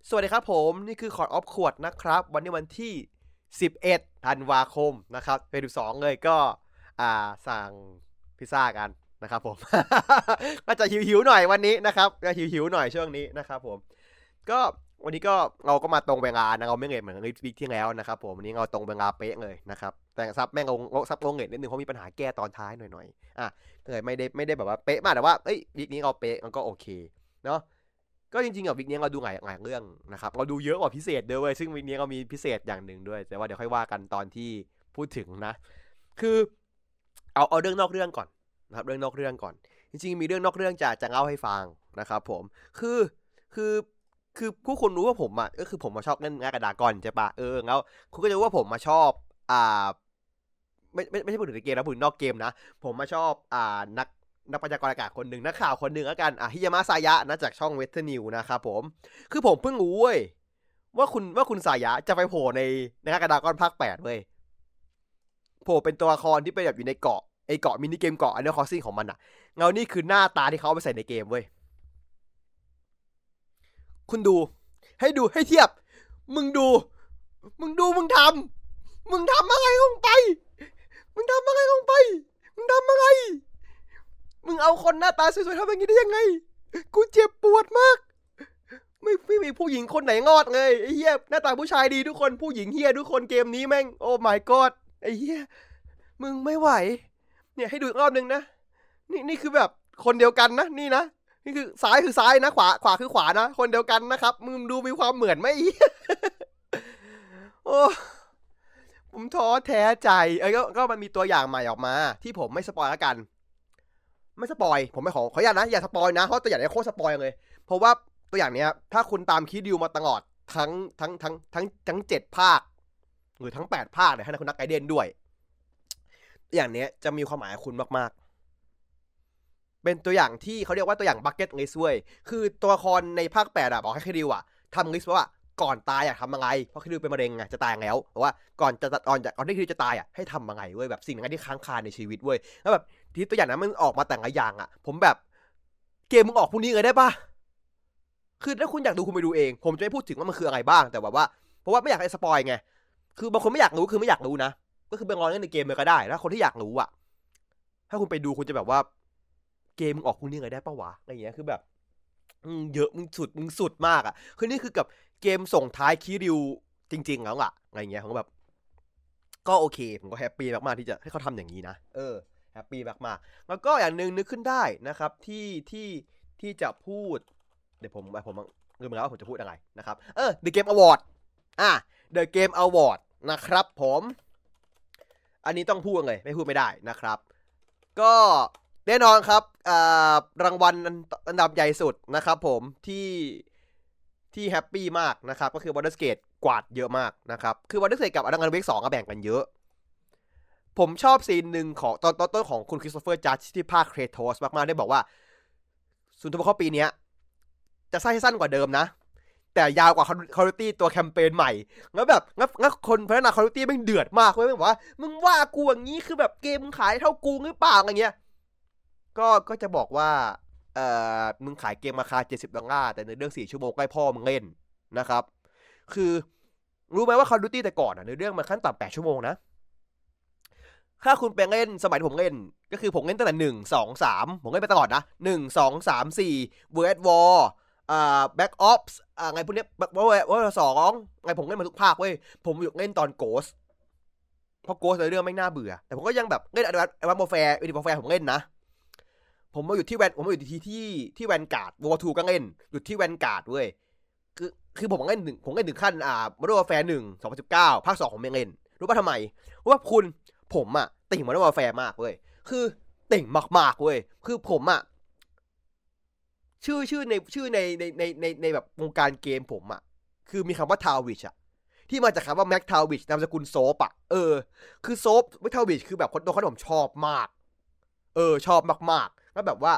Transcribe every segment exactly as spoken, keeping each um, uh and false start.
สวัสดีครับผมนี่คือคอร์ดออฟขวดนะครับวันนี้วันที่สิบเอ็ดธันวาคมนะครับเป็นสิบสองเลยก็อ่าสั่งพิซซ่ากันนะครับผม ก็จะหิวๆหน่อยวันนี้นะครับก็หิวๆหน่อยช่วงนี้นะครับผมก็วันนี้ก็เราก็มาตรงเวลานะเราไม่เงยเหมือนวีคที่แล้วนะครับผมวันนี้เราตรงเวลาเป๊ะเลยนะครับแต่ซับแม่งงงซับงงเงยนิดนึงเพราะมีปัญหาแก้ตอนท้ายหน่อยๆอ่ะเลยไม่ได้ไม่ได้แบบว่าเป๊ะมากแต่ว่าเอ้ยวีคนี้เราเป๊ะมันก็โอเคเนาะก็จริงๆกับวิกนี้เราดูหลายหลายเรื่องนะครับเราดูเยอะกว่าพิเศษด้วยเว้ยซึ่งวิกนี้เรามีพิเศษอย่างหนึ่งด้วยแต่ว่าเดี๋ยวค่อยว่ากันตอนที่พูดถึงนะคือเอาเอาเรื่องนอกเรื่องก่อนนะครับเรื่องนอกเรื่องก่อนจริงๆมีเรื่องนอกเรื่องจะจะเล่าให้ฟังนะครับผมคือคือคือผู้คนรู้ว่าผมอ่ะก็คือผมมาชอบเล่นงานกระดาษก่อนใช่ปะเออแล้วคุณก็จะรู้ว่าผมมาชอบอ่าไม่ไม่ไม่ใช่พูดถึงในเกมนะพูดถึงนอกเกมนะผมมาชอบอ่านัก นักพยากรณ์อากาศคนหนึ่งนักข่าวคนหนึ่งแล้วกันอ่ะฮิยามะซายะนะจากช่องเวสเทอร์นิวนะครับผมคือผมเพิ่งรู้เว้ยว่าคุณว่าคุณซายะจะไปโผล่ในนักกระดากอนภาคแปดเว้ยโผล่เป็นตัวละครที่เป็นแบบอยู่ในเกาะไอเกาะมินิเกมเกาะอันนี้คอสซิ่งของมันอ่ะเงานี่คือหน้าตาที่เขาเอาไปใส่ในเกมเว้ยคุณดูให้ดูให้เทียบมึงดูมึงดูมึงทำมึงทำอะไรลงไปมึงทำอะไรลงไปมึงทำอะไรมึงเอาคนหน้าตาสวยๆทำอย่างนี้ได้ยังไงกูเจ็บปวดมากไม่ไม่มีผู้หญิงคนไหนงอดเลยไอ้เหี้ยหน้าตาผู้ชายดีทุกคนผู้หญิงเหี้ยทุกคนเกมนี้แม่งโอ้ my god ไอ้เหี้ยมึงไม่ไหวเนี่ยให้ดูอีกรอบนึงนะนี่นี่คือแบบคนเดียวกันนะนี่นะนี่คือซ้ายคือซ้ายนะขวาขวาคือขวานะคนเดียวกันนะครับมึงดูมีความเหมือนไหมโอ้ผมท้อแท้ใจเอ้ยก็ก็มันมีตัวอย่างใหม่ออกมาที่ผมไม่สปอยแล้วกันไม่สปอยผมไม่ขอขออนุญาตนะอย่าสปอยนะเพราะตัวอย่างนี้โคตรสปอยเลยเพราะว่าตัวอย่างเนี้ยถ้าคุณตามคิดดิวมาตลอดทั้งทั้งทั้งทั้งทั้งเจ็ดภาคหรือทั้งแปดภาคเนี่ยให้คุณนักไกด์เดนด้วยอย่างเนี้ยจะมีความหมายกับคุณมากๆเป็นตัวอย่างที่เขาเรียกว่าตัวอย่างบัคเก็ตลิสต์เว้ยคือตัวละครในภาคแปดอะบอกให้คิดดิวอะทำลิสต์ว่าก่อนตายอะทำยังไงเพราะคิดดิวเป็นมะเร็งไงจะตายแล้วแต่ว่าก่อนจะก่อนจะก่อนที่คิดดิวจะตายอะให้ทำยังไงเว้ยแบบสิ่งนั้นที่ค้างคาในชีวิตเว้ยแล้วแบบที่ตัวอย่างนั้นมันออกมาแต่ละอย่างอะผมแบบเกมมึงออกพรุ่งนี้เลยได้ปะคือถ้าคุณอยากดูคุณไปดูเองผมจะไม่พูดถึงว่ามันคืออะไรบ้างแต่แบบว่าเพราะว่าไม่อยากให้สปอยไงคือบางคนไม่อยากรู้คือไม่อยากรู้นะก็คือไปรอเล่นในเกมเลยก็ได้แล้วคนที่อยากรู้อะถ้าคุณไปดูคุณจะแบบว่าเกมมึงออกพรุ่งนี้เลยได้ปะวะอะไรอย่างเงี้ยคือแบบเยอะมึงสุดมึงสุดมากอะคือนี่คือกับเกมส่งท้ายคิริวจริงๆแล้วอะอะไรเงี้ยผมแบบก็โอเคผมก็แฮปปี้มากๆที่จะให้เขาทำอย่างนี้นะเออแฮปปี้มากๆแล้วก็อย่างนึงนึกขึ้นได้นะครับที่ที่ที่จะพูดเดี๋ยวผมผมลืมไปแล้วว่าผมจะพูดอะไรนะครับเออ The Game Award อ่ะ The Game Award นะครับผมอันนี้ต้องพูดเลยไม่พูดไม่ได้นะครับก็แน่นอนครับรางวัลอันดับใหญ่สุดนะครับผมที่ที่แฮปปี้มากนะครับก็คือ Baldur's Gate กวาดเยอะมากนะครับคือ Baldur's Gate กับ Alan Wake สองก็แบ่งกันเยอะผมชอบซีนหนึ่งของตอนต้นของคุณคริสโตเฟอร์จัดที่ภาคเครโทสมากๆได้บอกว่าสุนทรภพปีนี้จะสร้างให้สั้นกว่าเดิมนะแต่ยาวกว่าคอร์ตี้ตัวแคมเปญใหม่แล้วแบบงั้นงั้นคนพัฒนาคอร์ตี้ไม่เดือดมากเลยแบบว่ามึงว่ากูอย่างนี้คือแบบเกมมึงขายเท่ากูหรือเปล่าอะไรเงี้ยก็ก็จะบอกว่าเอ่อมึงขายเกมราคาเจ็ดสิบดอลลาร์แต่ในเรื่องสี่ชั่วโมงใกล้พ่อมึงเล่นนะครับคือรู้ไหมว่าคอร์ตี้แต่ก่อนอ่ะในเรื่องมันขั้นต่ำแปดชั่วโมงนะถ้าคุณไปเล่นสมัยที่ผมเล่นก็คือผมเล่นตั้งแต่หนึ่ง สอง สามผมเล่นไปตลอดนะหนึ่ง สอง สาม สี่ World War อ่า Black Ops อ่าไงพวกเนี้ย World War สองไงผมเล่นมาทุกภาคเว้ยผมอยู่เล่นตอน Ghost เพราะ Ghost ในเรื่องไม่น่าเบื่อแต่ผมก็ยังแบบเล่น Advanced Warfare Advanced Warfare ผมเล่นนะผมมาอยู่ที่แวนผมมาอยู่ที่ที่ที่แวนการ์ด World War ทูก็เล่นอยู่ที่แวนการ์ดเว้ยคือคือผมเล่นถึงผมเล่นถึงขั้นอ่า Modern Warfare หนึ่ง สองพันสิบเก้าภาคสองผมยังเล่นรู้ป่ะทำไมเพราะว่าคุณผมอะติ่ง Modern Warfare มากเว้ยคือติ่งมากๆเว้ยคือผมอะชื่อชื่อในชื่อในในในในในแบบวงการเกมผมอะคือมีคำว่าทาวิชอะที่มาจากคำว่าแม็กทาวิชนามสกุลโซปอะเออคือโซปแม็กทาวิชคือแบบคนตัวเขาผมชอบมากเออชอบมากๆแล้วแบบว่า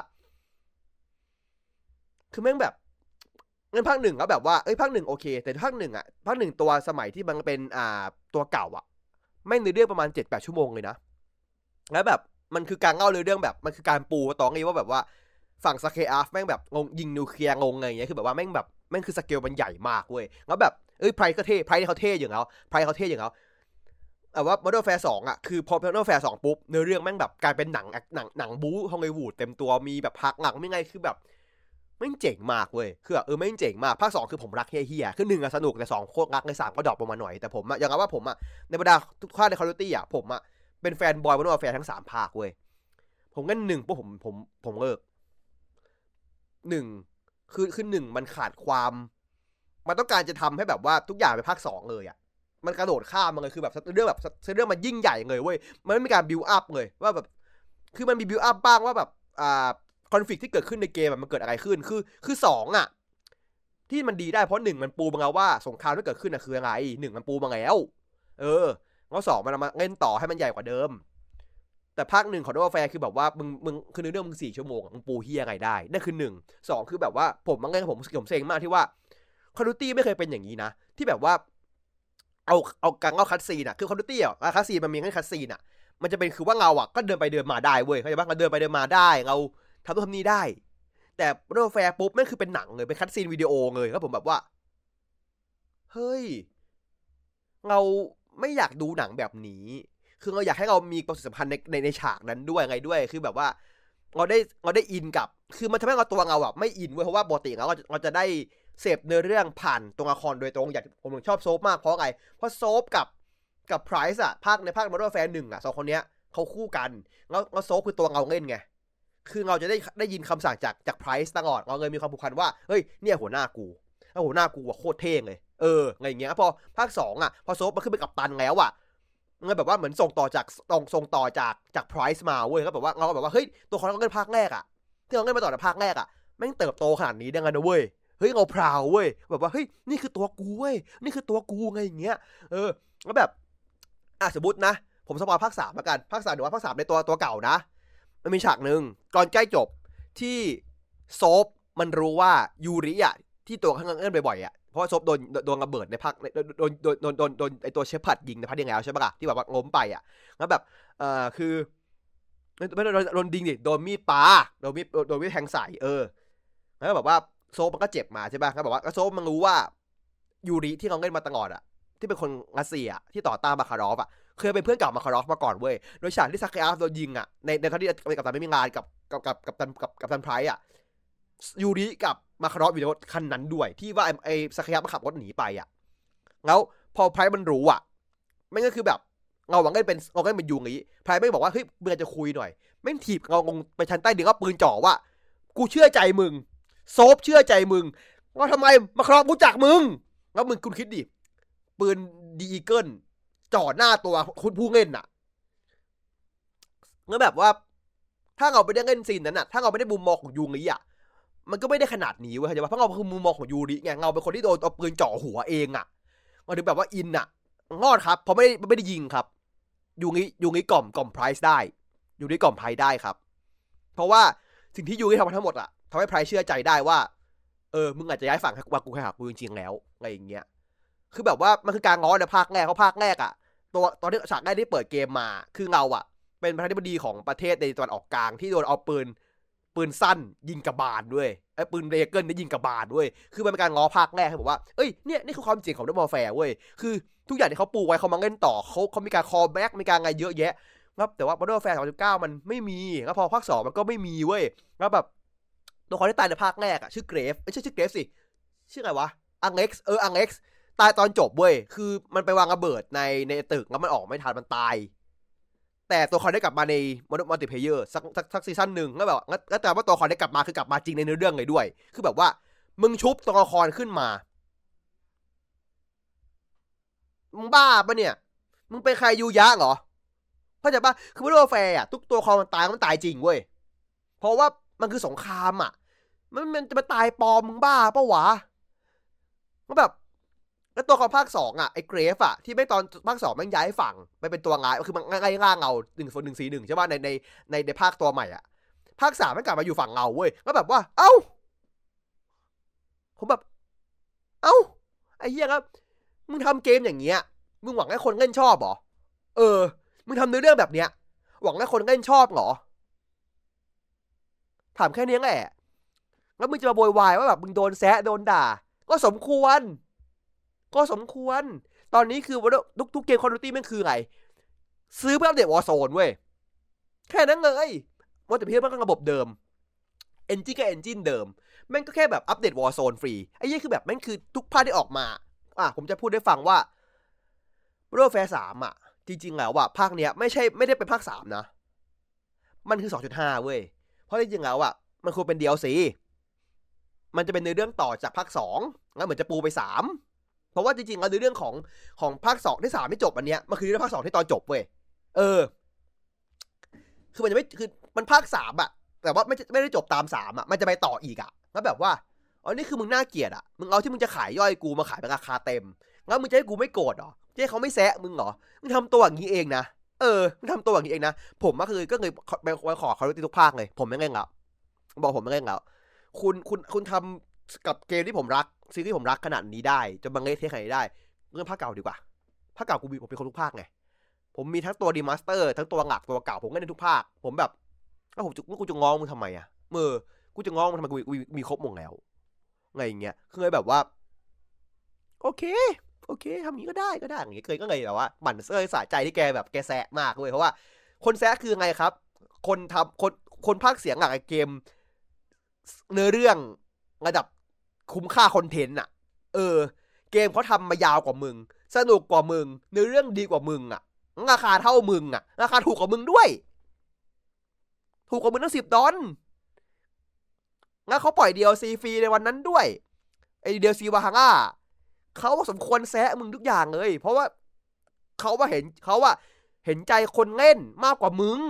คือแม่งแบบเงินภาคหนึ่งแล้วแบบว่าเอ้ยภาคหนึ่งโอเคแต่ภาคหนึ่งอะภาคหนึ่งตัวสมัยที่มันเป็นอ่าตัวเก่าอะแม่งในเรื่องประมาณ เจ็ดแปด ชั่วโมงเลยนะแล้วแบบมันคือการเล่าเรื่องแบบมันคือการปูต่อไงว่าแบบว่าฝั่งซาเคอาฟแม่งแบบงงยิงนิวเคลียร์งงอะไรอย่างเงี้ยคือแบบว่าแม่งแบบม่งคือสเกลมันใหญ่มากเว้ยแล้วแบบเอ้ยไพรก็เท่ไพรเขาเท่อย่างเขาไพรเขาเท่อย่างเขาแต่ว่า Modern Warfare สองอ่ะคือพอ Modern Warfare สองปุ๊บเนื้อเรื่องแม่งแบบกลายเป็นหนังหนังหนังบู๊ฮอลลีวูดเต็มตัวมีแบบพักหลังไม่ไงคือแบบแม่งเจ๋งมากเว้ยคือแบบเออแม่งเจ๋งมากภาคสองคือผมรักเฮี้ยๆคือหนึ่งอะสนุกแต่สองโคตรรักในสามก็ดรอปลงมาหน่อยแต่ผมอะอย่างว่าผมอะในบรรดาทุกภาคใน Call of Duty อะผมอะเป็นแฟนบอย Modern Warfare ทั้งสามภาคเว้ยผมงั้นหนึ่งปุ๊บผมผมผมเลิกหนึ่งคือคือหนึ่งมันขาดความมันต้องการจะทำให้แบบว่าทุกอย่างเป็นภาคสองเลยอะมันกระโดดข้ามมันเลยคือแบบเรื่องแบบเรื่องมันยิ่งใหญ่เลยเว้ยมันไม่มีการบิวอัพเลยว่าแบบคือมันมีบิวอัพบ้างว่าแบบอ่าคอนฟลิกต์ที่เกิดขึ้นในเกมมันเกิดอะไรขึ้นคือคือสองอ่ะที่มันดีได้เพราะหนึ่งมันปูมาแล้วว่าสงครามที่เกิดขึ้นน่ะคืออะไรหนึ่งมันปูมาแล้วเออแล้วสองมันมาเล่นต่อให้มันใหญ่กว่าเดิมแต่ภาคหนึ่งของ Modern Warfare คือแบบว่ามึงมึงคือในเรื่องมึงสี่ชั่วโมงมึงปูเฮียไงได้นั่นคือหนึ่งสองคือแบบว่าผมมันเล่นผมผมเซ็งมากที่ว่า Call of Duty ไม่เคยเป็นอย่างนี้นะที่แบบว่าเอาเอากังเอาคัตซีนอ่ะคือ Call of Duty อ่ะคัตซีนมันมีแค่คัตซีนอ่ะมันจะเป็นคือว่าเราอ่ะก็เดินไปเดินมาได้เว้ยเข้าใจป่ะเราเดินไปเดินมาได้เราทำนู่นทำนี่ได้แต่ Modern Warfare ปุ๊บแม่งคือเป็นหนังเลยเป็นคัตซีนวิดีโอเลยแล้วผมแบบว่าเฮ้ยเราไม่อยากดูหนังแบบนี้คือเราอยากให้เรามีความสัมพันธ์ในในในฉากนั้นด้วยไงด้วยคือแบบว่าเราได้เราได้อินกับคือมันทำให้เราตัวเราอ่ะไม่อินเว้ยเพราะว่าปกติเราเราจะได้เสพเนื้อเรื่องผ่านตัวละครโดยตรงอยากผมถึงชอบโซฟมากเพราะอะไรเพราะโซฟกับกับไพรซ์อะภาคในภาค Modern Warfare หนึ่งอะสองคนเนี้ยเขาคู่กันแล้วแล้วโซฟคือตัวเราเล่นไงคือเราจะได้ได้ยินคำสั่งจากจากไพรซ์ตลอดเราเลยมีความผูกพันว่าเฮ้ยเนี่ยหัวหน้ากูแล้วหัวหน้ากูอะโคตรเท่เลยเอออะไรอย่างเงี้ยพอภาคสองอะพอโซฟมาขึ้นเป็นกัปตันแล้วอะมันแบบว่าเหมือนส่งต่อจากส่งส่งต่อจากจากไพรซ์มาเว้ยก็แบบว่าเราก็แบบว่าเฮ้ยตัวของเราเล่นภาคแรกอะที่เราเล่นมาต่อจากภาคแรกอะแม่งเติบโตขนาดนี้ได้ไงนะเว้ยเฮ้ยเราพราวเว้ยแบบว่าเฮ้ยนี่คือตัวกูเว้ยนี่คือตัวกูไงอย่างเงี้ยเออแล้วแบบอ่ะสมมตินะผมสปอยภาคสามละกันภาคสามหรือว่าภาคสามในตัวตัวเก่านะมันมีฉากหนึ่งก่อนใกล้จบที่โซฟมันรู้ว่ายูริอ่ะที่ตัวข้างเล่นบ่อยๆอ่ะเพราะว่าโซฟโดนโดนระเบิดในภาคโดนโดนโดนโดนโดนไอตัวเชฟพัดยิงในภาคที่แล้วใช่ปะล่ะที่แบบว่าล้มไปอ่ะแล้วแบบเอ่อคือไม่โดนโดนดิงดิโดนมีดปาโดนมีดโดนมีดแทงใส่เออแล้วแบบว่าโซฟมันก็เจ็บมาใช่ป่ะเขาบอกว่าโซฟมันรู้ว่ายูริที่เขาเล่นมาตลอดอ่ะที่เป็นคนรัสเซียที่ต่อต้านมาคารอฟอ่ะเคยเป็นเพื่อนเก่ามาคารอฟมาก่อนเว้ยโดยฉากที่ซักเกอาฟโดนยิงอ่ะในในตอนที่กับตันไม่มีงานกับกับกับกับตันกับกับตันไพรอ่ะยูริกับมาคารอฟอยู่ในรถคันนั้นด้วยที่ว่าไอ้ไอ้ซักเกอาฟมาขับรถหนีไปอ่ะแล้วพอไพรมันรู้อ่ะไม่ก็คือแบบเราหวังกันเป็นเราก็เป็นยูริไพรไม่บอกว่าเฮ้ยเมื่อจะคุยหน่อยไม่ถีบเราลงไปชั้นใต้ดินก็ปืนจ่อว่ากูเชื่อใจมึงโซฟเชื่อใจมึงว่าทำไมมาครองกูจากมึงแล้วมึงคุณคิดดิปืนดีอีเกิลจ่อหน้าตัวคุณผู้เล่นน่ะงั้นแบบว่าถ้าเราไปได้เล่นซีนนั้นน่ะถ้าเราไม่ได้มุมมองของยูริอ่ะมันก็ไม่ได้ขนาดนี้เว้ยเข้าใจป่ะเพราะเราคือมุมมองของยูริไงเราเป็นคนที่โดนเอาปืนจ่อหัวเองอ่ะเราถึงแบบว่าอินอ่ะงอดครับเพราะไม่ได้ไม่ได้ยิงครับยูริยูริกล่อมกล่อมไพรซ์ได้ยูริกล่อมไพรซ์ได้ครับเพราะว่าสิ่งที่ยูริทำมาทั้งหมดอ่ะทำให้ไพรซ์เชื่อใจได้ว่าเออมึงอาจจะย้ายฝั่งว่ากูแค่หากูจริงๆแล้วอะไรอย่างเงี้ยคือแบบว่ามันคือการง้อในภาคแรกเขาภาคแรกอ่ะตัวตอนที่ฉากแรกที่เปิดเกมมาคือเราอ่ะเป็นประธานาธิบดีของประเทศในตะวันออกกลางที่โดนเอาปืนปืนสั้นยิงกระบาลด้วยไอ้ปืนเรเกิลได้ยิงกระบาลด้วยคือมันเป็นการง้อภาคแรกให้บอกว่าเอ้ยเนี่ยนี่คือความจริงของModern Warfareเว้ยคือทุกอย่างที่เขาปูไว้เขามาเล่นต่อเขาเขามีการคอลแบ็กมีการอะไรเยอะแยะครับแต่ว่า Modern Warfare สองจุดเก้ามันไม่มีแล้วพอภาคสองมันก็ไม่มีเว้ยแล้วแบบตัวคนที่ตายในภาคแรกอะชื่อเกรฟไม่ใช่ชื่อเกรฟสิชื่ออะไรวะอังเอ็กซ์เอออังเอ็กซ์ตายตอนจบเว้ยคือมันไปวางระเบิดในในตึกแล้วมันออกไม่ทันมันตายแต่ตัวคอนได้กลับมาในมัลติเพลเยอร์สักสักสักซีซั่นหนึ่งก็แบบก็แต่ว่าตัวคอนได้กลับมาคือกลับมาจริงในเนื้อเรื่องเลยด้วยคือแบบว่ามึงชุบตัวละครขึ้นมามึงบ้าปะเนี่ยมึงเป็นใครยูยะเหรอเข้าใจปะคือModern Warfareอะทุกตัวละครมันตายมันตายจริงเว้ยเพราะว่ามันคือสงครามอะมันมันจะมาตายปลอมมึงบ้าปะวะก็แบบแล้วตัวของภาคสองอ่ะไอ้เกรฟอ่ะที่ไม่ตอนภาคสองแม่งย้ายฝั่งไปเป็นตัวร้ายคือมันง่ายง่ายเงาหนึ่งหนึ่งสี่หนึ่งใช่ป่ะในในในในภาคตัวใหม่อ่ะภาคสามมันกลับมาอยู่ฝั่งเงาเว้ยก็แบบว่าเอ้าผมแบบเอ้าไอ้เหี้ยครับมึงทำเกมอย่างเงี้ยมึงหวังให้คนเล่นชอบเหรอเออมึงทำเนื้อเรื่องแบบเนี้ยหวังให้คนเล่นชอบเหรอถามแค่นี้แหละแล้วมึงจะมาโวยวายว่าแบบมึงโดนแซะโดนด่าก็ก็สมควรก็สมควรตอนนี้คือทุกทุกเกม Call of Duty แม่งคือไงซื้อเพื่ออัปเดต Warzone เว้ยแค่นั้นเลยว่าแต่เพี้ยนมันก็ระบบเดิม Engine ก็ Engine เดิมแม่งก็แค่แบบอัปเดต Warzone ฟรีไอ้ยี่คือแบบแม่งคือทุกภาคที่ออกมาอ่ะผมจะพูดให้ฟังว่า Modern Warfare สามอ่ะจริงๆแล้วอ่ะภาคเนี้ยไม่ใช่ไม่ได้เป็นภาคสามนะมันคือ สองจุดห้า เว้ยเพราะจริงๆแล้วอ่ะมันควรเป็น ดี แอล ซี มันจะเป็นในเรื่องต่อจากภาคสองงั้นเหมือนจะปูไปสามเพราะว่าจริงๆแล้วในเรื่องของของภาคสองที่สามที่จบอันเนี้ยมันคือเรื่องภาคสองที่ตอนจบเว้ยเออคือมันจะไม่คือมันภาคสามอะแต่ว่าไม่ไม่ได้จบตามสามอะมันจะไปต่ออีกอะแล้วแบบว่าอ๋อนี่คือมึงน่าเกลียดอะมึงเอาที่มึงจะขายย่อยกูมาขายเป็นราคาเต็มงั้นมึงจะให้กูไม่โกรธเหรอจะให้เขาไม่แซะมึงเหรอมึงทำตัวอย่างนี้เองนะเออมึงทำตัวอย่างนี้เองนะผมก็คือก็เลยไปขอเขาทุกภาคเลยผมไม่เล่นแล้วบอกผมไม่เล่นแล้วคุณคุณคุณทำกับเกมที่ผมรักซีรีส์ที่ผมรักขนาดนี้ได้จนบางเล่เทขนาดนี้ได้เรื่องภาคเก่าดีกว่าภาคเก่ากูมีผมเป็นคนทุกภาคไงผมมีทั้งตัวดีมาสเตอร์ทั้งตัวหลักตัวเก่าผมเล่นในทุกภาคผมแบบแล้วผมกูจะง้อมึงทำไมอ่ะเมื่อกูจะง้อมึงทำไมกูมีมีครบหมดแล้วไงอย่างเงี้ยคือเลยแบบว่าโอเคโอเคทำอย่างนี้ก็ได้ก็ได้อย่างเงี้ยเคยก็เลยแบบว่าหมั่นเซ้ยสะใจที่แกแบบแกแซะมากเลยเพราะว่าคนแซะคือไงครับคนทำคนคนพากย์เสียงหลักเกมเนื้อเรื่องระดับคุ้มค่าคอนเทนต์อ่ะเออเกมเขาทำมายาวกว่ามึงสนุกกว่ามึงเนื้อเรื่องดีกว่ามึงอ่ะราคาเท่ามึงอ่ะราคาถูกกว่ามึงด้วยถูกกว่ามึงตั้งสิบดอลงั้นเขาปล่อย ดี แอล ซี ฟรีในวันนั้นด้วยไอ ดี แอล ซี วาฮาร่าเขาสมควรแซะมึงทุกอย่างเลยเพราะว่าเขาว่าเห็นเขาว่าเห็นใจคนเล่นมากกว่ามึง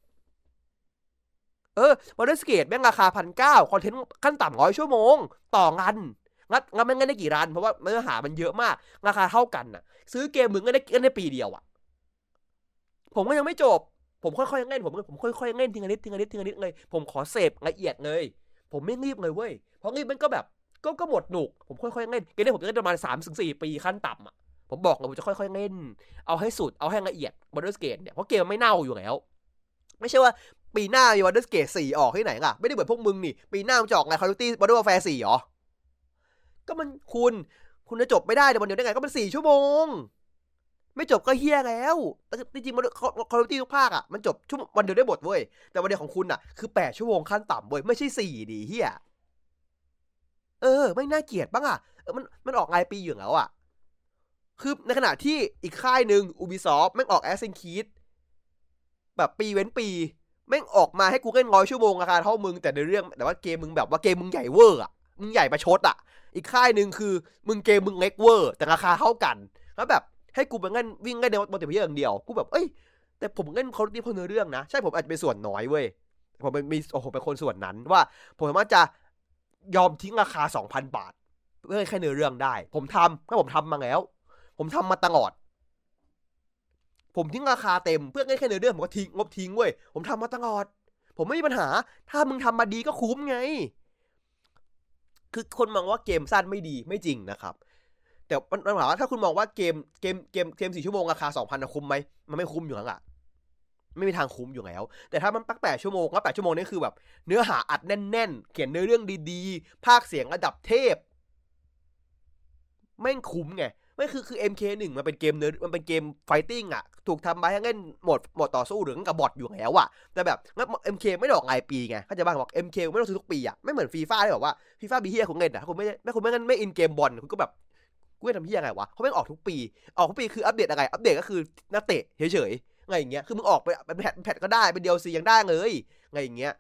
เออวอเตอร์สเกตแม่งราคาพันเก้าคอนเทนต์ขั้นต่ำร้อยชั่วโมงต่องันงัดงัดแม่งได้กี่รันเพราะว่าเนื้อหามันเยอะมากราคาเท่ากันน่ะซื้อเกมมึงก็ได้ก็ได้ปีเดียวอ่ะผมก็ยังไม่จบผมค่อยๆเล่นผมผมค่อยๆเล่นทีละนิดทีละนิดทีละนิดเลยผมขอเสพละเอียดเลยผมไม่รีบเลยเว้ยเพราะรีบมันก็แบบก็ก็หมดหนุกผมค่อยๆเล่นเกมนี้ผมจะเล่นประมาณ สามถึงสี่ ปีขั้นต่ำอ่ะผมบอกเลยผมจะค่อยๆเล่นเอาให้สุดเอาให้ละเอียดวอเตอร์สเกตเนี่ยเพราะเกมไม่เน่าอยู่แล้วไม่ใช่ว่าปีหน้ามีวอเตอร์สเกตสี่ออกที่ไหนล่ะไม่ได้เหมือนพวกมึงนี่ปีหน้ามันจะออกไง Call of Duty Modern Warfare สี่หรอก็มันคุณคุณจะจบไม่ได้ในวันเดียวได้ไงก็มันสี่ชั่วโมงไม่จบก็เฮี้ยแล้วแต่จริงๆ Call of Duty ทุกภาคอ่ะมันจบชั่ววันเดียวได้หมดเว้ยแต่วันเดียวของคุณอ่ะคือแปดชั่วโมงขั้นต่ำเว้ยไม่ใช่สี่ดิเฮี้ยเออไม่น่าเกลียดบ้างอ่ะเออมันมันออกรายปีอยู่แล้วอ่ะคือในขณะที่อีกค่ายหนึ่ง Ubisoft แม่งออก Assassin's Creed แบบปีเว้นปีแม่งออกมาให้กูเล่นร้อยชั่วโมงราคาเท่ามึงแต่ในเรื่องแต่ว่าเกมมึงแบบว่าเกมมึงใหญ่เวอร์อ่ะมึงใหญ่ประชดอ่ะอีกค่ายหนึ่งคือมึงเกมมึงเล็กเวอร์แต่ราคาเท่ากันแล้วแบบให้กูไปเล่นวิ่งเล่นในมัลติเพลเยอร์อย่างเดียวกูแบบเอ้ยแต่ผมเล่นเขาที่เพราะเนื้อเรื่องนะใช่ผมอาจจะเป็นส่วนน้อยเว้ยผมเป็นมีโอ้โหเป็นคนส่วนนั้นว่าผมสามารถจะยอมทิ้งราคา สองพัน บาทเพื่อแค่เนื้อเรื่องได้ผมทำถ้าผมทำมาแล้วผมทำมาตลอดผมทิ้งราคาเต็มเพื่อแค่เนื้อเรื่องผมก็ทิ้งงบทิ้งเว้ยผมทำมาตลอดผมไม่มีปัญหาถ้ามึงทำมาดีก็คุ้มไงคือคนมองว่าเกมสั้นไม่ดีไม่จริงนะครับแต่ปัญหาว่าถ้าคุณมองว่าเกมเกมเกมเกมสี่ชั่วโมงราคา สองพัน คุ้มไหมมันไม่คุ้มอยู่แล้วล่ะไม่มีทางคุ้มอยู่แล้วแต่ถ้ามันปักแปดชั่วโมงแล้วแปดชั่วโมงนี่คือแบบเนื้อหาอัดแน่นๆเขียนเนื้อเรื่องดีๆพากย์เสียงระดับเทพแม่งคุ้มไงไม่คือคือ เอ็ม เค หนึ่ง มันเป็นเกมเนื้อมันเป็นเกมไฟติ้งอ่ะถูกทำมาให้เล่นโหมดโหมดต่อสู้หรือกับบอทอยู่แล้วอ่ะแต่แบบงั้น เอ็ม เค ไม่ได้ออกรายปีไงเข้าใจบ้างบอก เอ็ม เค ไม่ต้องซื้อทุกปีอ่ะไม่เหมือนฟีฟ่าที่บอกว่าฟีฟ่าบีเฮียคุณเล่นอ่ะคุณไม่ไม่คุณไม่งั้นไม่อินเกมบอลคุณก็แบบกูจะทำเฮียไงวะเขาไม่ออกทุกปีออกทุกปีคืออัปเดตอะไรอัปเดตก็คือนักเตะเฉยๆไงอย่างเงี้ยคือมึงออกไปเป็นแพทแพทก็ได้เป็น ดี แอล ซี ยังได้เลยไงอย่างเงี้ย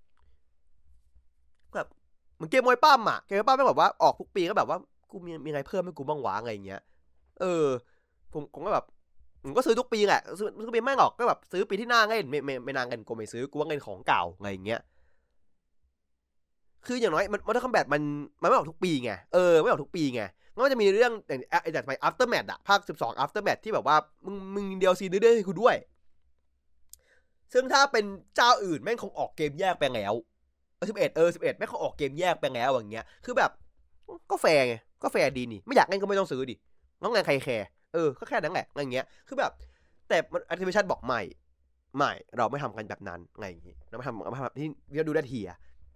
แบบเหมือนเกมมวยปั้มอ่ะเกมมวยปั้มไม่แบบว่าออกทุกปีก็แบบว่ากูมีมีอะไรเพิ่มให้กูบ้างวะไงอย่างเงี้ยเออผมผมก็แบบผมก็ซื้อทุกปีแหละซื้อทุกปีไม่หรอกก็แบบซื้อปีที่หน้าไงไม่ไม่ไม่นานกันกูไม่ซื้อกูว่าเงินของเก่าอะไรอย่างเงี้ยคืออย่างน้อยมันมันคอมแบทมันมันไม่ออกทุกปีไงเออไม่ออกทุกปีไงงั้นมันจะมีเรื่องอย่างไอ้จากไป Aftermath อะภาคสิบสอง Aftermath ที่แบบว่ามึงมึง ดี แอล ซี เรื่อยๆให้กูด้วยซึ่งถ้าเป็นเจ้าอื่นแม่งคงออกเกมแยกไปแล้วเออสิบเอ็ดเออสิบเอ็ดแม่งเขาออกเกมแยกไปแล้วอย่างเงี้ยคือแบบก็แฟร์ไงก็แฟร์ดีนี่ไม่อยากเล่นก็ไม่ต้องซื้อดิน้องงานใครแคร์เออก็แค่นั้นแหละอะไรเงี้ยคือแบบแต่ Activision บอกไม่ไม่เราไม่ทำกันแบบนั้นไงอย่างงี้เราไม่ทำเราไม่ทำที่เราดูได้ทีอะ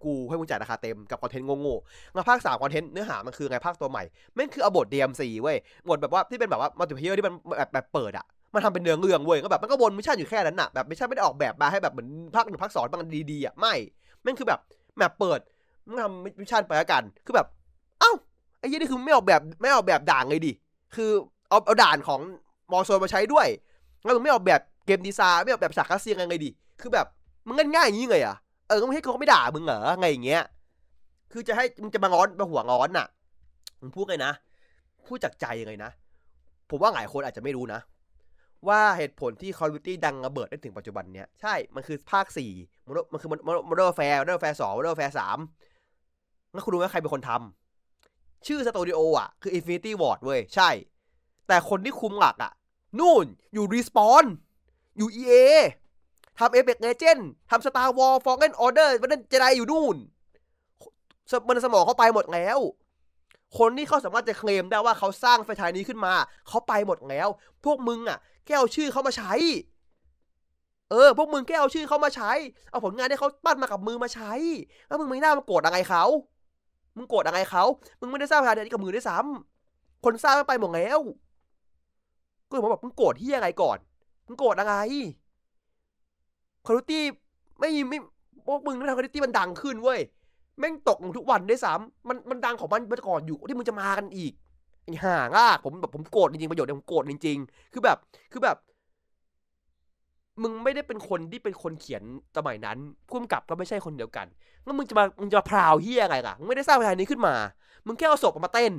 กูให้มึงจ่ายราคาเต็มกับคอนเทนต์โง่ๆงั้นภาคสามคอนเทนต์เนื้อหามันคือไงภาคตัวใหม่แม่งคือเอาบท ดี เอ็ม ซี เว้ยบทแบบว่าที่เป็นแบบว่ามัลติเพลเยอร์ที่มันแบบแบบเปิดอ่ะมันทำเป็นเนื้อเรื่องเว้ยก็แบบมันก็วนมิชชั่นอยู่แค่นั้นน่ะแบบมิชชั่นไม่ได้ออกแบบมาให้แบบเหมือนภาคหนึ่งภาคสองมันดีๆอ่ะไม่แม่งคือแบบแมปเปิดมึงทำมิชชั่นไปแล้วกันคือแบบเอ้าไอ้ยี่นี่คือไม่ออกแบบไม่ออกแบบด่านเลยดิคือเอาเอาด่านของมอโซนมาใช้ด้วยแล้วมึงไม่ออกแบบเกมดีไซน์ไม่ออกแบบฉากคัสซีนไงดิคือแบบมึงง่ายๆอย่างนี้เลยอ่ะเออไม่ให้เขาไม่ด่ามึงเหรอไงอย่างเงี้ยคือจะให้มึงจะมาง้อนมาหัวง้อนน่ะมึงพูดไงนะพูดจากใจยังไงนะผมว่าหลายคนอาจจะไม่รู้นะว่าเหตุผลที่ Call of Duty ดังระเบิดได้ถึงปัจจุบันเนี้ยใช่มันคือภาคสี่มันคือ Modern Warfare Modern Warfare สอง Modern Warfare สามงั้นคุณรู้ไหมใครเป็นคนทำชื่อสตูดิโออ่ะคือ Infinity Ward เว้ยใช่แต่คนที่คุมหลักอ่ะนู่นอยู่ Respawn อยู่ อี เอ ทำ Apex Legends ทำ Star Wars Fallen Order มันนั่นเจไดอยู่นู่นมันสมองเขาไปหมดแล้วคนที่เขาสามารถจะเคลมได้ว่าเขาสร้างแฟรนไชส์นี้ขึ้นมาเขาไปหมดแล้วพวกมึงอ่ะแค่เอาชื่อเขามาใช้เออพวกมึงแค่เอาชื่อเขามาใช้เอาผลงานที่เขาปั้นมากับมือมาใช้แล้วมึงไม่น่ามาโกรธอะไรเขามึงโกรธอะไรเขามึงไม่ได้สร้างแฟรนไชส์นี้กับมือด้วยซ้ำคนสร้างมันไปหมดแล้วก็เลยผมบอกมึงโกรธที่อะไรก่อนมึงโกรธอะไรคอร์ตี้ไม่ไม่พวกมึงทำคอร์ตี้มันดังขึ้นเว้ยแม่งตกลงทุกวันด้วยซ้ำมันมันดังของมันมาก่อนอยู่ที่มึงจะมากันอีกห่างอ่ะผมแบบผมโกรธจริงๆประโยชน์เนี่ยผมโกรธจริงๆคือแบบคือแบบมึงไม่ได้เป็นคนที่เป็นคนเขียนสมัยนั้นผู้กำกับก็ไม่ใช่คนเดียวกันงั้นมึงจะมามึงจะมาพราวเฮียอะไรล่ะมึงไม่ได้สร้างเพลงนี้ขึ้นมามึงแค่เอาศพมาเต้น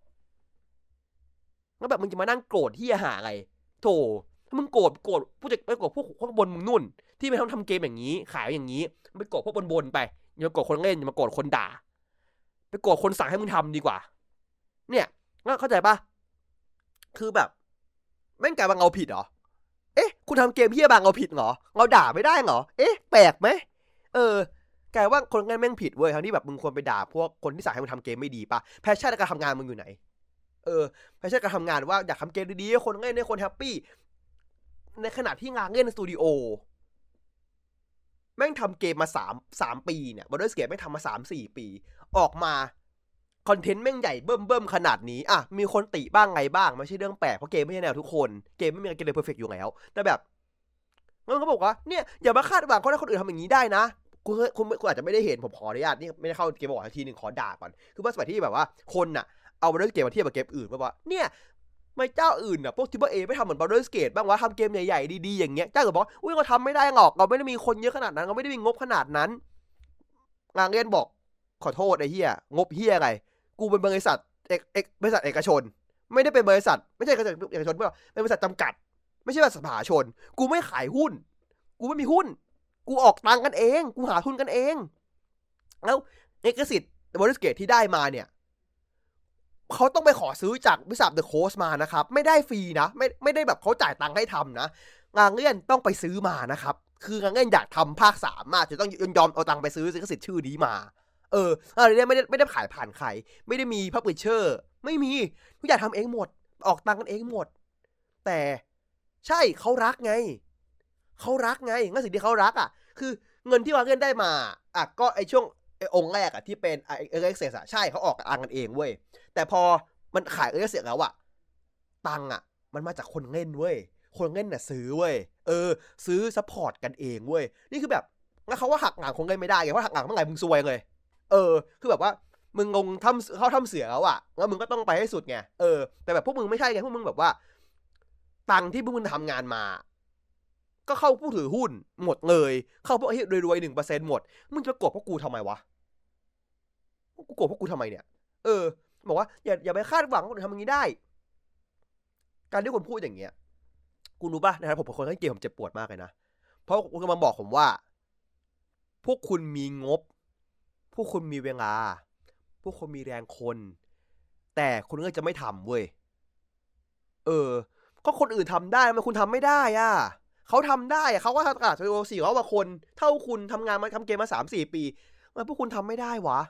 แล้วแบบมึงจะมานั่งโกรธเฮียหาอะไรโธ่ถ้ามึงโกรธโกรธผู้จัดไปโกรธพวกข้างบนมึงนุ่นที่ไม่ทำทำเกมอย่างนี้ขายอย่างนี้ไปโกรธพวกบนๆไปอย่ามาโกรธคนเล่นอย่ามาโกรธคนด่าไปโกรธคนสั่งให้มึงทำดีกว่าเนี่ยเข้าใจปะคือแบบแม่งกลายเป็นเราผิดเหรอเอ๊ะคุณทำเกมเฮียบางเราผิดเหรอเราด่าไม่ได้เหรอเอ๊ะแปลกไหมเออกลายว่าคนเล่นแม่งผิดเว้ยทั้งที่แบบมึงควรไปด่าพวกคนที่สั่งให้มึงทำเกมไม่ดีปะแพชชั่นในการทำงานมึงอยู่ไหนเออแพชชั่นการทำงานว่าอยากทำเกมดีๆให้คนเล่นให้คนแฮปปี้ในขณะที่งานเล่นในสตูดิโอแม่งทำเกมมาสามสามปีเนี่ยบอร์เดอร์สเกตแม่งทำมาสามสี่ปีออกมาคอนเทนต์แม่งใหญ่เบิ่มเบิ่มขนาดนี้อ่ะมีคนติบ้างไงบ้างไม่ใช่เรื่องแปลกเพราะเกมไม่ใช่แนวทุกคนเกมไม่มีอะไรเกมเลยเพอร์เฟกต์อยู่แล้วแต่แบบมันก็บอกว่าเนี่ยอย่ามาคาดหวังคนอื่นทำอย่างนี้ได้นะคุณคุณคุณอาจจะไม่ได้เห็นผมขออนุญาตนี่ไม่ได้เข้าเกมบอกทีหนึ่งขอด่าก่อนคือว่าสมัยที่แบบว่าคนน่ะเอาบอร์เดอร์สเกตมาเทียบกับเกมอื่นว่าเนี่ยไม่เจ้าอื่นอ่ะพวกทิปเปอร์เอไม่ทำเหมือน Baldur's Gate บ้างวะทำเกมใหญ่ๆดีๆอย่างเงี้ยเจ้าก็บอกอุ้ยเราทำไม่ได้หรอกเราไม่ได้มีคนเยอะขนาดนั้นเราไม่ได้มีงบขนาดนั้นงานเรียนบอกขอโทษไอ้เหี้ยงบเหี้ยอะไรกูเป็นบริษัทเอกเอกบริษัทเอกชนไม่ได้เป็นบริษัทไม่ใช่เอกชนเอกชนเป็นบริษัทจำกัดไม่ใช่บริษัทสาธารณชนกูไม่ขายหุ้นกูไม่มีหุ้นกูออกตังค์กันเองกูหาทุนกันเองแล้วเอกสิทธิ์ Baldur's Gate ที่ได้มาเนี่ยเขาต้องไปขอซื้อจากบริษัท The Coast มานะครับไม่ได้ฟรีนะไม่ไม่ได้แบบเขาจ่ายตังค์ให้ทำนะงานเลี่ยนต้องไปซื้อมานะครับคืองานเลี่ยนอยากทำภาคสามมาจะต้องยอมเอาตังค์ไปซื้อลิขสิทธิ์ชื่อนี้มาเอออะไรเนี่ยไม่ได้ไม่ได้ขายผ่านใครไม่ได้มีพับลิชเชอร์ไม่มีทุกอย่างทำเองหมดออกตังค์กันเองหมดแต่ใช่เขารักไงเขารักไงงั้นสิ่งที่เขารักอ่ะคือเงินที่วางเงินได้มาอ่ะก็ไอช่วงไอองค์แรกอ่ะที่เป็นไอเอเอ็กเซสอ่ะใช่เขาออกตังค์กันเองเว้ยแต่พอมันขายเอเอ็กเซสแล้วอ่ะตังค์อ่ะมันมาจากคนเล่นเว้ยคนเล่นน่ะซื้อเว้ยเออซื้อซัพพอร์ตกันเองเว้ยนี่คือแบบงั้นเขาว่าหักหลังคงเล่นไม่ได้ไงเพราะหักหลังเมื่อไหร่มึงซวยเลยเออคือแบบว่ามึงงงทำเข้าทำเสือแล้วอ่ะแล้วมึงก็ต้องไปให้สุดไงเออแต่แบบพวกมึงไม่ใช่ไงพวกมึงแบบว่าตังค์ที่พวกมึงทำงานมาก็เข้าผู้ถือหุ้นหมดเลยเข้าพวกไอ้รวยๆหนึ่งเปอร์เซ็นต์หมดมึงจะโกรธพวกกูทำไมวะกูโกรธพวกกูทำไมเนี่ยเออบอกว่าอย่าอย่าไปคาดหวังว่าคนอื่นทำอย่างนี้ได้การที่คนพูดอย่างเงี้ยกูรู้ป่ะนะครับผมเป็นคนเล่นเกมผมเจ็บปวดมากเลยนะเพราะคุณมาบอกผมว่าพวกคุณมีงบพวกคุณมีเวลาพวกคุณมีแรงคนแต่คุณก็จะไม่ทำเว้ยเออก็คนอื่นทำได้ทำไมคุณทำไม่ได้อ่ะเขาทำได้อะเขาก็ทำการสตูดิโอสี่ร้อยกว่าคนเท่าคุณทำงานมาทำเกมมาสามสี่ปีทำไมพวกคุณทำไม่ได้วะ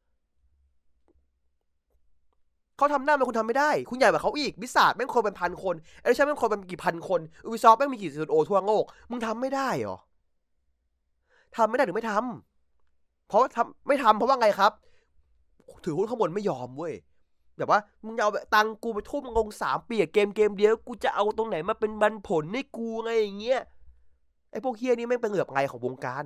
เขาทำได้ทำไมคุณทำไม่ได้คุณใหญ่กว่าเขาอีกบิสซาร์ดแม่งคนเป็นพันคนเอเดชั่นแม่งคนเป็นกี่พันคนอูบิซอฟต์แม่งมีกี่สตูดิโอทั่วโลกมึงทำไม่ได้เหรอทำไม่ได้หรือไม่ทเพราะทำไม่ทำเพราะว่าไงครับถือหุ้นข้างบนไม่ยอมเว้ยแบบว่ามึงเอาตังกูไปทุ่มงงสามปีเกมเกมเดียวกูจะเอาตรงไหนมาเป็นบันผลให้กูไงอย่างเงี้ยไอ้พวกเฮียนี่แม่งเป็นเหลือบไงของวงการ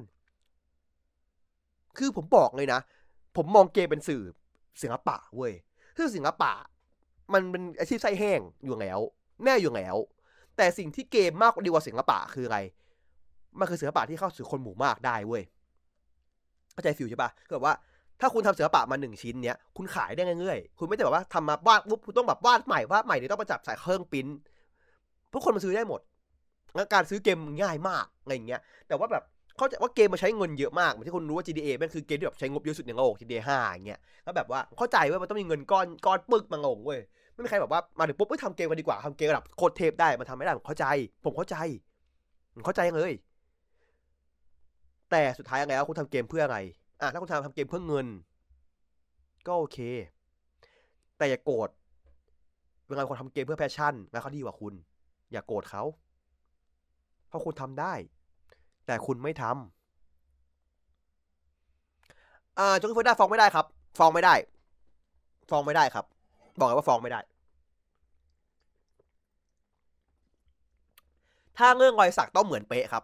คือผมบอกเลยนะผมมองเกมเป็นสื่อศิลปะเว้ยซึ่งศิลปะมันเป็นอาชีพไส้แห้งอยู่แล้วแน่อยู่แล้วแต่สิ่งที่เกมมากดีกว่าศิลปะคืออะไรมันคือศิลปะที่เข้าสู่คนหมู่มากได้เว้ยเข้าใจฟิลใช่ปะคือแบบว่าถ้าคุณทำศิลปะมาหนึ่งชิ้นเนี้ยคุณขายได้เรื่อยๆคุณไม่ได้แบบว่าทำมาวาดปุ๊บคุณต้องแบบวาดใหม่วาดใหม่หรือต้องมาจับใส่เครื่องปริ้นทุกคนมาซื้อได้หมดงั้นการซื้อเกมง่ายมากอะไรอย่างเงี้ยแต่ว่าแบบเขาใจว่าเกมมาใช้เงินเยอะมากเหมือนที่คุณรู้ว่า จี ดี เอ มันคือเกมที่แบบใช้งบเยอะสุดในโลก จี ดี เอ ห้าอย่างเงี้ยแล้วแบบว่าเข้าใจว่ามันต้องมีเงินก้อนก้อนปึกมางงเว้ยไม่มีใครแบบว่ามาถึงปุ๊บเอ้ยทำเกมกันดีกว่าทำเกมระดับโคตรเทพได้มันทำไม่ได้ผมเข้าใจผมเข้าใจผมเข้าใจเลยแต่สุดท้ายแล้วคุณทำเกมเพื่ออะไรอ่ะถ้าคุณทำทำเกมเพื่อเงินก็โอเคแต่อย่าโกรธเวลาคนทำเกมเพื่อแพชชั่นแล้วเขาดีกว่าคุณอย่าโกรธเขาเพราะคุณทำได้แต่คุณไม่ทำอ่าจงเฟิร์สได้ฟ้องไม่ได้ครับฟ้องไม่ได้ฟ้องไม่ได้ครับบอกเลยว่าฟ้องไม่ได้ถ้าเรื่องรอยสักต้องเหมือนเป๊ะครับ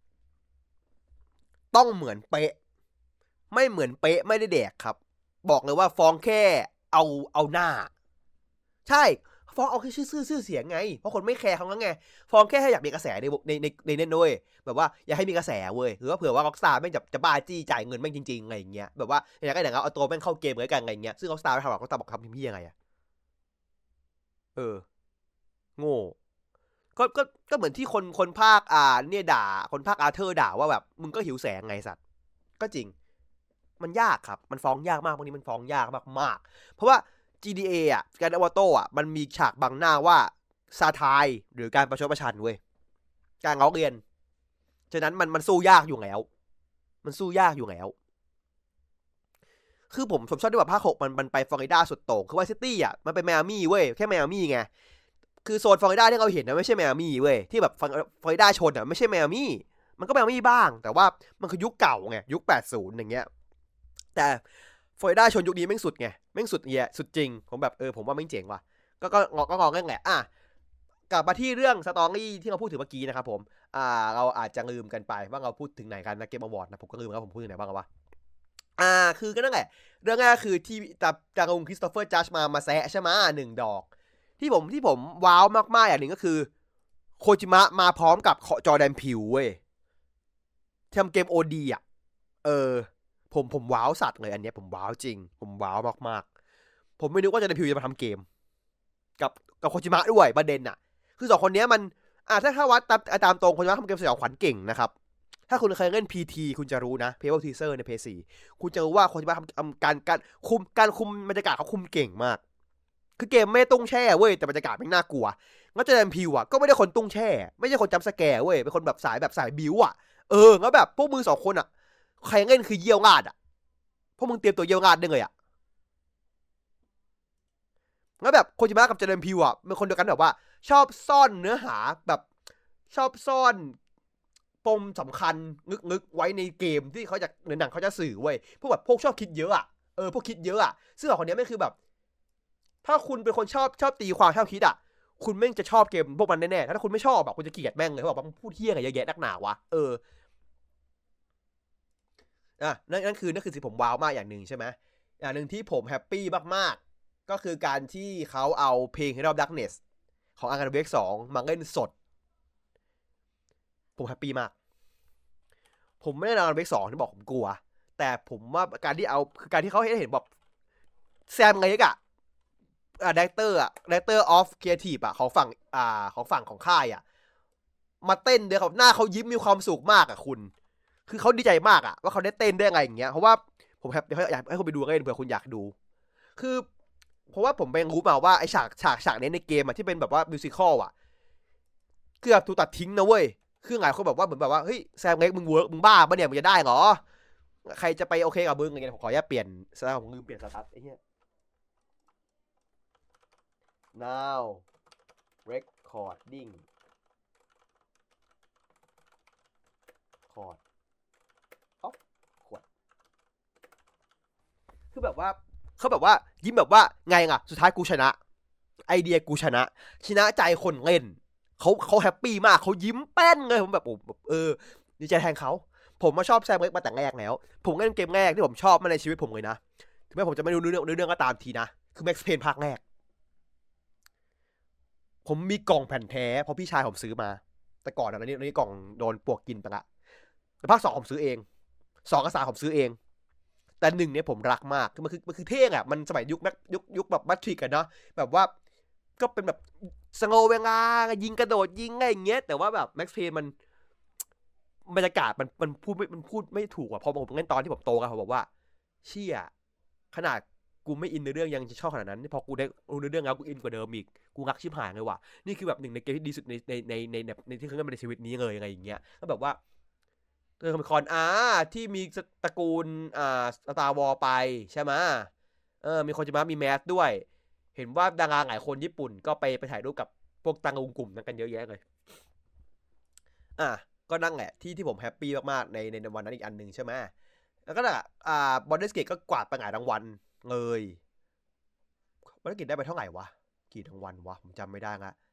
ต้องเหมือนเป๊ะไม่เหมือนเป๊ะไม่ได้แดกครับบอกเลยว่าฟ้องแค่เอาเอาหน้าใช่ฟ้องเอาแค่ชื่อชื่อชื่อเสียงไงเพราะคนไม่แคร์เขาแล้วไงฟ้องแค่ให้อยากมีกระแสในในในในเน็ตด้วยแบบว่าอยากให้มีกระแสเว้ยหรือว่าเผื่อว่าล็อกสตาร์แม่งจะจะบ้าจี้จ่ายเงินแม่งจริงๆอะไรอย่างเงี้ยแบบว่าอยากให้หนังเอาตัวแม่งเข้าเกมเหมือนกันอะไรเงี้ยซึ่งล็อกสตาร์ไม่ทำหรอกล็อกสตาร์บอกทำพี่ยังไงอะเออโง่ก็ก็ก็เหมือนที่คนคนภาคอ่าเนี่ยด่าคนภาคอาร์เธอร์ด่าว่าแบบมึงก็หิวแสงไงสัตว์ก็จริงมันยากครับมันฟ้องยากมากพวกนี้มันฟ้องยากมากๆเพราะว่า จี ดี เอ อ่ะการอวโต้อ่ะมันมีฉากบังหน้าว่าซาทายหรือการประชดประชันเว้ยการล้อเลียนฉะนั้นมันมันสู้ยากอยู่แล้วมันสู้ยากอยู่แล้วคือผมผมชอบที่ว่าภาคหกมันมันไปฟลอริดาสุดโต่งคือไวซิตี้อ่ะมันเป็นไมอามี่เว้ยแค่ไมอามี่ไงคือโซนฟลอริดาที่เราเห็นนะไม่ใช่ไมอามี่เว้ยที่แบบฟลอริดาชนอ่ะไม่ใช่ไมอามี่มันก็ไมอามี่บ้างแต่ว่ามันคือยุคเก่าไงยุคแปดสิบอย่างเงี้ยแต่ฟลอริดาชนยุคนี้แม่งสุดไงแม่งสุดเงี้ยสุดจริงผมแบบเออผมว่าแม่งเจ๋งว่ะก็ก็งอก็งอแง่แหละอ่ะกลับมาที่เรื่องสตอรี่ที่เราพูดถึงเมื่อกี้นะครับผมอ่าเราอาจจะลืมกันไปว่าเราพูดถึงไหนกันนะเกมอวอร์ดนะผมก็ลืมแล้วผมพูดถึงไหนบ้างวะอ่าคือก็นั่นแหละเรื่องแรกคือที่จาจางงคริสโตเฟอร์จัชมามาแซะใช่ไหมหนึ่งดอกที่ผมที่ผมว้าวมากๆอย่างหนึ่งก็คือโคจิมะมาพร้อมกับจอร์แดนพิวเว้ยทำเกมโอดีอ่ะเออผมผมว้าวสัตว์เลยอันนี้ผมว้าวจริงผมว้าวมากๆผมไม่นึกว่าจอร์แดนพิวจะมาทำเกมกับกับโคจิมะด้วยประเด็นอ่ะคือสองคนนี้มันอ่าถ้าถ้าวัดตามตามตรงโคจิมะทำเกมสยองขวัญเก่งนะครับถ้าคุณเคยเล่น พี ที คุณจะรู้นะ Pebble Teaser ใน พี โฟร์ คุณจะรู้ว่าโคจิมะทำการการคุมการคุมบรรยากาศเขาคุมเก่งมากคือเกมไม่ตุ้งแช่เว้ยแต่บรรยากาศไม่น่ากลัวงั้นเจอแดนพิวอ่ะก็ไม่ได้คนตุ้งแช่ไม่ใช่คนจำสแกร์เว้ยเป็นคนแบบสายแบบสายบิวอ่ะเออแล้วแบบพวกมือสองคนอ่ะใครเล่นคือเยี่ยวงาดอ่ะพวกมึงเตรียมตัวเยี่ยวงาดได้เลยอ่ะแล้วแบบโคจิมะกับเจเดนพิวอ่ะเป็นคนเดียวกันแบบว่าชอบซ่อนเนื้อหาแบบชอบซ่อนปมสำคัญงึกๆไว้ในเกมที่เขาจะในหนังเขาจะสื่อเว้ยพวกแบบพวกชอบคิดเยอะอ่ะเออพวกคิดเยอะอ่ะซึ่งสองคนนี้ไม่คือแบบถ้าคุณเป็นคนชอบชอบตีความชอบคิดอ่ะคุณแม่งจะชอบเกมพวกมันแน่ๆถ้าคุณไม่ชอบแบบคุณจะเกลียดแม่งเลยเขาบอกว่าพูดเที่ยงอะไรเยอะแยะนักหนาวะเอออ่ะนั่นนั่นคือนั่นคือสิ่งผมว้าวมากอย่างหนึ่งใช่ไหมอย่างหนึ่งที่ผมแฮปปี้มากๆก็คือการที่เขาเอาเพลง Hero of Darkness ของอังกฤษเวกสองมาเล่นสดผมแฮปปี้มากผมไม่ได้นอนเวกสองที่บอกผมกลัวแต่ผมว่าการที่เอาคือการที่เขาให้เห็นแบบแซมไงกะอ่าดีเรคเตอร์อ่ะดีเรคเตอร์ออฟครีเอทีฟอ่ะของฝั่งอ่าของฝั่งของค่ายอ่ะมาเต้นเดี๋ยวเขาหน้าเขายิ้มมีความสุขมากอ่ะคุณคือเขาดีใจมากอ่ะว่าเขาได้เต้นได้ไงอย่างเงี้ยเพราะว่าผมเดี๋ยวอยากให้คุณไปดูกันเผื่อคุณอยากดูคือเพราะว่าผมไปรู้มาว่าไอฉากฉากฉากนี้ในเกมอ่ะที่เป็นแบบว่ามิวสิคอลอ่ะเกือบถูกตัดทิ้งนะเว้ยคือหลายคนแบบว่าเหมือนแบบว่าเฮ้ยแซมเล็กมึงเวิร์กมึงบ้าปะเนี่ยมึงจะได้เหรอใครจะไปโอเคกับมึงอะไรเงี้ยผมขออนุญาตเปลี่ยนสถานผมลืมเปลี่ยนสถานไอ้เหี้ย now recording คอร์ดอ๊อฟขวดคือแบบว่าเขาแบบว่ายิ้มแบบว่าไงอ่ะสุดท้ายกูชนะไอเดียกูชนะชนะใจคนเล่นเขาเขาแฮปปี้มากเขายิ้มแป้นเลยผมแบบโอ้เออดีใจแทนเขาผมมาชอบแซมเล็กมาแต่แรกแล้วผมเล่นเกมแรกที่ผมชอบมาในชีวิตผมเลยนะถึงแม้ผมจะไม่รู้เรื่องเรื่องก็ตามทีนะคือแม็กซ์เพนภาคแรกผมมีกล่องแผ่นแท้เพราะพี่ชายผมซื้อมาแต่ก่อนนะนี่นี่กล่องโดนปวกกินไปละแต่ภาคสองผมซื้อเองสองกับสามผมซื้อเองแต่หนึ่งเนี่ยผมรักมากคือมันคือมันคือเท่อะมันสมัยยุคแม็กยุคยุคแบบมัทริกกันเนาะแบบว่าก็เป็นแบบสโงเวลายิงกระโดดยิงอะไรอย่างเงี้ยแต่ว่าแบบแม็กซ์เพนมันบรรยากาศมันมันพูดไม่มันพูดไม่ถูกอะพอผมเล่นตอนที่ผมโตกันผมบอกว่าเชี่ยขนาดกูไม่อินในเรื่องยังจะชอบขนาดนั้นพอกูได้รู้ในเรื่องแล้วกูอินกว่าเดิมอีกกูรักชิบหายเลยว่ะนี่คือแบบหนึ่งในเกมที่ดีสุดในในในในในในที่เคยเล่นมาในชีวิตนี้เลยอะไรอย่างเงี้ยก็แบบว่าเออคอมิคอนอ่าที่มีตระกูลอ่าสตาร์วอลไปใช่ไหมเออมีคนจะมามีแมสด้วยเห็นว่าดาราหลายคนญี่ปุ่นก็ไปไปถ่ายรูปกับพวกตังกลุ่มนั้นกันเยอะแยะเลยอ่ะก็นั่งแหละที่ที่ผมแฮปปี้มากๆในในวันนั้นอีกอันหนึ่งใช่ไหมแล้วก็อ่าบอลเดสเกตก็กวาดไปหลายรางวัลเลยบอลเดสเกตได้ไปเท่าไหร่วะกี่รางวัลวะผมจำไม่ได้ละ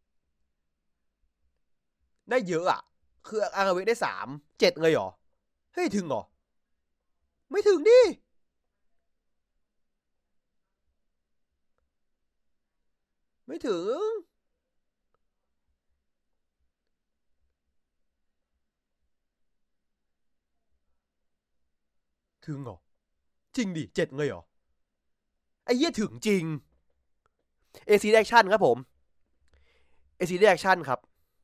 ได้เยอะอ่ะคืออาราเวได้สามเจ็ดเลยเหรอเฮ้ยถึงเหรอไม่ถึงดิไม่ถึงถึงเหรอจริงดิเจ็ดเลยเหรอไอ้เหี้ยถึงจริง เอ ซี Reaction ครับผม เอ ซี Reaction ครับ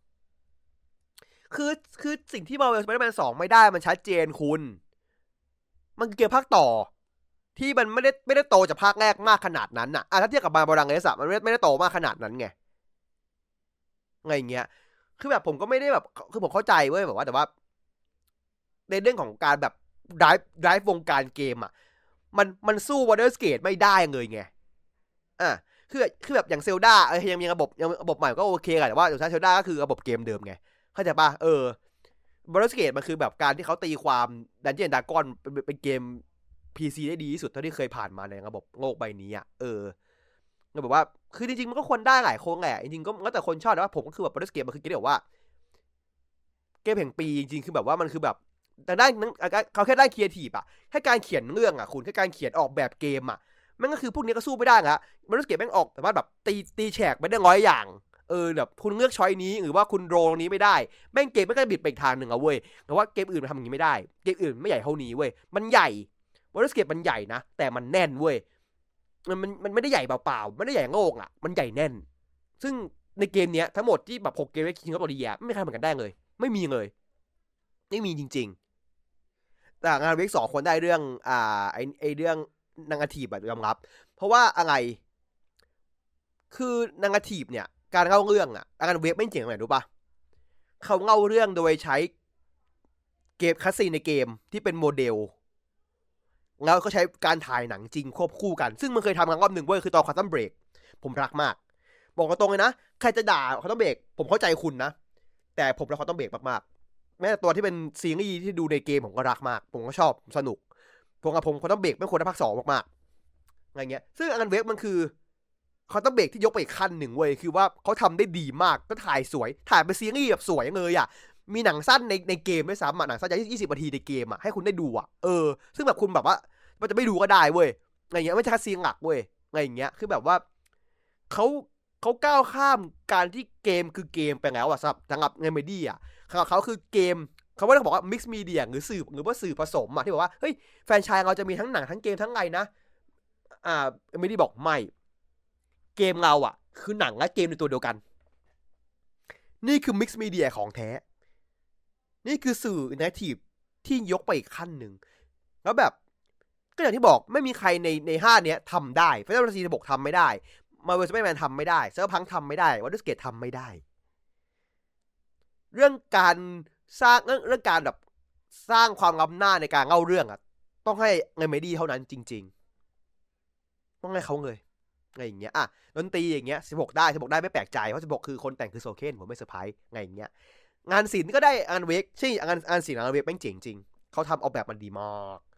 คือคือสิ่งที่ Marvel Spider-Man สองไม่ได้มันชัดเจนคุณมันคือเกมภาคต่อที่มันไม่ได้ไม่ได้โตจากภาคแรกมากขนาดนั้นน่ะอ่ะถ้าเทียบกับบาร์บอดังเลสอะมันไม่ไม่ได้โตมากขนาดนั้นไงไงเงี้ยคือแบบผมก็ไม่ได้แบบคือผมเข้าใจเว้ยแบบว่าแต่ว่าในเรื่องของการแบบ drive drive วงการเกมอะมันมันสู้ Baldur's Gate ไม่ได้เลยไงอ่ะคือคือแบบอย่างเซลดาเออยังมีระบบยังระบบใหม่ก็โอเคแหละแต่ว่าสุดท้ายเซลดาก็คือระบบเกมเดิมไงเข้าใจป่ะเออบอลสเกตมันคือแบบการที่เขาตีความดันเจียนดากอนเป็นเป็นเกม พี ซี ได้ดีที่สุดเท่าที่เคยผ่านมาในระบบโลกใบนี้อ่ะเออแบบว่าคือจริงๆมันก็ควรได้หลายคนแหละจริงๆก็แล้วแต่คนชอบแต่ว่าผมก็คือแบบบอลสเกตมันคือเกมที่แบบว่าเกมแห่งปีจริงๆคือแบบว่ามันคือแบบแต่ได้เขาแค่ได้ครีเอทีฟอะแค่การเขียนเรื่องอะคุณแค่การเขียนออกแบบเกมอะมันก็คือพวกนี้ก็สู้ไม่ได้ละบอลสเกตแม่งออกแต่ว่าแบบตีตีแฉกไปได้ร้อยอย่างเออแบบคุณเลือกช้อยนี้หรือว่าคุณโรตรงนี้ไม่ได้แม่งเกมไม่ก็บิดไปอีกทางหนึ่งอะเว้ยแต่ว่าเกมอื่นมันทำอย่างนี้ไม่ได้เกมอื่นไม่ใหญ่เท่านี้เว้ยมันใหญ่บอลสเกตมันใหญ่นะแต่มันแน่นเว้ยมันมันมันไม่ได้ใหญ่เปล่าๆไม่ได้ใหญ่โง่งอะมันใหญ่แน่นซึ่งในเกมเนี้ยทั้งหมดที่แบบหกเกมได้คิงกับตัวดีอะไม่มีใครเหมือนกันได้เลยไม่มีเลยไม่มีจริงๆแต่งานเวกสองคนได้เรื่องอ่าไอไอเรื่องนางาทีแบบยอมรับเพราะว่าอะไรคือนางาทีเนี่ยการเล่าเรื่องอะงานเวกไม่เจ๋งเลยรู้ปะเขาเล่าเรื่องโดยใช้เกมคัสซีนในเกมที่เป็นโมเดลแล้วก็ใช้การถ่ายหนังจริงควบคู่กันซึ่งมันเคยทำกันรอบหนึ่งเว้ยคือตอนควอตัมเบรกผมรักมากบอกตรงเลยนะใครจะด่าควอตัมเบรกผมเข้าใจคุณนะแต่ผมรักควอตัมเบรกมากๆแม้แต่ตัวที่เป็นซีรีส์ที่ดูในเกมผมก็รักมากผมก็ชอบสนุกผมกับผมควอตัมเบรกไม่ควรได้ภาคสองมากๆอะไรเงี้ยซึ่งอันเวกมันคือควอตัมเบรกที่ยกไปอีกขั้นหนึ่งเว้ยคือว่าเขาทำได้ดีมากก็ถ่ายสวยถ่ายเป็นซีรีส์แบบสวยเลยอ่ะมีหนังสั้นในในเกมด้วยซ้ำอ่ะหนังสั้นยี่สิบนาทีในเกมอ่ะให้คุณได้ดูอ่ะเออซึ่งแบบคุณแบบว่ามันจะไม่ดูก็ได้เว้ยอะไรเงี้ยไม่ใช่แค่ซีนหลักเว้ยอะไรอย่างเงี้ยคือแบบว่าเขาเขาก้าวข้ามการที่เกมคือเกมไปแล้วอะสำหรับสำหรับเงมดี้อะเขาเขาคือเกมเขาไม่ได้บอกว่ามิกซ์มีเดียหรือสื่อหรือว่าสื่อผสมอะที่บอกว่าเฮ้ยแฟนชายเราจะมีทั้งหนังทั้งเกมทั้งไงนะอ่าเมดี้บอกไม่เกมเราอะคือหนังและเกมในตัวเดียวกันนี่คือมิกซ์มีเดียของแท้นี่คือสื่ออินเทอร์แอคทีฟที่ยกไปอีกขั้นหนึ่งแล้วแบบก็อย่างที่บอกไม่มีใครในในห้าเนี้ยทำได้ไฟนอลแฟนตาซีสิบหกทำไม่ได้มาเวอร์สไปแมนทำไม่ได้เซอร์พังทำไม่ได้วอเตอร์สเกตทำไม่ได้เรื่องการสร้างเรื่องเรื่องการแบบสร้างความล้ำหน้าในการเล่าเรื่องอะต้องให้เงยเมดี้เท่านั้นจริงๆต้องให้เขาเลยไงอย่างเงี้ยอ่ะดนตรีอย่างเงี้ยสิบหกได้สิบหกได้ไม่แปลกใจเพราะสิบหกคือคนแต่งคือโซเคนผมไม่เซอร์ไพรส์ไงอย่างเงี้ยงานศิลป์ก็ได้งานเวกใช่งานงานศิลป์งานเวกแม่งเจ๋งจริงเขาทำออกแบบมันดีมาก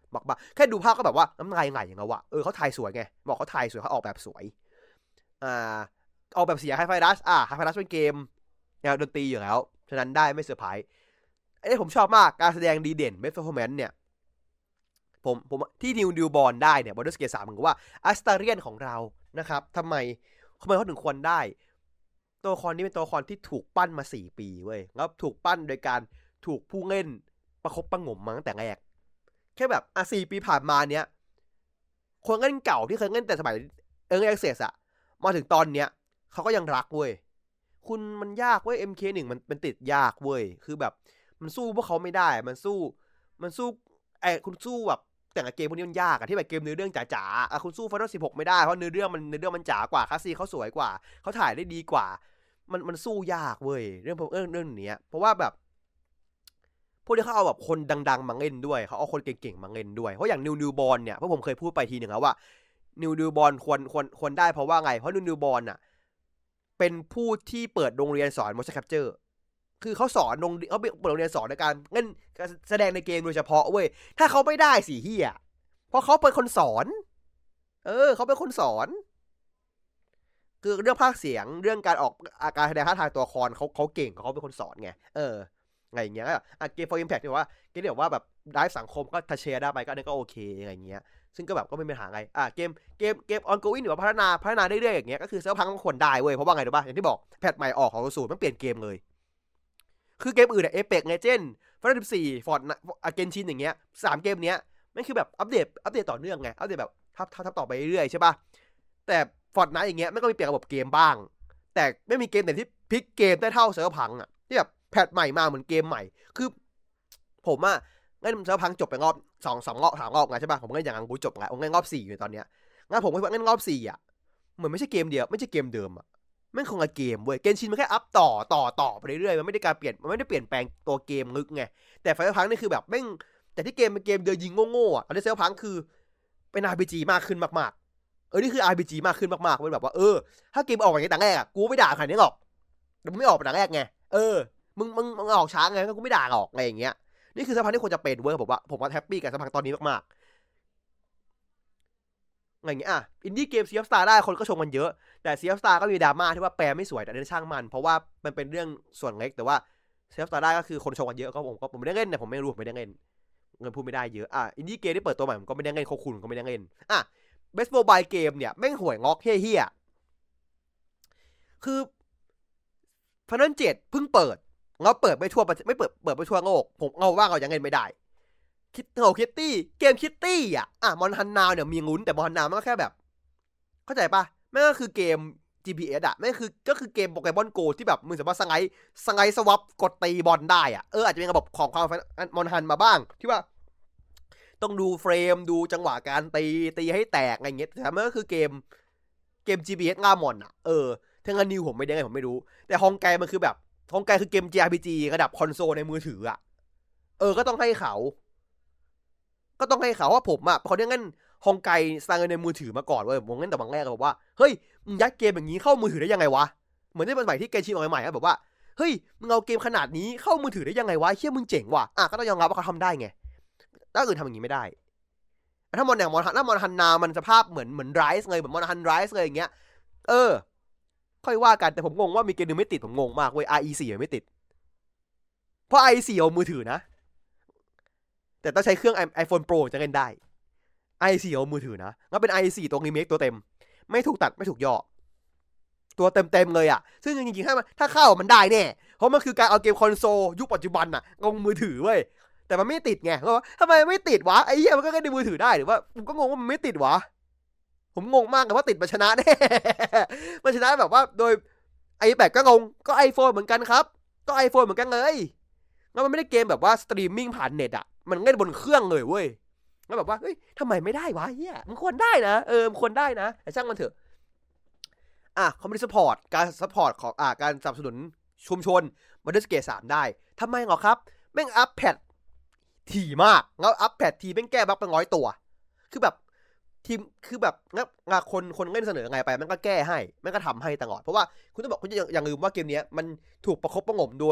บอกมาแค่ดูภาพก็แบบว่าน้ำลายไหลอย่างเงี้ยว่ะเออเขาถ่ายสวยไงบอกเขาถ่ายสวยเขาออกแบบสวยอ่าออกแบบเสียงไฮไฟดัสอ่าไฮไฟดัสเป็นเกมแนวดนตรีอยู่แล้วฉะนั้นได้ไม่เซอร์ไพรส์ไอ้ผมชอบมากการแสดงดีเด่นเบสเพอร์ฟอร์แมนซ์เนี่ยผมผมที่นิวดิวบอลได้เนี่ยบอลเดอร์สเกตสามเหมือนกับว่าอัสตาเรียนของเรานะครับทำไมทำไมเขาถึงควรได้ตัวละครนี้เป็นตัวละครที่ถูกปั้นมาสี่ปีเว้ยแล้วถูกปั้นโดยการถูกผู้เล่นประคบประหงมมาตั้งแต่แรกแค่แบบอ่ะสี่ปีผ่านมาเนี้ยคนเล่นเก่าที่เคยเล่นแต่สมัยเออร์ลี่แอคเซสอะมาถึงตอนเนี้ยเขาก็ยังรักเว้ยคุณมันยากเว้ย เอ็ม เค หนึ่ง มันมันติดยากเว้ยคือแบบมันสู้พวกเขาไม่ได้มันสู้มันสู้ไอ้คุณสู้แบบแต่ละเกมพวกนี้มันยากอะที่แบบเกมเนื้อเรื่องจ๋าๆอะคุณสู้ Final สิบหกไม่ได้เพราะเนื้อเรื่องมันเนื้อเรื่องมันจ๋ากว่าคลาสซีเขาสวยกว่าเขาถ่ายได้ดีกว่ามันมันสู้ยากเว้ยเรื่องเรื่องเรื่องนี้เพราะว่าแบบพวกนี้เขาเอาแบบคนดังๆมาเล่นด้วยเขาเอาคนเก่งๆมาเล่นด้วยเพราะอย่างนิวนิวบอลเนี่ยเพราะผมเคยพูดไปทีหนึ่งแล้วว่านิวนิวบอลควรควรควรได้เพราะว่าไงเพราะนิวนิวบอลน่ะเป็นผู้ที่เปิดโรงเรียนสอน motion capture คือเขาสอนโรงเขาเปิดโรงเรียนสอนในการเล่นการแสดงในเกมโดยเฉพาะเว้ยถ้าเขาไม่ได้สิเฮียเพราะเขาเป็นคนสอนเออเขาเป็นคนสอนคือเรื่องภาคเสียงเรื่องการออกอาการแสดงท่าทางตัวละครเขาเขาเก่งเขาเป็นคนสอนไงเอออะไรอย่างเงี้ยอ่ะเกม for impact ที่ว่าเกมที่แบบว่าแบบได้สังคมก็ทัชเชียร์ได้ไปก็อันนี้ก็โอเคอะไรอย่างเงี้ยซึ่งก็แบบก็ไม่มีปัญหาไงอ่ะเกมเกมเกม ongoing หรือว่าพัฒนาพัฒนาเรื่อยๆอย่างเงี้ยก็คือเซิร์ฟพังมันควรได้เว้ยเพราะว่าไงรู้ป่ะอย่างที่บอกแพทใหม่ออกของศูนย์มันเปลี่ยนเกมเลยคือเกมอื่นเนี่ย Apex Legends Final สิบสี่ Fort อาเกนชินอย่างเงี้ยสามเกมเนี้ยมันคือแบบอัปเดตอัปเดตต่อเนื่องไงอัปเดตแบบทับทับต่อไปเรื่อยๆใช่ป่ะแต่ Fortnite อย่างเงี้ยมันก็มีเปลี่ยนระบบเกมบ้างแต่ไม่มีเกมไหนที่พลิกเกมได้เท่าเซิร์ฟพังอ่ะที่แบบแพทใหม่มาเหมือนเกมใหม่คือผมอะเล่นเซิร์ฟพังจบไปรอบสองสองรอบสามรอบไงใช่ป่ะผมเล่นอย่างอังกูจบไงผมเล่นรอบสี่อยู่ตอนเนี้ยงั้นผมก็เล่นรอบสี่อ่ะเหมือนไม่ใช่เกมเดียวไม่ใช่เกมเดิมอ่ะมันคงละเกมเว้ยเกมชินมันแค่อัพต่อต่อต่อไปเรื่อยๆมันไม่ได้การเปลี่ยนมันไม่ได้เปลี่ยนแปลงตัวเกมลึกไงแต่ไฟพังนี่คือแบบแม่งแต่ที่เกมเป็นเกมเดินยิงโง่ๆอ่ะตอนนี้เซิร์ฟพังคือเป็น อาร์ พี จี มากขึ้นมากๆเออนี่คือ อาร์ พี จี มากขึ้นมากๆเป็นแบบว่าเออถ้าเกมออกอย่างนี้แต่แรกอ่ะกูไม่ด่าขนาดนี้หรอกแต่มึงไม่ออกแต่แรกไงเออมึงมึงมึงออกช้าไงก็กูไม่ด่าหรอกอะไรอย่างเงี้ยนี่คือสภาพที่ควรจะเป็นเว้ยผมว่าผมว่าแฮปปี้กับสภาพตอนนี้มากๆอะไรอย่างเงี้ยอ่ะอินดี้เกมซีออฟสตาร์ได้คนก็ชมกันเยอะแต่ซีออฟสตาร์ก็มีดราม่าที่ว่าแปลไม่สวยแต่เรื่องช่างมันเพราะว่ามันเป็นเรื่องส่วนเล็กแต่ว่าซีออฟสตาร์ได้ก็คือคนชมกันเยอะก็ผมก็ผมไม่ได้เล่นเนี่ยผมไม่รู้ผมไม่ได้เล่นเงินพูดไม่ได้เยอะอ่ะอินดี้เกมที่เปิดตัวใหม่ผมก็ไม่ได้เล่นโคคุณก็ไม่ได้เล่นอ่ะเบสโมบายเกมเนี่ยแม่งห่วยงอกเฮี้ยๆคือฟันนัลเจ็ดเพิ่งเปิดเราเปิดไม่ทั่วไม่เปิดเปิดไม่ทั่วโลกผมเอาว่าเรายังเล่นไม่ได้คิดโหคิตตี้เกมคิตตี้อ่ะอ่ะมอนฮันนาวเนี่ยมีงุ้นแต่มอนฮันนาวมันก็แค่แบบเข้าใจปะไม่ก็คือเกม จี พี เอส อ่ะไม่คือก็คือเกมโปเกมอนโกที่แบบมึงสามารถสไลด์สไลด์สวับกดตีบอลได้อ่ะเอออาจจะเป็นระบบของความมอนฮันมาบ้างที่ว่าต้องดูเฟรมดูจังหวะการตีตีให้แตกอะไรเงี้ยแต่มันก็คือเกมเกม จี พี เอส ง่ามอนอ่ะเออเทงานิวผมไม่ได้ไงผมไม่รู้แต่ฮองไกมันคือแบบฮองไกคือเกม จี อาร์ พี จี ระดับคอนโซลในมือถืออ่ะเออก็ต้องให้เขาก็ต้องให้เขาว่าผมอ่ะเขาเนี่ยงั้นฮองไกสร้างในมือถือมาก่อนเว้ยผมงั้นแต่บางแรกก็บอกว่าเฮ้ยมึงยัดเกมอย่างนี้เข้ามือถือได้ยังไงวะเหมือนที่เป็นใหม่ที่เกมชินออกใหม่ๆครับแบบว่าเฮ้ยมึงเอาเกมขนาดนี้เข้ามือถือได้ยังไงวะเชี่ยมึงเจ๋งว่ะอ่ะก็ต้องยอมรับว่าเขาทำได้ไงถ้าอื่นทำอย่างนี้ไม่ได้ถ้ามอนอย่างมอนฮันถ้ามอนฮันนามันสภาพเหมือนเหมือนไรส์เลยเหมือนมอนฮันไรส์เลยอย่างเงี้ยเออค่อยว่ากันแต่ผมงงว่ามีเกมนึงไม่ติดผมงงมากเว้ย อาร์ อี โฟร์ ไม่ติดเพราะ อาร์ อี โฟร์ เอามือถือนะแต่ต้องใช้เครื่อง iPhone Pro จะเล่นได้ ไอ โฟร์ เอามือถือนะแล้วเป็น ไอ โฟร์ ตัวรีเมคตัวเต็มไม่ถูกตัดไม่ถูกย่อตัวเต็มๆเลยอ่ะซึ่งจริงๆถ้าถ้าเข้ามันได้แน่เพราะมันคือการเอาเกมคอนโซลยุคปัจจุบันน่ะลงมือถือเว้ยแต่มันไม่ติดไงก็ว่าทำไมไม่ติดวะไอ้เหี้ยมันก็เล่นในมือถือได้หรือว่าผมก็งงว่ามันไม่ติดวะผมงงมากเลยว่าติดมันชนะแน่มันชนะแบบว่าโดยไอแปดก็งงก็ iPhone เหมือนกันครับก็ iPhone เหมือนกันเลยแล้วมันไม่ได้เกมแบบว่าสตรีมมิ่งผ่านเน็ตอ่ะมันเล่นบนเครื่องเลยเว้ยแล้วแบบว่าเฮ้ยทำไมไม่ได้วะเฮียมันควรได้นะเออมันควรได้นะแต่ช่างมันเถอะอ่ะคอมมิวนิสต์ซัพพอร์ตการซัพพอร์ตของอ่าการสนับสนุนชุมชนบันเดอร์สเกตสามได้ทำไมหรอครับแม่งอัพแพทถี่มากแล้วอัพแพททีแม่งแก้บั๊กเป็นร้อยตัวคือแบบทีมคือแบบงานคนคนเล่นเสนอไงไปมันก็แก้ให้มันก็ทำให้ตลอดเพราะว่าคุณต้องบอกคุณอย่าลืมว่าเกมนี้มันถูกประคบประงมโดย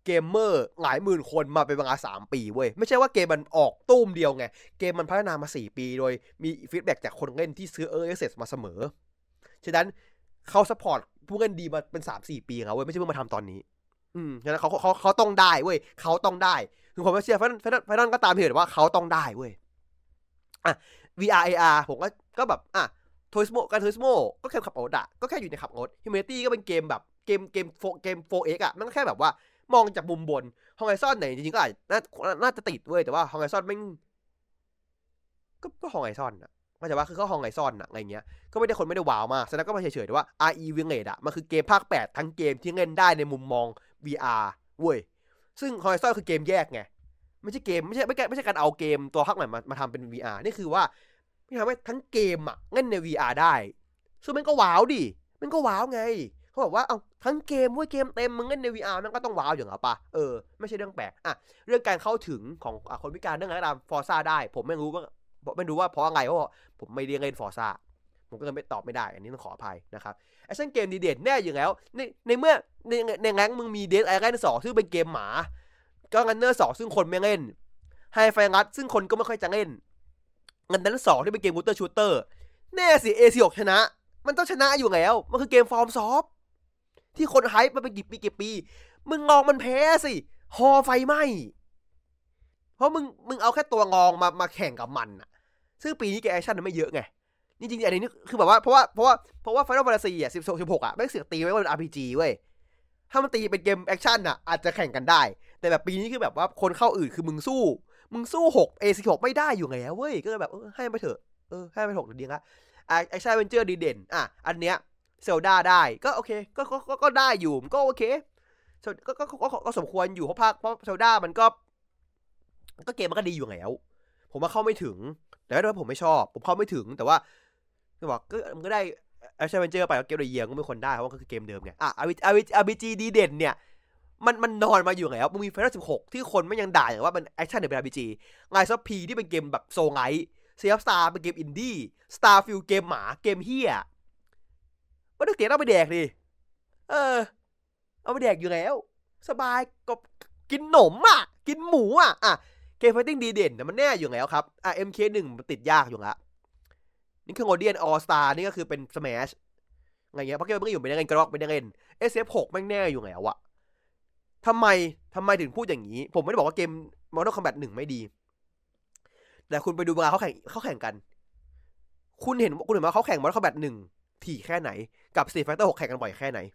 เกมเมอร์หลายหมื่นคนมาเป็นเวลาสามปีเว้ยไม่ใช่ว่าเกมมันออกตุ้มเดียวไงเกมมันพัฒนามาสี่ปีโดยมีฟีดแบ็กจากคนเล่นที่ซื้อ Early Access มาเสมอฉะนั้นเขาซัพพอร์ตผู้เล่นดีมาเป็น สามสี่ ปีแล้วเว้ยไม่ใช่เพิ่งมาทำตอนนี้อืมฉะนั้นเขาเขาเขาต้องได้เว้ยเขาต้องได้ถึงผมไม่เชื่อไฟนอลไฟนอลก็ตามเหตุว่าเขาต้องได้เว้ยอ่ะ วี อาร์ เอ อาร์ ผมก็ก็แบบอ่ะโทริสโมการโทริสโมก็แค่ขับรถอ่ะก็แค่อยู่ในขับรถ Humanity ก็เป็นเกมแบบเกมเกมโฟเกม โฟร์ เอ็กซ์ อ่ะมันก็แค่แบบว่ามองจากมุมบนฮองไอซอนไหนจริงๆก็อาจน่าน่าจะติดเว้ยแต่ว่าฮองไอซอนไม่ก็ก็ฮองไอซอนอ่ะก็จะว่าคือเขาฮองไอซอนอ่ะอะไรเงี้ยก็ไม่ได้คนไม่ได้ว้าวมากฉะนั้นก็มาเฉยๆแต่ว่า อาร์ อี Village อ่ะมันคือเกมภาคแปดทั้งเกมที่เล่นได้ในมุมมอง วี อาร์ เว้ยซึ่งฮองไอซอนคือเกมแยกไงไม่ใช่เกมไม่ใช่ไม่ใช่ไม่ใช่การเอาเกมตัวภาคใหม่มามาทำเป็น วี อาร์ นี่คือว่าไม่ทำให้ทั้งเกมอ่ะเล่นใน วี อาร์ ได้ซึ่งมันก็ว้าวดิมันก็ว้าวไงเขาบอกว่าเอาทั้งเกมเว้ยเกมเต็มมึงเล่นใน วี อาร์ มันก็ต้องว้าวอย่างเหรอปะเออไม่ใช่เรื่องแปลกอ่ะเรื่องการเข้าถึงของคนพิการเรื่องอะไรตามฟอร์ซ่าได้ผมไม่รู้ว่าไม่รู้ว่าเพราะอะไรเพราะผมไม่ได้เล่นฟอร์ซ่าผมก็เลยไม่ตอบไม่ได้อันนี้ต้องขออภัยนะครับไอ้เช่นเกมดีเด่นแน่อยู่แล้วในในเมื่อในในแรงมึงมีเดดไอแลนด์สองซึ่งเป็นเกมหมาก็งันเนอร์สองซึ่งคนไม่เล่นไฮไฟรัสซึ่งคนก็ไม่ค่อยจะเล่นงันเนอร์สองที่เป็นเกมมูเตอร์ชูเตอร์แน่สิ เอ ซี หก ชนะมันต้องชนะอยู่แล้วมันคือเกมฟอร์มซอฟที่คนไฮป์มาเป็นกี่ปีกี่ปีมึงงองมันแพ้สิฮอไฟไหม้เพราะมึงมึงเอาแค่ตัวงองมามาแข่งกับมันอะซึ่งปีนี้เกมแอคชั่นมันไม่เยอะไงจริงๆอันนี้คือแบบว่าเพราะว่าเพราะว่าเพราะว่า Final Fantasy อ่ะสิบหกอ่ะแม่งเสือกตีไว้ว่าเป็น อาร์ พี จี เว้ยถ้ามันตีเป็นเกมแอคชั่นอ่ะอาจจะแข่งกันได้แต่แบบปีนี้คือแบบว่าคนเข้าอื่นคือมึงสู้มึงสู้หก เอ ซี หกไม่ได้อยู่แล้วเว้ยก็เลยแบบเออให้ไปเถอะเออให้ไปหกดีละแอคชั่นเวนเจอร์ดีเด่นอ่ะอันเนี้ยเซลดาได้ก็โอเคก็ก็ก็ได้อยู่มันก็โอเคก็ก็ก็ก็สมควรอยู่เพราะภาคเพราะเซลดามันก็ก็เกมมันก็ดีอยู่แล้วผมว่าเข้าไม่ถึงแต่ว่าผมไม่ชอบผมเข้าไม่ถึงแต่ว่าก็บอกก็มันก็ได้แอคชั่นเวนเจอร์ไปเกมเดียก็ไม่คนได้เพราะว่าก็คือเกมเดิมไงอ่ะ อาร์ พี จี ดีเด่นเนี่ยมันมันนอนมาอยู่แล้วมึงมี Final สิบหกที่คนไม่ยังด่าอย่างว่ามันแอคชั่นหรือเป็น อาร์ พี จี ไงซับพีที่เป็นเกมแบบโซไลท์เซียฟสตาร์เป็นเกมอินดี้สตาร์ฟิลเกมหมาเกมเฮียมันต้องเกมเอาไปแดกดิเออเอาไปแดกอยู่แล้วสบายก็กินหนมอ่ะกินหมูอ่ะอ่ะเกมไฟติ้งดีเด่นแต่มันแน่อยู่แล้วครับอ่ะ เอ็ม เค หนึ่ง มันติดยากอยู่ละนี่คือโอเดียนออสตาร์นี่ก็คือเป็นสแมชอะไรเงี้ยเพราะเกมมันก็อยู่ไม่ได้เงินกระรอกไม่ได้เงิน เอส เอฟ หกแม่งแน่อยู่แล้วอะทำไมทำไมถึงพูดอย่างนี้ผมไม่ได้บอกว่าเกม Mortal Kombat หนึ่งไม่ดีแต่คุณไปดูเวลาเขาแข่งเขาแข่งกันคุณเห็นคุณเห็นว่าเขาแข่ง Mortal Kombat หนึ่งถี่แค่ไหนกับ Street Fighter หกแข่งกันบ่อยแค่ไหน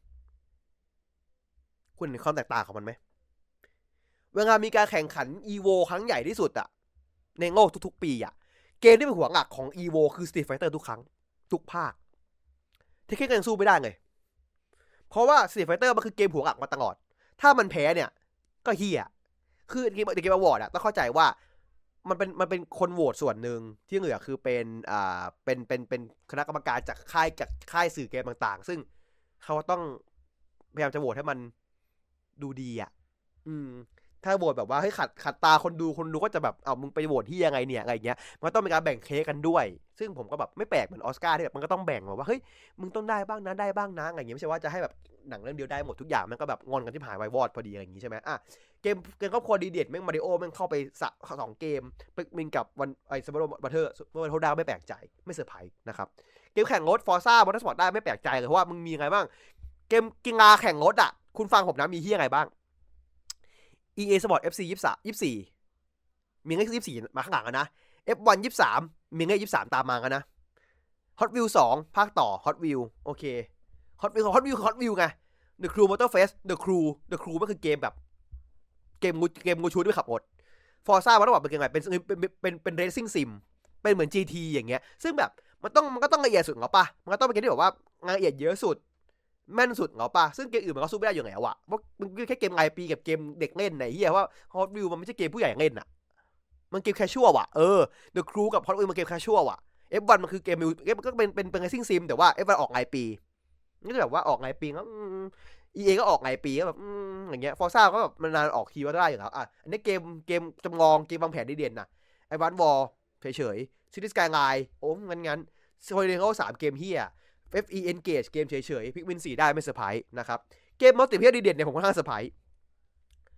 คุณเห็นความแตกต่างของมันไหมเวลามีการแข่งขัน อี โว ครั้งใหญ่ที่สุดอะในโลกทุกๆปีอะเกมที่เป็นหัวหลักของ อี โว คือ Street Fighter ทุกครั้งทุกภาคที่แค่กันสู้ไม่ได้ไงเพราะว่า Street Fighter มันคือเกมหัวหลักมาตลอดถ้ามันแพ้เนี่ยก็เฮียคือเกมเกมอวอร์ดอะต้องเข้าใจว่ามันเป็นมันเป็นคนโหวตส่วนหนึ่งที่เหลือคือเป็นอ่าเป็นเป็นเป็นคณะกรรมการจากค่ายจากค่ายสื่อเกมต่างๆซึ่งเขาต้องพยายามจะโหวตให้มันดูดีอะอืมถ้าโหวตแบบว่าเฮ้ยขัดขัดตาคนดูคนดูก็จะแบบเอามึงไปโหวตที่ยังไงเนี่ยอะไรเงี้ยมันต้องมีการแบ่งเค้กกันด้วยซึ่งผมก็แบบไม่แปลกเหมือนออสการ์ที่แบบมันก็ต้องแบ่งว่าเฮ้ยมึงต้องได้บ้างนะได้บ้างนะอะไรเงี้ยไม่ใช่ว่าจะให้แบบหนังเรื่องเดียวได้หมดทุกอย่างมันก็แบบงอนกันที่หายไววอดพอดีอะไรอย่างงี้ใช่ไหมอ่ะเกมเกมครอบครัวดีเด็ดแม่งมาริโอแม่งเข้าไปสองเกมมินกับวันไอซัมเมอร์บัตเทอร์เมื่อวันโฮดาวไม่แปลกใจไม่เซอร์ไพรส์นะครับเกมแข่งรถฟอร์ซ่ามอเตอร์สปอร์ตได้ไม่แปลกใจเลยเพราะว่ามึงมีไงบ้างเกมกีฬาแข่งรถอ่ะคุณฟังผมนะมีที่ยังไงบ้าง อี เอ Sport เอฟ ซี ยี่สิบสาม ยี่สิบสี่มีเลขยี่สิบสี่มาข้างหลังนะ เอฟ วัน ยี่สิบสามมีเลขยี่สิบสามตามมากันนะ Hot Wheels สองภาคต่อ Hot Wheels โอเค Hot Wheels Hot Wheels Hot Wheels ไง The Crew Motorfest The Crew The Crew มันคือเกมแบบเกมงูเกมงูชูที่ขับรถ Forza มันต้องบอกเป็นเกมไงเป็นเป็นเป็นเป็น Racing Sim เป็นเหมือน จี ที อย่างเงี้ยซึ่งแบบมันต้องมันก็ต้องละเอียดสุดเหรอปะมันก็ต้องเป็นเกมที่แบบว่างานละเอียดเยอะสุดแม่นสุดเหรอปะซึ่งเกมอื่นมันก็สู้ไม่ได้อยู่แล้วอะเพราะมันแค่เกมรายปีกับเกมเด็กเล่นไหนเฮียว่า Hot Wheels มันไม่ใช่เกมผู้ใหญ่เล่นอะมันเกมแคชชวลว่ะเออ The Crew กับ Hot Wheels มันเกมแคชชวลว่ะ เอฟ วัน มันคือเกมมันก็เป็นเป็นเป็น Racing Sim แต่ว่า เอฟ วัน ออกรายปีนี่แบบว่าออกรายปีแล้ว อี เอ ก็ออกรายปีก็แบบอย่างเงี้ย Forza ก็แบบมันนานออกทีว่าได้อยู่แล้วอ่ะอันนี้เกมเกมจำลองเกมวางแผนดีเด่นนะไอ้ Advance War เฉยๆ City Skyline โอ้งั้นงั้น Solidarium สามเกมเฮีย เอฟ อี Engage เกมเฉยๆ Pikmin สี่ได้ไม่เซอร์ไพรส์นะครับเกมมัลติเพลเยอร์ดีเด่นเนี่ยผมค่อนข้างเซอร์ไพรส์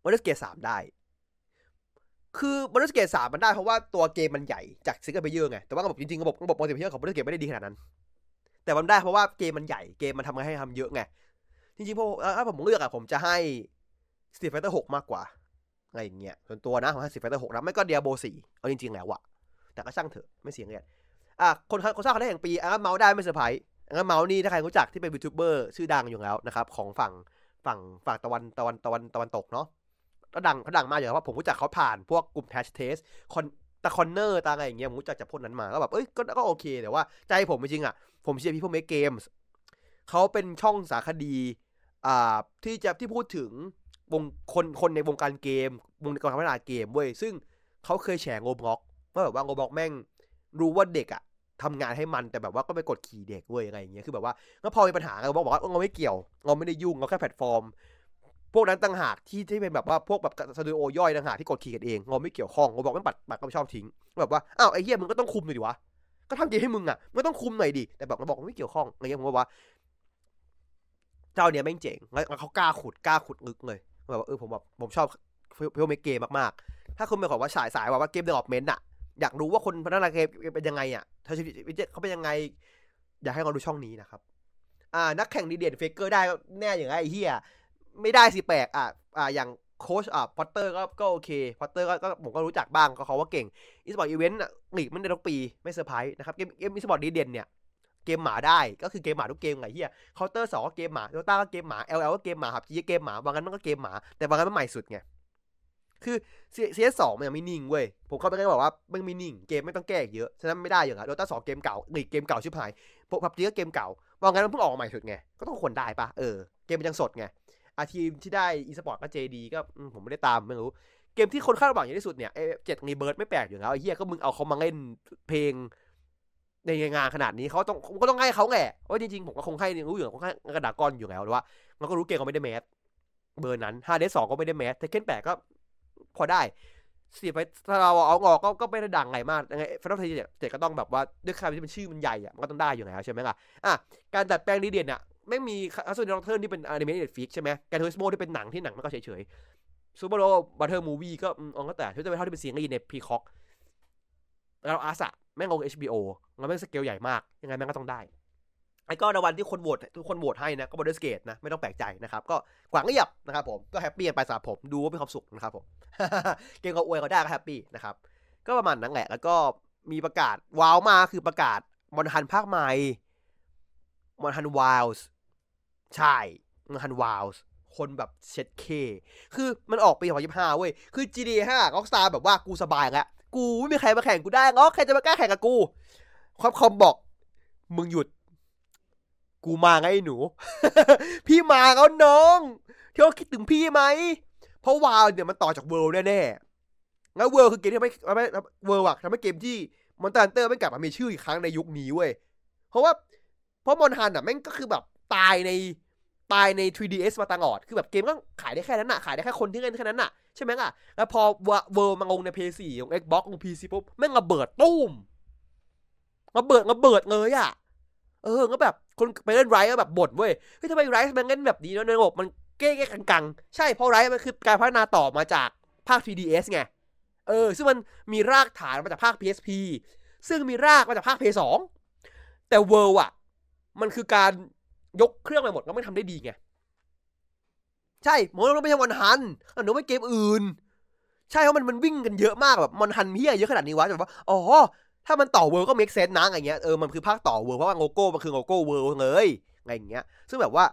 Baldur's Gate สามได้คือ Baldur's Gate สามมันได้เพราะว่าตัวเกมมันใหญ่จากซิงเกิลเพลเยอร์ไงแต่ว่าระบบจริงๆระบบระบบมัลติเพลเยอร์ของ Baldur's Gate ไม่ได้ดีขนาดนั้นแต่มันได้เพราะว่าเกมมันใหญ่เกมมันทำให้ทำเยอะไงจริงๆพอถ้าผมเลือกอะผมจะให้ Street Fighter หกมากกว่าอะไรอย่างเงี้ยส่วนตัวนะผมให้ Street Fighter หกนะไม่ก็ Diablo สี่เอาจริงๆแล้วอะแต่ก็ช่างเถอะไม่เสียเงินอ่ะคนคนสร้างคะแนนแห่งปีอ่ะเมาส์ได้ไม่เซอร์ไพรส์อ่ะเมาส์นี่ถ้าใครรู้จักที่เป็นยูทูบเบอร์ชื่อดังอยู่แล้วนะครับของฝั่งฝั่งฝั่งตะวันตะวันตะวันตะวันตกเนาะก็ดังเขาดังมากอยู่แล้วว่าผมรู้จักเขาผ่านพวกกลุ่มแฮชเทสคอนตะคอนเนอร์ตาอะไรอย่างเงี้ยผมรู้จักจากพวกนั้นมาก็แบบเอ้ยก็ก็โอเคแต่ว่าใจผมจริงๆอ่ะผมเชียร์พี่พวกเมคเกมส์เขาเป็นช่องสารคดีอ่าที่จะที่พูดถึงวงคนคนในวงการเกมวงการพัฒนาเกมเว้ยซึ่งเขาเคยแฉโงบล็อกว่าแบบว่าโงบล็อกแม่งรู้ว่าเด็กอ่ะทำงานให้มันแต่แบบว่าก็ไปกดขี่เด็กเว้ยอะไรอย่างเงี้ยคือแบบว่าแล้วพอมีปัญหาเราบอกว่าเราไม่เกี่ยวเราไม่ได้ยุ่งเราแค่แพลตฟอร์มพวกนั้นต่างหากที่ที่เป็นแบบว่าพวกแบบสตูดิโอย่อยต่างหากที่กดขี่กันเองเราไม่เกี่ยวข้องเราบอกไม่ปัดปัดก็ไม่ชอบทิ้งแบบว่าอ้าวไอ้เหี้ยมึงก็ต้องคุมหน่อยดิวะก็ทำเกมให้มึงอ่ะไม่ต้องคุมหน่อยดิแต่แบบเราบอกไม่เกี่ยวข้องอะไรเงี้ยผมว่าเจ้าเนี้ยแม่งเจ๋งแล้วเขากล้าขุดกล้าขุดลึกเลยแบบว่าเออผมแบบผมชอบเพื่อเมคเกมมากๆถ้าคุณเป็นของว่าสายสายว่าเกมเดเวลลอปเมนต์อ่ะอยากรู้ว่าคนพัฒนาเกมเป็นยังไงอ่ะถ้าชีวิตเขาเป็นยังไงอยากให้เราดูช่องนี้นะครับอ่านักแข่งดีเด่นเฟกเกอร์ได้แน่อย่างไรไอ้เหี้ยไม่ได้สิแปลกอ่ะอ่าอย่างโค้ชอ่ะพอตเตอร์ก็ก็โอเคพอตเตอร์ก็ก็ผมก็รู้จักบ้างก็เขาว่าเก่งอีสปอร์ตอีเวนต์หลีกมันได้ทุกปีไม่เซอร์ไพรส์นะครับเกมเกมอีสปอร์ตดีเด่นเนี่ยเกมหมาได้ก็คือเกมหมาทุกเกมไงเหี้ยเคาน์เตอร์สองก็เกมหมาโดต้าก็เกมหมา แอล แอล ก็เกมหมาครับจีเกมหมาบางงั้นมันก็เกมหมาแต่บางงั้นมันใหม่สุดไงคือ ซี เอส สองมันยังไม่นิ่งเว้ยผมเข้าไปได้บอกว่ามันไม่นิ่งเกมไม่ต้องแก้เยอะฉะนั้นไม่ได้อย่างนั้นโดต้าสองเกมเก่าหลีกเกมเก่าชิบหายพวกพับจีก็เกมเก่าบางงั้นมันเพิ่งออกมาใหม่สุดไงก็ต้องควรได้ปะเออเกมมันยังสดไงอาทีมที่ได้อีสปอร์ตก็ เจ ดี ก็ผมไม่ได้ตามไม่รู้เกมที่คนคาดหวังอย่างที่สุดเนี่ยเอเจ็ดรีเบิร์ดไม่แปลกอยู่แล้วไอ้เหี้ยก็มึงเอาเขามาเล่นเพลงในงานขนาดนี้เขาต้องก็ต้องให้เขาแหละเพราะจริงๆผมก็คงให้รู้อยู่คงให้กระดาษก้อนอยู่แล้วแต่ว่ามันก็รู้เกมเขาไม่ได้แมสเบอร์นั้นฮาร์ดเดสสองก็ไม่ได้แมสเทคเคนแปดก็พอได้สีไปถ้าเราเอาออกก็ก็ไม่ได้ดังไงมากยังไงฟนตาซีเจ็ดก็ต้องแบบว่าด้วยคำที่เป็นชื่อมันใหญ่อะมันก็ต้องได้อยู่แล้วใช่ไหมล่ะอ่ะการดัดแปลงดีเด่นอะไม่มีอัศวินด็อกเตอร์ที่เป็นอนิเมะเน็ตฟลิกใช่ไหมแกนทูริสโมที่เป็นหนังที่หนังมันก็เฉยๆซูเปอร์โรบัตเทอร์มูวี่ก็อืมก็แต่ที่จะเป็นเท่าที่เป็นซีรีส์ในพีคอกแล้วอาร์ซะแม่งลง เอช บี โอ แล้วแม่งสเกลใหญ่มากยังไงแม่งก็ต้องได้ไอ้ก็ในวันที่คนโหวตทุกคนโหวตให้นะก็ Baldur's Gate นะไม่ต้องแปลกใจนะครับก็กวางเงียบนะครับผมก็แฮปปี้กันไปสำหรับผมดูว่ามีความสุขนะครับผม เกมเขาอวยเขาได้ก็แฮปปี้นะครับก็ประมาณนั้นแหละแล้วก็มีประกาศว้าวมาคือประกาศมอนฮันภาคใหม่มอนฮันวายส์ใช่มอนฮันวายส์คนแบบเช็ดเคคือมันออกปีสองพันยี่สิบห้าเว้ยคือ จี ที เอ ห้า Rockstar แบบว่ากูสบายแล้วกูไม่มีใครมาแข่งกูได้งอใครจะมากล้าแข่งกับกูความคอมบอกมึงหยุดกูมาไงหนู พี่มาแล้วน้องเที่ยวคิดถึงพี่ไหมเพราะวาวเนี่ยมันต่อจากเวิลด์แน่ๆงั้นเวิลด์คือเกมที่ไม่ไม่เวิลด์อะทำให้เกมที่มอนสเตอร์ฮันเตอร์ไม่กลับมามีชื่ออีกครั้งในยุคนี้เว้ยเพราะว่าเพราะมอนฮันอะแม่งก็คือแบบตายในตายใน ทรี ดี เอส มาตลอดคือแบบเกมก็ขายได้แค่นั้นน่ะขายได้แค่คนที่เล่นแค่นั้นน่ะใช่ไหมล่ะแล้วพอเวิลด์มาลงใน พี โอ โฟร์ ลง Xbox ลง พี ซี ปุ๊บแม่งระเบิดตุ้มระเบิดระเบิดเลยอะเออก็แบบคนไปเล่นไรก็แบบบ่นเว้ยเฮ้ยทำไมไรมันเล่นแบบนี้เนาะในระบบมันเก้ๆกังๆใช่เพราะไรมันคือการพัฒนาต่อมาจากภาค ทรี ดี เอส ไงเออซึ่งมันมีรากฐานมาจากภาค พี เอส พี ซึ่งมีรากมาจากภาค พี เอส ทู แต่ World อ่ะมันคือการยกเครื่องไปหมดแล้วไม่ทำได้ดีไงใช่มันไม่ใช่มอนฮันอันนู้นไม่เกมอื่นใช่เพราะมันมันวิ่งกันเยอะมากแบบมอนฮันเฮียเยอะขนาดนี้วะแบบว่าอ๋อถ้ามันต่อเวิร์ก็เมคเซนส์นะอะไรเงี้ยเออมันคือภาคต่อเวิร์เพราะว่าโลโก้มันคือโลโก้เวิร์เลยอะไรอย่างเงี้ยซึ่งแบบว่า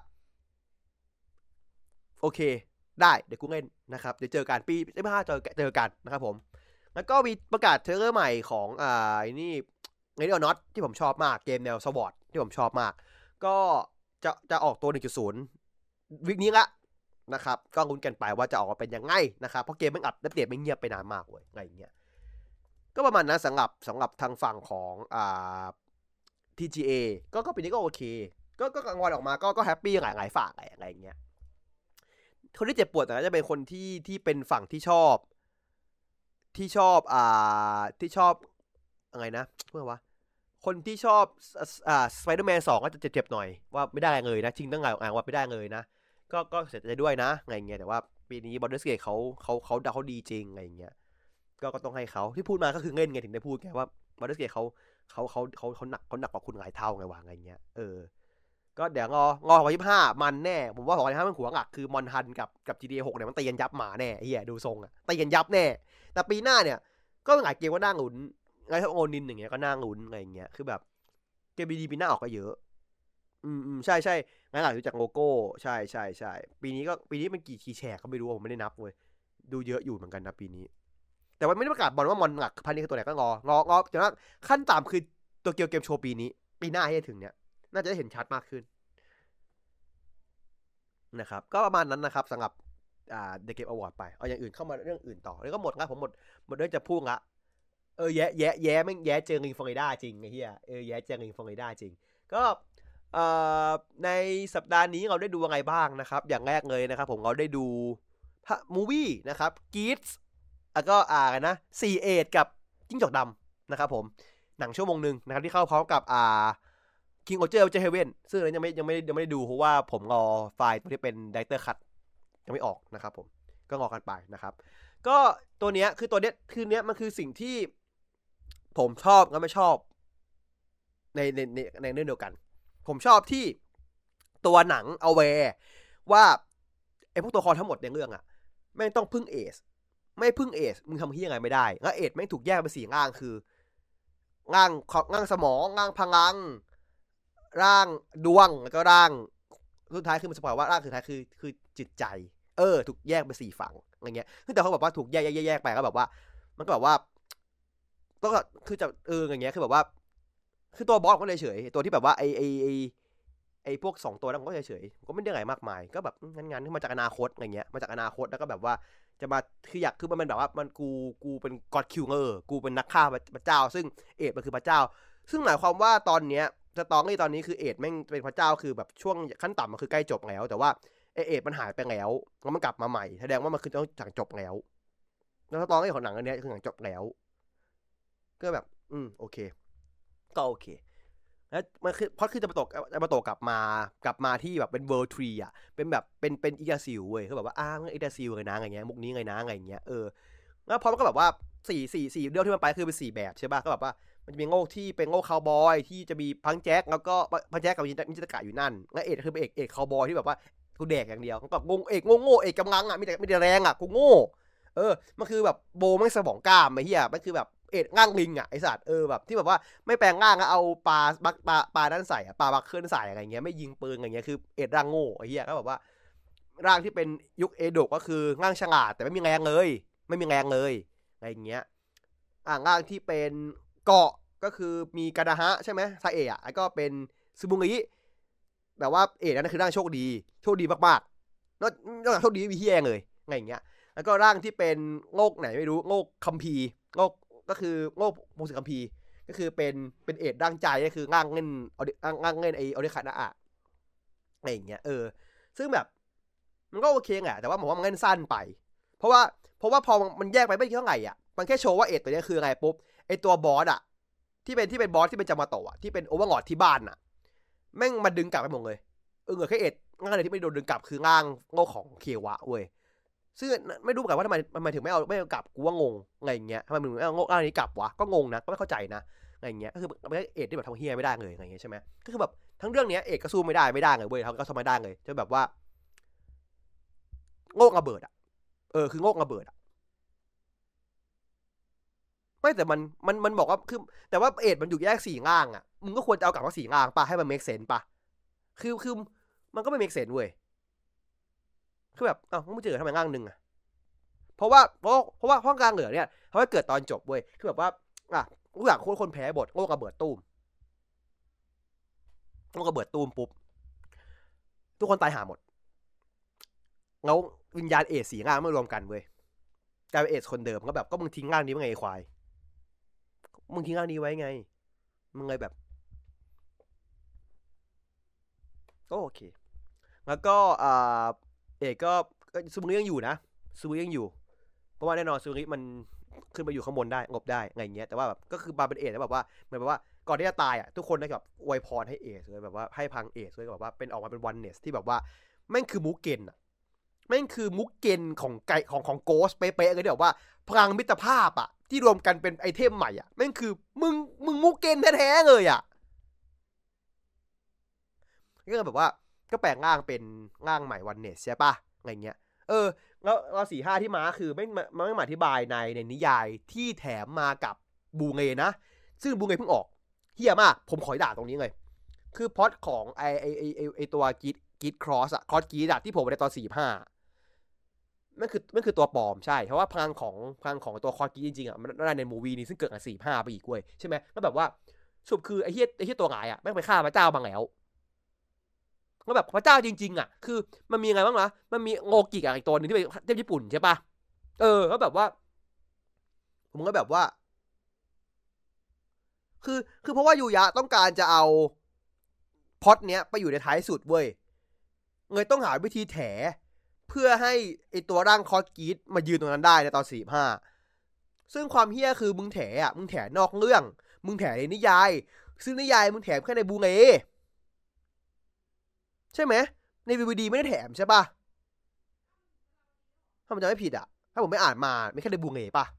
โอเคได้เดี๋ยวกูเล่นนะครับเดี๋ยวเจอกันปีไม่พลาดเจอเจอกันนะครับผมแล้วก็มีประกาศเทรลเลอร์ใหม่ของอ่าไอ้นี่ไอ้นี่น็อตที่ผมชอบมากเกมแนวสวอตที่ผมชอบมากก็จะจะออกตัว หนึ่งจุดศูนย์ วิกนี้ละนะครับก็ลุ้นกันไปว่าจะออกมาเป็นยังไงนะครับเพราะเกมมันอัดอัปเดตไม่เงียบไปนานมากเว้ยอะไรอย่างเงี้ยก็ประมาณนั้นสำหรับสำหรับทางฝั่งของอ่า ที จี เอ ก็ก็ปีนี้ก็โอเคก็ก็กางวันออกมาก็ก็แฮปปี้หลายหลายฝั่งอะไรอย่างเงี้ยคนที่เจ็บปวดแต่จะเป็นคนที่ที่เป็นฝั่งที่ชอบที่ชอบอ่าที่ชอบอะไรนะเพื่อวะคนที่ชอบอ่าสไปเดอร์แมนสองก็จะเจ็บๆหน่อยว่าไม่ได้เลยนะจริงต้องไงอ่านว่าไม่ได้เลยนะก็ก็เสียใจด้วยนะอะไรเงี้ยแต่ว่าปีนี้บอลเดอร์สเกตเขาเขาเขาเขาดีจริงอะไรอย่างเงี้ยก็ก็ต้องให้เขาที่พูดมาก็คือเงินไงถึงได้พูดไงว่าบอลเดอร์สเกตเขาเขาเขาเขาเขาหนักเขาหนักกว่าคุณหลายเท่าไงวะอะไรเงี้ยเออก็เดี๋ยวงองอสองพันยี่สิบห้ามันแน่ผมว่าสองพันยี่สิบห้ามันหัวหลักคือมอนทันกับกับ จี ที เอ หกเนี่ยมันตีกันยับหมาแน่เฮียดูทรงอะตีกันยับแน่แต่ปีหน้าเนี่ยก็หลายเกมก็น่าลุ้นไงถ้าโอนินอย่างเงี้ยก็น่าลุ้นอะไรอย่างเงี้ยคือแบบเกมดีๆปีหน้าออกก็เยอะอืมอืมใช่ใช่งั้นหลังจากโลโก้ใช่ใช่ใช่ปีนี้ก็ปีนี้มันกี่คีย์แชร์ก็ไม่รู้ผมไม่ได้นับเว้ยดูเยอะอยู่เหมือนกันนะปีนี้แต่ว่าไม่ได้ประกาศบอลว่ามอนหลักพันนี้คือตัวไหนก็งององอแต่ว่าขั้นต่ำคือตัวเกียวเกมโชว์ปีนี้ปีหน้าให้ถึงเนี้ยน่าจะได้เห็นชัดมากขึ้นนะครับก็ประมาณนั้นนะครับสำหรับอ่า The Game Award ไปเอาอย่างอื่นเข้ามาเรื่องอื่นต่อแล้วก็หมดละผมหมดหมดเรื่องจะพูดละเออแย่แย่แย่แม่งแย่เจอริงฟลอริดาจริงไอ้เหี้ยเออแย่เจอริงฟลอริดาจริงก็เอ่อในสัปดาห์นี้เราได้ดูอะไรบ้างนะครับอย่างแรกเลยนะครับผมเราได้ดูพระมูวี่นะครับกีดส์แล้วก็อ่ากันนะสี่เอ็ดกับจิ้งจอกดำนะครับผมหนังชั่วโมงนึงนะครับที่เข้าพร้อมกับอ่าKing Roger Ranger Heaven ซึ่งอันนี้ยังไม่ยังไม่ยังไม่ได้ดูเพราะว่าผมรอไฟล์ตัวที่เป็น Director Cut ยังไม่ออกนะครับผมก็งอกันไปนะครับก็ตัวเนี้ยคือตัวเนี้ยคือเนี้ยมันคือสิ่งที่ผมชอบและไม่ชอบในในในในเรื่องเดียวกันผมชอบที่ตัวหนังเอาแวร์ว่าไอ้พวกตัวละครทั้งหมดในเรื่องอะแม่งต้องพึ่งเอสไม่พึ่งเอสมึงทำที่ยังไงไม่ได้แล้วเอสแม่งถูกแยกเป็นสี่ร่างคือร่างร่างสมองร่างพลังร่างดวงแล้วก็ร่างสุดท้ายคือมันสปอยว่าร่างสุดท้ายคือคือจิตใจเออถูกแยกเป็นสี่ฝั่งอะไรเงี้ยแต่เขาบอกว่าถูกแยกแยกแยกไปก็แบบว่ามันก็แบบว่าก็คือจะเอออย่างเงี้ยคือแบบว่าคือตัวบอสก็เลยเฉยตัวที่แบบว่าไอไอไอไอพวกสองตัวนั้นก็เฉยๆก็ไม่ได้อะไรมากมายก็แบบงั้นๆที่มาจากอนาคตอะไรเงี้ยมาจากอนาคตแล้วก็แบบว่าจะมาคืออยากคือมันเป็นแบบว่ามันกูกูเป็นก็อดคิวเออร์กูเป็นนักฆ่าพระเจ้าซึ่งเอ็ดมันคือพระเจ้าซึ่งหมายความว่าตอนเนี้ยสตอรี่ตอนนี้คือเอ็ดแม่งเป็นพระเจ้าคือแบบช่วงขั้นต่ำมันคือใกล้จบแล้วแต่ว่าเอ็ดมันหายไปแล้วแล้วมันกลับมาใหม่แสดงว่ามันคือต้องจากจบแล้วแล้วสตอรี่ของหนังอันนี้คือหนังจบแล้วก็แบบอืมโอเคก็โอเคแล้วมันคือพอคือจะมาตกจะมาตกกลับมากลับมาที่แบบเป็นเวิลด์ทรีอ่ะเป็นแบบเป็นเป็นอีกาซิลเว้ยคือแบบว่าอ้างอีกาซิลไงนะอะไรเงี้ยมุกนี้ไงนะอะไรเงี้ยเออแล้วพอมันก็แบบว่าสี่สี่สี่เรื่องที่มันไปคือเป็นสี่แบบใช่ป่ะก็แบบว่ามันจะมีโง่ที่เป็นโง่คาวบอยที่จะมีพังแจ็คแล้วก็พังแจ็คกับมิจิตะกะอยู่นั่นแล้วเอกคือเป็นเอกเอกคาวบอยที่แบบว่ากูแดกอย่างเดียวก็งงเอกโง่โง่เอกกำลังอ่ะมีแต่มีแต่แรงอ่ะกูโง่เออมันคือแบบโบไม่สมองกล้ามไอ้เหี้ยมันคือแบบเอ็ดง่างลิงอ่ะไอสัตว์เออแบบที่แบบว่าไม่แปลงร่างแล้วเอาปลาบักปลาปลาด้านใส่ปลาบักเคลื่อนใส่อะไรเงี้ยไม่ยิงปืนอะไรเงี้ยคือเอ็ดร่างโง่ไอ้เหี้ยก็แบบว่าร่างที่เป็นยุคเอโดะก็คือร่างฉลาดแต่ไม่มีแรงเลยไม่มีแรงเลยอะไรเงี้ยอ่าร่างที่เป็นเกาะก็คือมีกาดาฮะใช่ไหมซาเอะอ่ะแล้วก็เป็นซูบุงิแต่ว่าเอ็ดนั่นคือร่างโชคดีโชคดีมากๆนอกจากโชคดีไม่มีเหี้ยเลยอะไรเงี้ยแล้วก็ร่างที่เป็นโงกไหนไม่รู้โงกคัมภีร์โงกก็คือโง่โมสิคัมพีก็คือเป็นเป็นเอ็ดร่างใจก็คือง่างเงินเอาง่างเงินไอเอาเดคานะอะอะไรอย่างเงี้ยเออซึ่งแบบมันก็โอเคแหละแต่ว่าผมว่ามันเงินสั้นไปเพราะว่าเพราะว่าพอมันแยกไปไม่เท่าไหร่อ่ะมันแค่โชว์ว่าเอ็ดตัวนี้คือไงปุ๊บไอตัวบอสอ่ะที่เป็นที่เป็นบอสที่เป็นจามาโตะที่เป็นโอเวอร์ลอดที่บ้านอ่ะแม่งมาดึงกลับไปหมดเลยเออเหลือแค่เอ็ดง่างเลยที่ไม่โดนดึงกลับคือง่างโง่ของเควะเว้ยซึ่งไม่รู้เหมือนกันว่าทำไมทำไมถึงไม่เอาไม่เอากลับกูว่างงอะไรอย่างเงี้ยทำไมมึงไม่เอาโง่อันนี้กลับวะก็งงนะก็ไม่เข้าใจนะอะไรอย่างเงี้ยก็คือมันเอ็ดที่แบบทำเฮียไม่ได้เลยอะไรอย่างเงี้ยใช่ไหมก็คือแบบทั้งเรื่องนี้เอ็ดก็สู้ไม่ได้ไม่ได้เลยเว้ยเขาก็ทำไม่ได้เลยจนแบบว่าโง่ระเบิดอ่ะเออคือโง่ระเบิดอ่ะไม่แต่มันมันมันบอกว่าคือแต่ว่าเอ็ดมันอยู่แยกสี่ง่างอ่ะมึงก็ควรจะเอากลับมาสี่ง่างป่ะให้มันเมคเซนส์ป่ะคือคือมันก็ไม่เมคเซนส์เว้ยคือแบบอ้าวมึงเจอทำไมง่างหนึ่งอ่ะเพราะว่าเพราะเพราะว่าห้องกลางเหลือเนี่ยเขาให้เกิดตอนจบเว้ยคือแบบว่าอ่ะกูอยากคนคนแพ้บทโง่ระเบิดตุ้มโง่ระเบิดตุ้มปุ๊บทุกคนตายหาหมดแล้ววิญญาณเอสสีง่างไม่รวมกันเว้ยกลายเป็นเอสคนเดิมก็แบบก็มึงทิ้งร่างนี้ไว้ไงควายมึงทิ้งร่างนี้ไว้ไงมึงเลยแบบก็โอเคแล้วก็อ่าเอกก็ซูมุริยังอยู่นะซูมุริยังอยู่เพราะว่าแน่นอนซูมุริมันขึ้นมาอยู่ข้างบนได้งบได้ไงอย่างเงี้ยแต่ว่าแบบก็คือมาเป็นเอสแล้วแบบว่าเหมือนแบบว่าก่อนที่จะตายอ่ะทุกคนได้แบบอวยพรให้เอสเลยแบบว่าให้พังเอสเลยแบบว่าเป็นออกมาเป็นวันเนสที่แบบว่าแม่งคือมูเกนอ่ะแม่งคือมุกเกนของไก่ของของโกสเป๊ะๆเลยที่บอกว่าพลังมิตรภาพอ่ะที่รวมกันเป็นไอเทมใหม่อ่ะแม่งคือมึงมึงมุกเกนแท้ๆเลยอ่ะก็แบบว่าก็แปลงร่างเป็นร่างใหม่วันเนสใช่ปะอะไรเงี้ยเออแล้วเราสี่ห้าที่มาคือไม่ไม่ไม่มาอธิบายในในนิยายที่แถมมากับบูเงนะซึ่งบูเงเพิ่งออกเฮี้ยมากผมขอด่าตรงนี้เลยคือพล็อตของไอไอไอไอไอตัวกีดกีดครอสอะครอสกีดอะที่ผมในตอนสี่ห้ามันคือมันคือตัวปลอมใช่เพราะว่าพลังของพลังของตัวครอสกีดจริงๆอะมันได้ในมูวีนี้ซึ่งเกิดกันสี่ห้าไปอีกเว้ยใช่ไหมแล้วแบบว่าสุดคือไอเฮี้ยไอเฮี้ยตัวร้ายอะแม่งไปฆ่าพระเจ้ามาแล้วแล้วแบบพระเจ้าจริงๆอ่ะคือมันมีไงบ้างนะมันมีโงกิกับอีกตัวนึงที่เป็นเทพญี่ปุ่นใช่ปะเออแล้วแบบว่าผมก็แบบว่าคือคือเพราะว่ายูยะต้องการจะเอาพล็อตเนี้ยไปอยู่ในท้ายสุดเว้ยเลยต้องหาวิธีแถเพื่อให้ไอตัวร่างคอสกีดมายืนตรงนั้นได้ในตอนสี่ห้าซึ่งความเฮี้ยคือมึงแถอ่ะมึงแถนอกเรื่องมึงแถในนิยายซึ่งนิยายมึงแถแค่ในบูเงใช่ไหมในวีดีไม่ได้แถมใช่ปะถ้าผมจำไม่ผิดอ่ะถ้าผมไม่อ่านมาไม่แค่ในบูเงป่ะ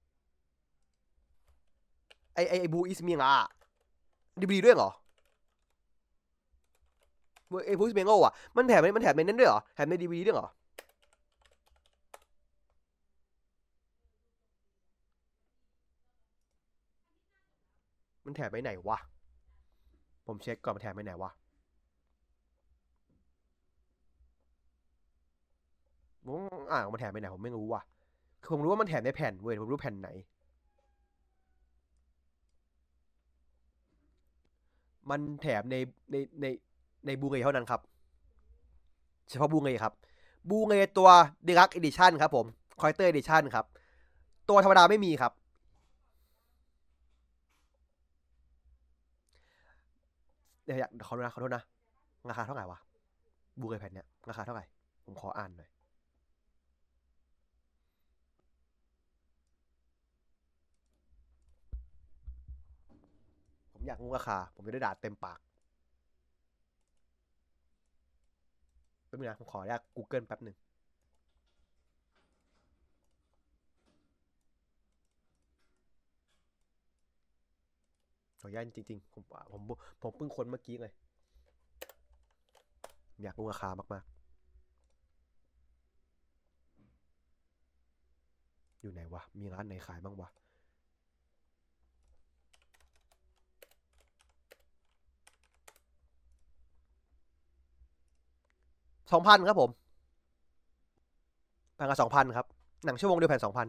ไอไอไอบูอิสมิงะดีบีด้วยเหรอไอบูอิสมิงะอ่ะมันแถมมันแถมในนั้นด้วยเหรอแถมในดีบีด้วยเหรอมันแถมไปไหนวะผมเช็คก่อนมันแถมไปไหนวะผมอ่านมันแถมไปไหนผมไม่รู้ว่ะคือผมรู้ว่ามันแถมในแผ่นเว้ยผมรู้แผ่นไหนมันแถมในในในในบูเงเท่านั้นครับเฉพาะบูเงครับบูเงตัวดีลักซ์อีดิชั่นครับผมคอยเตอร์อีดิชั่นครับตัวธรรมดาไม่มีครับเดี๋ยวอยากขอโทษนะขอโทษนะราคาเท่าไหร่วะบูเงแผ่นเนี้ยราคาเท่าไหร่ผมขออ่านหน่อยผมอยากรู้ราคาผมจะได้ด่าเต็มปากแป๊บนึงนะผมขออนุญาต Google แป๊บนึงขออนุญาตจริงๆผมผมผมเพิ่งค้นเมื่อกี้เลยอยากรู้ราคามากๆอยู่ไหนวะมีร้านไหนขายบ้างวะสองพันครับผมแผ่นละสองพันครับหนังชั่วโมงเดียวแผ่นสองพัน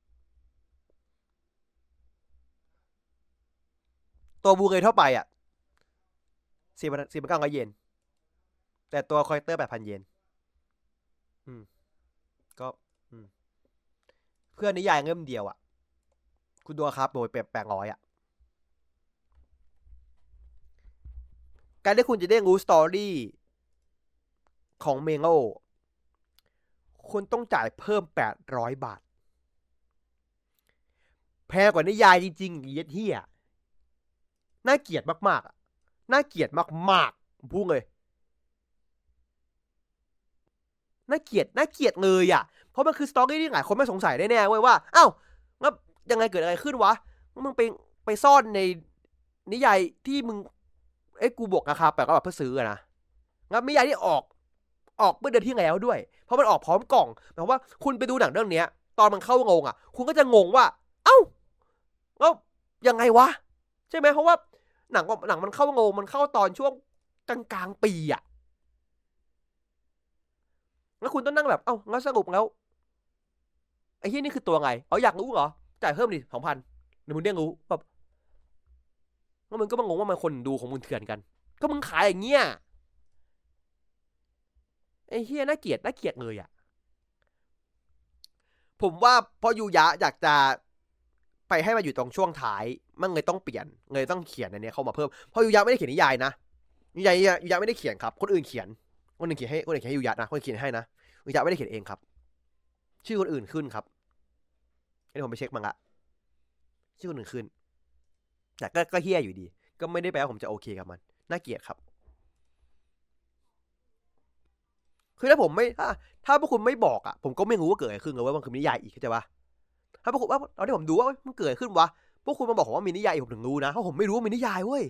ตัวบูเกยทั่วไปอ่ะสี่พันสี่พันเก้าร้อยเยนแต่ตัวคอยเตอร์แปดพันเยนอืมก็อืมเพื่อนนิยายเล่มเดียวอ่ะคุณดูครับโดยแปดร้อยอ่ะการที่คุณจะได้รู้สตอรี่ของเมโลคุณต้องจ่ายเพิ่มแปดร้อยบาทแพงกว่านิยายจริงๆเย็ดเฮียน่าเกลียดมากๆอ่ะน่าเกลียดมากๆพูดเลยน่าเกลียดน่าเกลียดเลยอ่ะเพราะมันคือสตอรี่ที่หลายคนไม่สงสัยได้แน่เว้ยว่าอ้าวแล้วยังไงเกิดอะไรขึ้นวะมึงไปไปซ่อนในนิยายที่มึงเอ้กูบวกราคาแปดก็แบบเพื่อซื้อนะงั้นนิยายที่ออกออกเมื่อเดือนที่แล้วด้วยเพราะมันออกพร้อมกล่องหมายว่าคุณไปดูหนังเรื่องนี้ตอนมันเข้างงอ่ะคุณก็จะงงว่าเอ้าแล้วยังไงวะใช่ไหมเพราะว่าหนังหนังมันเข้างงมันเข้าตอนช่วงกลางกลางปีอ่ะแล้วคุณต้องนั่งแบบเอ้างั้นสรุปแล้วไอ้ที่นี่คือตัวไงเอาอยากรู้เหรอจ่ายเพิ่มดิสองพันเดี๋ยวมึงได้รู้แบบแล้วมึงก็มางงว่ามันคนดูของมึงเถื่อนกันก็มึงขายอย่างเงี้ยไอ้เฮียน่าเกลียดน่าเกลียดเลยอ่ะผมว่าพอยูยะอยากจะไปให้มาอยู่ตรงช่วงท้ายมันเลยต้องเปลี่ยนเลยต้องเขียนอันนี้เข้ามาเพิ่มเพราะยูยะไม่ได้เขียนนิยายนะนิยายยูยะไม่ได้เขียนครับคนอื่นเขียนคนอื่นเขียนให้คนอื่นเขียนให้ยูยะนะคนอื่นเขียนให้นะยูยะไม่ได้เขียนเองครับชื่อคนอื่นขึ้นครับอันนี้ผมไปเช็คมาละชื่อคนอื่นขึ้นแต่ก็ก็เฮี้ยอยู่ดีก็ไม่ได้แปลว่าผมจะโอเคกับมันน่าเกลียดครับคือถ้าผมไม่ถ้าถ้าพวกคุณไม่บอกอ่ะผมก็ไม่รู้ว่าเกิดอะไรขึ้นเลยว่ามันคือนิยายอีกเข้าใจปะถ้าพวกคุณว่าตอนที่ผมดูว่ามันเกิดขึ้นวะพวกคุณมาบอกผมว่ามีนิยายอีกผมถึงรู้นะเพราะผมไม่รู้ว่ามีนิยายเว้ย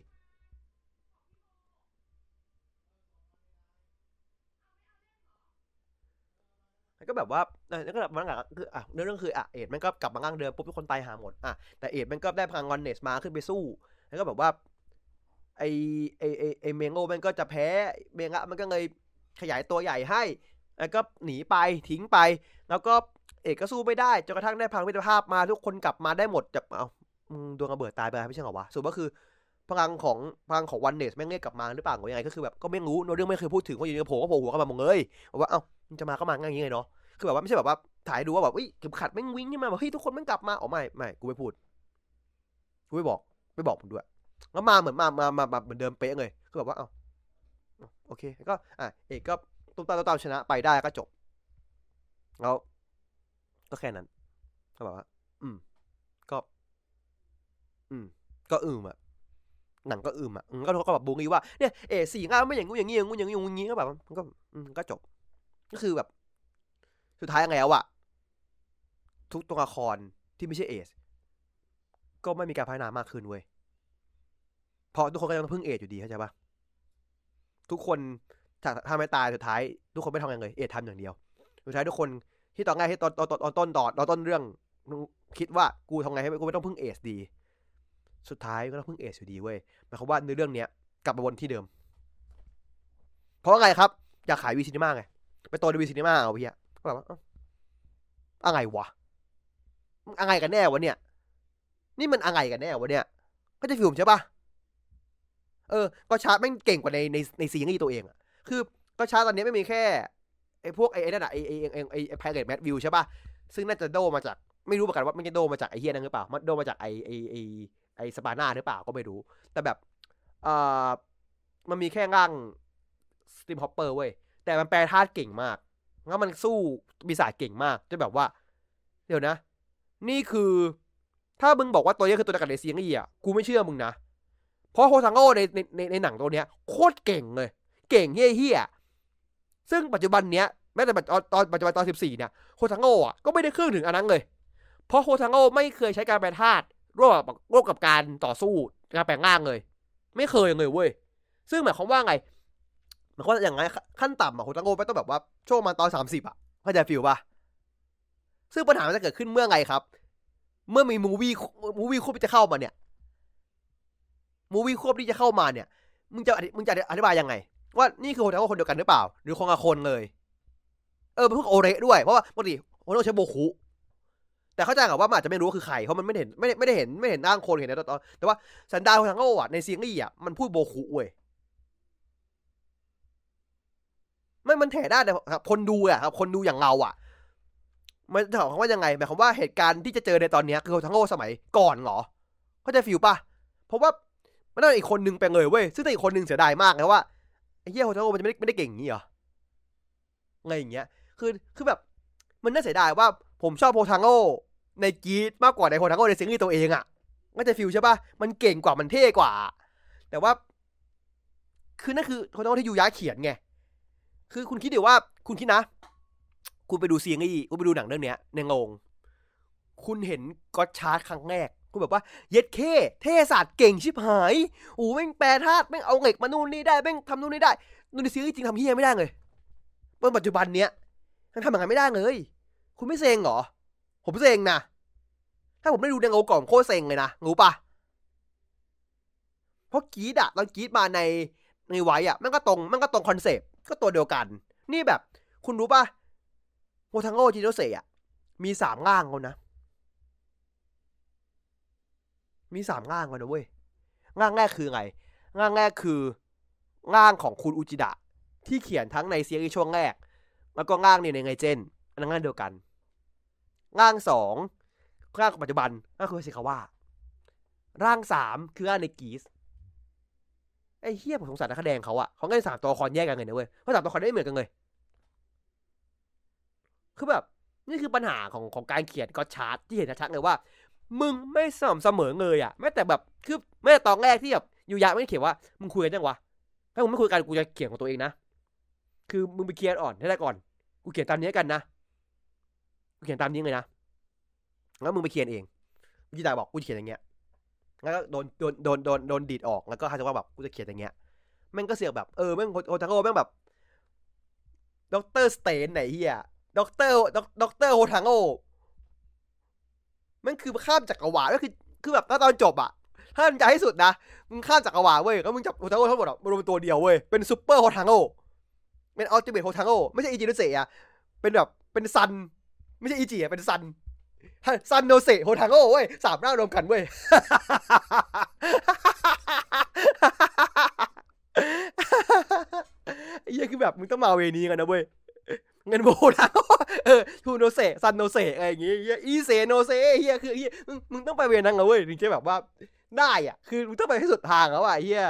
ก็แบบว่าแล้วก็แบบมันคืออ่ะเรื่องคืออ่ะเอ็ดมันก็กลับมาง่างเดิมปุ๊บทุกคนตายหาหมดอ่ะแต่เอ็ดมันก็ได้พลังงอนเนสมาขึ้นไปสู้แล้วก็แบบว่าไอไอไอไอเมงโง่มันก็จะแพ้เมงะมันก็เลยขยายตัวใหญ่ให้แล้วก็หนีไปทิ้งไปแล้วก็เอกก็สู้ไม่ได้จนกระทั่งได้พลังมิตรภาพมาทุกคนกลับมาได้หมดจากเอาดวงระเบิดตายไปไม่ใช่เหรอวะสุดก็คือพลังของพลังของวันเนสแม่งเรียกกลับมาหรือเปล่าหรือยังไงก็คือแบบก็ไม่รู้โนเรื่องไม่เคยพูดถึงว่าอยู่ในโผล่ก็โผล่หัวกันมาหมดเลยบอกว่าเอ้ามันจะมาก็มาง่ายอย่างไงเนาะคือแบบว่าไม่ใช่แบบว่าถ่ายดูว่าแบบอุ้ยเข็มขัดแม่งวิ่งขึ้นมาแบบเฮ้ยทุกคนแม่งกลับมาอ๋อไม่ไม่กูไม่พูดกูไม่บอกไม่บอกผมด้วยแล้วมาเหมือนมามามามาเหมือนเดิมเป๊ะเลยคือแบบว่าเอ้าโอเคก็อ่ะเอกก็ตุ้มตามตุ้มตามชนะไปได้ก็จบแล้วก็แค่นั้นก็แบบว่าอืมก็อืมก็อืมอะหนังก็อืมอ่ะก็ก็แบบบูงี้ว่าเนี่ยเอสี่ง่ายไม่อย่างงูอย่างงี้อย่างงูอย่างงี้อย่างงี้ก็แบบมันก็อืมก็จบก็คือแบบสุดท้ายยังไงแล้วอะทุกตัวละครที่ไม่ใช่เอสก็ไม่มีการพัฒนามากขึ้นเว้ยเพราะทุกคนก็ยังต้องพึ่งเอสอยู่ดีเข้าใจปะทุกคนถ้าไม่ตายสุดท้ายทุกคนไม่ทำอะไรเลยเอสทำอย่างเดียวสุดท้ายทุกคนที่ตอนแรกที่ตอนตอนตอนต้นตอนต้นเรื่องคิดว่ากูทำไงให้กูไม่ต้องพึ่งเอสดีสุดท้ายก็ต้องพึ่งเอสอยู่ดีเว้ยหมายความว่าในเรื่องเนี้ยกลับมาวนที่เดิมเพราะอะไรครับอยากขายวีซีนีมาไงไปตัววีซีนีมาเอาพี่อะก็แบบว่าอะไรวะอะไรกันแน่วะเนี่ยนี่มันอะไรกันแน่วะเนี่ยก็จะฟิลมใช่ปะเออก็ชาร์จแม่งเก่งกว่าในในในซีรีส์ตัวเองอะคือก็ชาร์จตอนนี้ไม่มีแค่ไอ้พวกไอ้นั่นอะไอ้ไอ้ไอ้ไอ้ไอ้ไพเรตแมทวิวใช่ปะซึ่งน่าจะโดมาจากไม่รู้เหมือนกันว่าไม่ใช่โดมาจากไอ้เฮียนั่นหรือเปล่ามันโดมาจากไอ้ไอ้ไอ้ไอ้สปาร์นาหรือเปล่าก็ไม่รู้แต่แบบเอ่อมันมีแค่ร่างสตีมฮอปเปอร์เว้ยแต่มันแปลธาตุเก่งมากแล้วมันสู้ปีศาจเก่งมากจะแบบว่าเดี๋ยวนะนี่คือถ้ามึงบอกว่าตัวนี้คือตัวเดียวกันในซีรีส์อ่ะกูไม่เชื่อมึงนะเพราะโฮซังโง่ในในในหนังตัวเนี้ยโคตรเก่งเลยเก่งเฮี้ยเฮี้ยซึ่งปัจจุบันเนี้ยแม้แต่ตอนปัจจุบันตอนสิบสี่เนี่ยโฮซังโง่อ่ะก็ไม่ได้ครึ่งถึงอันนั้นเลยเพราะโฮซังโง่ไม่เคยใช้การแปลธาตุร่วมกับร่วมกับการต่อสู้การแปลงร่างเลยไม่เคยเลยเว้ยซึ่งหมายความว่าไงหมายความว่าอย่างไรขั้นต่ำอะโฮซังโง่ไม่ต้องแบบว่าช่วงมาตอนสามสิบอะเข้าใจฟิลป่ะซึ่งปัญหามันจะเกิดขึ้นเมื่อไงครับเมื่อมีมูวี่มูวี่ควบที่จะเข้ามาเนี่ยมูวี่ควบที่จะเข้ามาเนี่ยมึงจะมึงจะอธิบายยังไงว่านี่คือโฮซังโง่คนเดียวกันหรือเปล่าหรือคนละคนเลยเออเป็นพวกโอเรด้วยเพราะว่าปกติโฮซังโง่ใช้โบคุแต่เข้าใจกับว่ามันอาจจะไม่รู้คือใครเพราะมันไม่เห็นไม่ได้ไม่ได้เห็นไม่เห็นร่างคนเห็นในตอนแต่ว่าสันดานโฮซังโง่อะในซีรีส์อะมันพูดโบคุเว้ยไม่มันแถได้แต่ครับคนดูอะครับคนดูอย่างเราอะมันจะบอกว่ายังไงหมายความว่าเหตุการณ์ที่จะเจอในตอนนี้คือโฮซังโง่สมัยก่อนเหรอเข้าใจฟิลป่ะเพราะว่ามันต้องอีกคนนึงไปเลยเว้ยซึ่งแต่อีกคนนึงเสียดายมากนะว่าไอ้เหี้ยโฮซังโง่มันจะไม่ได้ไม่ได้เก่งอย่างนี้เหรอไงอย่างเงี้ยคือคือแบบมันน่าเสียดายว่าผมชอบโฮซังโง่ในกีดมากกว่าในโฮซังโง่ในซีรีส์ตัวเองอะก็จะฟิลใช่ป่ะมันเก่งกว่ามันเท่กว่าแต่ว่าคือนั่นคือโฮซังโง่ที่ยูยะเขียนไงคือคุณคิดดิว่าคุณคิดนะคุณไปดูซีรีส์คุณไปดูหนังเรื่องนี้ในโรงคุณเห็นก็อดชาร์ตครั้งแรกคุณแบบว่าเย็ดเคเทศาสตร์เก่งชิบหายโอ้แม่งแปลธาตุแม่งเอาเหล็กมานู่นนี่ได้แม่งทำนู่นนี่ได้นู่นในซีรีส์จริงทำเฮียไม่ได้เลยเมื่อปัจจุบันเนี้ยมันทำอย่างนั้นไม่ได้เลยคุณไม่เซ็งเหรอผมเซ็งนะถ้าผมได้ดูในโรงก่อนโคตรเซ็งเลยนะรู้ปะเพราะกีดอะตอนกีดมาในในไว้อะมันก็ตรงมันก็ตรงคอนเซปต์ก็ตัวเดียวกันนี่แบบคุณรู้ปะโฮทังโง่จิโนเซะมีสามร่างเขานะมีสามร่างเขานะเว้ยร่างแรกคือไงร่างแรกคือร่างของคุณอุจิดะที่เขียนทั้งในซีรีส์ช่วงแรกแล้วก็ร่างนี่ในไงเจนอันนั้นร่างเดียวกันร่างสองร่างปัจจุบันก็คือซิคาวะร่างสามคือร่างในกีสไอ้เฮียผมสงสารนักแสดงเขาอะเขาเล่นสามตัวละครแยกกันเลยนะเว้ยเพราะสามตัวละครไม่เหมือนกันเลยคือแบบนี่คือปัญหาของของการเขียนก็ชาร์ตที่เห็นชัดๆเลยว่ามึงไม่สม่ำเสมอเลยอ่ะแม้แต่แบบคือแม้แต่ตอนแรกที่แบบยูยะไม่เขียนว่ามึงคุยกันยังวะถ้ามึงไม่คุยกันกูจะเขียนของตัวเองนะคือมึงไปเคลียร์อ่อนให้ได้ก่อนกูเขียนตามนี้กันนะกูเขียนตามนี้เลยนะแล้วมึงไปเคลียร์เองพี่ตาบอกกูเขียนอย่างเงี้ยแล้วก็โดนโดนโดนโดนโดนดีดออกแล้วก็ฮาจะว่าแบบกูจะเขียนอย่างเงี้ยแม่งก็เสียแบบเออแม่งโอทาโร่แม่งแบบด็อกเตอร์สเตนไหนเฮียด็อกเตอร์ด็อกเตอร์โฮทาโร่แม่งคือข้ามจักรวาลก็คือคือแบบถ้าตอนจบอะถ้ามันใหญ่ที่สุดนะมึงข้ามจักรวาลเว้ยแล้วมึงจับโฮทาโร่ทั้งหมดอะมารวมเป็นตัวเดียวเว้ยเป็นซูเปอร์โฮทาโร่เป็นอัลติเมทโฮทาโร่ไม่ใช่อีจิโนเซะอะเป็นแบบเป็นซันไม่ใช่อีจิอะเป็นซันซันโนเซะโฮทาโร่เว้ยสามร่างรวมกันเว้ยไอ้เหี้ยคือแบบมึงต้องมาเวนี้กันนะเว้ยเงินโบนะเออทูโนเซซันโนเซอะไรอย่างงี้อีเซโนเซเฮียคือเฮียมึงต้องไปเวนั้นเหรอเว้ยถึงจะแบบว่าได้อ่ะคือมึงต้องไปให้สุดทางแล้วอ่ะเฮีย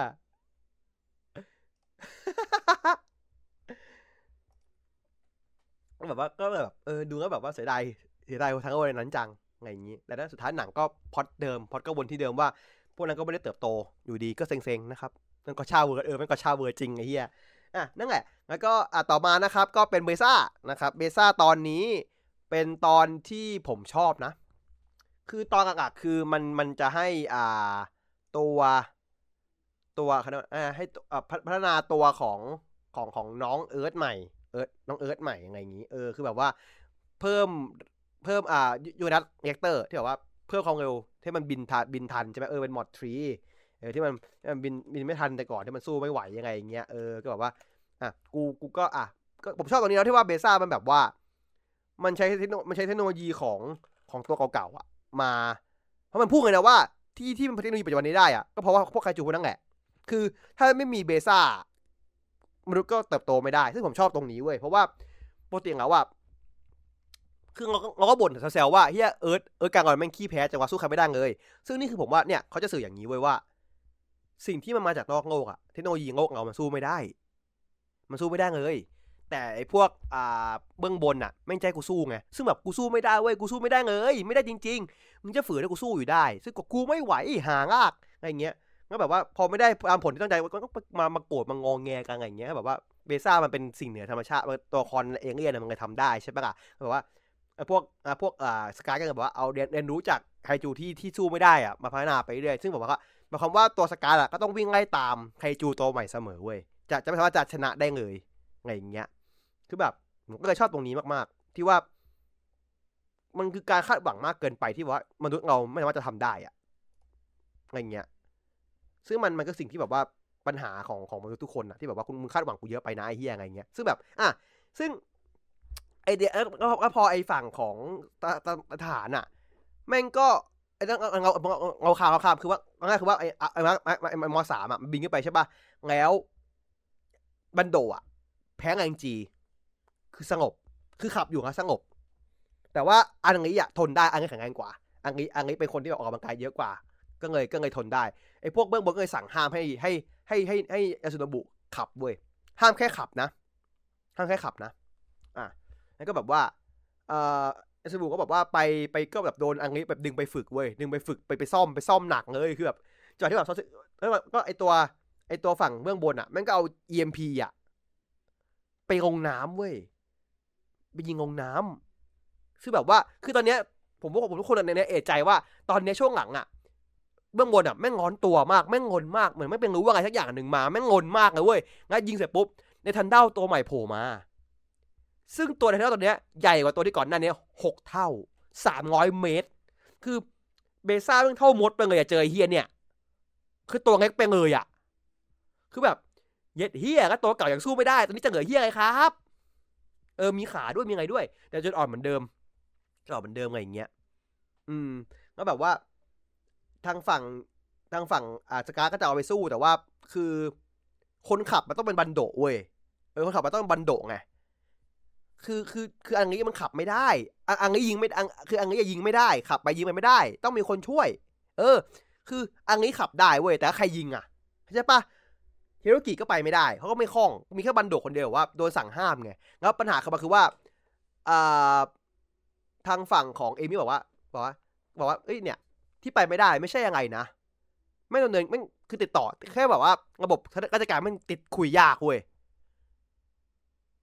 แบบว่าก็แบบเออดูแล้วแบบว่าเสียดายเสียดายทั้งวันนั้นจังอะไรอย่างงี้แต่แล้วสุดท้ายหนังก็พล็อตเดิมพล็อตก็วนที่เดิมว่าพวกนั้นก็ไม่ได้เติบโตอยู่ดีก็เซ็งๆนะครับมันก็ชาเวอร์เออมันก็ชาเวอร์จริงไอ้เฮียอ่ะนั่นแหละแล้วก็อ่ะต่อมานะครับก็เป็นเบซ่านะครับเบซ่าตอนนี้เป็นตอนที่ผมชอบนะคือตอนหลักๆคือมันมันจะให้อ่าตัวตัวเขาเรียกอ่าให้อ่าพัฒนาตัวของของของน้องเอิร์ธใหม่เอิร์ธน้องเอิร์ธใหม่ยังไงอย่างนี้เออคือแบบว่าเพิ่มเพิ่มอ่ายูนัสเรียกเตอร์ที่แบบว่าเพิ่มความเร็วที่มันบินทันบินทันใช่ไหมเออเป็นมอดทรีเออที่มันบินบินไม่ทันแต่ก่อนที่มันสู้ไม่ไหวยังไงอย่างเงี้ยเออก็แบบว่าอ่ะกูกูก็อ่ะก็ผมชอบตรงนี้แล้วที่ว่าเบซ่ามันแบบว่ามันใช้เทคโนมันใช้เทคโนโลยีของของตัวเก่าๆอ่ะมาเพราะมันพูดเลยนะว่าที่ที่มันเทคโนโลยีปัจจุบันนี้ได้อ่ะก็เพราะว่าพวกไคจูพวกนั้นแหละคือถ้าไม่มีเบซ่ามนุษย์ก็เติบโตไม่ได้ซึ่งผมชอบตรงนี้เว้ยเพราะว่าปกติแล้วว่าคือเราเราก็บ่นแซวๆว่าเฮียเอิร์ธเอิร์ธกลางก่อนแม่งขี้แพ้จังหวะสู้ใครไม่ได้เลยซึ่งนี่คือผมว่าเนี่ยเขาจะสื่ออย่างนี้เว้ยว่าสิ่งที่มันมาจากนอกโลกอะเทคโนโลยีโลกเรามันสู้ไม่ได้มันสู้ไม่ได้เลยแต่ไอ้พวกอ่าเบื้องบนอะแม่งใจกูสู้ไงซึ่งแบบกูสู้ไม่ได้เว้ยกูสู้ไม่ได้เลยไม่ได้จริงๆมึงจะฝืนให้กูสู้อยู่ได้ซึ่งกูไม่ไหวหางากอะไรเงี้ยก็แบบว่าพอไม่ได้ตามผลที่ตั้งใจก็มามาโกรธมางงแงกันอะไรเงี้ยแบบว่าเบซ่ามันเป็นสิ่งเหนือธรรมชาติตัวคอนเอเลี่ยนมันเลยทำได้ใช่ปะล่ะแบบว่าพวกพวกอ่าสกายก็แบบว่าเอาเรียนเรียนรู้จากไคจูที่ที่สู้ไม่ได้อะมาพัฒนาไปเรื่อยซึ่งผมว่าหมายความว่าตัวสกายอะก็ต้องวิ่งไล่ตามไคจูตัวใหม่เสมอเว้ยจะจะไม่สามารถจะชนะได้เลยอะไรอย่างเงี้ยคือแบบผมก็เลยชอบตรงนี้มากๆที่ว่ามันคือการคาดหวังมากเกินไปที่ว่ามนุษย์เราไม่สามารถจะทำได้อะอะไรเงี้ยซึ่งมันมันก็สิ่งที่แบบว่าปัญหาของของมนุษย์ทุกคนนะที่แบบว่าคุณมึงคาดหวังกูเยอะไปนะไอ้เหี้ยอะไรเงี้ยซึ่งแบบอ่ะซึ่งไอเดียก็พอไอฝั่งของทหารอ่ะแม่งก็ไอ้เงาเงาเงาขาวขาวคือว่าง่ายคือว่าไอ้ไอ้ไอ้มอสามอ่ะบินขึ้นไปใช่ป่ะแล้วบันโดอ่ะแพ้ไงจีคือสงบคือขับอยู่นะสงบแต่ว่าอันนี้อ่ะทนได้อันนี้แข็งแรงกว่าอันนี้อันนี้เป็นคนที่ออกกำลังกายเยอะกว่าก็เลยก็เลยทนได้ไอ้พวกเบื้องบนก็เลยสั่งห้ามให้ให้ให้ให้ให้อาซุนบุขับเว้ยห้ามแค่ขับนะห้ามแค่ขับนะอ่ะแล้วก็แบบว่าเอ่ออาซุนบุก็แบบว่าไปไปก็แบบโดนอันนี้แบบดึงไปฝึกเว้ยดึงไปฝึกไปไปซ่อมไปซ่อมหนักเลยคือแบบจังหวะที่แบบแล้วก็ไอตัวไอตัวฝั่งเบื้องบนอ่ะมันก็เอา อี เอ็ม พี อ่ะไปลงน้ำเว้ยไปยิงลงน้ำคือแบบว่าคือตอนเนี้ยผมว่าผมทุกคนในนี้เอะใจว่าตอนนี้ช่วงหลังอ่ะเบื้องบนอ่ะแม่งงอนตัวมากแม่งงอนมากเหมือนไม่เป็นรู้ว่าอะไรสักอย่างหนึ่งมาแม่งงอนมากเลยเว้ยงั้นยิงเสร็จปุ๊บในทันเด้าตัวใหม่โผล่มาซึ่งตัวในทันเด้าตัวเนี้ยใหญ่กว่าตัวที่ก่อนหน้านี้หกเท่าสามร้อยเมตรคือเบซ่าแม่งเท่ามดไปเลยอะเจอเฮียเนี่ยคือตัวเล็กไปเลยอ่ะคือแบบเย็ดเฮียก็ตัวเก่ายังสู้ไม่ได้ตอนนี้จะเหลือเฮียอะไรครับเออมีขาด้วยมีไงด้วยแต่จนอ่อนเหมือนเดิมจนอ่อนเหมือนเดิมอะไรอย่างเงี้ยอืมแล้วแบบว่าทางฝั่งทางฝั่งอาสกาก็จะเอาไปสู้แต่ว่าคือคนขับมันต้องเป็นบันโดเว้ยเออคนขับมันต้องบันโดไงคือคือคืออันนี้มันขับไม่ได้อันนี้ยิงไม่คืออันนี้ยิงไม่ได้ขับไปยิงไปไม่ได้ต้องมีคนช่วยเออคืออันนี้ขับได้เว้ยแต่ใครยิงอ่ะใช่ปะฮิโรกิก็ไปไม่ได้เขาก็ไม่คล่องมีแค่บันโดคนเดียวว่าโดนสั่งห้ามไงแล้วปัญหาคือว่าอ่าทางฝั่งของเอมี่บอกว่าบอกว่าบอกว่าเอ้ยเนี่ยที่ไปไม่ได้ไม่ใช่ยังไงนะไม่ดำเนินไม่คือติดต่อแค่แบบว่าระบบราชการมันติดคุยยากเว้ย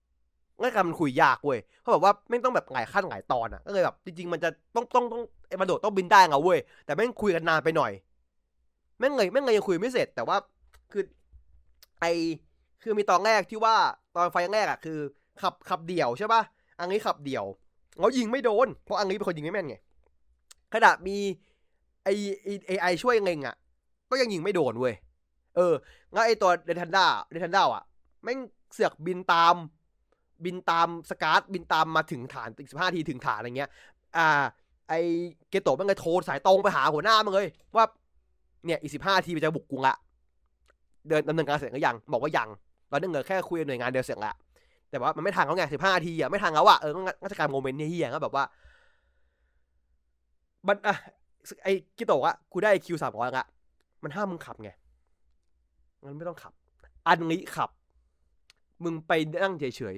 งั้นการมันคุยยากเว้ยเพราะแบบว่าไม่ต้องแบบหลายขั้นหลายตอนอ่ะก็เลยแบบจริงๆมันจะต้องต้องต้องไอ้มาโดดต้องบินได้เอาเว้ยแต่แม่งคุยกันนานไปหน่อยแม่งเลยแม่งเลยยังคุยไม่เสร็จแต่ว่าคือไอคือมีตอนแรกที่ว่าตอนไฟแรกอ่ะคือขับขับเดี่ยวใช่ป่ะอันนี้ขับเดี่ยวแล้วยิงไม่โดนเพราะอันนี้เป็นคนยิงไม่แม่นไงขณะมีไอไอไอช่วยเล็งอ่ะก็ยังยิงไม่โดนเว้ยเอองั้นไอตัวเดทันด้าเดทันด้าอ่ะแม่งเสือกบินตามบินตามสการ์ดบินตามมาถึงฐานอีกสิบห้าทีถึงฐานอะไรเงี้ยอ่าไอเกโตะมันเลยโทรสายตรงไปหาหัวหน้ามันเลยว่าเนี่ยอีกสิบห้าทีมันจะบุกกรุงละเดินดำเนินการเสร็จก็ยังบอกว่ายังตอนนี้เงินแค่คุยหน่วยงานเดียวเสร็จละแต่ว่ามันไม่ทันเขาไงสิบห้าทีอ่ะไม่ทันเขาอ่ะเออราชการโมเมนต์เนี่ยเฮียก็แบบว่ามันอ่ะไอ้กิโตะอ่ะกูได้คิวสามร้อยละมันห้ามมึงขับไงงั้นไม่ต้องขับอันนี้ขับมึงไปนั่งเฉย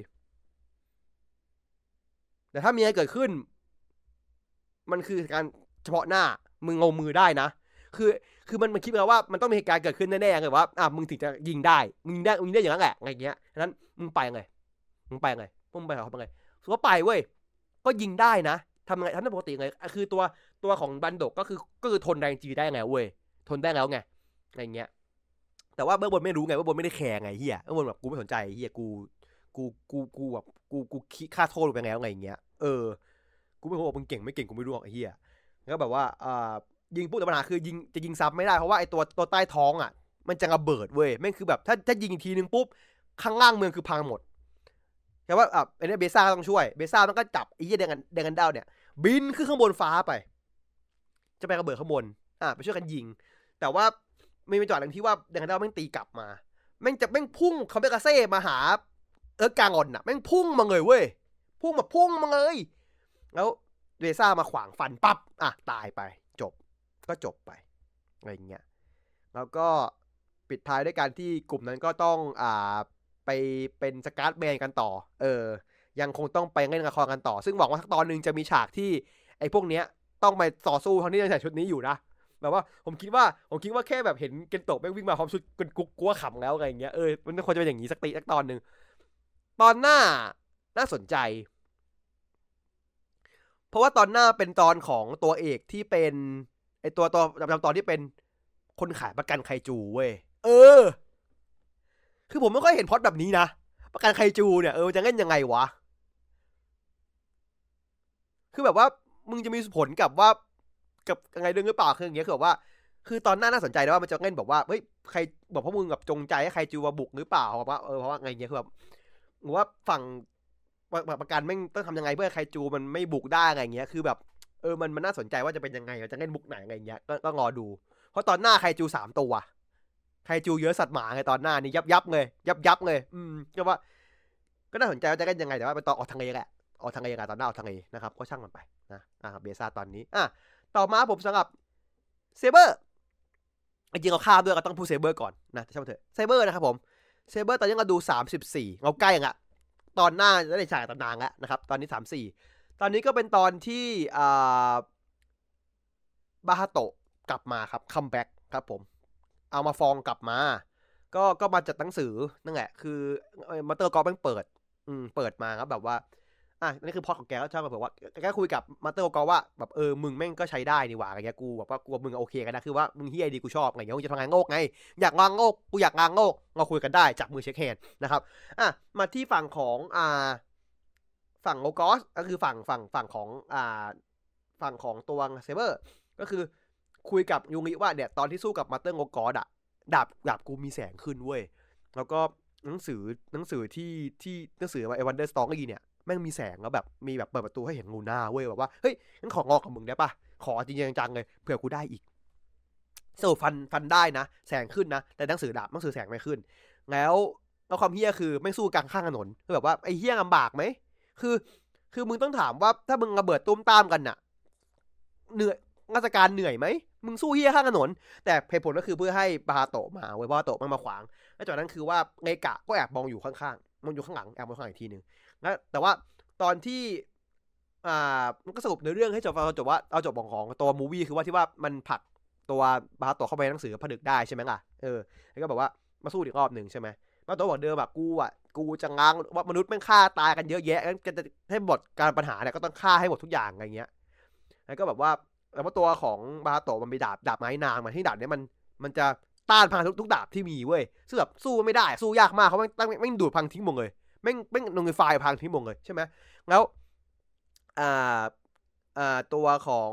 ๆแต่ถ้ามีอะไรเกิดขึ้นมันคือการเฉพาะหน้ามึงเอามือได้นะคือคือมันมันคิดแล้วว่ามันต้องมีเหตุการณ์เกิดขึ้นแน่ๆเลยว่าอ่ะมึงถึงจะยิงได้มึงยิงได้มึงยิงได้อย่างนั้นแหละอะไรเงี้ยฉะนั้นมึงไปไงมึงไปไงมึงไปเขาไปไงสุดว่าไปเว้ยก็ยิงได้นะทำไงทำได้ปกติไงคือตัวตัวของบันโดกก็คือก็คือทนแรงจีได้ไงเว้ยทนได้แล้วไงอะไรเงี้ยแต่ว่าเบื้องบนไม่รู้ไงว่าบนไม่ได้แคร์ไงเฮียเบื้องบนแบบกูไม่สนใจเฮียกูกูกูกูแบบกูกูค่าโทษไปแล้วไงอย่างเงี้ยเออกูไม่รู้ว่ามึงเก่งไม่เก่งกูไม่รู้หรอกไอ้เฮียแล้วแบบว่าอ่ายิงปุ๊บแต่ปัญหาคือยิงจะยิงซ้ำไม่ได้เพราะว่าไอ้ตัวตัวใต้ท้องอ่ะมันจะระเบิดเว้ยแม่งคือแบบถ้าถ้ายิงอีกทีนึงปุ๊บข้างล่างเมืองคือพังหมดแต่ว่าอ่ะไอ้เนี่ยเบซ่าต้องช่วยเบซ่ามันก็จับไอ้เหี้ยเดกันเดกันดาวเนี่ยบินขึ้นข้างบนฟ้าไปจะไประเบิดข้างบนอ่ะไปช่วยกันยิงแต่ว่าไม่มีจังหวะหนึ่งที่ว่าเดกันดาวแม่งตีกลับมาแม่งจะแม่งพุ่งคาเบกาเซ่มาหาเออกางอนน่ะแม่งพุ่งมาเลยเว้ยพุ่งแบบพุ่งมาเลยแล้วเบซ่ามาขวางฟันปั๊บอ่ะตายไปจบก็จบไปอะไรอย่างเงี้ยแล้วก็ปิดท้ายด้วยการที่กลุ่มนั้นก็ต้องอ่าไปเป็นสการ์ดแมนกันต่อเออยังคงต้องไปเล่นละครกันต่อซึ่งหวังว่าสักตอนนึงจะมีฉากที่ไอ้พวกเนี้ยต้องไปต่อสู้ทั้งที่ยังใส่ชุดนี้อยู่นะแบบว่าผมคิดว่าผมคิดว่าแค่แบบเห็นเกนโตะแม่งวิ่งมาพร้อมชุดกันกุ๊กกลัวขำแล้วอะไรอย่างเงี้ยเออมันควรจะเป็นอย่างนี้สักตีสักตอนนึงตอนหน้าน่าสนใจเพราะว่าตอนหน้าเป็นตอนของตัวเอกที่เป็นไอตัวตัวจำตอนที่เป็นคนขายประกันไคจูเว้ยเออคือผมไม่ค่อยเห็นพล็อตแบบนี้นะประกันไคจูเนี่ยเออจะเล่นยังไงวะคือแบบว่ามึงจะมีผลกับว่ากับยังไงเรื่องหรือเปล่าคืออย่างเงี้ยคือแบบว่าคือตอนหน้าน่าสนใจนะว่ามันจะเล่นแบบว่าเฮ้ยใครบอกพวกมึงแบบจงใจให้ไคจูมาบุกหรือเปล่าแบบว่าเออเพราะว่าไงเงี้ยคือแบบหรือว่าฝั่งประกันแม่งต้องทำยังไงเพื่อไคจูมันไม่บุกได้อะไรเงี้ยคือแบบเออมันมันน่าสนใจว่าจะเป็นยังไงจะเล่นบุกไหนอะไรเงี้ยก็ก็รอดูเพราะตอนหน้าไคจูสามตัวไคจูเยอะสัตว์หมาไงตอนหน้านี่ยับยับเลยยับยับเลยอืมก็ว่าก็น่าสนใจว่าจะเล่นยังไงแต่ว่าเป็นตอนออกทางเอแหละออกทางเอกันตอนหน้าออกทางเอนะครับก็ช่างมันไปนะอ่าเบซ่าตอนนี้อ่ะต่อมาผมสำหรับเซเบอร์จริงๆเราข้ามด้วยก็ต้องพูดเซเบอร์ก่อนนะช่างมันเถอะเซเบอร์นะครับผมเซเบอร์ตอนนี้เราดูสามสิบสี่เราใกล้ยังอะตอนหน้าจะได้ฉากตำนานแล้วนะครับตอนนี้สามสี่ตอนนี้ก็เป็นตอนที่อ่าบาฮาโตะกลับมาครับคัมแบ็กครับผมเอามาฟองกลับมาก็ก็มาจัดหนังสือนั่นแหละคือมาเตอร์กอล์ฟเปิดอืมเปิดมาครับแบบว่าอ่ะนี่คือพอดของแกก็ชอบมาบอกว่าแกคุยกับมาเตอร์กอล์ฟว่าแบบเออมึงแม่งก็ใช้ได้นี่หว่าอะไรเงี้ยกูแบบว่ากูมึงโอเคกันนะคือว่ามึงเฮียดีกูชอบอะไรเงี้ยกูจะทำงานโงกไงอยากงานโงกกูอยากงานโงกเราคุยกันได้จับมือเช็คแฮนด์นะครับอ่ะมาที่ฝั่งของอ่าฝั่งโอกอสก็คือฝั่งฝั่งฝั่งของอ่าฝั่งของตัวเซเบอร์ก็คือคุยกับยูงิว่าเนี่ยตอนที่สู้กับมาเตอร์โอกอสอะดาบดาบกูมีแสงขึ้นเว้ยแล้วก็หนังสือหนังสือที่ที่หนังสือว่าไอ้วันเดอร์สตอรี่เนี่ยแม่งมีแสงแล้วแบบมีแบบเปิดประตูให้เห็นงูหน้าเว้ยแบบว่าเฮ้ยงั้นของงอกับมึงได้ปะขอจริงจังเลยเผื่อกูได้อีกสรุปฟันฟันได้นะแสงขึ้นนะแต่หนังสือดาบหนังสือแสงไม่ขึ้นแล้วแล้วความเฮี้ยคือไม่สู้กลางข้างถนนคือแบบว่าไอ้เฮี้ยลำบากไหมคือคือมึงต้องถามว่าถ้ามึงระเบิดตุ้มตามกันน่ะเหนื่อยราชการเหนื่อยไหมมึงสู้เฮี้ยข้างถนนแต่เหตุผลก็คือเพื่อให้บาโตะมาเว้ยบาโตะมันมาขวางแล้วจากนั้นคือว่าเงกะก็แอบมองอยู่ข้างๆมองอยู่ข้างหลังแอบมองข้างหลังอีกทีนึงแล้วแต่ว่าตอนที่อ่ามันก็สรุปในเรื่องให้จบเอาจบว่าเอาจบของตัวมูวี่คือว่าที่ว่ามันผลักตัวบาโตะเข้าไปในหนังสือผนึกได้ใช่ไหมล่ะเออแล้วก็แบบว่ามาสู้อีกรอบหนึ่งใช่ไหมบาโตะบอกเดิมแบบกูอ่ะกูกูจะง้างว่ามนุษย์แม่งฆ่าตายกันเยอะแยะงั้นจะให้หมดการปัญหาเนี่ยก็ต้องฆ่าให้หมดทุกอย่างอะไรเงี้ยแล้วก็แบบว่าแล้วว่าตัวของบาโตะมันมีดาบดาบไม้นางมาที่ดาบเนี้ยมันมันจะต้านพลังทุกทุกดาบที่มีเว้ยซึ่งแบบสู้ไม่ได้สู้ยากมากเขาแม่งตั้งแม่งดูดพังทิ้งหมดเลยแม่งแม่งลงในไฟล์พังทิ้งหมดเลยใช่ไหมแล้วอ่าอ่าตัวของ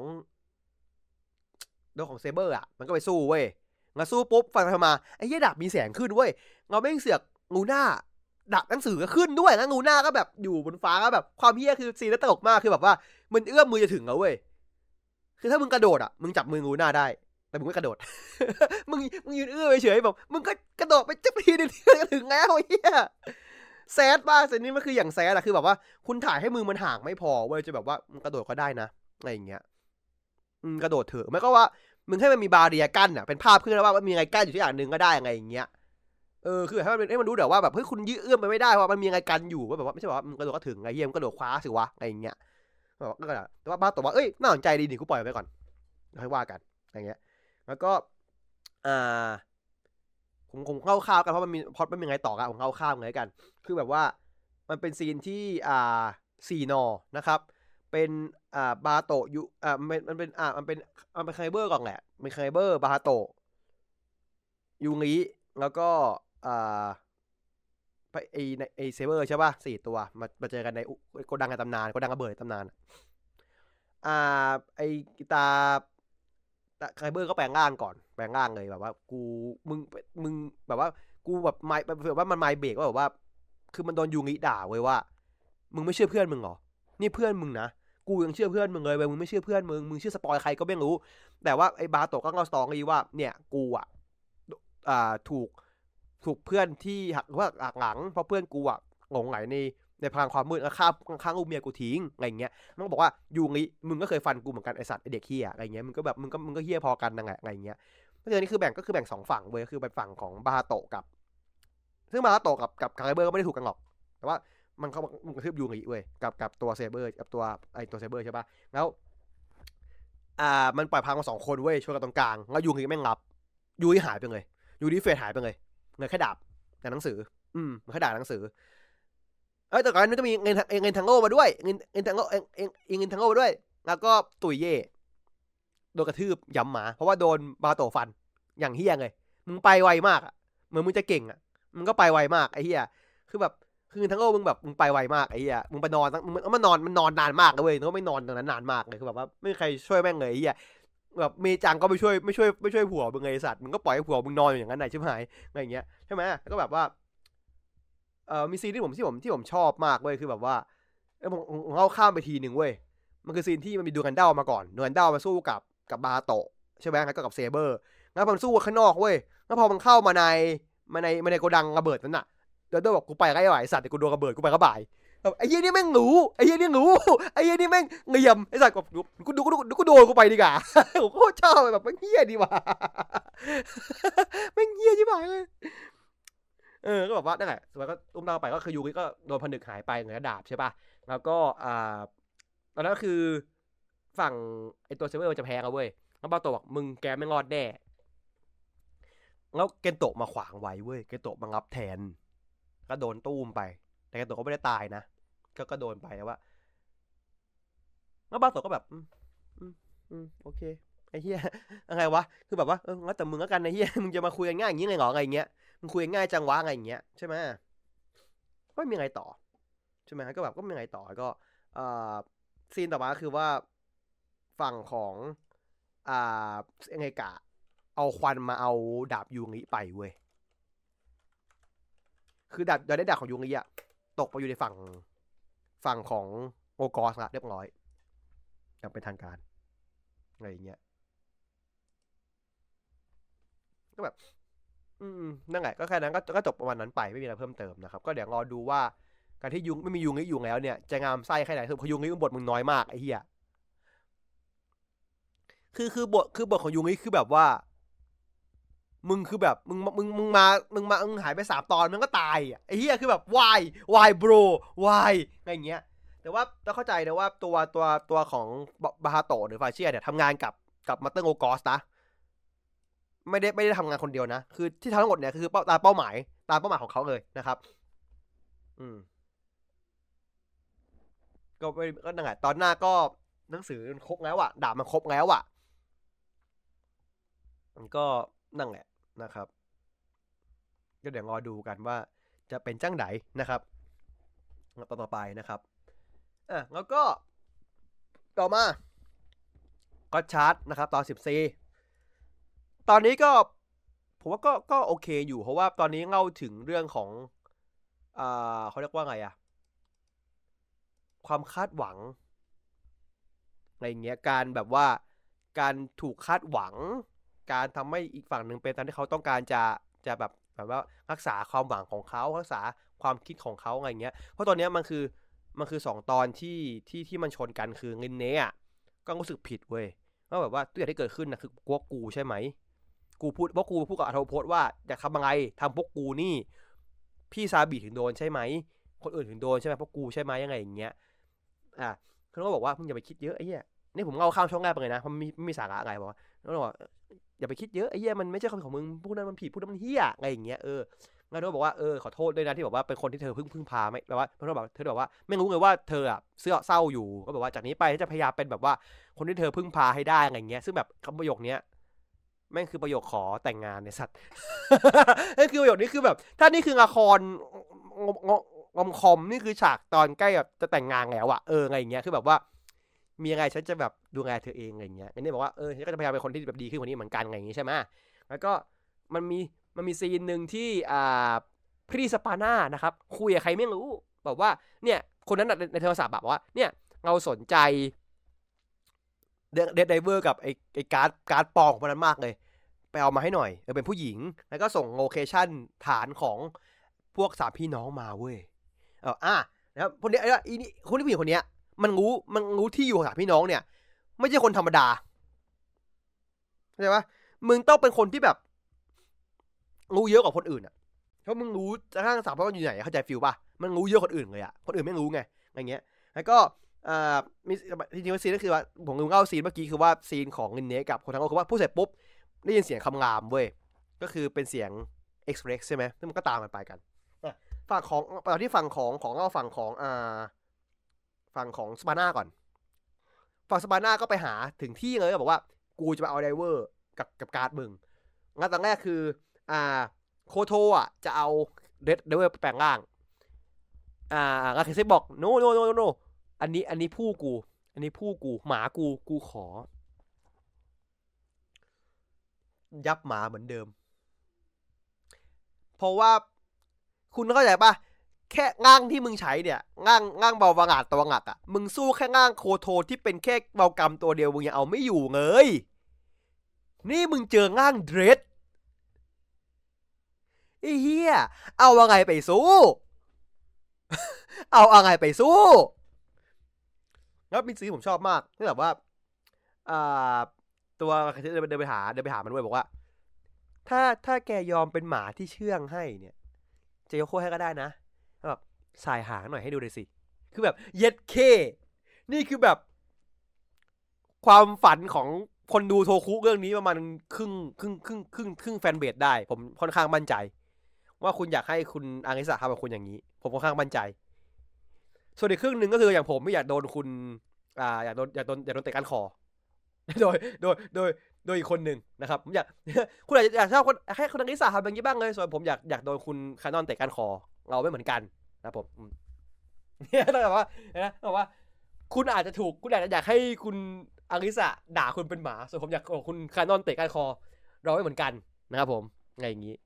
ตัวของเซเบอร์อ่ะมันก็ไปสู้เว้ยงั้นสู้ปุ๊บฟันไปมาไอ้เหี้ยดาบมีแสงขึ้นเว้ยเราไม่เสือกงูหน้าดาบหนังสือก็ขึ้นด้วยนะงูหน้าก็แบบอยู่บนฟ้าก็แบบความเหี้ยคือซีนตลกมากคือแบบว่ามันเอื้อมมือจะถึงแล้วเว้ยคือถ้ามึงกระโดดอ่ะมึงจับมืองูหน้าได้แต่มึงไม่กระโดด มึงมึงยืนเอื้อเฉยๆแบบมึงก็กระโดดไปจับทีนึงก็ถึงแล้วไอ้เหี้ยแซดมากแต่นี่มันคืออย่างแซดอะคือแบบว่าคุณถ่ายให้มือมันห่างไม่พอเว้ยจะแบบว่ามึงกระโดดก็ได้นะอะไรอย่างเงี้ยอืมกระโดดเถอะไม่ก็ว่ามึงให้มันมีบาเรียกั้นอ่ะเป็นภาพขึ้นแล้วว่ามีอะไรกั้นอยู่ที่อย่างหนึ่งก็ได้ไงอย่างเงี้ยเออคือให้มันให้มันรู้เดี๋ยวว่าแบบเฮ้ยคุณยื้อเอื้อมไปไม่ได้เพราะมันมีอะไรกันอยู่ว่าแบบว่าไม่ใช่ว่ามึงกระโดดก็ถึงไงเยี่ยมกระโดดคว้าสิวะอะไรอย่างเงี้ยแบบก็แต่ว่าบ้าตัวว่าเอ้ยน่าสนใจดีดิกูปล่อยไว้ก่อนค่อยว่ากันอย่างเงี้ยแล้วก็อ่าผมผมเข้าข้าวกันเพราะมันมีพอดมันมีไงต่อกันผมเข้าข้าวไงกันคือแบบว่ามันเป็นซีนที่อ่าสี่นอนะครับเป็นอ่าบาโตะยุอ่ามันมันเป็นอ่ามันเป็นมันเป็นไคเบอร์ก่อนแหละเป็นไคเบอร์บาโตะยูงิแล้วก็อ่าไอไอเซเบอร์ใช่ป่ะสี่ตัวมามาเจอกันในโกดังในตำนานโกดังระเบิดตำนานอ่าไอกีตาไคเบอร์ก็แปลงร่างก่อนแปลงร่างเลยแบบว่ากูมึงมึงแบบว่ากูแบบไม่แบบว่ามันไม่เบรกว่าแบบว่าคือมันโดนยูงิด่าเว้ยว่ามึงไม่เชื่อเพื่อนมึงเหรอนี่เพื่อนมึงนะกูยังเชื่อเพื่อนมึงเลยเว้ยมึงไม่เชื่อเพื่อนมึงมึงเชื่อสปอยใครก็ไม่รู้แต่ว่าไอ้บาโตะก็เล่าสตอรี่ว่าเนี่ยกูอ่ะอ่าถูกถูกเพื่อนที่หักว่าหักหลังเพราะเพื่อนกูอ่ะหลงไหลในในพลังความมืดแล้วฆ่าฆ่าลูกเมียกูทิ้งอะไรเงี้ยมันก็บอกว่ายูงิมึงก็เคยฟันกูเหมือนกันไอสัตว์ไอเด็กเฮียอะไรเงี้ยมึงก็แบบมึงก็มึงก็เฮียพอกันนั่นแหละอะไรเงี้ยเพราะฉะนั้นนี่คือแบ่งก็คือแบ่งสองฝั่งเว้ยคือเป็นฝั่งของบาโตะกับซึ่งบาโตะกับกับคาร์เบอร์ก็ไม่ได้ถูกกันหรอกแต่ว่ามันเขามันกระทืบยูงิเว้ยกับกับตัวเซเบอร์กับตัวไอตัวเซเบอร์ใช่ป่ะแล้วอ่ามันปล่อยพลังมาสองคนเว้ยช่วยกันตรงกลางแล้วยูงิแม่งรับยูงิหายไปเลยยูงิเฟดหายไปเลยเหลือแค่ดาบกับหนังสืออืมแค่ดาบหนังสือเอ้ยแต่ก่อนนั้นจะมีเงินเงินทังโง่มาด้วยเงินเงินทังโง่เองเองเงินทังโง่มาด้วยแล้วก็ตุยเย่โดนกระทืบย้ำหมาเพราะว่าโดนบาโตฟันอย่างเฮี้ยเลยมึงไปไวมากอ่ะเหมือนมึงจะเก่งอ่ะมึงก็ไปไวมากไอ้เฮี้ยคือแบบคือเงินทังโง่มึงแบบมึงไปไวมากไอ้เฮี้ยมึงไปนอนมึงมันนอนมันนอนนานมากเลยเว้ยแล้วไม่นอนตรงนั้นนานมากเลยคือแบบว่าไม่มีใครช่วยแม่งเลยไอ้เฮี้ยแบบเมจังก็ไม่ช่วยไม่ช่วยไม่ช่วยผัวมึงไงสัตว์มึงก็ปล่อยให้ผัวมึงนอนอยู่อย่างนั้นไหนชิบหายอะไรอย่างเงี้ยใช่ไหมแล้วก็แบบว่าเอ่อมีซีนที่ผมที่ผมที่ผมชอบมากเว้ยคือแบบว่าเออผมผมเข้าข้ามไปทีหนึ่งเว้ยมันคือซีนที่มันมีดูกันเด้ามาก่อนดูกันเด้ามาสู้กับกับบาโตะใช่ไหมแล้วก็กับเซเบอร์แล้วมันสู้ข้างนอกเว้ยแล้วพอมันเข้ามาในมาในมาในโกดังระเบิดนั้นน่ะเดี๋ยวเดี๋ยวบอกกูไปไกลไหวสัตว์แต่กูโดนระเบิดกูไปก็บ่ายไอ้ยี่นี่แม่งหนูไอ้ยี่นี่หนูไอ้ยี่นี่แม่งเงียบไอ้สัตว์กูกูดูกูดูกูโดนกูไปดีกว่าผมโคตรชอบแบบแม่งเฮี้ยดีว่ะแม่งเฮี้ยชิบหายเลยเออก็แบบว่านั่นแหละสุดท้ายก็อุ้มดาวไปก็คือยูกิก็โดนผนึกหายไปเหนือดาบใช่ป่ะแล้วก็อ่าตอนนั้นก็คือฝั่งไอตัวเซเวอร์มันจะแพ้กันเว้ยแล้วบาโตะบอกมึงแกไม่รอดแน่แล้วเกนโตะมาขวางไว้เว้ยเกนโตะมารับแทนก็โดนตู้มไปแต่เกนโตะก็ไม่ได้ตายนะก็ก็โดนไปแล้วว่าแล้วบาโตะก็แบบอืมอืมอืมโอเคไอ้เหี้ยอะไรวะคือแบบว่าเอองั้นแต่มึงก็กันไอ้เหี้ยมึงจะมาคุยกันง่ายอย่างนี้เลยเหรออะไรเงี้ยมึงคุยง่ายจังวะอะไรอย่างเงี้ยใช่ไหมก็ไม่มีอะไรต่อใช่ไหมก็แบบก็ไม่มีอะไรต่อก็อ่าซีนต่อมาคือว่าฝั่งของอ่าเอเงกะเอาควันมาเอาดาบยูงิไปเว้ยคือดาบดาบได้ดาบของยูงิอะตกไปอยู่ในฝั่งฝั่งของโอกอสละเรียบร้อยอย่างเป็นทางการอะไรอย่างเงี้ยก็แบบอืมนั่นแหละก็แค่นั้นก็ก็จบประมาณนั้นไปไม่มีอะไรเพิ่มเติมนะครับก็เดี๋ยวรอดูว่าการที่ยุงไม่มียุงนี้อยู่แล้วเนี่ยจะงามไส้แค่ไหนคือพยุงนี้บทมึงน้อยมากไอ้เหี้ยคือคือบทคือบทของยุงนี้คือแบบว่ามึงคือแบบมึงมึงมึงมามึงมามึงหายไปสามตอนมึงก็ตายอ่ะไอ้เหี้ยคือแบบ why why bro why อะไรอย่างเงี้ยแต่ว่าต้องเข้าใจนะว่าตัวตัวตัวของบาฮาโตะหรือฟาเชียเนี่ยทำงานกับกับมาเตอร์โอกอสนะไม่ได้ไม่ได้ทำงานคนเดียวนะคือที่ทำทั้งหมดเนี่ยคือตามเป้าหมายตามเป้าหมายของเขาเลยนะครับอืมก็ไม่ก็นั่นแหละตอนหน้าก็หนังสือมันครบแล้วอะดาบมันครบแล้วอะมันก็นั่นแหละนะครับก็เดี๋ยวรอดูกันว่าจะเป็นจังไหนนะครับต่อต่อไปนะครับอ่ะแล้วก็ต่อมาก็ชาร์ตนะครับตอนสิบสี่ตอนนี้ก็ผมว่าก็ก็โอเคอยู่เพราะว่าตอนนี้เล่าถึงเรื่องของอ่าเขาเรียกว่าไงอะความคาดหวังอะไรเงี้ยการแบบว่าการถูกคาดหวังการทำให้อีกฝั่งหนึ่งเป็นตามที่เขาต้องการจะจะแบบแบบว่ารักษาความหวังของเขารักษาความคิดของเขาอะไรเงี้ยเพราะตอนนี้มันคือมันคือสองตอนที่ที่ที่มันชนกันคือเงินเนี้ยก็รู้สึกผิดเว้ยว่าแบบว่าตัวอย่างที่เกิดขึ้นนะคือกวกูใช่ไหมกูพูดเพราะกูพูดกับอัธพจน์ว่าอยากทำอะไรทำพวกกูนี่พี่ซาบิถึงโดนใช่ไหมคนอื่นถึงโดนใช่ไหมพวกกูใช่ไหมยังไงอย่างเงี้ยอ่ะเขาก็บอกว่ามึงอย่าไปคิดเยอะไอ้เหี้ยนี่ผมเอาข้ามช่องแรกไปเลยนะเพราะมีมีสาระอะไรบอกว่าแล้วบอกอย่าไปคิดเยอะไอ้เหี้ยมันไม่ใช่คำของมึงพูดนั้นมันผิดพูดนั้นมันเหี้ยอะไรอย่างเงี้ยเออแล้วก็บอกว่าเออขอโทษด้วยนะที่บอกว่าเป็นคนที่เธอพึ่งพึ่งพาไม่แบบว่าเธอบอกเธอบอกว่าไม่รู้เลยว่าเธออ่ะเสื้อเศร้าอยู่ก็แบบว่าจากนี้ไปจะพยายามเป็นแบบว่าคนที่เธอพึ่งพาให้ได้อะไรอย่างเงี้ยซึ่งแบบคำประโยคเนี้ยแม่งคือประโยคขอแต่งงานในสัตว์นั่นคือประโยคนี้คือแบบถ้านี่คือละครงงอมคอมนี่คือฉากตอนใกล้แบบจะแต่งงานแล้วอะเอออะไรอย่างเงี้ยคือแบบว่ามียังไงฉันจะแบบดูแลเธอเองอะไรอย่างเงี้ยอันนี้บอกว่าเออฉันก็จะพยายามเป็นคนที่แบบดีขึ้นกว่านี้เหมือนกันอะไรอย่างงี้ใช่ไหมแล้วก็มันมีมันมีซีนหนึ่งที่อ่าพรีสปาน่านะครับคุยกับใครไม่รู้บอกว่าเนี่ยคนนั้นในโทรศัพท์แบบว่าเนี่ยเราสนใจเดดไดเวอร์กับไอ้ไอ้การ์ดการ์ดปองคนนั้นมากเลยไปเอามาให้หน่อยเออเป็นผู้หญิงแล้วก็ส่งโลเคชั่นฐานของพวกสามพี่น้องมาเว้ยเอออ่ะนะครับคนนี้ไอ้นี่คนที่ผู้หญิงคนนี้มันรู้มันรู้ที่อยู่ของสามพี่น้องเนี่ยไม่ใช่คนธรรมดาเข้าใจปะมึงต้องเป็นคนที่แบบรู้เยอะกว่าคนอื่นอ่ะเพราะมึงรู้จะข้างสามพี่น้องอยู่ไหนเข้าใจฟิลป่ะมันรู้เยอะคนอื่นเลยอ่ะคนอื่นไม่รู้ไงอะไรเงี้ยแล้วก็อ่ามีจริงๆซีนก็คือว่าผมลืมเล่าซีนเมื่อกี้คือว่าซีนของลินเนกับคนทั้งโลกคือว่าพูดเสร็จปุ๊บได้ยินเสียงคำรามเว้ยก็คือเป็นเสียง Express ใช่ไหมซึ่งมันก็ตามมันไปกันฝั่งของตอนที่ฝั่งของของเราฝั่งของอ่าฝั่งของสปาน่าก่อนฝั่งสปาน่าก็ไปหาถึงที่เลยบอกว่ากูจะมาเอาไดเวอร์กับกับการ์ดมึงงั้นตอนแรกคืออ่าโคโทอ่ะจะเอาเดดไดเวอร์ไปแปลงร่างอ่าแล้วเคซิบอกโนโนโนโนอันนี้อันนี้ผู้กูอันนี้ผู้กูหมากูกูขอยับหมาเหมือนเดิมเพราะว่าคุณเข้าใจปะแค่ง่างที่มึงใช้เนี่ยง่างง่างเบาบางอาจตัวงักอ่ะมึงสู้แค่ง่างโคโทที่เป็นแค่เบากรรมตัวเดียวมึงยังเอาไม่อยู่เลยนี่มึงเจอง่างเดรสไอ้เหี้ยเอาอะไรไปสู้เอาอะไรไปสู้แล้วมีซีผมชอบมากที่แบบว่าอ่าตัวเดินไปหาเดินไปหามันด้วยบอกว่าถ้าถ้าแกยอมเป็นหมาที่เชื่องให้เนี่ยจะยกโค้ให้ก็ได้นะแบบสายหางหน่อยให้ดูเลยสิคือแบบเย็ดเคนี่คือแบบความฝันของคนดูโทคุเรื่องนี้ประมาณครึ่งครึ่งครึ่งครึ่งครึ่งแฟนเบสได้ผมค่อนข้างมั่นใจว่าคุณอยากให้คุณอาริสะทำกับคุณอย่างนี้ผมค่อนข้างมั่นใจส่วนอีกครึ่งหนึ่งก็คืออย่างผมไม่อยากโดนคุณอ่าอยากโดนอยากโดนอยากโดนเตะก้านคอโดยโดยโดยโดยอีกคนหนึ่งนะครับผมอยากคุณอาจจะอยากชอบคนให้คุณอาริสะทำอย่างนี้บ้างเลยส่วนผมอยากอยากโดนคุณคานอนเตะก้านคอเราไม่เหมือนกันนะผมเนี่ยต้องแบบว่านะบอกว่าคุณอาจจะถูกคุณอาจจะอยากให้คุณอาริสะด่าคุณเป็นหมาส่วนผมอยากคุณคานอนเตะก้านคอเราไม่เหมือนกันนะครับผมไงอย่างนี้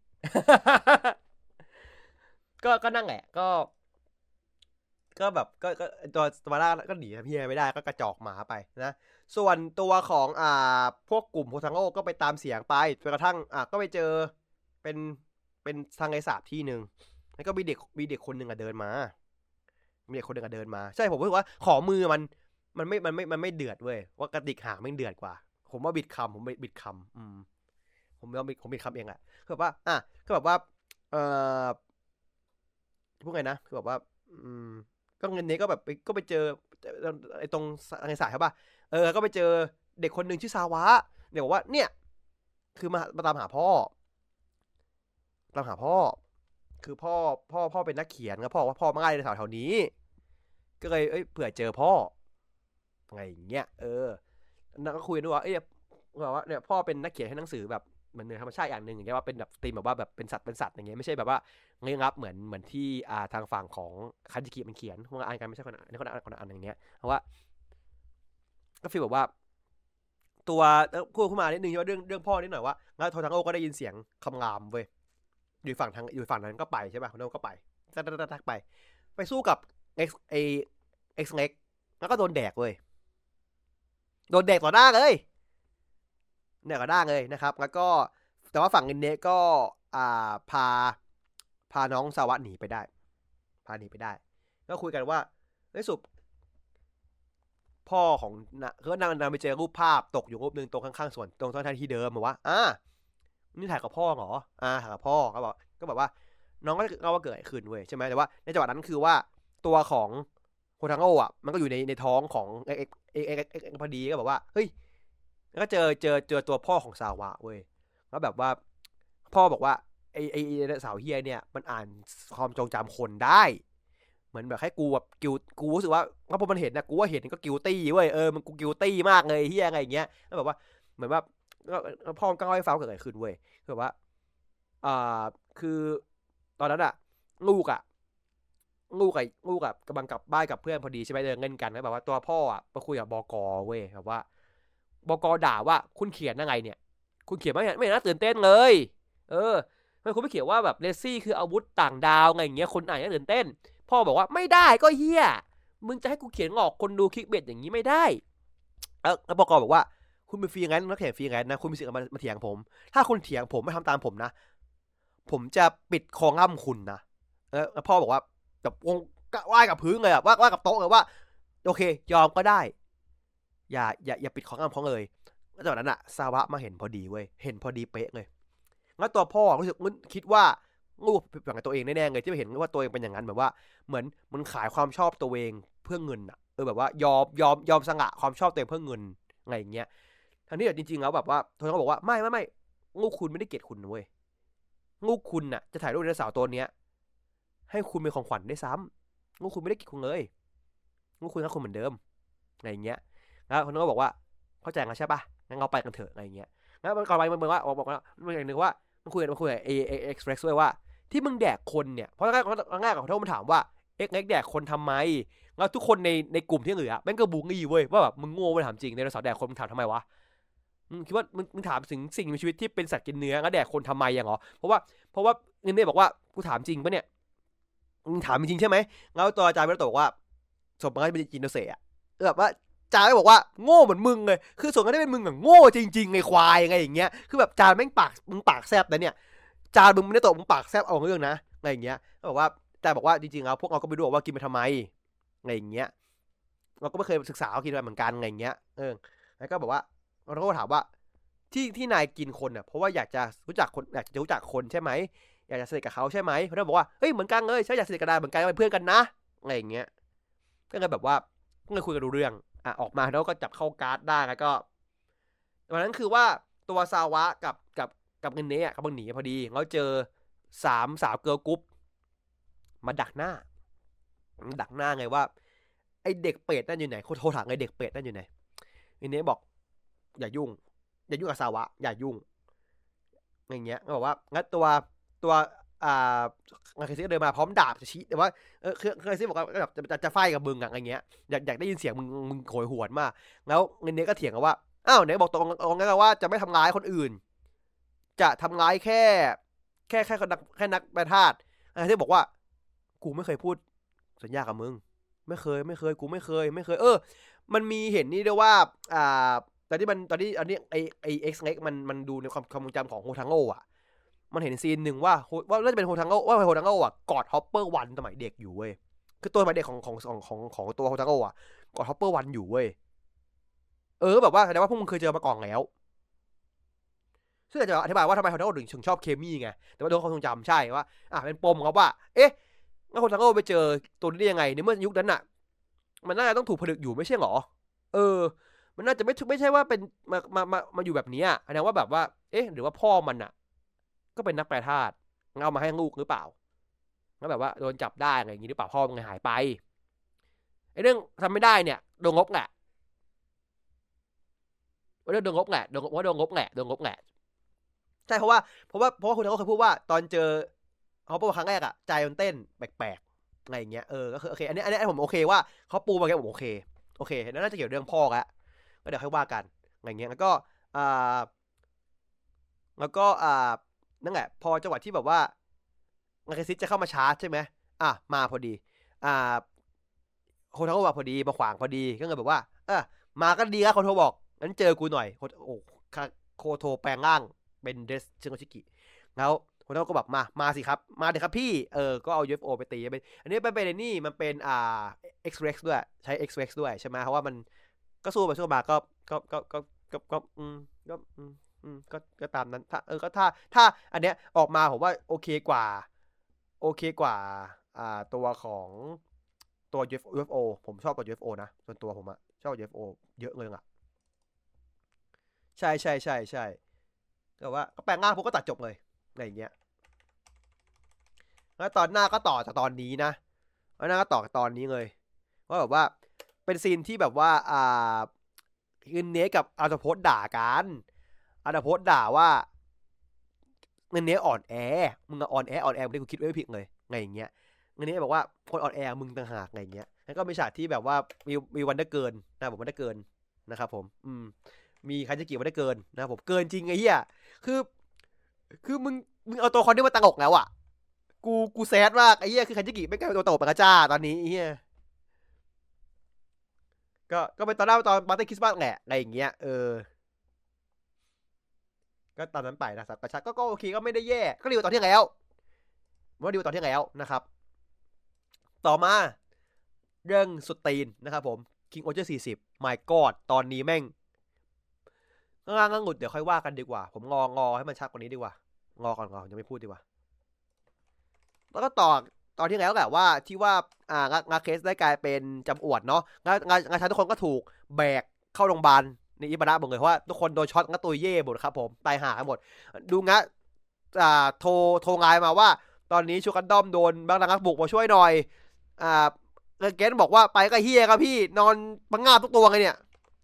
ก็ก็นั่งแหละก็ก็แบบก็ก็ตัวสตาร์ล่าก็หนีพี่ไม่ได้ก็กระจอกหมาไปนะส่วนตัวของอ่าพวกกลุ่มโพทังโอก็ไปตามเสียงไปจนกระทั่งอ่าก็ไปเจอเป็นเป็นทางไอสาบที่หนึ่งแล้วก็มีเด็กมีเด็กคนหนึ่งอะเดินมามีเด็กคนหนึ่งอะเดินมาใช่ผมรู้สึกว่าขอมือมันมันไม่มันไม่มันไม่เดือดเว้ยว่ากระติกหางไม่เดือดกว่าผมว่าบิดคำผมบิดคำอืมผมว่าบิดผมบิดคำเองอะคือแบบว่าอ่ะก็แบบว่าเอ่อพูดไงนะคือแบบว่าอืม ก็เงินนี้ก็แบบก็ไปเจอไอ้ตรงทางสายครับป่ะเออก็ไปเจอเด็กคนหนึ่งชื่อซาวะเด็กบอกว่าเนี่ยคือมามาตามหาพ่อตามหาพ่อคือพ่อพ่อพ่อเป็นนักเขียนครับพ่อว่าพ่อมาง่ายในแถวๆนี้ก็เลยเอ้ยเผื่อเจอพ่ออะไรอย่างเงี้ยเออนั่นก็คุยด้วยว่าเอ้ยแบบว่าเนี่ยพ่อเป็นนักเขียนให้หนังสือแบบเหมือนเหนือธรรมชาติอย่างหนึ่งอย่างเงี้ยว่าเป็นแบบธีมแบบว่าแบบเป็นสัตว์เป็นสัตว์อย่างเงี้ยไม่ใช่แบบว่าเงี้ยงับเหมือนเหมือนที่อ่าทางฝั่งของคันจิกิมันเขียนพวกอ่านกันไม่ใช่คนอ่านคนอ่านคนอ่านอย่างเงี้ยเพราะว่าก็ฟีลแบบว่าตัวพูดขึ้นมานิดนึงว่าเรื่องเรื่องพ่อนิดหน่อยว่าแล้วโททังโอก็ได้ยินเสียงคำรามเว้ยอยู่ฝั่งทางอยู่ฝั่งนั้นก็ไปใช่ป่ะคนนั้นก็ไปตักตักไปไปสู้กับ X เอ X เล็กแล้วก็โดนแดกเว้ยโดนแดกต่อหน้าเลยเนี่ยก็ได้เลยนะครับแล้วก็แต่ว่าฝั่งเงินเนก็อ่าพาพาน้องสาวะหนีไปได้พาหนีไปได้ก็คุยกันว่าในสุดพ่อของนะก็นางนางไปเจอรูปภาพตกอยู่รูปนึงตรงข้างๆส่วนตรงท่านที่เดิมบอกว่าอ่านี่ถ่ายกับพ่อเหรออ่าถ่ายกับพ่อก็บอกก็บอกว่าน้องก็เล่าว่าเกิดอะไรขึ้นเว้ยใช่ไหมแต่ว่าในจังหวะนั้นคือว่าตัวของโคทังโออ่ะมันก็อยู่ในในท้องของเอ็กเอ็กเอ็กเอ็กเอ็กพอดีก็บอกว่าเฮ้ยแล้วก็เจอเจอเจอตัวพ่อของซาวะเว้ยแล้วแบบว่าพ่อบอกว่าไอไอสาวเฮียเนี่ยมันอ่านความทรงจำคนได้เหมือนแบบให้กูแบบกิวกูรู้สึกว่าพอมันเห็นนะกูว่าเห็นก็กิวตี้เว้ยเออมันกูกิวตี้มากเลยเฮียอะไรอย่างเงี้ยแล้วแบบว่าเหมือนว่าพ่อก็เล่าให้ฟังเกิดอะไรขึ้นเว้ยคือแบบว่าอ่าคือตอนนั้นอะลูกอะลูกกับลูกกับกำลังกลับบ้านกับเพื่อนพอดีใช่ไหมเดินเล่นกันแล้วแบบว่าตัวพ่ออะไปคุยกับบก.เว้ยแบบว่าบก.ด่าว่าคุณเขียนยังไงเนี่ยคุณเขียนไม่ไม่น่าตื่นเต้นเลยเออทำไมคุณไม่เขียนว่าแบบเลซี่คืออาวุธต่างดาวไงอย่างเงี้ยคนอ่านน่าตื่นเต้นพ่อบอกว่าไม่ได้ก็เฮียมึงจะให้กูเขียนออกคนดูคลิกเบ็ดอย่างนี้ไม่ได้แล้วบก.บอกว่าคุณเป็นฟรีแลนซ์นักเขียนฟรีแลนซ์นะคุณมีสิทธิ์มามาเถียงผมถ้าคุณเถียงผมไม่ทำตามผมนะผมจะปิดคอลัมน์คุณนะแล้วพ่อบอกว่าแบบวงว่ายกับพื้นเลยอะว่าว่ากับโต๊ะเลยว่าโอเคยอมก็ได้อย่าอย่าอย่าปิดคอลัมน์เขาเลยแล้วจากนั้นอะซาวะมาเห็นพอดีเว้ยเห็นพอดีเป๊ะเลยแล้วตัวพ่อรู้สึกคิดว่าลูกผิดหวังกับตัวเองแน่ๆเลยที่ไปเห็นว่าตัวเองเป็นอย่างนั้นแบบว่าเหมือนมันขายความชอบตัวเองเพื่อเงินอะเออแบบว่ายอมยอมยอมสงะความชอบตัวเองเพื่อเงินอะไรอย่างเงี้ยทั้งที่จริงๆแล้วแบบว่าโทนก็บอกว่าไม่ไม่ไม่ลูกคุณไม่ได้เกลียดคุณเว้ยลูกคุณน่ะจะถ่ายรูปไดโนเสาร์ตัวเนี้ยให้คุณเป็นของขวัญได้ซ้ำลูกคุณไม่ได้เกลียดคุณเลยลูกคุณรักคุณเหมือนเดิมอะไรอย่างเงี้ยแล้วคนนั้นก็บอกว่าเข้าใจกันใช่ปะงั้นเราไปกันเถอะอะไรอย่างเงี้ยแล้วมันก่อนไปมันบอกว่าบอกว่ามันอย่างหนึ่งว่ามันคุยกันมันคุยกับเอเอเอ็กซ์เพรสด้วยว่าที่มึงแดกคนเนี่ยเพราะแรกแรกของเขามันถามว่าเอ็กซ์เอ็กแดกคนทำไมแล้วทุกคนในในกลุ่มที่เหลือแม่งก็บูงี้เว้ยว่าแบบมึงโง่ไปถามจริงในเราสาวแดกคนมึงถามทำไมวะมึงคิดว่ามึงมึงถามถึงสิ่งมีชีวิตที่เป็นสัตว์กินเนื้อแล้วแดกคนทำไมอย่างหรอเพราะว่าเพราะว่าเงินเนี่ยบอกว่ากูถามจริงปะเนี่ยมึงถามจริงใช่ไหมแล้วตัวอาจารย์ก็ตอบว่าสมมติว่าเป็นจินโนเซะแบบว่าจานก็บอกว่าโง่เหมือนมึงเลยคือส่วนก็ได้เป็นมึงอะโง่จริงๆไงควายไงอย่างเงี้ยคือแบบจานแม่งปากมึงปากแซบนะเนี่ยจานมึงไม่ได้ตกมึงปากแซบเอาเรื่องนะอะไรอย่างเงี้ยก็บอกว่าแต่บอกว่าจริงๆแล้วพวกเราก็ไม่รู้ว่ากินไปทำไมอะไรอย่างเงี้ยเราก็ไม่เคยศึกษาเขากินไปเหมือนกันอะไรอย่างเงี้ยเออแล้วก็บอกว่าเราก็ถามว่าที่ที่นายกินคนอ่ะเพราะว่าอยากจะรู้จักคนอยากจะรู้จักคนใช่ไหมอยากจะสนิทกับเขาใช่ไหมเขาบอกว่าเฮ้ยเหมือนกันเลยฉันอยากสนิทกับนายเหมือนกันเป็นเพื่อนกันนะอะไรอย่างเงี้ยก็เลยแบบว่าก็เลยคุยกันรู้เรื่องอ่ะออกมาแล้วก็จับเข้าการ์ดได้แล้วก็วันนั้นคือว่าตัวซาวะกับกับกับเงินเนี้ยกับบังหนีพอดีเขาเจอสามสาวเกิร์ลกรุ๊ปมาดักหน้าดักหน้าไงว่าไอเด็กเป็ดนั่นอยู่ไหนโทรถามไอเด็กเป็ดนั่นอยู่ไหนเงินเนี้ยบอกอย่ายุ่งอย่ายุ่งกับซาวะอย่ายุ่งอย่างเงี้ยก็บอกว่างั้นตัวตัวอ่าเคยซิก็เดินมาพร้อมดาบจะชี้แต่ว่าเออเคยซิบอกว่าแบบจะจะไฟกับมึงอะไรเงี้ยอยากอยากได้ยินเสียงมึงมึงโหยหวนมากแล้วเงินเนี้ยก็เถียงกันว่าอ้าวไหนบอกตรงตรงนั้นว่าจะไม่ทำร้ายคนอื่นจะทำร้ายแค่แค่แค่นักแค่นักประทาสอะไรที่บอกว่ากูไม่เคยพูดสัญญากับมึงไม่เคยไม่เคยกูไม่เคยไม่เคยเออมันมีเห็นนี่ด้วยว่าอ่าตอนที่มันตอนที่อันนี้ไอไอเอ็กซ์เล็กมันมันดูในความความจำของโฮทังโง่อะมันเห็นซีนหนึ่งว่าว่าน่าจะเป็นโฮทังโง่ว่าโฮทังโง่อะกอดฮอปเปอร์วันสมัยเด็กอยู่เว้ยคือตัวสมัยเด็กของของของของของตัวโฮทังโง่อะกอดฮอปเปอร์วันอยู่เว้ยเออแบบว่าแสดงว่าพวกมึงเคยเจอมาก่อนแล้วซึ่งอาจจะอธิบายว่าทำไมโฮทังโง่ถึงชอบเคมี่ไงแต่ว่าโดนความทรงจำใช่ว่าอ่ะเป็นปมครับว่าเอ๊ะแล้วโฮทังโง่ไปเจอตัวนี้ได้ยังไงในเมื่อยุคนั้นอะมันน่าจะต้องถูกผลึกอยู่ไม่ใช่หรอเออมันน่าจะไม่ไม่ใช่ว่าเป็นมามามามาอยู่แบบนี้อ่ะแสดงว่าแบบว่าเอ๊ะหรือว่าพ่อมันอ่ะก็เป็นนักแปรธาตุเอามาให้ลูกหรือเปล่าก็แบบว่าโดนจับได้อะไรอย่างงี้หรือเปล่าพ่อมึงหายไปไอ้เรื่องทำไม่ได้เนี่ยโดนงบแหละว่าเรื่องโดนงบแหละโดนว่าโดนงบแหละโดนงบแหละใช่เพราะว่าเพราะว่าเพราะว่าคุณเขาเคยพูดว่าตอนเจอเขาพูดครั้งแรกอะใจมันเต้นแปลกๆอะไรอย่างเงี้ยเออก็คือโอเคอันนี้อันนี้ผมโอเคว่าเขาปูมาแค่ผมโอเคโอเคน่าจะเกี่ยวเรื่องพ่อละก็เดี๋ยวค่อยว่ากันอะไรเงี้ยแล้วก็อ่าแล้วก็อ่านั่นแหละพอจังหวะที่แบบว่านาคาซิจะเข้ามาชาร์จใช่ไหมอ่ะมาพอดีอ่าโคโทมาพอดีมาขวางพอดีก็เลยแบบว่าเออมาก็ดีแล้วโคโทบอกงั้นเจอกูหน่อยโอ้โคโทแปลงร่างเป็นเดสซึงโอชิกิแล้วโคโทก็แบบมามาสิครับมาเดี๋ยวครับพี่เออก็เอา ยู เอฟ โอ ไปตีเป็นอันนี้เป็นเป็นนี่มันเป็นอ่า X-Rex ด้วยใช้ X-Rex ด้วยใช่ไหมเพราะว่ามันก็สู้ไปสู้มาก็ก็ก็ก็ก็ก็อืมก็อืมอืมก็ก็ตามนั้นถ้าเออก็ถ้าถ้าอันเนี้ยออกมาผมว่าโอเคกว่าโอเคกว่าอ่าตัวของตัว ยู เอฟ โอ ผมชอบตัว ยู เอฟ โอ นะส่วนตัวผมอะชอบ ยู เอฟ โอ เยอะเลยอะใช่ใช่ใช่ใช่ก็ว่าก็แปลงร่างพวกก็ตัดจบเลยอะไรอย่างเงี้ยแล้วตอนหน้าก็ต่อจากตอนนี้นะแล้วหน้าก็ต่อจากตอนนี้เลยว่าแบบว่าเป็นซีนที่แบบว่าอ่าคือเนสกับอาร์ตโพสด่ากันอาร์ตโพสด่าว่าเงินเนี้ยอ่อนแอมึงอะอ่อนแออ่อนแอมึงได้กูคิดไว้ไม่ผิดเลยไงอย่างเงี้ยเงินเนี้ยบอกว่าคนอ่อนแอมึงต่างหากไงอย่างเงี้ยแล้วก็มีฉากที่แบบว่ามีมีวันได้เกินนะผมวันได้เกินนะครับผมอืมมีใครจะกี่วันได้เกินนะครับผมเกินจริงไอ้เหี้ยคือคือมึงมึงเอาตัวคอนที่มาตั้งอกแล้วอ่ะกูกูแซดมากไอ้เหี้ยคือคันจิกิไม่กลายเป็นตัวตลกปากกาจ้าตอนนี้ไอ้เหี้ยก็ก็เป็นตอนหน้าตอนปาร์ตี้คริสต์มาสแหละอะไรอย่างเงี้ยเออก็ตอนนั้นไปนะสักกระชักก็ก็โอเคก็ไม่ได้แย่ก็ดีกว่าตอนที่แล้วว่าดีกว่าตอนที่แล้วนะครับต่อมาเรื่องสุดตีนนะครับผม King Oger สี่สิบ My God ตอนนี้แม่งงางงุดเดี๋ยวค่อยว่ากันดีกว่าผมงองอให้มันชัดกว่านี้ดีกว่างอก่อนงอยังไม่พูดดีกว่าแล้วก็ต่อตอนที่แล้วแหละว่าที่ว่าอ่างาเคสได้กลายเป็นจำอวดเนาะงางางาชาทุกคนก็ถูกแบกเข้าโรงพยาบาลในอิบาระหมดเลยเพราะว่าทุกคนโดนช็อตงาตุยเย่หมดครับผมตายห่ากันหมดดูงะอ่าโทรโทรไลน์มาว่าตอนนี้ชูกันดอมโดนบางนักบุกมาช่วยหน่อยอ่าเกนบอกว่าไปก็เฮียครับพี่นอนปังงาทุกตัวไงเนี่ย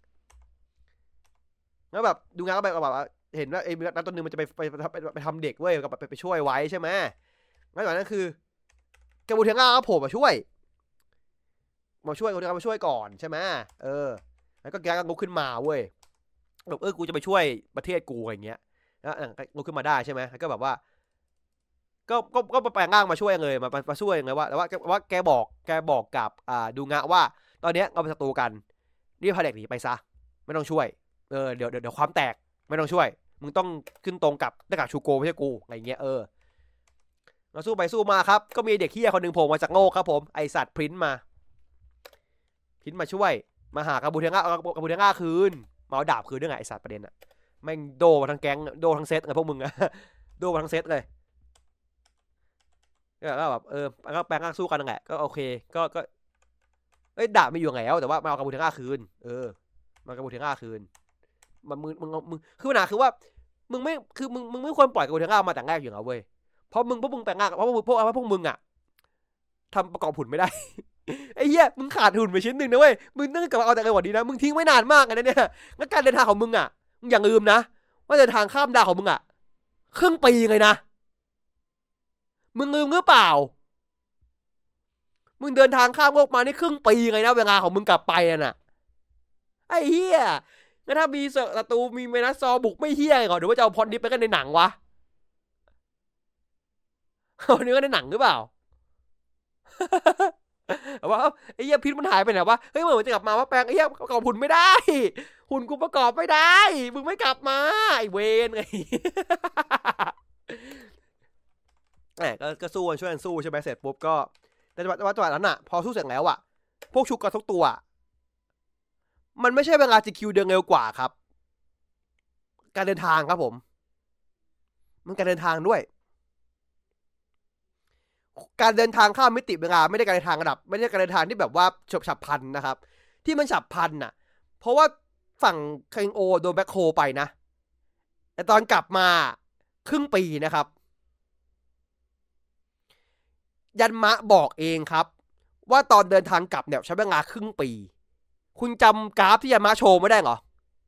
แล้วแบบดูงะก็แบบแบบเห็นว่าไอ้นักตัวนึงมันจะไปไปไปไปทำเด็กเว้ยกับไปไปช่วยไว้ใช่ไหมแล้วจากนั้นคือแกบูเทง่าก็โผล่มาช่วยมาช่วยกูจะมาช่วยก่อนใช่ไหมเออแล้วก็แกก็ลุกขึ้นมาเว้ยแบบเออกูจะไปช่วยประเทศกูอะไรเงี้ยแล้วลุกขึ้นมาได้ใช่ไหมก็แบบว่าก็ก็ก็แปลงร่างมาช่วยเลยมามาช่วยเลยว่าแต่ว่าว่าแกบอกแกบอกกับอ่าดูงะว่าตอนนี้เราเป็นศัตรูกันรีบพาเด็กหนีไปซะไม่ต้องช่วยเออเดี๋ยวเดี๋ยวความแตกไม่ต้องช่วยมึงต้องขึ้นตรงกับหน้ากากชูโกไม่ใช่กูอะไรเงี้ยเออเราสู้ไปสู้มาครับก็มีเด็กเฮียคนหนึ่งโผล่มาจากโง่ครับผมไอสัตว์พริ้นมาพินมาช่วยมาหากาบูเทง่ากาบูเทง่าคืนมาเอาดาบคืนด้วยไงไอสัตว์ประเด็นอะแม่งโดมาทั้งแก๊งโดทั้งเซตไงพวกมึงอะโดมาทั้งเซตเลยก็แบบเออก็แปลงร่างสู้กันนั่นแหละก็โอเคก็ก็เอ้ยดาบไม่อยู่แล้วแต่ว่ามาเอากาบูเทง่าคืนเออมากาบูเทง่าคืนมันมึงมึงมึงคือปัญหาคือว่ามึงไม่คือมึงมึงไม่ควรปล่อยกาบูเทง่ามาแต่แรกอยู่แล้วเว้ยเพราะมึงพวกมึงแปลงร่างเพราะพวกพวกพวกมึงอะทำประกอบหุ่นไม่ได้ไอ้เหี้ยมึงขาดหุ่นไปชิ้นหนึ่งนะเว้ยมึงต้องกลับมาเอาแต่ไอ้วันนี้นะมึงทิ้งไว้นานมากเลยนะเนี่ยงั้นการเดินทางของมึงอ่ะมึงอย่าลืมนะว่าเดินทางข้ามดาวของมึงอ่ะครึ่งปีเลยนะมึงลืมหรือเปล่ามึงเดินทางข้ามโลกมานี่ครึ่งปีเลยนะเวลาของมึงกลับไปน่ะไอ้เหี้ยงั้นถ้ามีศัตรูมีเมนัสซอบุกไม่เหี้ยก่อนหรือว่าจะเอาพอดดิฟไปกันในหนังวะเอาเนื้อในหนังหรือเปล่าว่าไอ้เหี้ยพิษมันหายไปไหนวะเฮ้ยเหมือนจะกลับมาว่าแปลงไอ้เหี้ยประกอบหุ่นไม่ได้หุ่นกูประกอบไม่ได้มึงไม่กลับมาไอ้เวนไงแหมก็สู้ช่วยกันสู้ใช่ไหมเสร็จปุ๊บก็แต่จังหวะจังหวะนั้นอ่ะพอสู้เสร็จแล้วอ่ะพวกชุกกันทุกตัวมันไม่ใช่เวลาจีคิวเดินเร็วกว่าครับการเดินทางครับผมมันการเดินทางด้วยการเดินทางข้ามมิติเวลาไม่ได้การเดินทางระดับไม่ได้การเดินทางที่แบบว่าฉับฉับพลันนะครับที่มันฉับพลันน่ะเพราะว่าฝั่งเคงโอโดนแบ็คโฮไปนะแต่ตอนกลับมาครึ่งปีนะครับยันมะบอกเองครับว่าตอนเดินทางกลับเนี่ยใช้เวลาครึ่งปีคุณจำกราฟที่ยันมะโชว์ไม่ได้เหรอ